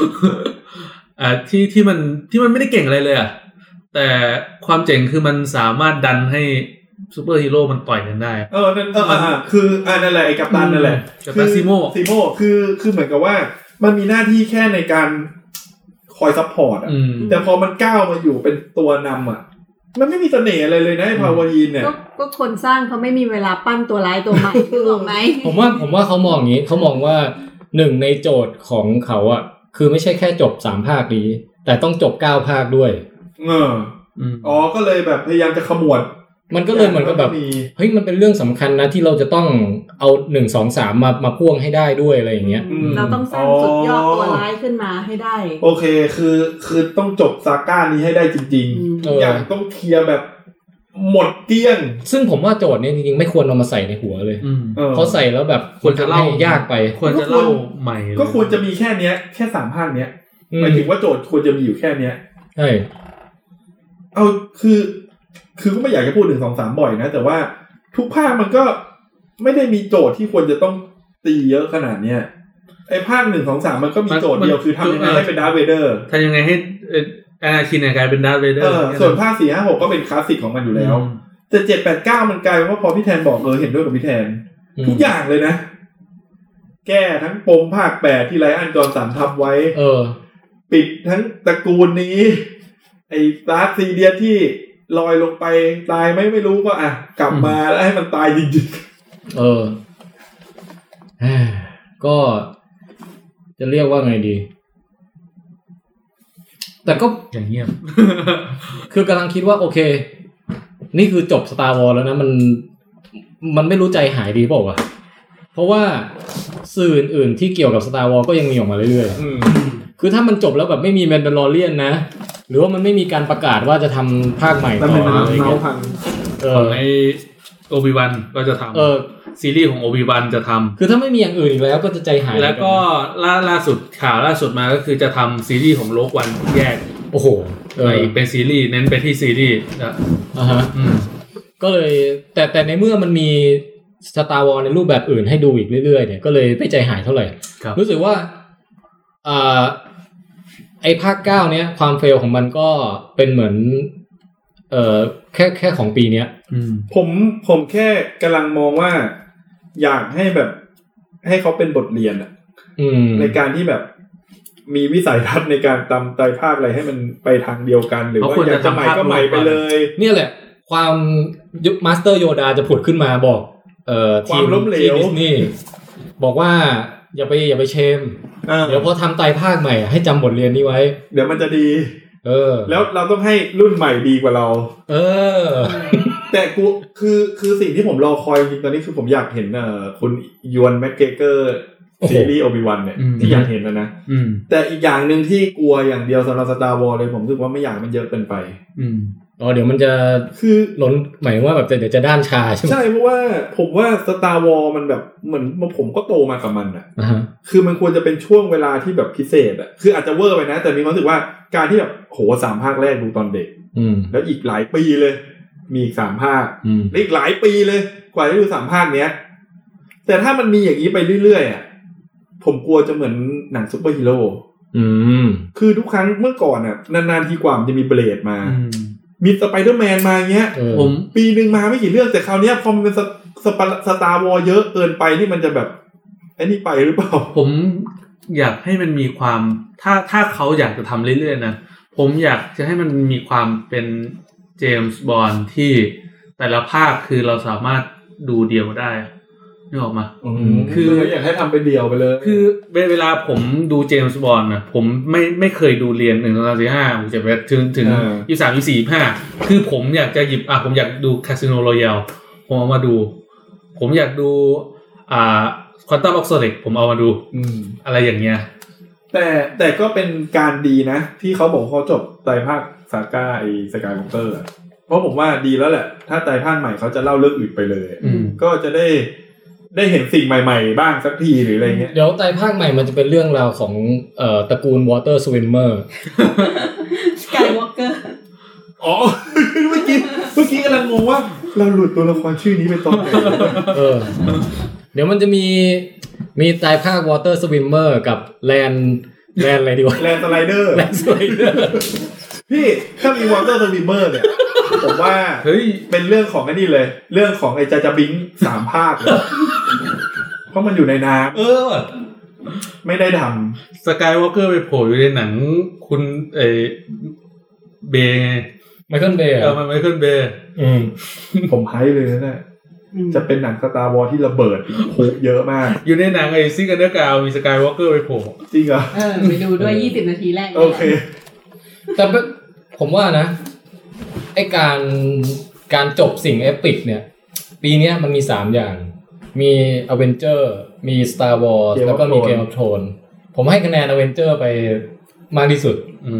ที่มันไม่ได้เก่งอะไรเลยอ่ะแต่ความเจ๋งคือมันสามารถดันให้ซูเปอร์ฮีโร่มันต่อยกันได้นั่นคือนั่นแหละไอ้กัปตันนั่นแหละกัปตันซีโม่คือเหมือนกับว่ามันมีหน้าที่แค่ในการคอยซัพพอร์ตแต่พอมันก้าวมาอยู่เป็นตัวนำอ่ะมันไม่มีเสน่ห์อะไรเลยนะไอ้พาวเวอร์ทีนเนี่ยก็คนสร้างเขาไม่มีเวลาปั้นตัวร้ายตัวใหม่คือหรอไหมผมว่าเขามองอย่างนี้เขามองว่าหนึ่งในโจทย์ของเขาอ่ะคือไม่ใช่แค่จบ3ภาคนี้แต่ต้องจบ9ภาคด้วยก็เลยแบบพยายามจะขมวดมันก็เลยเหมือนกับแบบเฮ้ยมันเป็นเรื่องสำคัญนะที่เราจะต้องเอา1 2 3มาพ่วงให้ได้ด้วยอะไรอย่างเงี้ยเราต้องสร้างสุดยอดตัวร้ายขึ้นมาให้ได้โอเคคือต้องจบซาก้านี้ให้ได้จริงๆอย่างต้องเคลียร์แบบหมดเกลี้ยงซึ่งผมว่าโจทย์นี้จริงๆไม่ควรเอามาใส่ในหัวเลยเขาใส่แล้วแบบควรจะเล่ายากไปควรจะเล่าใหม่ก็ควรจะมีแค่เนี้ยแค่3ภาคเนี้ยหมายถึงว่าโจทย์ควรจะมีอยู่แค่เนี้ยใช่เอาคือก็ไม่อยากจะพูด1 2 3บ่อยนะแต่ว่าทุกภาคมันก็ไม่ได้มีโจทย์ที่ควรจะต้องตีเยอะขนาดเนี้ยไอ้ภาค1 2 3มันก็มีโจทย์เดียวคือทำยังไงให้เป็นดาร์ธเวเดอร์ทำยังไงให้อนาคินกลายเป็นดาร์ธเวเดอร์ส่วนภาค4 5 6ก็เป็นคลาสสิกของมันอยู่แล้วแต่7 8 9มันกลายเป็นว่าพอพี่แทนบอกเห็นด้วยกับพี่แทนทุกอย่างเลยนะแก้ทั้งปมภาค8ที่ไรอันจอร์สันทำไว้ปิดทั้งตระกูลนี้ไอ้ดาร์คซีเดียที่ลอยลงไปตายไม่รู้ก็กลับมาแล้วให้มันตายจริงๆก็จะเรียกว่าไงดีแต่ก็อย่างเงียบคือกำลังคิดว่าโอเคนี่คือจบ Star Wars แล้วนะมันไม่รู้ใจหายดีเปล่าวะเพราะว่าสื่ออื่นๆที่เกี่ยวกับ Star Wars ก็ยังมีออกมาเรื่อยๆคือถ้ามันจบแล้วแบบไม่มี Mandalorian นะหรือว่ามันไม่มีการประกาศว่าจะทำภาคใหม่ต่ออะไรอย่างเงี้ยในโอบิวันก็จะทำซีรีส์ของโอบิวันจะทำคือถ้าไม่มีอย่างอื่นอีกแล้วก็จะใจหายแล้วก็ล่าสุดข่าวล่าสุดมาก็คือจะทำซีรีส์ของโลกวันแยกโอ้โหเป็นซีรีส์เน้นไปที่ซีรีส์นะก็เลยแต่ในเมื่อมันมี Star Wars ในรูปแบบอื่นให้ดูอีกเรื่อยๆเนี่ยก็เลยไม่ใจหายเท่าไหร่รู้สึกว่าไอ้ภาค9เนี้ยความเฟลของมันก็เป็นเหมือนแค่ของปีเนี้ยผมแค่กำลังมองว่าอยากให้แบบให้เขาเป็นบทเรียนอ่ะในการที่แบบมีวิสัยทัศน์ในการตำไตรภาคอะไรให้มันไปทางเดียวกันหรือว่าอยากจะใหม่ก็ใหม่ไปเลยเนี่ยแหละความมาสเตอร์โยดาจะผุดขึ้นมาบอกความล้มเหลวนี่บอกว่าอย่าไปเชมเดี๋ยวพอทำไตรภาคใหม่ให้จำบทเรียนนี้ไว้เดี๋ยวมันจะดีแล้วเราต้องให้รุ่นใหม่ดีกว่าเราแต่กูคือสิ่งที่ผมรอคอยจริงตอนนี้คือผมอยากเห็นคุณยวนแม็กเกเกอร์ซีรีส์โอบิวันเนี่ยที่อยากเห็นนะแต่อีกอย่างนึงที่กลัวอย่างเดียวสำหรับ Star Wars เลยผมรู้สึกว่าไม่อยากมันเยอะเกินไปเดี๋ยวมันจะคือล้นหมายว่าแบบเดี๋ยวจะด้านชาใช่ไหมใช่เพราะว่าผมว่า Star Wars มันแบบเหมือนผมก็โตมากับมันอ่ะคือมันควรจะเป็นช่วงเวลาที่แบบพิเศษอ่ะคืออาจจะเวอร์ไปนะแต่มีความรู้สึกว่าการที่แบบโห3ภาคแรกดูตอนเด็กแล้วอีกหลายปีเลยมีอีก3ภาคอีกหลายปีเลยกว่าจะดู3ภาคเนี้ยแต่ถ้ามันมีอย่างนี้ไปเรื่อยๆอ่ะผมกลัวจะเหมือนหนังซุปเปอร์ฮีโร่คือทุกครั้งเมื่อก่อนอ่ะนานๆทีกว่ามันจะมีเบลดมามีสไปเดอร์แมนมาเงี้ยผมปีนึงมาไม่กี่เรื่องแต่คราวนี้พอมันเป็นสตาร์วอร์เยอะเกินไปนี่มันจะแบบไอ้นี่ไปหรือเปล่าผมอยากให้มันมีความถ้าเขาอยากจะทำเรื่อยๆนะผมอยากจะให้มันมีความเป็นเจมส์บอนด์ที่แต่ละภาคคือเราสามารถดูเดียวได้นึกออกมาคืออยากให้ทำเป็นเดียวไปเลยคือเวลาผมดูเจมส์บอนด์นะผมไม่เคยดูเรียน1 2 3 4 5ผมจะไปถึง23 24 25คือผมอยากจะหยิบผมอยากดูคาสิโนรอยัลผมเอามาดูผมอยากดูควอนตัมออกซอเด็กผมเอามาดูอะไรอย่างเงี้ยแต่ก็เป็นการดีนะที่เขาบอกเขาจบไตรภาคซาก้าไอ้สกายวอล์กเกอร์เพราะผมว่าดีแล้วแหละถ้าไตรภาคใหม่เขาจะเล่าเรื่องอื่นไปเลยก็จะได้เห็นสิ่งใหม่ๆบ้างสักทีหรืออะไรเงี้ยเดี๋ยวไตรภาคใหม่มันจะเป็นเรื่องราวของตระกูลวอเตอร์สวิมเมอร์สกายวอล์กเกอร์เมื่อกี้กำลังงงว่าเราหลุดตัวละครชื่อนี้ไปตอนไหนเดี๋ยวมันจะมีไตรภาควอเตอร์สวิมเมอร์กับแลนอะไรดีวะแลนสไลเดอร์พี่ถ้ามีวอเตอร์สวิมเมอร์เนี่ยผมว่าเป็นเรื่องของไอ้นี่เลยเรื่องของไอ้จาบิง3ภาคเลยเพราะมันอยู่ในน้ำไม่ได้ทำสกายวอล์กเกอร์ไปโผล่อยู่ในหนังคุณเบย์ไมเคิลเบย์ไมเคิลเบย์ผมไฮเลยนะจะเป็นหนัง Star Wars ที่ระเบิดคุกเยอะมากอยู่ในหนังไอ้ซิกอันเดอร์กราวมีสกายวอล์กเกอร์ไปโผล่จริงเหรอไปดูด้วย20 นาทีแรกโอเคแต่ผมว่านะไอ้การจบสิ่งเอปิกเนี่ยปีนี้มันมี3อย่างมี Avenger มี Star Wars แล้วก็มี Game of Thrones ผมให้คะแนน Avenger ไปมากที่สุด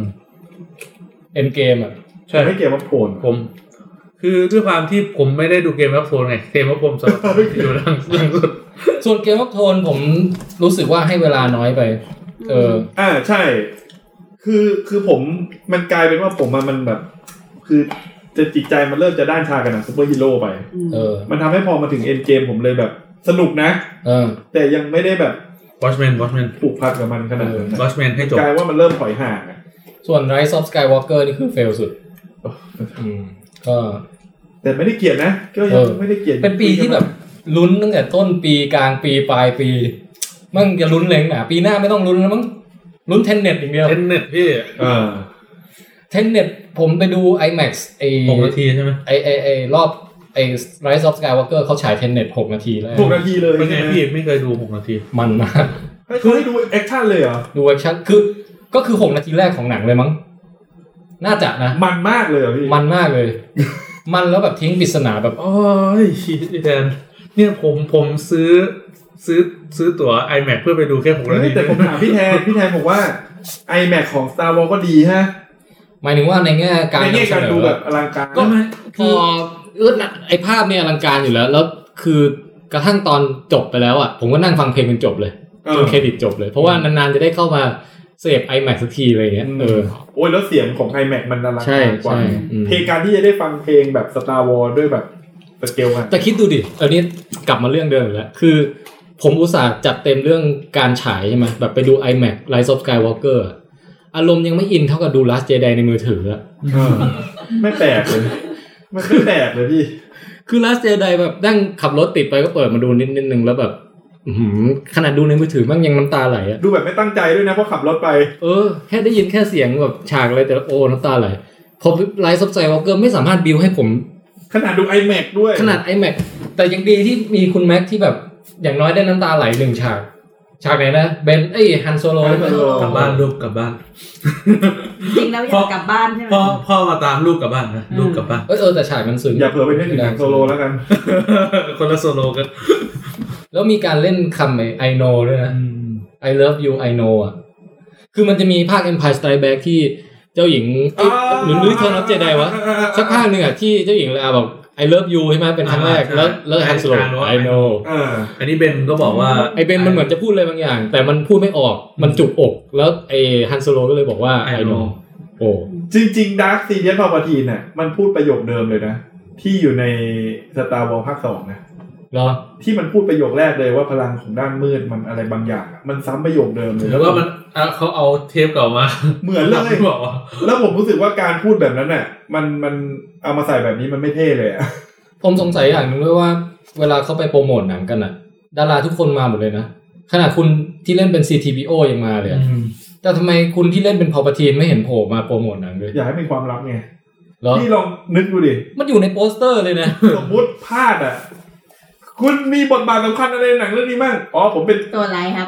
Endgame อ่ะใช่ให้ Game of Thrones ผมคือด้วยความที่ผมไม่ได้ดู Game of Thrones ไง Game of Thrones อยู่หลังสุดส่วน Game of Thrones ผมรู้สึกว่าให้เวลาน้อยไปใช่คือผมมันกลายเป็นว่าผมมันแบบคือจะจิตใจมันเริ่มจะด้านชากับหนังซุปเปอร์ฮีโร่ไปมันทำให้พอมาถึงเอ็นเกมผมเลยแบบสนุกนะแต่ยังไม่ได้แบบ Watchmen ผูกพันกับมันขนาดนั้น Watchmen ให้จบกลายว่ามันเริ่มถอยห่างส่วน Rise of Skywalker นี่คือเฟลสุดก็แต่ไม่ได้เกลียดนะก็ยังไม่ได้เกลียดเป็นปีที่แบบลุ้นตั้งแต่ต้นปีกลางปีปลายปีมั่งจะลุ้นเล็งอ่ะปีหน้าไม่ต้องลุ้นแล้วมั้งลุ้น Tenet อย่างเดียว Tenet พี่ Tenet ผมไปดู IMAX 6 นาทีใช่ไหมไอ้รอบRise of Skywalker เขาฉาย Tenet 6 นาทีแล้ว 6 นาทีเลยเป็นไงพี่ไม่เคยดู6 นาทีมันมากคือให้ดูแอคชั่นเลยเหรอดูแอคชั่นก็คือ6 นาทีแรกของหนังเลยมั้งน่าจะนะมันมากเลยพี่มันมากเลยมันแล้วแบบทิ้งปริศนาแบบโอ้ยพี่แทนเนี่ยผมซื้อตั๋ว IMAX เพื่อไปดูแค่6 นาทีแต่ผมถามพี่แทนบอกว่า IMAX ของ Star Wars ก็ดีฮะหมายถึงว่าในแง่การดูแบบอลังการก็พอไอ้ภาพเนี่ยอลังการอยู่แล้วคือกระทั่งตอนจบไปแล้วอ่ะผมก็นั่งฟังเพลงจนจบเลยจนเครดิตจบเลยเพราะว่านานๆจะได้เข้ามาเสพ IMAX สักทีอะไรเงี้ยโอ้ยแล้วเสียงของ IMAX มันอลังการกว่าเพลงการที่จะได้ฟังเพลงแบบ Star Wars ด้วยแบบสเกลอ่ะแต่คิดดูดิอันนี้กลับมาเรื่องเดิมแล้วคือผมอุตส่าห์จัดเต็มเรื่องการฉายใช่ไหมแบบไปดู IMAX Rise of Skywalker อารมณ์ยังไม่อินเท่ากับดู Last Jedi ในมือถืออะไม่แปลกเลยมันไม่แปลกเลยพี่คือ Last Jedi แบบนั่งขับรถติดไปก็เปิดมาดูนิดนึงแล้วแบบขนาดดูในมือถือมันยังน้ำตาไหลอะดูแบบไม่ตั้งใจด้วยนะเพราะขับรถไปแค่ได้ยินแค่เสียงแบบฉากอะไรแต่น้ำตาไหลพอ Rise of Skywalker ไม่สามารถบิวให้ผมขนาดดู IMAX ด้วยขนาด IMAX แต่ยังดีที่มีคุณแม็กที่แบบอย่างน้อยได้น้ำตาไหล1ฉากไหนนะเบนฮันโซโลกลับบ้านลูกกลับบ้านจริงแล้วอยากกลับบ้านใช่ไหมพ่อมาตามลูกกลับบ้านนะลูกกลับบ้านแต่ฉากมันซึ้งอย่าเผลอไปเล่นถึงฮันโซโลแล้วกันคนละโซโลกันแล้วมีการเล่นคำI know ด้วยนะ I love you I know อ่ะคือมันจะมีภาค Empire Strikes Back ที่เจ้าหญิงหรือReturn of Jediวะสักภาคนึงอ่ะที่เจ้าหญิงบอกI love you ใช่ไหมเป็นครั้งแรกแล้วฮันโซโล I know อันนี้เบนก็บอกว่าไอ้เบนมันเหมือนจะพูดอะไรบางอย่างแต่มันพูดไม่ออกมันจุกอกแล้วไอ้ฮันโซโลก็เลยบอกว่า I know โอ้จริงๆ Dark Sidious Palpatine น่ะมันพูดประโยคเดิมเลยนะที่อยู่ใน Star Wars ภาค 2 นะเหรอที่มันพูดประโยคแรกเลยว่าพลังของด้านมืดมันอะไรบางอย่างมันซ้ำประโยคเดิมเลยแล้วว่ามันเขาเอาเทปเก่ามาเหมือนเลยแล้วผมรู้สึกว่าการพูดแบบนั้นน่ะมันเอามาใส่แบบนี้มันไม่เท่เลยอ่ะผมสงสัยอย่างนึงด้วยว่าเวลาเขาไปโปรโมทหนังกันน่ะดาราทุกคนมาหมดเลยนะขนาดคุณที่เล่นเป็น C3PO ยังมาเลยแต่ทำไมคุณที่เล่นเป็น Palpatine ไม่เห็นโผล่มาโปรโมทหนังเลยอยากให้เป็นความลับไงพี่ลองนึกดูดิมันอยู่ในโปสเตอร์เลยนะสมมุติพลาดอ่ะคุณมีบทบาทสำคัญอะไรในหนังเรื่องนี้มั่งผมเป็นตัวอะไรครับ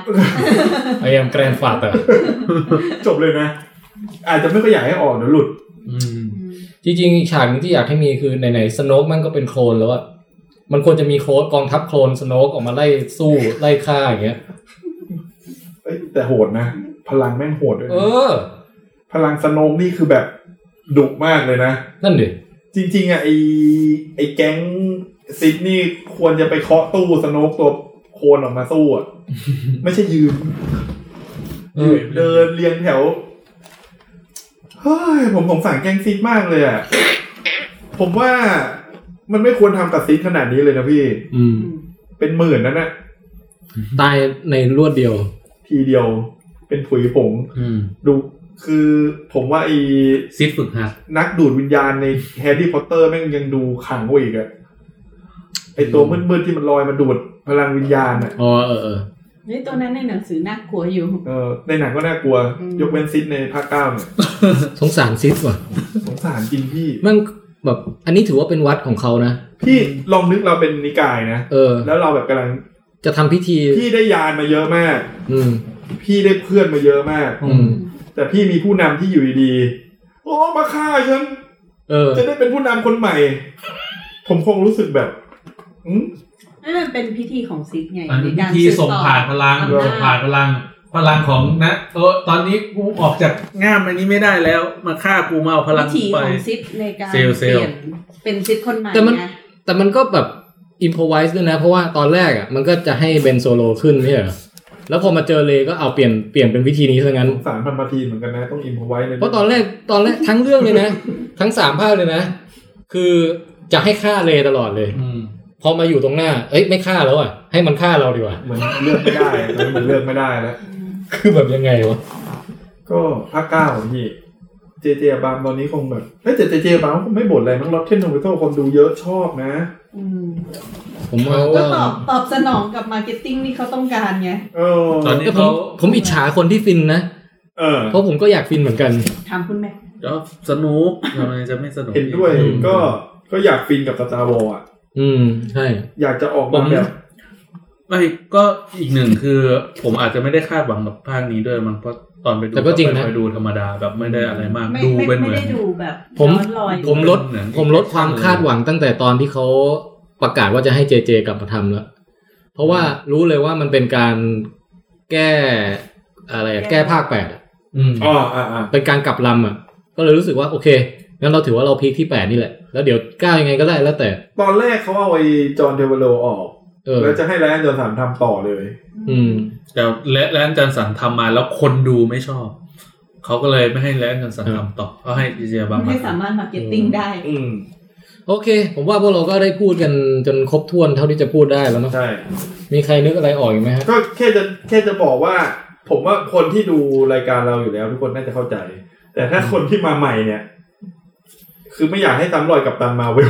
I am grandfather จบเลยนะอาจจะไม่ค่อยอยากให้ออกเดี๋ยวหลุดจริงๆอีกฉากนึงที่อยากให้มีคือไหนๆสโนกมันก็เป็นโคลนแล้วอะมันควรจะมีโคลนกองทัพโคลนสโนกออกมาไล่สู้ไล่ฆ่าอย่างเงี้ยแต่โหดนะพลังแม่งโหดด้วยพลังสโนกนี่คือแบบดุมากเลยนะนั่นดิจริงๆอะไอ้แก๊งซิดนี่ควรจะไปเคาะตู้สโนกตัวโคลนออกมาสู้อะไม่ใช่ยืนเดินเรียงแถวเฮ้ยผมสงสารแก๊งซิดมากเลยอ่ะผมว่ามันไม่ควรทำกับซิดขนาดนี้เลยนะพี่เป็นหมื่นนั่นน่ะตายในรวดเดียวทีเดียวเป็นผุยผงดูคือผมว่าไอ้ซิดฝึกหัดนักดูดวิญญาณในแฮร์รี่พอตเตอร์แม่งยังดูขังกว่าอีกอ่ะไอ้ตัวมืดๆที่มันลอยมาดูดพลังวิญญาณอ่ะนี่ตัวนั้นในหนังสือน่ากลัวอยู่ในหนังก็น่ากลัวยกเว้นซิดในภาค 9เนี่ยสงสารซิดว่ะสงสารจริงพี่มันแบบอันนี้ถือว่าเป็นวัดของเขานะพี่ลองนึกเราเป็นนิกายนะแล้วเราแบบกำลังจะทำพิธีพี่ได้ยานมาเยอะมากพี่ได้เพื่อนมาเยอะมากแต่พี่มีผู้นำที่อยู่ดีๆโอ้มาฆ่าฉันจะได้เป็นผู้นำคนใหม่ผมคงรู้สึกแบบนั่นมันเป็นพิธีของซิดไงในการพิธีส่งผ่านพลังของนะตอนนี้กูออกจากง่ามอันนี้ไม่ได้แล้วมาฆ่ากูมาเอาพลังไปพิธีของซิดในการเปลี่ยนเป็นซิดคนใหม่แต่มันก็แบบอิมโพรไวส์ด้วยนะเพราะว่าตอนแรกอ่ะมันก็จะให้เบนโซโลขึ้นไม่ใช่เหรอแล้วพอมาเจอเลก็เอาเปลี่ยนเป็นวิธีนี้ซะงั้นสารพันมาทีเหมือนกันนะต้องอิมโพรไวส์เลยเพราะตอนแรกทั้งเรื่องเลยนะทั้ง3ภาคเลยนะคือจะให้ฆ่าเลตลอดเลยพอมาอยู่ตรงหน้าไม่ฆ่าแล้วอ่ะให้มันฆ่าเราดีกว่าเหมือนเลือกไม่ได้เหมือนเลือกไม่ได้แล้วคือแบบยังไงวะก็ภาค 9พี่เจบามตอนนี้คงแบบเจบามคงไม่บ่นอะไรมั้งล็อตเทนโนเวโต้คนดูเยอะชอบนะผมว่าก็ตอบสนองกับมาร์เก็ตติ้งที่เขาต้องการไงตอนนี้ผมอิจฉาคนที่ฟินนะเพราะผมก็อยากฟินเหมือนกันถามคุณแม่ก็สนุกทำไมจะไม่สนุกเห็นด้วยก็อยากฟินกับสตาร์วอร์อ่ะใช่อยากจะออกมาแบบไม่ก็อีกหนึ่งคือผมอาจจะไม่ได้คาดหวังกับภาคนี้ด้วยมันเพราะตอนไปดูไปดูธรรมดาแบบไม่ได้อะไรมากดูเป็นเหมือนผมลดความคาดหวังตั้งแต่ตอนที่เขาประกาศว่าจะให้เจกลับมาทำแล้วเพราะว่ารู้เลยว่ามันเป็นการแก้อะไรแก้ภาค8เป็นการกลับลำอ่ะก็เลยรู้สึกว่าโอเคงั้นเราถือว่าเราพีคที่8นี่แหละแล้วเดี๋ยว9ยังไงก็ได้แล้วแต่ตอนแรกเขาเอาไอ้จอห์นเทเวโลออกแล้วจะให้แลนจอห์นสันทำต่อเลยแต่แลนจอห์นสันทำมาแล้วคนดูไม่ชอบเขาก็เลยไม่ให้แลนจอห์นสันทำต่อเขาให้เจบามไม่สามารถมาร์เก็ตติ้งได้โอเคผมว่าพวกเราก็ได้พูดกันจนครบถ้วนเท่าที่จะพูดได้แล้วเนาะใช่มีใครนึกอะไรออกอีกไหมครับก็แค่จะบอกว่าผมว่าคนที่ดูรายการเราอยู่แล้วทุกคนน่าจะเข้าใจแต่ถ้าคนที่มาใหม่เนี่ยคือไม่อยากให้ซ้ำรอยกับตันมาเวล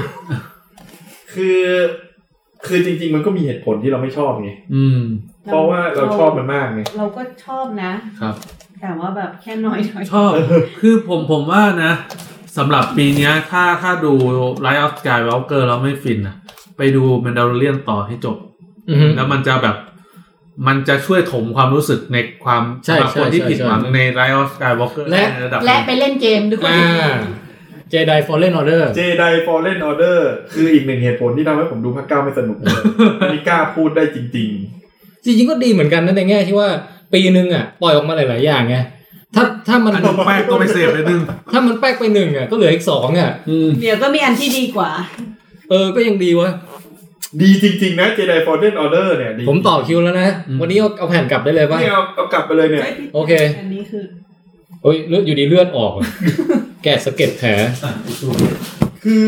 คือจริงๆมันก็มีเหตุผลที่เราไม่ชอบไงเพราะว่าเราชอบมันมากไงเราก็ชอบนะครับแต่ว่าแบบแค่น้อยชอบคือผมว่านะสำหรับปีนี้ถ้าดู Rise of Skywalker แล้วไม่ฟินนะไปดู Mandalorian ต่อให้จบแล้วมันจะแบบมันจะช่วยถมความรู้สึกในความสำหรับคนที่ผิดหวังใน Rise of Skywalker ในระดับและไปเล่นเกมด้วย Jedi Fallen Order Jedi Fallen Order คืออีกหนึ่งเหตุผลที่ทำให้ผมดูภาค 9ไม่สนุกเลยอันนี้กล้าพูดได้จริงๆก็ดีเหมือนกันนะในแง่ที่ว่าปีนึงอ่ะปล่อยออกมาหลายๆอย่างไงถ้ามันแป๊กก็ไปเสพไปนึงถ้ามันแป๊กไป1อ่ะก็เหลืออีก2อ่ะเดี๋ยวก็มีอันที่ดีกว่าก็ยังดีวะดีจริงๆนะ Jedi Fallen Order เนี่ยผมต่อคิวแล้วนะวันนี้เอาแผ่นกลับได้เลยป่ะเอากลับไปเลยเนี่ยโอเคอันนี้คือโอ้ยเลือดอยู่ดีเลือดออกแกะสะเก็ดแผลคือ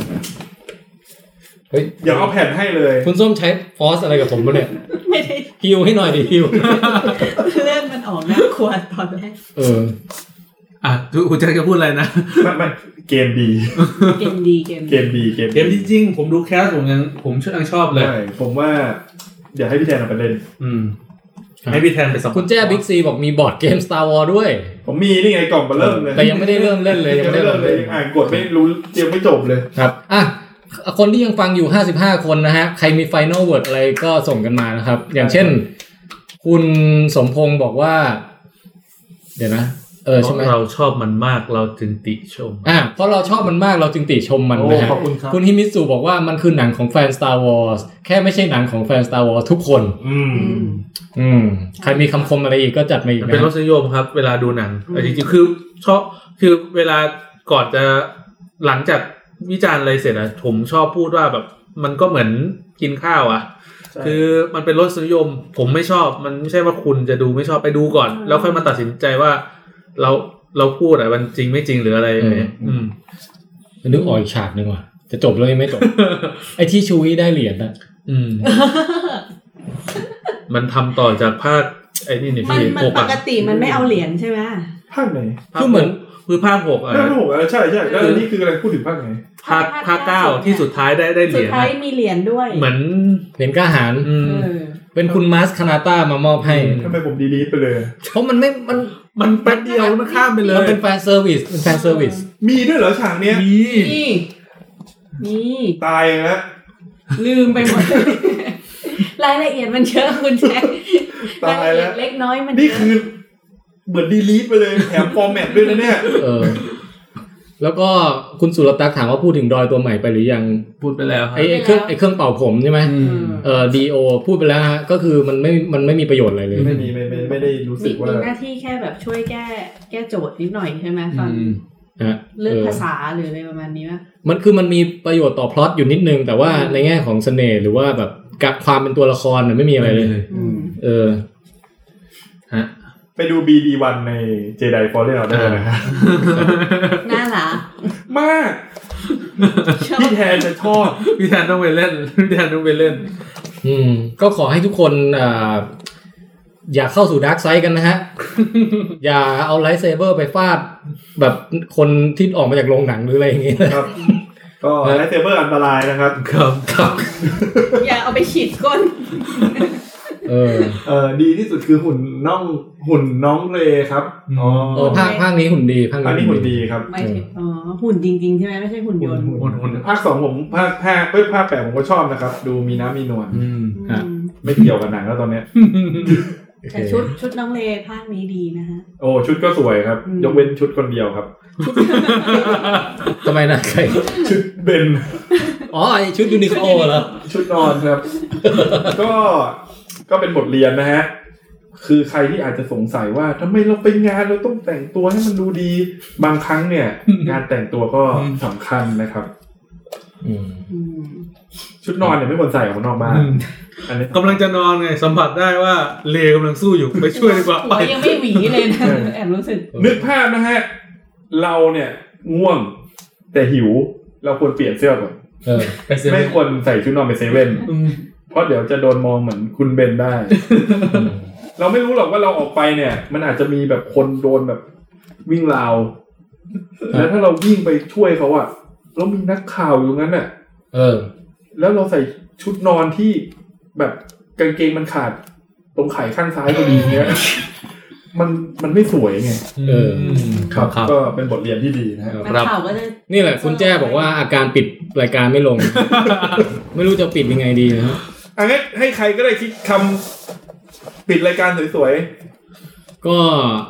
เฮ้ยอย่าเอาแผ่นให้เลยคุณส้มใช้ฟอสอะไรกับผมป่ะเนี่ยไม่ได้ฮิวให้หน่อยดิฮิวเลือดมันออกน่ากลัวตอนแรกคุณแจ็คจะพูดอะไรนะไม่เกมดีเกมดีจริงๆผมดูแคสผมยังชอบเลยผมว่าเดี๋ยวให้พี่แทนเอาไปเล่นให้พี่แทนไปสัมภาษณ์คุณแจ้บิ๊กซีบอกมีบอร์ดเกม Star Wars ด้วยผมมีนี่ไงกล่องมาเริ่มเลยแต่ยังไม่ได้เริ่มเล่นเลยยังไม่ได้เริ่มเลยกดไม่รู้ยังไม่จบเลยครับคนที่ยังฟังอยู่55คนนะฮะใครมี Final Word อะไรก็ส่งกันมานะครับอย่างเช่นคุณสมพงษ์บอกว่าเดี๋ยวนะใช่ไหมเราชอบมันมากเราจึงติชมเพราะเราชอบมันมากเราจึงติชมมันนะฮะคุณฮิมิสุบอกว่ามันคือหนังของแฟน Star Wars แค่ไม่ใช่หนังของแฟน Star Wars ทุกคนใครมีคำคมอะไรอีกก็จัดมาอีกนะเป็นรสนิยมครับเวลาดูหนังจริงๆคือชอบคือเวลาก่อนจะหลังจากวิจารณ์อะไรเสร็จอะผมชอบพูดว่าแบบมันก็เหมือนกินข้าวอะคือมันเป็นรสนิยมผมไม่ชอบมันไม่ใช่ว่าคุณจะดูไม่ชอบไปดูก่อนแล้วค่อยมาตัดสินใจว่าเราพูดมันจริงไม่จริงหรืออะไรนึกออกอีกฉากนึงว่ะจะจบแล้วยังไม่จบ ไอ้ที่ชูวี่ได้เหรียญนะมันทำต่อจากภาคไอ้นี่นี่พี่มันปกติมันไม่เอาเหรียญใช่ไหมภาคไหนคือเหมือนคือภาค6 ภาค6ใช่แล้วนี่คืออะไรพูดถึงภาคไหนภาค9ที่สุดท้ายได้เหรียญสุดท้ายมีเหรียญด้วยเหมือนเหรียญกล้าหาญเป็นคุณมาสคานาต้ามามอบให้ทำไมผมดีลีทไปเลยเพราะมันไม่มันแป๊บเดียวมันข้ามไปเลยมันเป็นแฟนเซอร์วิสมีด้วยเหรอฉากเนี้ยมีตายแล้วลืมไปหมดรายละเอียดมันเยอะคุณแจ๊คตายแล้วเล็กน้อยมันนี่คือเหมือนดีลีทไปเลยแถมฟอร์แมตด้วยนะเนี่ยแล้วก็คุณสุรตักถามว่าพูดถึงดอยตัวใหม่ไปหรือยังพูดไปแล้วไอ้เครื่องเป่าผมใช่ไหมDO พูดไปแล้วฮะก็คือมันไม่มีประโยชน์อะไรเลยไม่ได้รู้สึกว่ามีหน้าที่แค่แบบช่วยแก้โจทย์นิดหน่อยใช่ไหมตอนเรื่องภาษาหรืออะไรประมาณนี้ป่ะมันมีประโยชน์ต่อพล็อตอยู่นิดนึงแต่ว่าในแง่ของเสน่ห์หรือว่าแบบกับความเป็นตัวละครไม่มีอะไรเลยไปดู BD1 ใน Jedi Fallen Order นะครับน่ารักมากพี่แทนจะชอบพี่แทนต้องไปเล่นก็ขอให้ทุกคนอย่าเข้าสู่ดาร์กไซด์กันนะฮะ อย่าเอาไลท์เซเบอร์ไปฟาดแบบคนที่ออกมาจากโรงหนังหรืออะไรอย่างเงี้ยครับก็ไลท์เซเบอร์อันตรายนะครับครับอย่าเอาไปฉีดก้นดีที่สุดคือหุ่นน้องเรครับภาคนี้หุ่นดีภาคนี้หุ่นดีครับไม่หุ่นจริงๆใช่ไหมไม่ใช่หุ่นยนต์ภาค2ผมภาค8ผมก็ชอบนะครับดูมีน้ำมีนวลไม่เกี่ยวกับหนังแล้วตอนนี้แต่ชุดน้องเรภาคนี้ดีนะฮะโอ้ชุดก็สวยครับยกเว้นชุดคนเดียวครับทำไมนะใครชุดเบนไอชุดยูนิโคเหรอชุดนอนครับก็เป็นบทเรียนนะฮะคือใครที่อาจจะสงสัยว่าทำไมเราไปงานเราต้องแต่งตัวให้มันดูดีบางครั้งเนี่ยงานแต่งตัวก็สำคัญนะครับชุดนอนเนี่ยไม่ควรใส่ออกมานอกบ้านกำลังจะนอนไงสัมผัสได้ว่าเลกำลังสู้อยู่ไปช่วยดีกว่าไปยังไม่หวีเลยนะแอบรู้สึกนึกภาพนะฮะเราเนี่ยง่วงแต่หิวเราควรเปลี่ยนเสื้อก่อนไม่ควรใส่ชุดนอนไปเซเว่นเพราะเดี๋ยวจะโดนมองเหมือนคุณเบนได้ เราไม่รู้หรอกว่าเราออกไปเนี่ยมันอาจจะมีแบบคนโดนแบบวิ่งราวแล้วถ้าเราวิ่งไปช่วยเขาอะแล้วมีนักข่าวอยู่งั้นน่ะแล้วเราใส่ชุดนอนที่แบบกางเกงมันขาดตรงไขข้างซ้ายพอดีเนี้ยมันไม่สวยไงครับก็เป็นบทเรียนที่ดีนะครับนี่แหละคุณแจ้บอกว่าอาการปิดรายการไม่ลง ไม่รู้จะปิดยังไงดีนะงั้นให้ใครก็ได้คิดคำปิดรายการสวยๆก็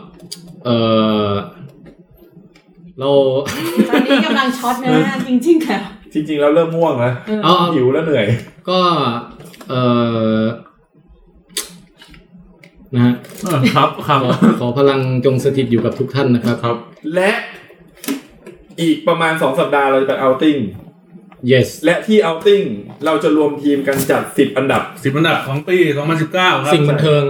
เราตอนนี้กำลังช็อตนะจริงๆแล้วจริงๆแล้วเริ่มง่วงแล้วหิวแล้วเหนื่อยก็นะฮะครับขอพลังจงสถิตอยู่กับทุกท่านนะครับและอีกประมาณ2สัปดาห์เราจะไปเอาติ้ง yes และที่เอาติ้งเราจะรวมทีมกันจัด10อันดับของปี2019ครับสิ่งบันเทิง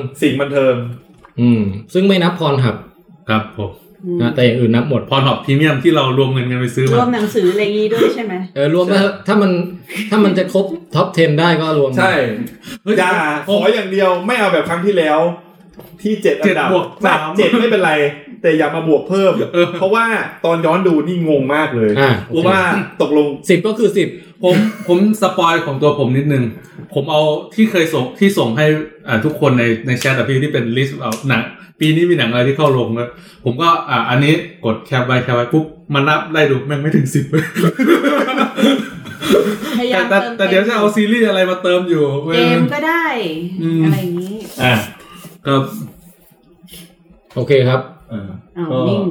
ซึ่งไม่นับพรหับครับผมนะแต่อย่างอื่นนับหมดพรหับพรีเมียมที่เรารวมเงินกันไปซื้อมารวมหนังสืออะไรงี้ด้วยใช่ไหมรวมถ้ามันจะครบท็อป 10 ได้ก็รวมใช่อย่าขออย่างเดียวไม่เอาแบบครั้งที่แล้วที่7อันดับ7ไม่เป็นไรแต่อย่ามาบวกเพิ่มเพราะว่าตอนย้อนดูนี่งงมากเลยว่าตกลง 10ก็คือ10 ผมสปอยของตัวผมนิดนึงผมเอาที่เคยส่งให้ทุกคนในแชทพี่ที่เป็นลิสต์เอาหนังปีนี้มีหนังอะไรที่เข้าโรงแล้วผมก็อันนี้กดแคปไว้ปุ๊บมานับไล่ดูแม่งไม่ถึง10เลยแต่เดี๋ยวจะเอาซีรีส์อะไรมาเติมอยู่เกมก็ได้อะไรอย่างนี้ก็โอเคครับนิ่ง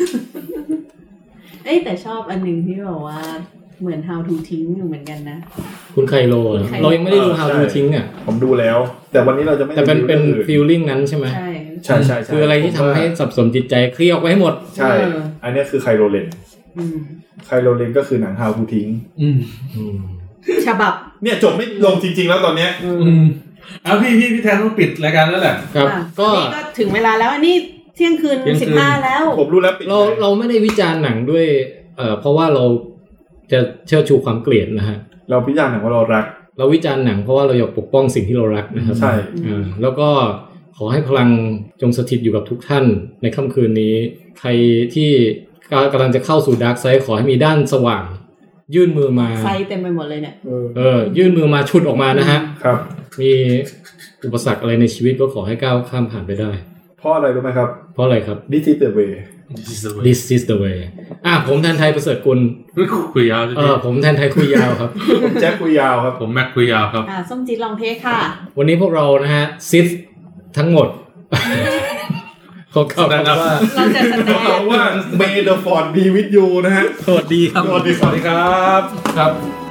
แต่ชอบอันนึงที่บอกว่าเหมือน How to ทิ้งอยู่เหมือนกันนะคุณไคโลเรายังไม่ได้ดู How to ทิ้งผมดูแล้วแต่วันนี้เราจะไม่แต่เป็น feeling นั้นใช่ไหมใช่คืออะไรที่ทำให้สับสนจิตใจเคลียร์ออกไปให้หมดใช่อันนี้คือไคโลเลนก็คือหนัง How to ทิ้งฉบับเนี่ยจบไม่ลงจริงๆแล้วตอนเนี้ยพี่แทนต้องปิดรายการแล้วแหละครับก็ถึงเวลาแล้วอันนี้เที่ยงคืน15แล้วผมรู้แล้วเราไม่ได้วิจารณ์หนังด้วยเพราะว่าเราจะเชิดชูความเกลียดนะฮะเราวิจารณ์หนังเพราะเรารักเราวิจารณ์หนังเพราะว่าเราอยากปกป้องสิ่งที่เรารักนะครับใช่แล้วก็ขอให้พลังจงสถิตอยู่กับทุกท่านในค่ำคืนนี้ใครที่กำลังจะเข้าสู่ดาร์กไซด์ขอให้มีด้านสว่างยื่นมือมาไฟเต็มไปหมดเลยเนี่ยยื่นมือมาชุดออกมานะฮะครับมีอุปสรรคอะไรในชีวิตก็ขอให้ก้าวข้ามผ่านไปได้เพราะอะไรรู้ไหมครับเพราะอะไรครับ This is the way This is the way ผมแทนไทยประเสริฐกุลคุยยาวผมแทนไทยคุยยาวครับผมแจ็คคุยยาวครับผมแม็กคุยยาวครับส้มจีดลองเทคค่ะวันนี้พวกเรานะฮะซิสทั้งหมดขอว่าเราจะแสดงว่า May the Force be with you นะฮะสวัสดีครับสวัสดีครับ